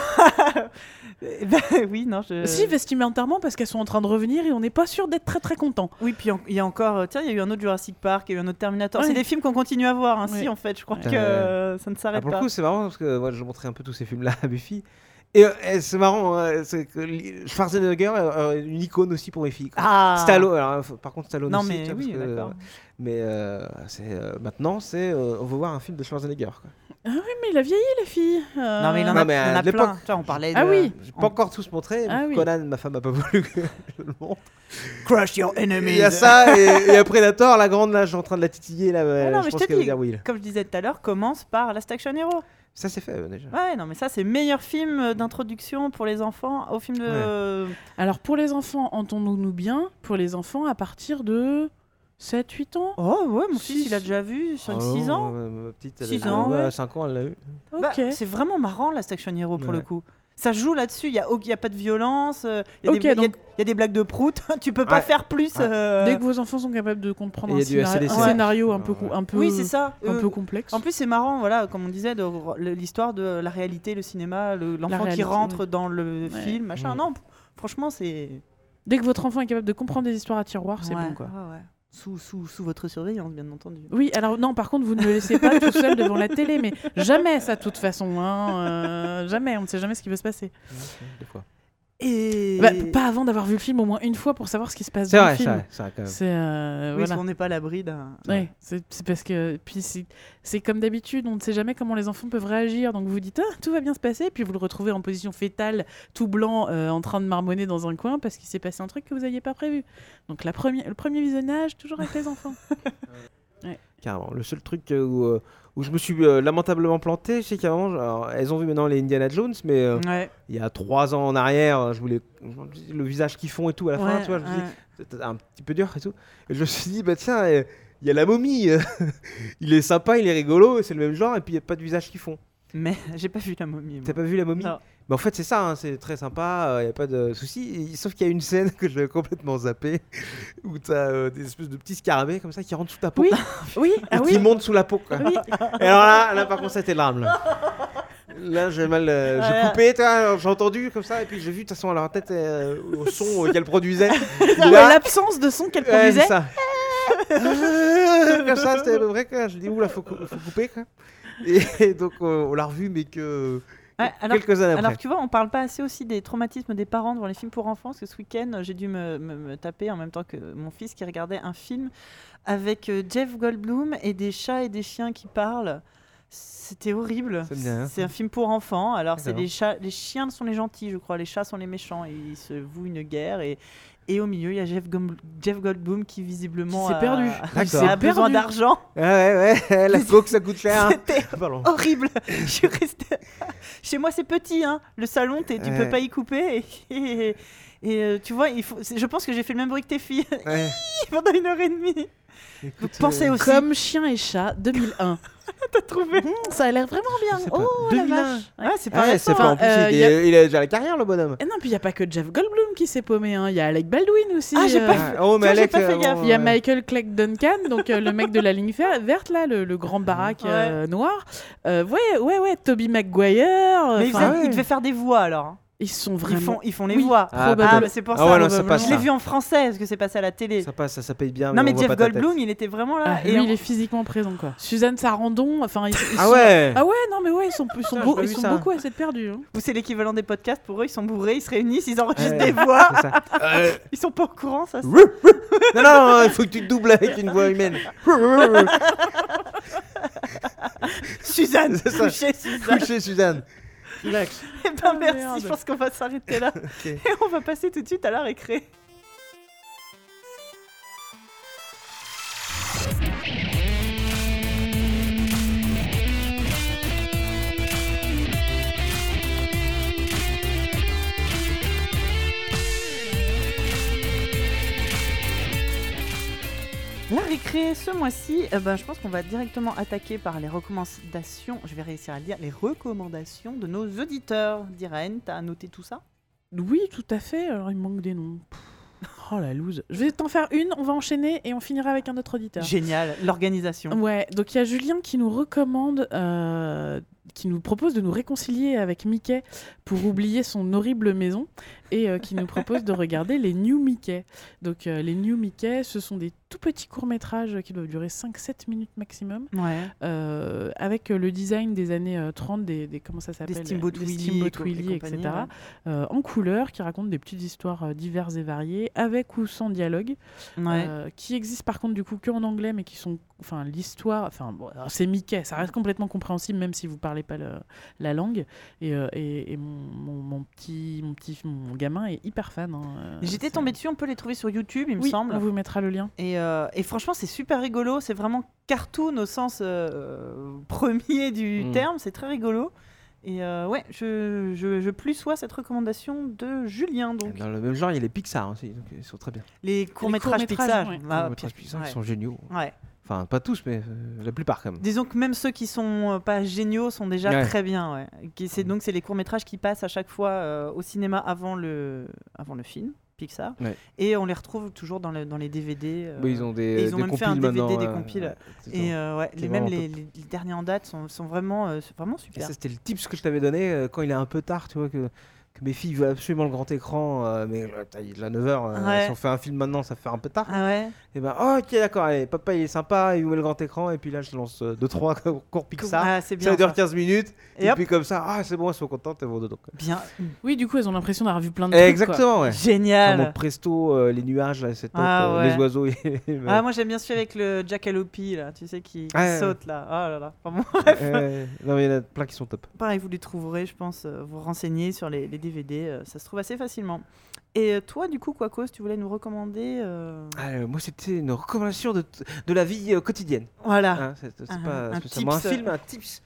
Eh ben, oui, non, je. Si, vestimentairement, parce qu'elles sont en train de revenir et on n'est pas sûr d'être très très content. Oui, puis en- il y a encore. euh, Tiens, il y a eu un autre Jurassic Park, il y a eu un autre Terminator. Ouais. C'est des films qu'on continue à voir ainsi, Ouais. en fait. Je crois Ouais. que euh, ça ne Ah, s'arrête pour le pas. coup, c'est marrant parce que moi, je montrais un peu tous ces films-là à Buffy. Et, euh, et c'est marrant, hein, c'est que li- Schwarzenegger est euh, une icône aussi pour mes filles. quoi. Ah. Stallone, alors, faut- par contre Stallone Non, aussi, mais tu vois, oui, parce que, d'accord. mais euh, c'est euh, maintenant c'est euh, on veut voir un film de Schwarzenegger. Quoi. Ah oui, mais il a vieilli, les filles. Euh, Non, mais il en Non, a, mais il y en à a l'époque- plein. Tu vois, on parlait de. Ah oui. J'ai pas encore tous montré. Ah oui. Conan, ma femme a pas voulu que je le montre. Crush your Il enemies. y a ça et, et après Predator, la grande là, je suis en train de la titiller là. Ah non, je mais je pense te qu'elle va dis, dire oui. là. comme je disais tout à l'heure, commence par Last Action Hero. Ça c'est fait euh, déjà. Ouais, non, mais ça, c'est meilleur film d'introduction pour les enfants au film de. Alors, pour les enfants, entendons-nous bien, pour les enfants à partir de sept huit ans. Oh, ouais, mon Six. fils, il a déjà vu cinq six Oh, ans. ouais, ma petite, elle Six a- ans, ouais, ouais. à cinq ans, elle l'a eu. Bah, Ok. c'est vraiment marrant, Last Action Hero, pour Ouais. le coup. Ça joue là-dessus, il n'y a, au- y a pas de violence, euh, il y, a Ok, des bla- y a- donc- y a des blagues de prout, tu peux pas Ouais. faire plus. Ouais. euh, Dès que vos enfants sont capables de comprendre Et il un, y a du scénario, A C D C. un scénario un Ouais. peu, co- un peu, Oui, c'est ça. un Euh, peu complexe. En plus, c'est marrant, voilà, comme on disait, de, le- l'histoire de la réalité, le cinéma, le- l'enfant qui réalité, rentre ouais. dans le Ouais. film, machin. Mm. Non, p- franchement, c'est. Dès que votre enfant est capable de comprendre des histoires à tiroir, c'est Ouais, bon, quoi. ouais, ouais. Sous, sous, sous votre surveillance, bien entendu. Oui, alors non, par contre, vous ne le laissez pas tout seul devant la télé, mais jamais ça, de toute façon. Hein, euh, jamais, on ne sait jamais ce qui va se passer. Des fois. Et. Bah, pas avant d'avoir vu le film au moins une fois pour savoir ce qui se passe C'est dans vrai, le c'est film. vrai, c'est vrai quand même. C'est euh, Oui, voilà. parce qu'on n'est pas à l'abri d'un. Ouais, c'est c'est parce que puis c'est c'est comme d'habitude, on ne sait jamais comment les enfants peuvent réagir. Donc vous dites ah, tout va bien se passer, puis vous le retrouvez en position fétale, tout blanc, euh, en train de marmonner dans un coin parce qu'il s'est passé un truc que vous n'aviez pas prévu. Donc la première, le premier visionnage toujours avec les enfants. Carrément. Le seul truc euh, où, euh, où je me suis euh, lamentablement planté, c'est qu'à un moment, alors, elles ont vu maintenant les Indiana Jones, mais euh, Ouais. il y a trois ans en arrière, je voulais le visage qu'ils font et tout à la fin, Ouais, tu vois, je me ouais. dis, c'est un petit peu dur et tout. Et je me suis dit, bah tiens, euh, il y a la momie, euh, il est sympa, il est rigolo, c'est le même genre, et puis il n'y a pas de visage qu'ils font. Mais j'ai pas vu la momie. moi. T'as pas vu la momie? Non. Mais en fait, c'est ça, hein, c'est très sympa, il n'y a pas de souci. Et- Sauf qu'il y a une scène que j'ai complètement zappée, où t'as euh, des espèces de petits scarabées comme ça qui rentrent sous ta peau. Oui, oui, Et ah qui oui, montent sous la peau. Quoi. oui. Et alors là, là, par contre, c'était l'arme. Là, là j'ai mal. euh, j'ai Voilà. coupé, tu vois, j'ai entendu comme ça, et puis j'ai vu de toute façon à leur tête euh, au son euh, qu'elle produisait. Ah ouais, Là, l'absence de son qu'elle ouais, produisait. c'est ça. Comme ça, c'était à peu près quoi. Je dis, oula, faut, cou- faut couper quoi. Et donc, euh, on l'a revu, mais que Ouais, alors, quelques années après. alors tu vois, on parle pas assez aussi des traumatismes des parents devant les films pour enfants, parce que ce week-end, j'ai dû me, me- me taper en même temps que mon fils qui regardait un film avec euh, Jeff Goldblum et des chats et des chiens qui parlent. C'était horrible. Ça me dit rien. C'est un film pour enfants. Alors, c'est D'accord. les chats, les chiens sont les gentils, je crois. Les chats sont les méchants. Et ils se vouent une guerre. Et, et au milieu, il y a Jeff, Gom- Jeff Goldblum qui visiblement Qui s'est a, perdu. a D'accord. a besoin Perdu. d'argent. Ouais, ouais, ouais, la coke ça coûte cher. hein. C'était Pardon. horrible. Je suis restée. Chez moi, c'est petit, hein. Le salon, t'es- tu Ouais. peux pas y couper. Et, et- et, euh, tu vois, il faut. c'est- Je pense que j'ai fait le même bruit que tes filles Ouais. pendant une heure et demie. Écoute, pensez euh, aussi. Comme Chien et Chat deux mille un. T'as trouvé? Mmh, ça a l'air vraiment bien. Je sais pas. Oh deux la mille un. vache. Ouais. Ouais, c'est pas Ah ouais, récent. c'est pas en plus, Enfin, il, euh, est- il a déjà la carrière le bonhomme. Et non, puis il n'y a pas que Jeff Goldblum qui s'est paumé. Hein. Il y a Alec Baldwin aussi. Ah, j'ai pas euh, vu. Oh, mais Tiens, j'ai Alec, pas fait euh, gaffe. bon, Il y a ouais. Michael Clark Duncan, donc euh, le mec de la ligne fer- verte, là, le, le grand baraque euh, noir. Euh, ouais, ouais, ouais, Tobey Maguire. euh, Mais ils, enfin, faisaient- ils devaient faire des voix alors. hein. ils sont Ils vraiment. font, ils font les Oui. voix. Ah, Ah, peut-être. mais c'est pour Ah ça. ouais, non, ça passe, Je l'ai ça. vu en français parce que c'est passé à la télé. Ça passe, ça, ça paye bien. Non, mais on voit Jeff pas ta tête. Goldblum, il était vraiment là. Ah, et lui, en- il est physiquement présent, quoi. Suzanne Sarandon, enfin, ils, ils Ah sont- ouais. Ah ouais, non, mais ouais, ils sont, ils sont, Putain, beau- j'ai pas ils vu sont ça. beaucoup à s'être perdus. Hein. Ou c'est l'équivalent des podcasts. Pour eux, ils sont bourrés, ils se réunissent, ils enregistrent Ouais. des voix. C'est ça. Euh, Ils sont pas au courant, ça. se- non, non, non, il faut que tu te doubles avec une voix humaine. Suzanne, C'est ça. couchez Suzanne. Couchez Suzanne. Relax. Eh ben, Ah, merci, merde. je pense qu'on va s'arrêter là. Ok. Et on va passer tout de suite à la récré. La récré, ce mois-ci, euh, ben, je pense qu'on va directement attaquer par les recommandations, je vais réussir à le dire, les recommandations de nos auditeurs. Diraine, t'as noté tout ça? Oui, tout à fait. Alors, il me manque des noms. Pff. Oh la loose. Je vais t'en faire une, on va enchaîner et on finira avec un autre auditeur. Génial, l'organisation. Ouais, donc il y a Julien qui nous recommande, euh, qui nous propose de nous réconcilier avec Mickey pour oublier son horrible maison et euh, qui nous propose de regarder les New Mickey. Donc euh, les New Mickey, ce sont des tout petits courts-métrages qui doivent durer cinq sept minutes maximum, Ouais. euh, avec euh, le design des années euh, trente, des, des comment ça s'appelle, Steamboat des Willie Steamboat et co- et Willie, compagnie, et cetera. ouais. euh, en couleur, qui racontent des petites histoires euh, diverses et variées, avec ou sans dialogue, Ouais. euh, qui existent par contre du coup que en anglais, mais qui sont, enfin l'histoire, enfin bon, alors, c'est Mickey, ça reste complètement compréhensible même si vous parlez pas le, la langue. Et, euh, et, et mon, mon, mon petit, mon petit, mon gamin est hyper fan. Hein, euh, J'étais c'est- tombée dessus, on peut les trouver sur YouTube, il me Oui, semble. on vous mettra le lien. Et, euh, et franchement, c'est super rigolo. C'est vraiment cartoon au sens euh, premier du Mm. terme. C'est très rigolo. Et euh, ouais, je, je, je plus sois cette recommandation de Julien. Donc, Dans le même genre, il y a les Pixar aussi, donc ils sont très bien. les courts-métrages courts-métrages, Pixar. ouais. Ah, les courts-métrages pi- Pixar ouais. qui sont géniaux. Ouais. Enfin, pas tous, mais euh, la plupart quand même. Disons que même ceux qui sont euh, pas géniaux sont déjà Ouais. très bien. Ouais. Qui- C'est donc c'est les courts métrages qui passent à chaque fois euh, au cinéma avant le avant le film Pixar. Ouais. Et on les retrouve toujours dans, le- dans les D V D. euh, Oui, ils ont des, et ils ont des même fait compiles un D V D, maintenant, des euh, compiles. ouais, c'est Et ça. euh, ouais, C'est les, même vraiment les, les- les derniers en date sont, sont vraiment, euh, c'est vraiment Et super. ça, c'était le tips que je t'avais donné euh, quand il est un peu tard, tu vois, que, que mes filles veulent absolument le grand écran, euh, mais euh, t'as- il est neuf heures, Ouais. si on fait un film maintenant, ça fait un peu tard. Ah ouais. Et ben, oh, ok, d'accord, allez, papa il est sympa, il vous met le grand écran, et puis là je lance deux trois cours Pixar. Ah, c'est Ça bien. dure ça. quinze minutes, Et et, hop. puis comme ça, ah c'est bon, elles sont contentes, elles vont dedans. quoi. Bien. Oui, du coup, elles ont l'impression d'avoir vu plein de trucs. Exactement, ouais. Génial. Vraiment presto, euh, les nuages, là, c'est top, Ah, euh, ouais. les oiseaux. et- Ah, moi j'aime bien celui avec le Jackalope là, tu sais qui, qui Ouais. saute là. Oh là là. Enfin, bon, Euh, non, mais il y en a plein qui sont top. pareil, vous les trouverez, je pense, euh, vous renseigner sur les, les D V D, euh, ça se trouve assez facilement. Et euh, toi, du coup, Quacos, tu voulais nous recommander euh, Ah, euh, moi, c'était une recommandation de, de la vie euh, quotidienne. Voilà. Hein, c'est c'est Ah, pas un spécialement un tips. film, un tips.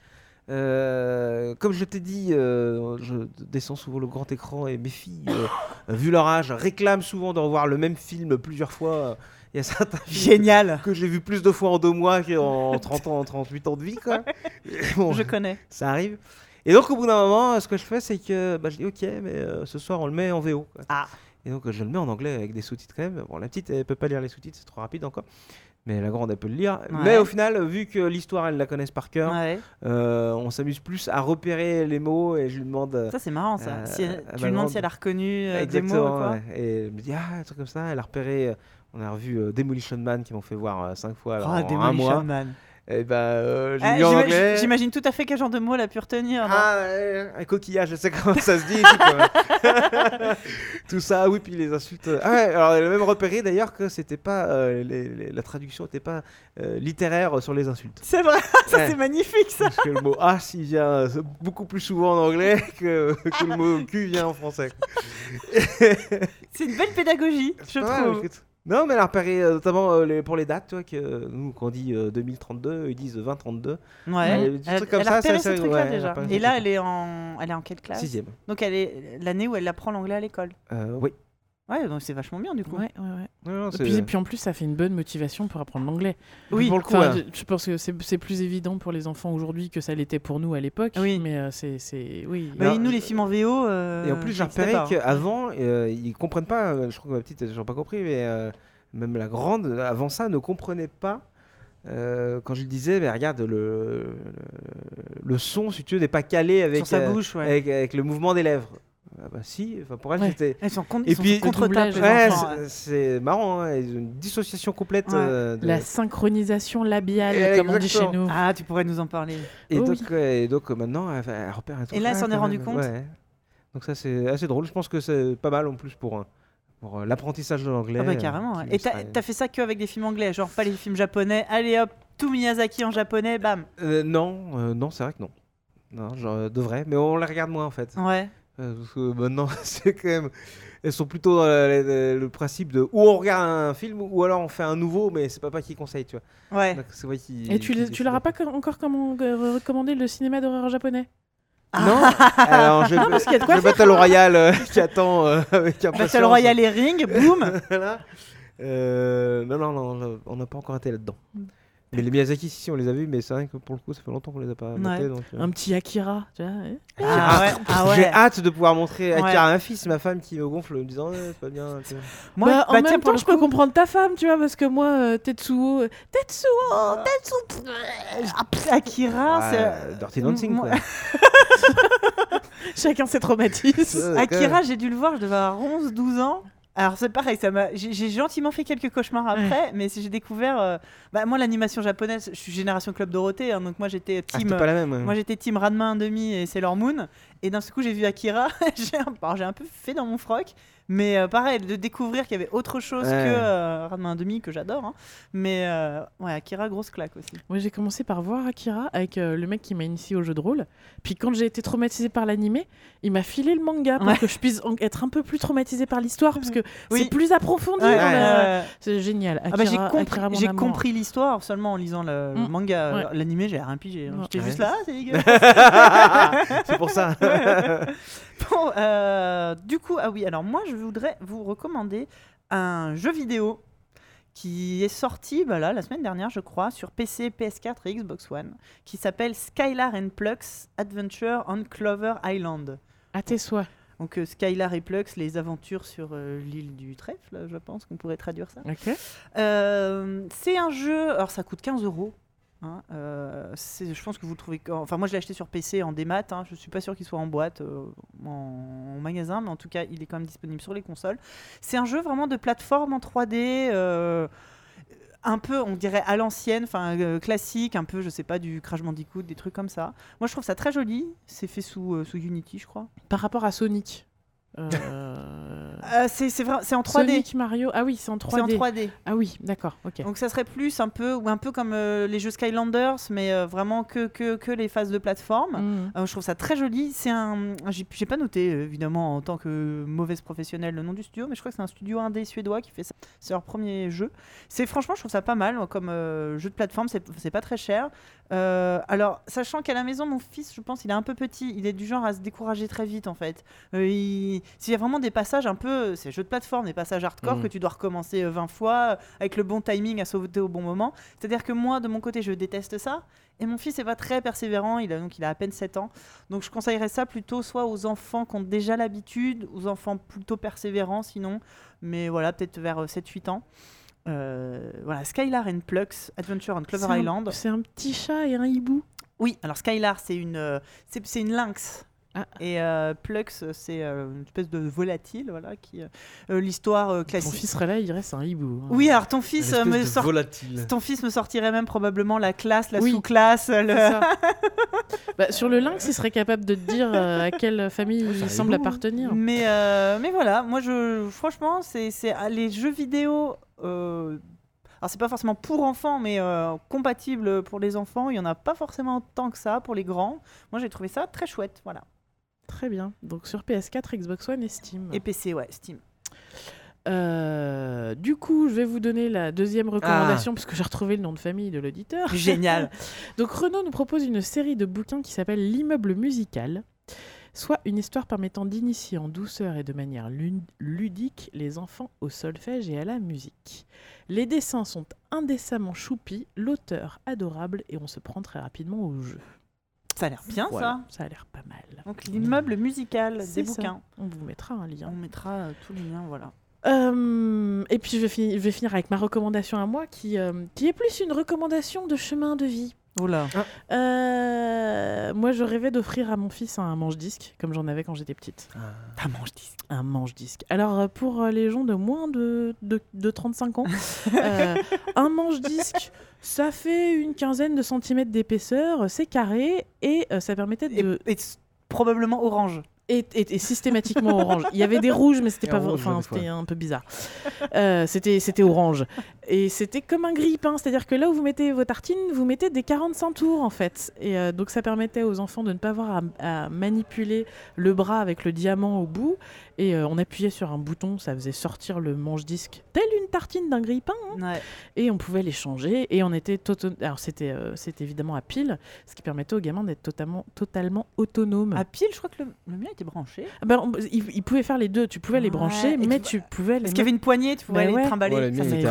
Euh, comme je t'ai dit, euh, je descends souvent le grand écran et mes filles, euh, vu leur âge, réclament souvent de revoir le même film plusieurs fois. Il y a certains films Génial. que j'ai vu plus de fois en deux mois qu'en trente ans, trente-huit ans de vie. Quoi. Bon, Je connais. ça arrive. Et donc, au bout d'un moment, ce que je fais, c'est que bah, je dis ok, mais euh, ce soir, on le met en V O. quoi. Ah. Et donc, euh, je le mets en anglais avec des sous-titres quand même. Bon, la petite, elle peut pas lire les sous-titres, c'est trop rapide encore. Mais la grande, elle peut le lire. Ouais. Mais au final, vu que l'histoire, elle la connaissent par cœur, Ouais. euh, on s'amuse plus à repérer les mots et je lui demande. euh, Ça, c'est marrant ça. Euh, Si elle- à tu ma lui demandes grande- si elle a reconnu euh, des exactement. mots ou quoi. ouais. Et elle me dit ah, un truc comme ça. Elle a repéré. euh, on a revu euh, Demolition Man qui m'ont fait voir euh, cinq fois alors, Ah, en un Demolition mois. Man. Et ben, euh, j'ai Ah, mis en j'ima- anglais. J'imagine tout à fait quel genre de mots elle a pu retenir. non Ah, ouais, un coquillage, je sais comment ça se dit. tout, quoi. Tout ça, oui, puis les insultes. Ah ouais, alors elle a même repéré d'ailleurs que c'était pas euh, les- les- la traduction n'était pas euh, littéraire sur les insultes. C'est vrai, ça Ouais. c'est magnifique ça. Parce que le mot as il vient euh, beaucoup plus souvent en anglais que, que le mot cul vient en français. C'est une belle pédagogie, je Pas mal, trouve. écoute. Non, mais elle a repéré euh, notamment euh, les- pour les dates, tu vois, que euh, nous, quand on dit euh, deux mille trente-deux, ils disent vingt trente-deux. Ouais. Ouais, des Elle, trucs comme elle ça, a repéré ça, ce c'est- truc-là ouais, elle a déjà. repéré Et ce là, truc. elle est en, elle est en quelle classe Sixième. Donc elle est l'année où elle apprend l'anglais à l'école. Euh, oui. Ouais, donc c'est vachement bien du coup. Ouais, ouais, ouais. Non, non, Et c'est- puis, puis en plus, ça fait une bonne motivation pour apprendre l'anglais. Oui. pour le coup, Enfin, ouais. je, je pense que c'est c'est plus évident pour les enfants aujourd'hui que ça l'était pour nous à l'époque. Oui. Mais euh, c'est, c'est, oui. Bah, Alors, nous, les films en V O. euh, Et en plus, j'ai ça existait repéré pas, hein. qu'avant, euh, ils comprennent pas. euh, Je crois que ma petite, j'ai pas compris, mais euh, même la grande, avant ça, ne comprenait pas. euh, quand je lui disais, mais regarde, le, le, le son, si tu veux, n'est pas calé avec, Sur sa euh, bouche, ouais. avec, avec le mouvement des lèvres. Ah bah si, enfin pour elle, Ouais. c'était. Elles sont, con- Et ils sont puis- sous contre-tape, les Ouais, enfants. c'est- ouais. c'est marrant, hein, ils ont une dissociation complète. Ouais. euh, de- La synchronisation labiale, Et comme on dit chez exactement. nous. Ah, tu pourrais nous en parler. Et, Oh donc, oui. ouais, et donc euh, maintenant, elle, elle repère un truc. Et là, elle ah, s'en est quand rendue même, compte ouais. Donc ça, c'est assez drôle. Je pense que c'est pas mal en plus pour, euh, pour euh, l'apprentissage de l'anglais. Ah bah euh, carrément. qui ouais. me Et t'as serait- t'as fait ça que avec des films anglais, genre pas les films japonais. Allez hop, tout Miyazaki en japonais, bam. Euh, non, euh, non, c'est vrai que non. Non, genre, devrait, mais on les regarde moins en fait. Ouais. Euh, parce que maintenant, c'est quand même. Elles sont plutôt dans le, le- le principe de ou on regarde un film ou alors on fait un nouveau, mais c'est papa qui conseille, tu vois. Ouais. Donc, c'est vrai qu'il- Et tu, qu'il les- tu leur as décide. pas co- encore comment, euh, recommandé le cinéma d'horreur japonais? Non. Alors, je, parce qu'il y a de quoi je Battle Royale euh, qui attend euh, avec impatience. Battle Royale et Ring, boum. Voilà. Euh, non, non, non, non, on n'a pas encore été là-dedans. Mais les Miyazaki, si, si, on les a vus, mais c'est vrai que pour le coup, ça fait longtemps qu'on les a pas Ouais. matés. Donc, euh, Un petit Akira, tu vois. hein. Ah ouais. Ah J'ai ouais. hâte de pouvoir montrer Ouais. Akira à ma fille, c'est ma femme qui me gonfle en me disant ouais, c'est pas bien. tu vois. Moi, Bah, en bah, même tiens, pour temps, le je peux coup- comprendre ta femme, tu vois, parce que moi, euh, Tetsuo, euh, Tetsuo, Tetsuo. Akira, Ouais, c'est. euh, Dirty Dancing, moi- quoi. Chacun ses traumatismes. Ouais, quand Akira, même. j'ai dû le voir, je devais avoir onze douze ans. Alors c'est pareil, ça m'a... J'ai, j'ai gentiment fait quelques cauchemars après, ouais. mais si j'ai découvert... Euh... Bah, moi l'animation japonaise, je suis génération Club Dorothée, hein, donc moi j'étais team... Ah, pas la même, ouais. Moi j'étais team Ranma un demi et Sailor Moon, et d'un coup j'ai vu Akira, j'ai, un... Alors, j'ai un peu fait dans mon froc, mais euh, pareil, de découvrir qu'il y avait autre chose ouais. que euh, Ranma un demi, que j'adore, hein. mais euh, ouais, Akira, grosse claque aussi. Moi j'ai commencé par voir Akira avec euh, le mec qui m'a initié au jeu de rôle, puis quand j'ai été traumatisée par l'animé, il m'a filé le manga pour ouais. que je puisse en... être un peu plus traumatisée par l'histoire, parce que oui. c'est plus approfondi. Ouais, ouais, la... ouais. C'est génial. Akira, ah bah j'ai compris, Akira, j'ai compris l'histoire seulement en lisant le, mmh. le manga. Ouais. L'animé, j'ai rien pigé. Hein. J'étais ouais. juste là, c'est dégueulasse. C'est pour ça. Bon, euh, du coup, ah oui, alors moi je voudrais vous recommander un jeu vidéo qui est sorti bah là, la semaine dernière, je crois, sur P C, P S quatre et Xbox One, qui s'appelle Skylar and Plux Adventure on Clover Island. À tes souhaits. Donc euh, Skylar et Plux, les aventures sur euh, l'île du trèfle, je pense qu'on pourrait traduire ça. Okay. Euh, c'est un jeu, alors ça coûte quinze euros. Hein, euh, c'est, je pense que vous le trouvez. Enfin, moi je l'ai acheté sur P C en démat. Hein, je suis pas sûr qu'il soit en boîte euh, en, en magasin, mais en tout cas il est quand même disponible sur les consoles. C'est un jeu vraiment de plateforme en trois D. Euh, un peu, on dirait à l'ancienne, enfin euh, classique, un peu, je sais pas, du Crash Bandicoot, des trucs comme ça. Moi, je trouve ça très joli. C'est fait sous, euh, sous Unity, je crois. Par rapport à Sonic. Euh... euh, c'est, c'est, vrai, c'est en trois D. Sonic Mario, ah oui, c'est en trois D. C'est en trois D. Ah oui, d'accord, ok. Donc ça serait plus un peu, ou un peu comme euh, les jeux Skylanders, mais euh, vraiment que, que, que les phases de plateforme. Mmh. Euh, je trouve ça très joli. C'est un, j'ai, j'ai pas noté évidemment en tant que mauvaise professionnelle le nom du studio, mais je crois que c'est un studio indé suédois qui fait ça. C'est leur premier jeu. C'est franchement, je trouve ça pas mal comme euh, jeu de plateforme. C'est, c'est pas très cher. Euh, alors, sachant qu'à la maison, mon fils, je pense, il est un peu petit. Il est du genre à se décourager très vite en fait. Euh, il S'il y a vraiment des passages un peu, c'est jeux de plateforme, des passages hardcore mmh. que tu dois recommencer vingt fois avec le bon timing à sauter au bon moment. C'est-à-dire que moi, de mon côté, je déteste ça. Et mon fils n'est pas très persévérant, il a, donc il a à peine sept ans. Donc je conseillerais ça plutôt soit aux enfants qui ont déjà l'habitude, aux enfants plutôt persévérants sinon. Mais voilà, peut-être vers sept huit ans. Euh, voilà, Skylar and Plux, Adventure on Clover c'est Island. Un, c'est un petit chat et un hibou. Oui, alors Skylar, c'est une, euh, c'est, c'est une lynx. Ah. Et euh, Plux, c'est euh, une espèce de volatile, voilà, qui euh, l'histoire euh, classique. Ton fils serait là, il dirait c'est un hibou. Hein. Oui, alors ton fils euh, me sort... ton fils me sortirait même probablement la classe, la oui. sous-classe. Le... bah, sur le lynx, il serait capable de te dire euh, à quelle famille il semble hibou. appartenir. Mais euh, mais voilà, moi je franchement, c'est c'est les jeux vidéo. Euh... Alors c'est pas forcément pour enfants, mais euh, compatible pour les enfants. Il y en a pas forcément tant que ça pour les grands. Moi j'ai trouvé ça très chouette, voilà. Très bien. Donc sur P S quatre, Xbox One et Steam. Et P C, ouais, Steam. Euh, du coup, je vais vous donner la deuxième recommandation, ah. parce que j'ai retrouvé le nom de famille de l'auditeur. Génial. Donc Renaud nous propose une série de bouquins qui s'appelle L'immeuble musical, soit une histoire permettant d'initier en douceur et de manière ludique les enfants au solfège et à la musique. Les dessins sont indécemment choupis, l'auteur adorable, et on se prend très rapidement au jeu. Ça a l'air bien, voilà, ça. Ça a l'air pas mal. Donc l'immeuble musical c'est des ça. bouquins. On vous mettra un lien. On mettra euh, tous les liens, voilà. Euh, et puis je vais, fi- je vais finir avec ma recommandation à moi, qui, euh, qui est plus une recommandation de chemin de vie. Oula. Ah. Euh, moi, je rêvais d'offrir à mon fils un manche-disque, comme j'en avais quand j'étais petite. Ah. Un manche-disque. Un manche-disque. Alors, pour les gens de moins de, de, de trente-cinq ans, euh, un manche-disque, ça fait une quinzaine de centimètres d'épaisseur, c'est carré, et euh, ça permettait de... Et, et probablement orange. Et, et, et systématiquement orange. Il y avait des rouges, mais c'était pas, rouge, enfin, c'était un peu bizarre. Euh, c'était, c'était orange. Et c'était comme un grille-pain, c'est-à-dire que là où vous mettez vos tartines, vous mettez des quarante-cinq tours en fait. Et euh, donc ça permettait aux enfants de ne pas avoir à, à manipuler le bras avec le diamant au bout. Et euh, on appuyait sur un bouton, ça faisait sortir le manche-disque telle une tartine d'un grille-pain. Hein. Ouais. Et on pouvait les changer. Et on était toto... Alors c'était, euh, c'était évidemment à pile, ce qui permettait aux gamins d'être totalement, totalement autonomes. À pile, je crois que le, le mien était branché. Ah ben, on, ils, ils pouvaient faire les deux. Tu pouvais ouais. les brancher, mais tu, tu pouvais les. Parce qu'il y avait une poignée, tu pouvais bah les ouais. trimballer. Ouais, ça, c'était cool. à pile.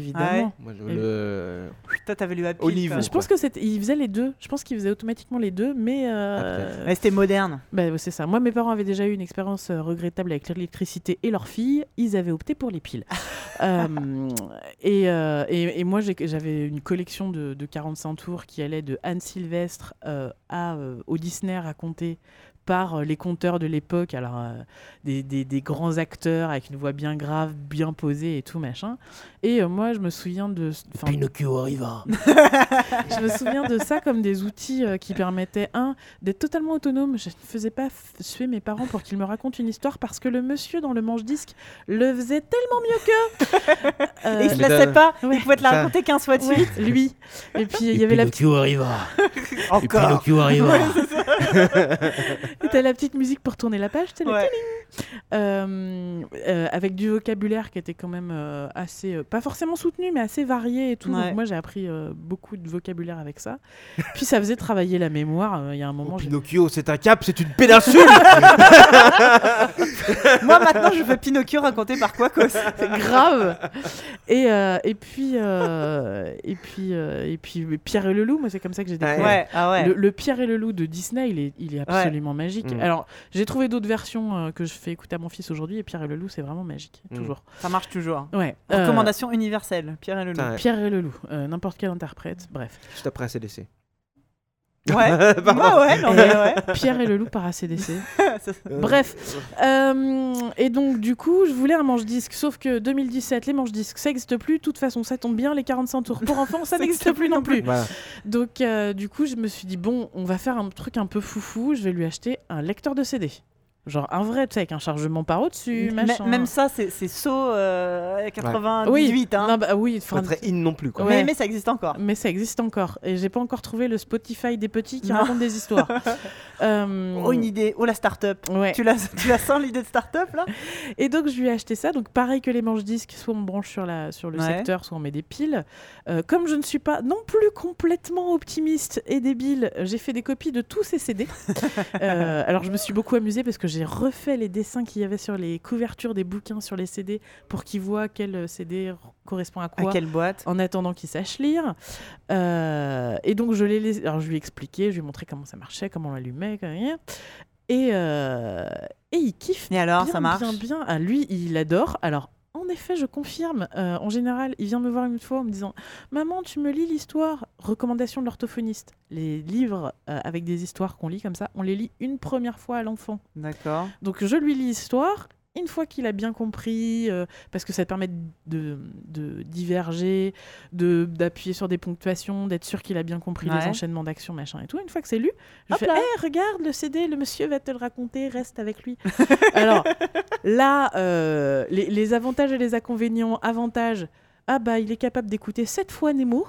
évidemment. Moi, je- Et- le... Toi, t'avais lu Happy. Olive. toi. Je pense que c'était, il faisait les deux. Je pense qu'il faisait automatiquement les deux, mais euh, Mais c'était moderne. bah, ouais, c'est ça. Moi, mes parents avaient déjà eu une expérience euh, regrettable avec l'électricité et leur fille. Ils avaient opté pour les piles. Euh, et, euh, et, et moi, j'ai- j'avais une collection de, de quarante-cinq tours qui allait de Anne Sylvestre euh, à, euh, au Disney raconté par euh, les conteurs de l'époque, alors euh, des, des, des grands acteurs avec une voix bien grave, bien posée et tout machin. Et euh, moi, je me souviens de, enfin, Pinocchio arriva. je me souviens de ça comme des outils euh, qui permettaient, un, d'être totalement autonome. Je ne faisais pas f- suer mes parents pour qu'ils me racontent une histoire parce que le monsieur dans le manche-disque le faisait tellement mieux qu'eux. Euh, Et il se mais laissait t'as- pas. Ouais. Il pouvait te la Ça- raconter quinze fois de ouais, suite. lui. Et puis il y avait la petite, arriva. Encore. Pinocchio arriva. et t'as la petite musique pour tourner la page. T'as la Ouais. euh, euh, avec du vocabulaire qui était quand même euh, assez, euh, pas forcément soutenu, mais assez varié et tout. Ouais. Donc moi j'ai appris euh, beaucoup de vocabulaire avec ça. Puis ça faisait travailler la mémoire. Euh, Il y a un moment, Oh, j'ai- Pinocchio, c'est un cap, c'est une péninsule. Moi, maintenant, je fais Pinocchio raconté par Quacos. c'est grave. Et, euh, et puis, euh, et puis, euh, et puis Pierre et le loup. Moi c'est comme ça que j'ai découvert. Ouais, ah ouais. Le, le Pierre et le loup de Disney, il est, il est absolument magique. Mm. Alors, j'ai trouvé d'autres versions euh, que je fais écouter à mon fils aujourd'hui, et Pierre et le loup, c'est vraiment magique, Mm. toujours. Ça marche toujours. Ouais. Euh, Recommandation universelle. Pierre et le loup. Putain, Pierre et le loup, euh, n'importe quel interprète, bref. Juste après A C D C. Ouais. Pardon. Ouais, ouais, non, mais ouais. Pierre et le loup par A C D C. Ça- Bref. Euh, et donc, du coup, je voulais un manche-disque, sauf que deux mille dix-sept, les manche-disques, ça n'existe plus. De toute façon, ça tombe bien, les quarante-cinq tours pour enfants, ça Ça n'existe plus non plus. Voilà. Donc, euh, du coup, je me suis dit, bon, on va faire un truc un peu foufou, je vais lui acheter un lecteur de C D. Genre un vrai, tu sais, avec un chargement par au-dessus, M- machin. Même ça, c'est c'est saut euh, quatre-vingt-dix-huit. Oui, hein. non, bah, oui, Pas enfin, très in non plus, quoi. Ouais. mais, mais ça existe encore. mais ça existe encore. Et j'ai pas encore trouvé le Spotify des petits qui Non. racontent des histoires. Euh, Oh, une idée. Oh, la start-up. Ouais. Tu la, tu la sens, l'idée de start-up, là Et donc je lui ai acheté ça. Donc pareil que les manches-disques, soit on branche sur, la, sur le Ouais. secteur, soit on met des piles. Euh, comme je ne suis pas non plus complètement optimiste et débile, j'ai fait des copies de tous ces C D. Euh, alors je me suis beaucoup amusée parce que j'ai refait les dessins qu'il y avait sur les couvertures des bouquins sur les C D pour qu'ils voient quel C D correspond à À quoi. quelle boîte En attendant qu'il sache lire. Euh, et donc, je, l'ai laissé- Alors, je lui ai expliqué, je lui ai montré comment ça marchait, comment on l'allumait. comment- Et, euh, et il kiffe. Et alors, bien, ça marche bien, bien. Ah, lui, il adore. Alors, en effet, je confirme. Euh, en général, il vient me voir une fois en me disant « Maman, tu me lis l'histoire ?» Recommandation de l'orthophoniste. Les livres euh, avec des histoires qu'on lit comme ça, on les lit une première fois à l'enfant. D'accord. Donc je lui lis l'histoire, une fois qu'il a bien compris, euh, parce que ça te permet de, de diverger, de, d'appuyer sur des ponctuations, d'être sûr qu'il a bien compris Ouais. les enchaînements d'actions, machin et tout. Une fois que c'est lu, je Hop fais là. hey, regarde le C D, le monsieur va te le raconter, reste avec lui. Alors là, euh, les, les avantages et les inconvénients. Avantages, ah bah il est capable d'écouter sept fois Nemo,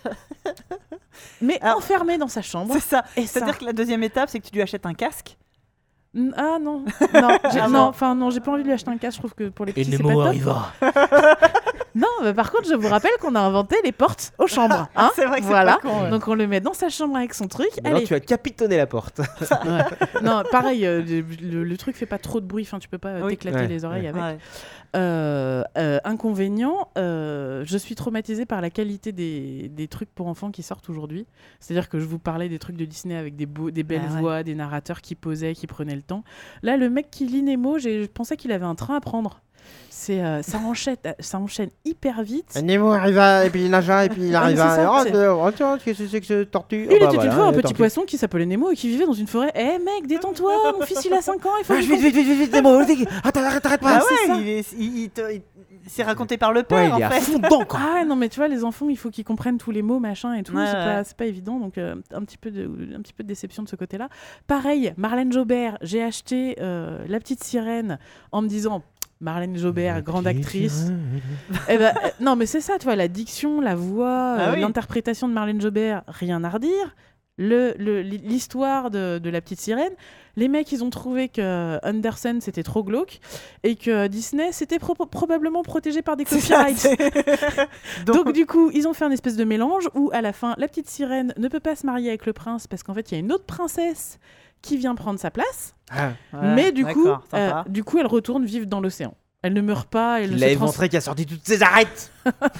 mais Alors, enfermé dans sa chambre. C'est ça. Et ça- C'est-à-dire que la deuxième étape, c'est que tu lui achètes un casque. N- Ah non, non, j'ai, Ah non, bon. enfin non, j'ai pas envie de lui acheter un casque. Je trouve que pour les Et petits, c'est pas Nemo top. arriva. Non, mais par contre, je vous rappelle qu'on a inventé les portes aux chambres. Hein C'est vrai que c'est voilà. pas con, ouais. Donc on le met dans sa chambre avec son truc. Maintenant, Allez. tu as capitonné la porte. Ouais. Non, pareil, euh, le, le- le truc fait pas trop de bruit. Enfin, tu peux pas euh, Oui. t'éclater Ouais, les oreilles ouais. avec. Ouais. Euh, euh, inconvénient, euh, je suis traumatisée par la qualité des, des trucs pour enfants qui sortent aujourd'hui. C'est-à-dire que je vous parlais des trucs de Disney avec des, beaux, des belles Ah ouais. voix, des narrateurs qui posaient, qui prenaient le temps. Là, le mec qui lit Nemo, j'ai- je pensais qu'il avait un train à prendre. C'est, euh, ça, enchaîne, ça enchaîne hyper vite. Nemo arriva, et puis il nagea, et puis il Ah, mais c'est arriva. ça, Oh, c'est- de- oh, tiens, qu'est-ce que c'est que ce tortue Lui, Oh, il bah, était voilà, une fois un euh, petit tortue. poisson qui s'appelait Nemo et qui vivait dans une forêt. Eh mec, détends-toi, mon fils il a cinq ans, il faut Ah, qu'il vite, vite, vite, vite, vite, Nemo, vite. Attends, arrête, arrête Ah pas. ouais, c'est ça. il est, il, il te- il- c'est raconté par le Ouais, père, il est en à fait. fond dedans, quoi. Ah ouais, non mais tu vois, les enfants, il faut qu'ils comprennent tous les mots, machin et tout, Ouais, c'est, ouais. Pas, c'est pas évident, donc euh, un, petit peu de, un petit peu de déception de ce côté-là. Pareil, Marlène Jobert, j'ai acheté euh, La Petite Sirène en me disant, Marlène Jobert, grande actrice. Eh ben, euh, non mais c'est ça, tu vois, la diction, la voix, Ah euh, oui. l'interprétation de Marlène Jobert, rien à redire. Le, le- l'histoire de, de La Petite Sirène, les mecs ils ont trouvé que Andersen c'était trop glauque et que Disney c'était pro- probablement protégé par des C'est ça, copyrights. c'est- Donc, Donc, du coup ils ont fait un espèce de mélange où à la fin La Petite Sirène ne peut pas se marier avec le prince parce qu'en fait il y a une autre princesse qui vient prendre sa place, Ah, ouais, mais du coup, d'accord, euh, sympa. du coup elle retourne vivre dans l'océan. Elle ne meurt pas. Elle Il ne l'a se trans- éventré qui a sorti toutes ses arêtes.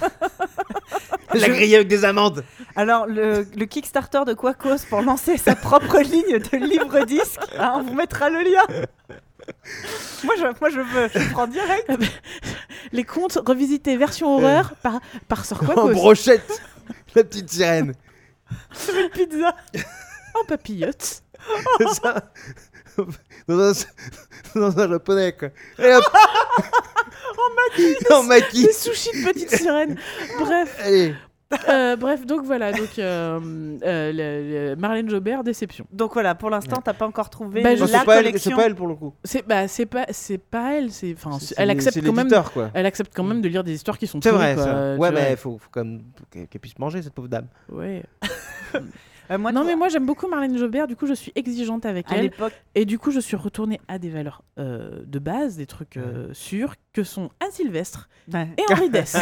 Elle l'a grillé avec des amandes. Alors, le, le Kickstarter de Quacos pour lancer sa propre ligne de livre-disque, hein, on vous mettra le lien. moi, je, moi, je veux, je prends direct. Les contes revisités version horreur par, par Sir Quacos. En brochette. La petite sirène. Je veux une pizza. En papillote. Ça. Dans un, dans un japonais, quoi. Et hop. En maquis. En maquis. Des sushis de petite sirène. Bref. Allez. Euh, bref, donc voilà. Donc, euh, euh, le- le Marlène Jobert, déception. Donc voilà, pour l'instant, t'as pas encore trouvé Bah, la je- Non, c'est pas elle, collection. c'est pas elle pour le coup. C'est bah, c'est pas, c'est pas elle. C'est, enfin, C'est- elle c'est- accepte c'est quand même. l'éditeur, quoi. Elle accepte quand même de lire des histoires qui sont C'est pourries, vrai, quoi, ça. tu Ouais, vois. mais faut, faut quand même qu'elle qu'elle puisse manger, cette pauvre dame. Ouais. Euh, moi, non, tu mais vois, moi j'aime beaucoup Marlène Jobert, du coup je suis exigeante avec à elle. l'époque, Et du coup je suis retournée à des valeurs euh, de base, des trucs euh, sûrs, que sont Anne Sylvestre ouais. et Henri Dess.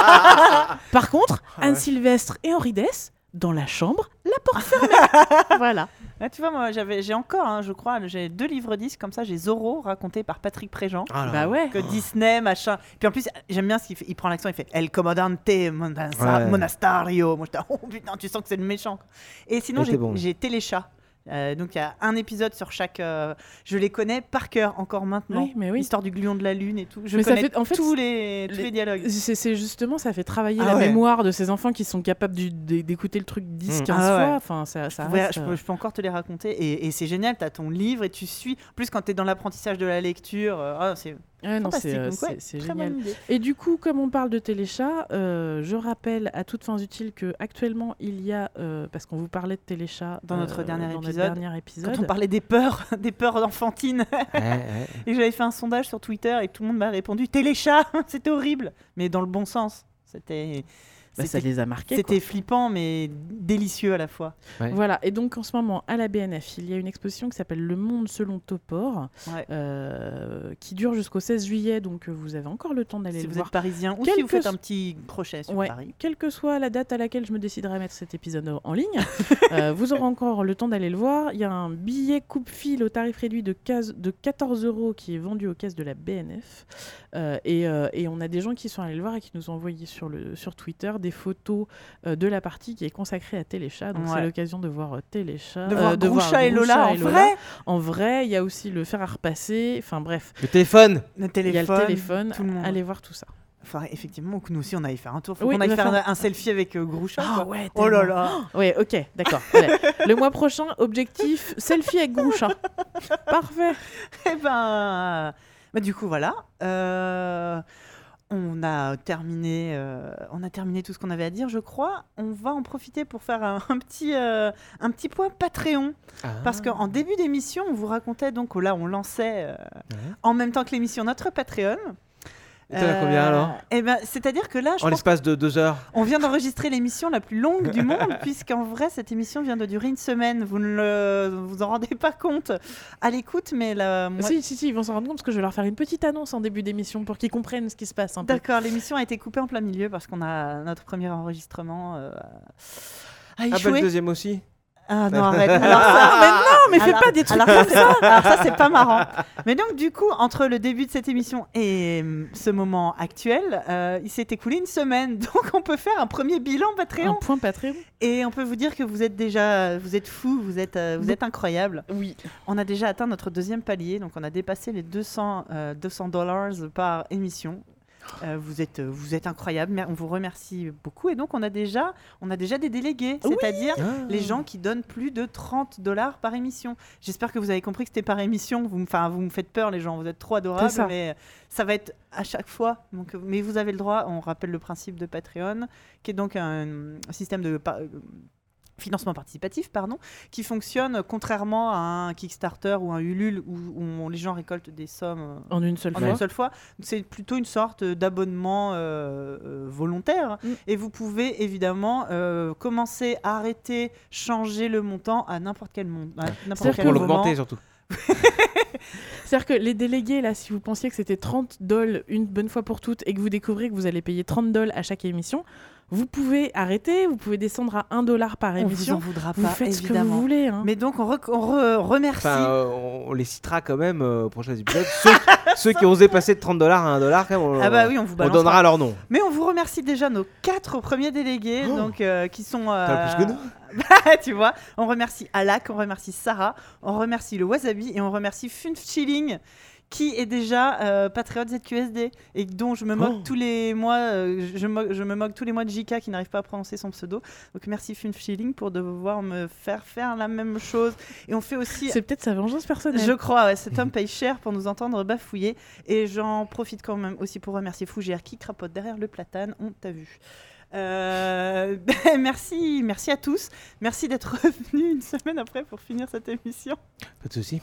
Par contre, Ah ouais. Anne Sylvestre et Henri Dess, dans la chambre, la porte fermée. Voilà. Ah, tu vois, moi, j'avais, j'ai encore, hein, je crois, j'ai deux livres disques comme ça. J'ai Zorro, raconté par Patrick Préjean. Ah là Bah là. ouais. Que Disney, machin. Puis en plus, j'aime bien ce qu'il fait. Il prend l'accent, il fait El Comandante Monasa- Ouais. Monastario. Moi, j'étais, oh putain, tu sens que c'est le méchant. Et sinon, Il était j'ai, bon. j'ai Téléchat. Euh, donc, il y a un épisode sur chaque. euh, je les connais par cœur encore maintenant. Oui, mais oui. L'histoire du gluon de la lune et tout. Je Mais ça connais fait- en fait, tous, les, tous les- les dialogues. C'est, c'est justement, ça fait travailler Ah la ouais. mémoire de ces enfants qui sont capables du- d'é- d'écouter le truc dix Mm. quinze Ah ouais. fois. Enfin, ça, Je, ça pourrais- reste, je euh, peux, je peux encore te les raconter. Et, et c'est génial, tu as ton livre et tu suis. En plus, quand tu es dans l'apprentissage de la lecture, euh, ah, c'est ouais, non, fantastique. c'est, euh, Donc, ouais, c'est- c'est très génial. bonne idée. Et du coup, comme on parle de Téléchat, euh, je rappelle à toutes fins utiles que actuellement il y a, euh, parce qu'on vous parlait de Téléchat Dans notre dernier dans épisode, notre dernier épisode, Quand on parlait des peurs, des peurs enfantines, Ouais, ouais. et j'avais fait un sondage sur Twitter et tout le monde m'a répondu Téléchat, c'était horrible, mais dans le bon sens. C'était, bah, ça c'était, les a marqués. c'était flippant mais délicieux à la fois. Ouais. Voilà, et donc en ce moment à la B N F, il y a une exposition qui s'appelle Le Monde selon Topor, Ouais. euh, qui dure jusqu'au seize juillet, donc euh, vous avez encore le temps d'aller Si le vous voir. êtes parisien ou Quel si vous que faites so- un petit crochet sur Ouais, Paris. quelle que soit la date à laquelle je me déciderai à mettre cet épisode en ligne, euh, vous aurez encore le temps d'aller le voir. Il y a un billet coupe-fil au tarif réduit de, case- de quatorze euros qui est vendu aux caisses de la B N F. Euh, et, euh, et on a des gens qui sont allés le voir et qui nous ont envoyé sur, le, sur Twitter des photos euh, de la partie qui est consacrée à Téléchat. Donc Ouais. c'est l'occasion de voir euh, Téléchat. De euh, voir Groucha et Groucha Lola en vrai. En vrai, il y a aussi le fer à repasser. Enfin bref, Le téléphone. Le il téléphone. y a le téléphone. tout le monde. Allez voir tout ça. Enfin, effectivement, que nous aussi on aille faire un tour. Faut Oui, qu'on on aille va faire faire- un, un selfie avec euh, Groucha. quoi. ouais, Oh là tellement. là. Ouais, ok, d'accord. Allez. Le mois prochain, objectif selfie avec Groucha. Parfait. Eh ben, bah, du coup voilà. Euh, on a terminé, euh, on a terminé tout ce qu'on avait à dire, je crois. On va en profiter pour faire un, un petit, euh, un petit point Patreon, parce qu'en début d'émission, on vous racontait donc que là, on lançait euh, en même temps que l'émission notre Patreon. Et t'en as combien, alors Eh ben, c'est-à-dire que là, je En pense l'espace de deux heures. on vient d'enregistrer l'émission la plus longue du monde, puisqu'en vrai, cette émission vient de durer une semaine. Vous ne le, vous en rendez pas compte à l'écoute, mais la moi- Si, si, si, ils vont s'en rendre compte parce que je vais leur faire une petite annonce en début d'émission pour qu'ils comprennent ce qui se passe un peu. D'accord, l'émission a été coupée en plein milieu parce qu'on a notre premier enregistrement euh, à Ah, bah, le échoué. deuxième aussi. Ah non, arrête. Alors ça, mais non, mais fais pas des trucs alors comme ça. Alors ça, c'est pas marrant. Mais donc, du coup, entre le début de cette émission et hum, ce moment actuel, euh, il s'est écoulé une semaine. Donc, on peut faire un premier bilan Un Patreon. point Patreon. Et on peut vous dire que vous êtes déjà, vous êtes fous, vous êtes, euh, vous êtes incroyables. Oui. On a déjà atteint notre deuxième palier, donc on a dépassé les deux cents dollars par émission. Euh, vous êtes, euh, vous êtes incroyables, mais on vous remercie beaucoup. Et donc on a déjà, on a déjà des délégués, Oui. c'est-à-dire Ah. les gens qui donnent plus de trente dollars par émission. J'espère que vous avez compris que c'était par émission. Vous, me- enfin, vous me faites peur, les gens. Vous êtes trop adorables, C'est ça. mais ça va être à chaque fois. Donc, euh, mais vous avez le droit. On rappelle le principe de Patreon, qui est donc un, un système de pa- euh, financement participatif, pardon, qui fonctionne contrairement à un Kickstarter ou un Ulule où, où on- les gens récoltent des sommes euh, En une seule en fois. une seule fois. C'est plutôt une sorte d'abonnement euh, euh, volontaire. Mm. Et vous pouvez évidemment euh, commencer, arrêter, changer le montant à n'importe quel, mon- à n'importe C'est-à-dire quel Pour que moment. l'augmenter surtout. C'est-à-dire que les délégués, là, si vous pensiez que c'était trente dollars une bonne fois pour toutes et que vous découvrez que vous allez payer trente dollars à chaque émission, Vous pouvez arrêter, vous pouvez descendre à un dollar par On vous en émission. voudra Vous pas, faites ce que vous évidemment. voulez. Hein. Mais donc, on, re- on re- remercie. Enfin, euh, on, on les citera quand même euh, aux prochains épisodes. ceux, ceux qui ont osé passer de trente dollars à un dollar, quand même, on, ah bah oui, on vous on balancera. donnera leur nom. Mais on vous remercie déjà nos quatre premiers délégués, Oh. donc euh, qui sont. euh, T'as plus que nous. Bah, tu vois, on remercie Alak, on remercie Sarah, on remercie le Wasabi et on remercie Fun Chilling, qui est déjà euh, patriote Z Q S D et dont je me moque Oh. tous les mois. euh, je, mo- je me moque tous les mois de J K qui n'arrive pas à prononcer son pseudo. Donc merci Fun Chilling pour devoir me faire faire la même chose. Et on fait aussi. C'est peut-être sa vengeance personnelle. Je crois, ouais, cet homme paye cher pour nous entendre bafouiller. Et j'en profite quand même aussi pour remercier Fougère qui crapote derrière le platane. On t'a vu. Euh, merci, merci à tous. Merci d'être revenus une semaine après pour finir cette émission. Pas de soucis.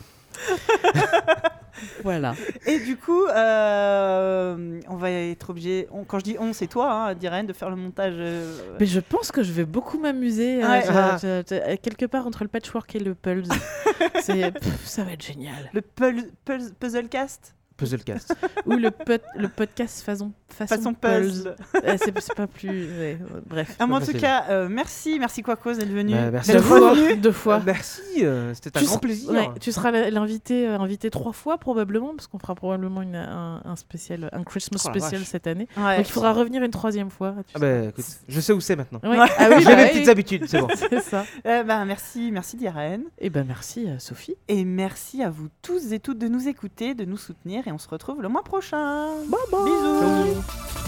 Voilà. Et du coup, euh, on va être obligé. on- quand je dis on, c'est toi, hein, Diren, de faire le montage. euh, Mais je pense que je vais beaucoup m'amuser. euh, Ouais. je- je- je- quelque part entre le patchwork et le pulse. C'est, pff, ça va être génial. le pul- pul- Puzzlecast Puzzlecast. Ou le, pot- le podcast façon, façon, façon pulse. puzzle. Euh, c'est, c'est pas plus. Ouais, euh, bref. Ah, mais en pas tout facile. cas, euh, merci, merci Quacos d'être venu. Bah, merci Deux à vous. fois. revenu. Deux fois. Euh, merci, euh, c'était un Tu grand ser- plaisir. ouais, tu seras la- l'invité, euh, invité trois fois probablement, parce qu'on fera probablement une- un, un spécial, un Christmas Oh la spécial vache. cette année. Ouais. Donc il faudra revenir une troisième fois. tu Ah sais. bah écoute, je sais où c'est maintenant. Ouais. Ouais. Ah oui, J'ai bah mes oui. petites habitudes, c'est bon. C'est ça. Euh, bah, merci, merci Diren. Et ben merci euh, Sophie. Et merci à vous tous et toutes de nous écouter, de nous soutenir. Et on se retrouve le mois prochain. Bye bye. Bisous.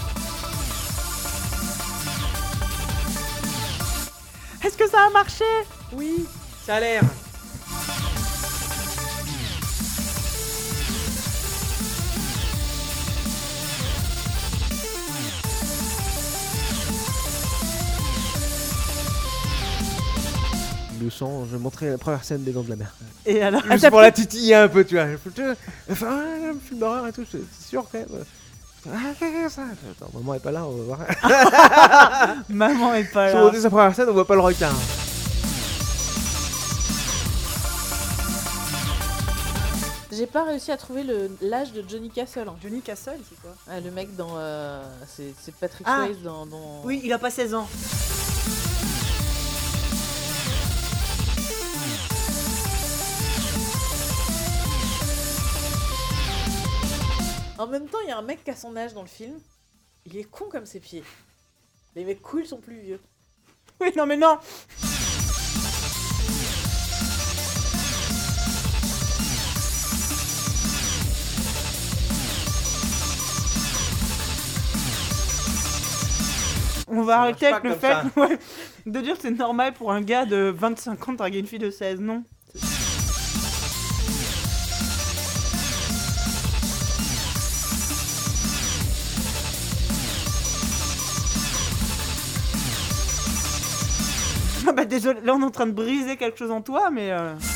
Est-ce que ça a marché? Oui, ça a l'air. Le sang, je vais montrer la première scène des Dents de la Mer. Et alors? Juste pour la titiller un peu, tu vois. Enfin, un film d'horreur et tout, c'est c'est sûr quand même. Ah, qu'est-ce que c'est ça Attends, maman est pas là, on va voir. Maman est pas Sur là. monter sa première scène, on voit pas le requin. J'ai pas réussi à trouver le, l'âge de Johnny Castle. hein. Johnny Castle, c'est quoi? Ah, le mec dans. euh, c'est, c'est Patrick Ah. Swayze dans, dans- Oui, il a pas seize ans. En même temps, il y a un mec qui a son âge dans le film. Il est con comme ses pieds. Les mecs cool sont plus vieux. Oui, non mais non. On va arrêter marche avec pas le comme fait ouais, de dire que c'est normal pour un gars de vingt-cinq ans de draguer une fille de seize, non. Ah bah désolé, là on est en train de briser quelque chose en toi, mais... euh,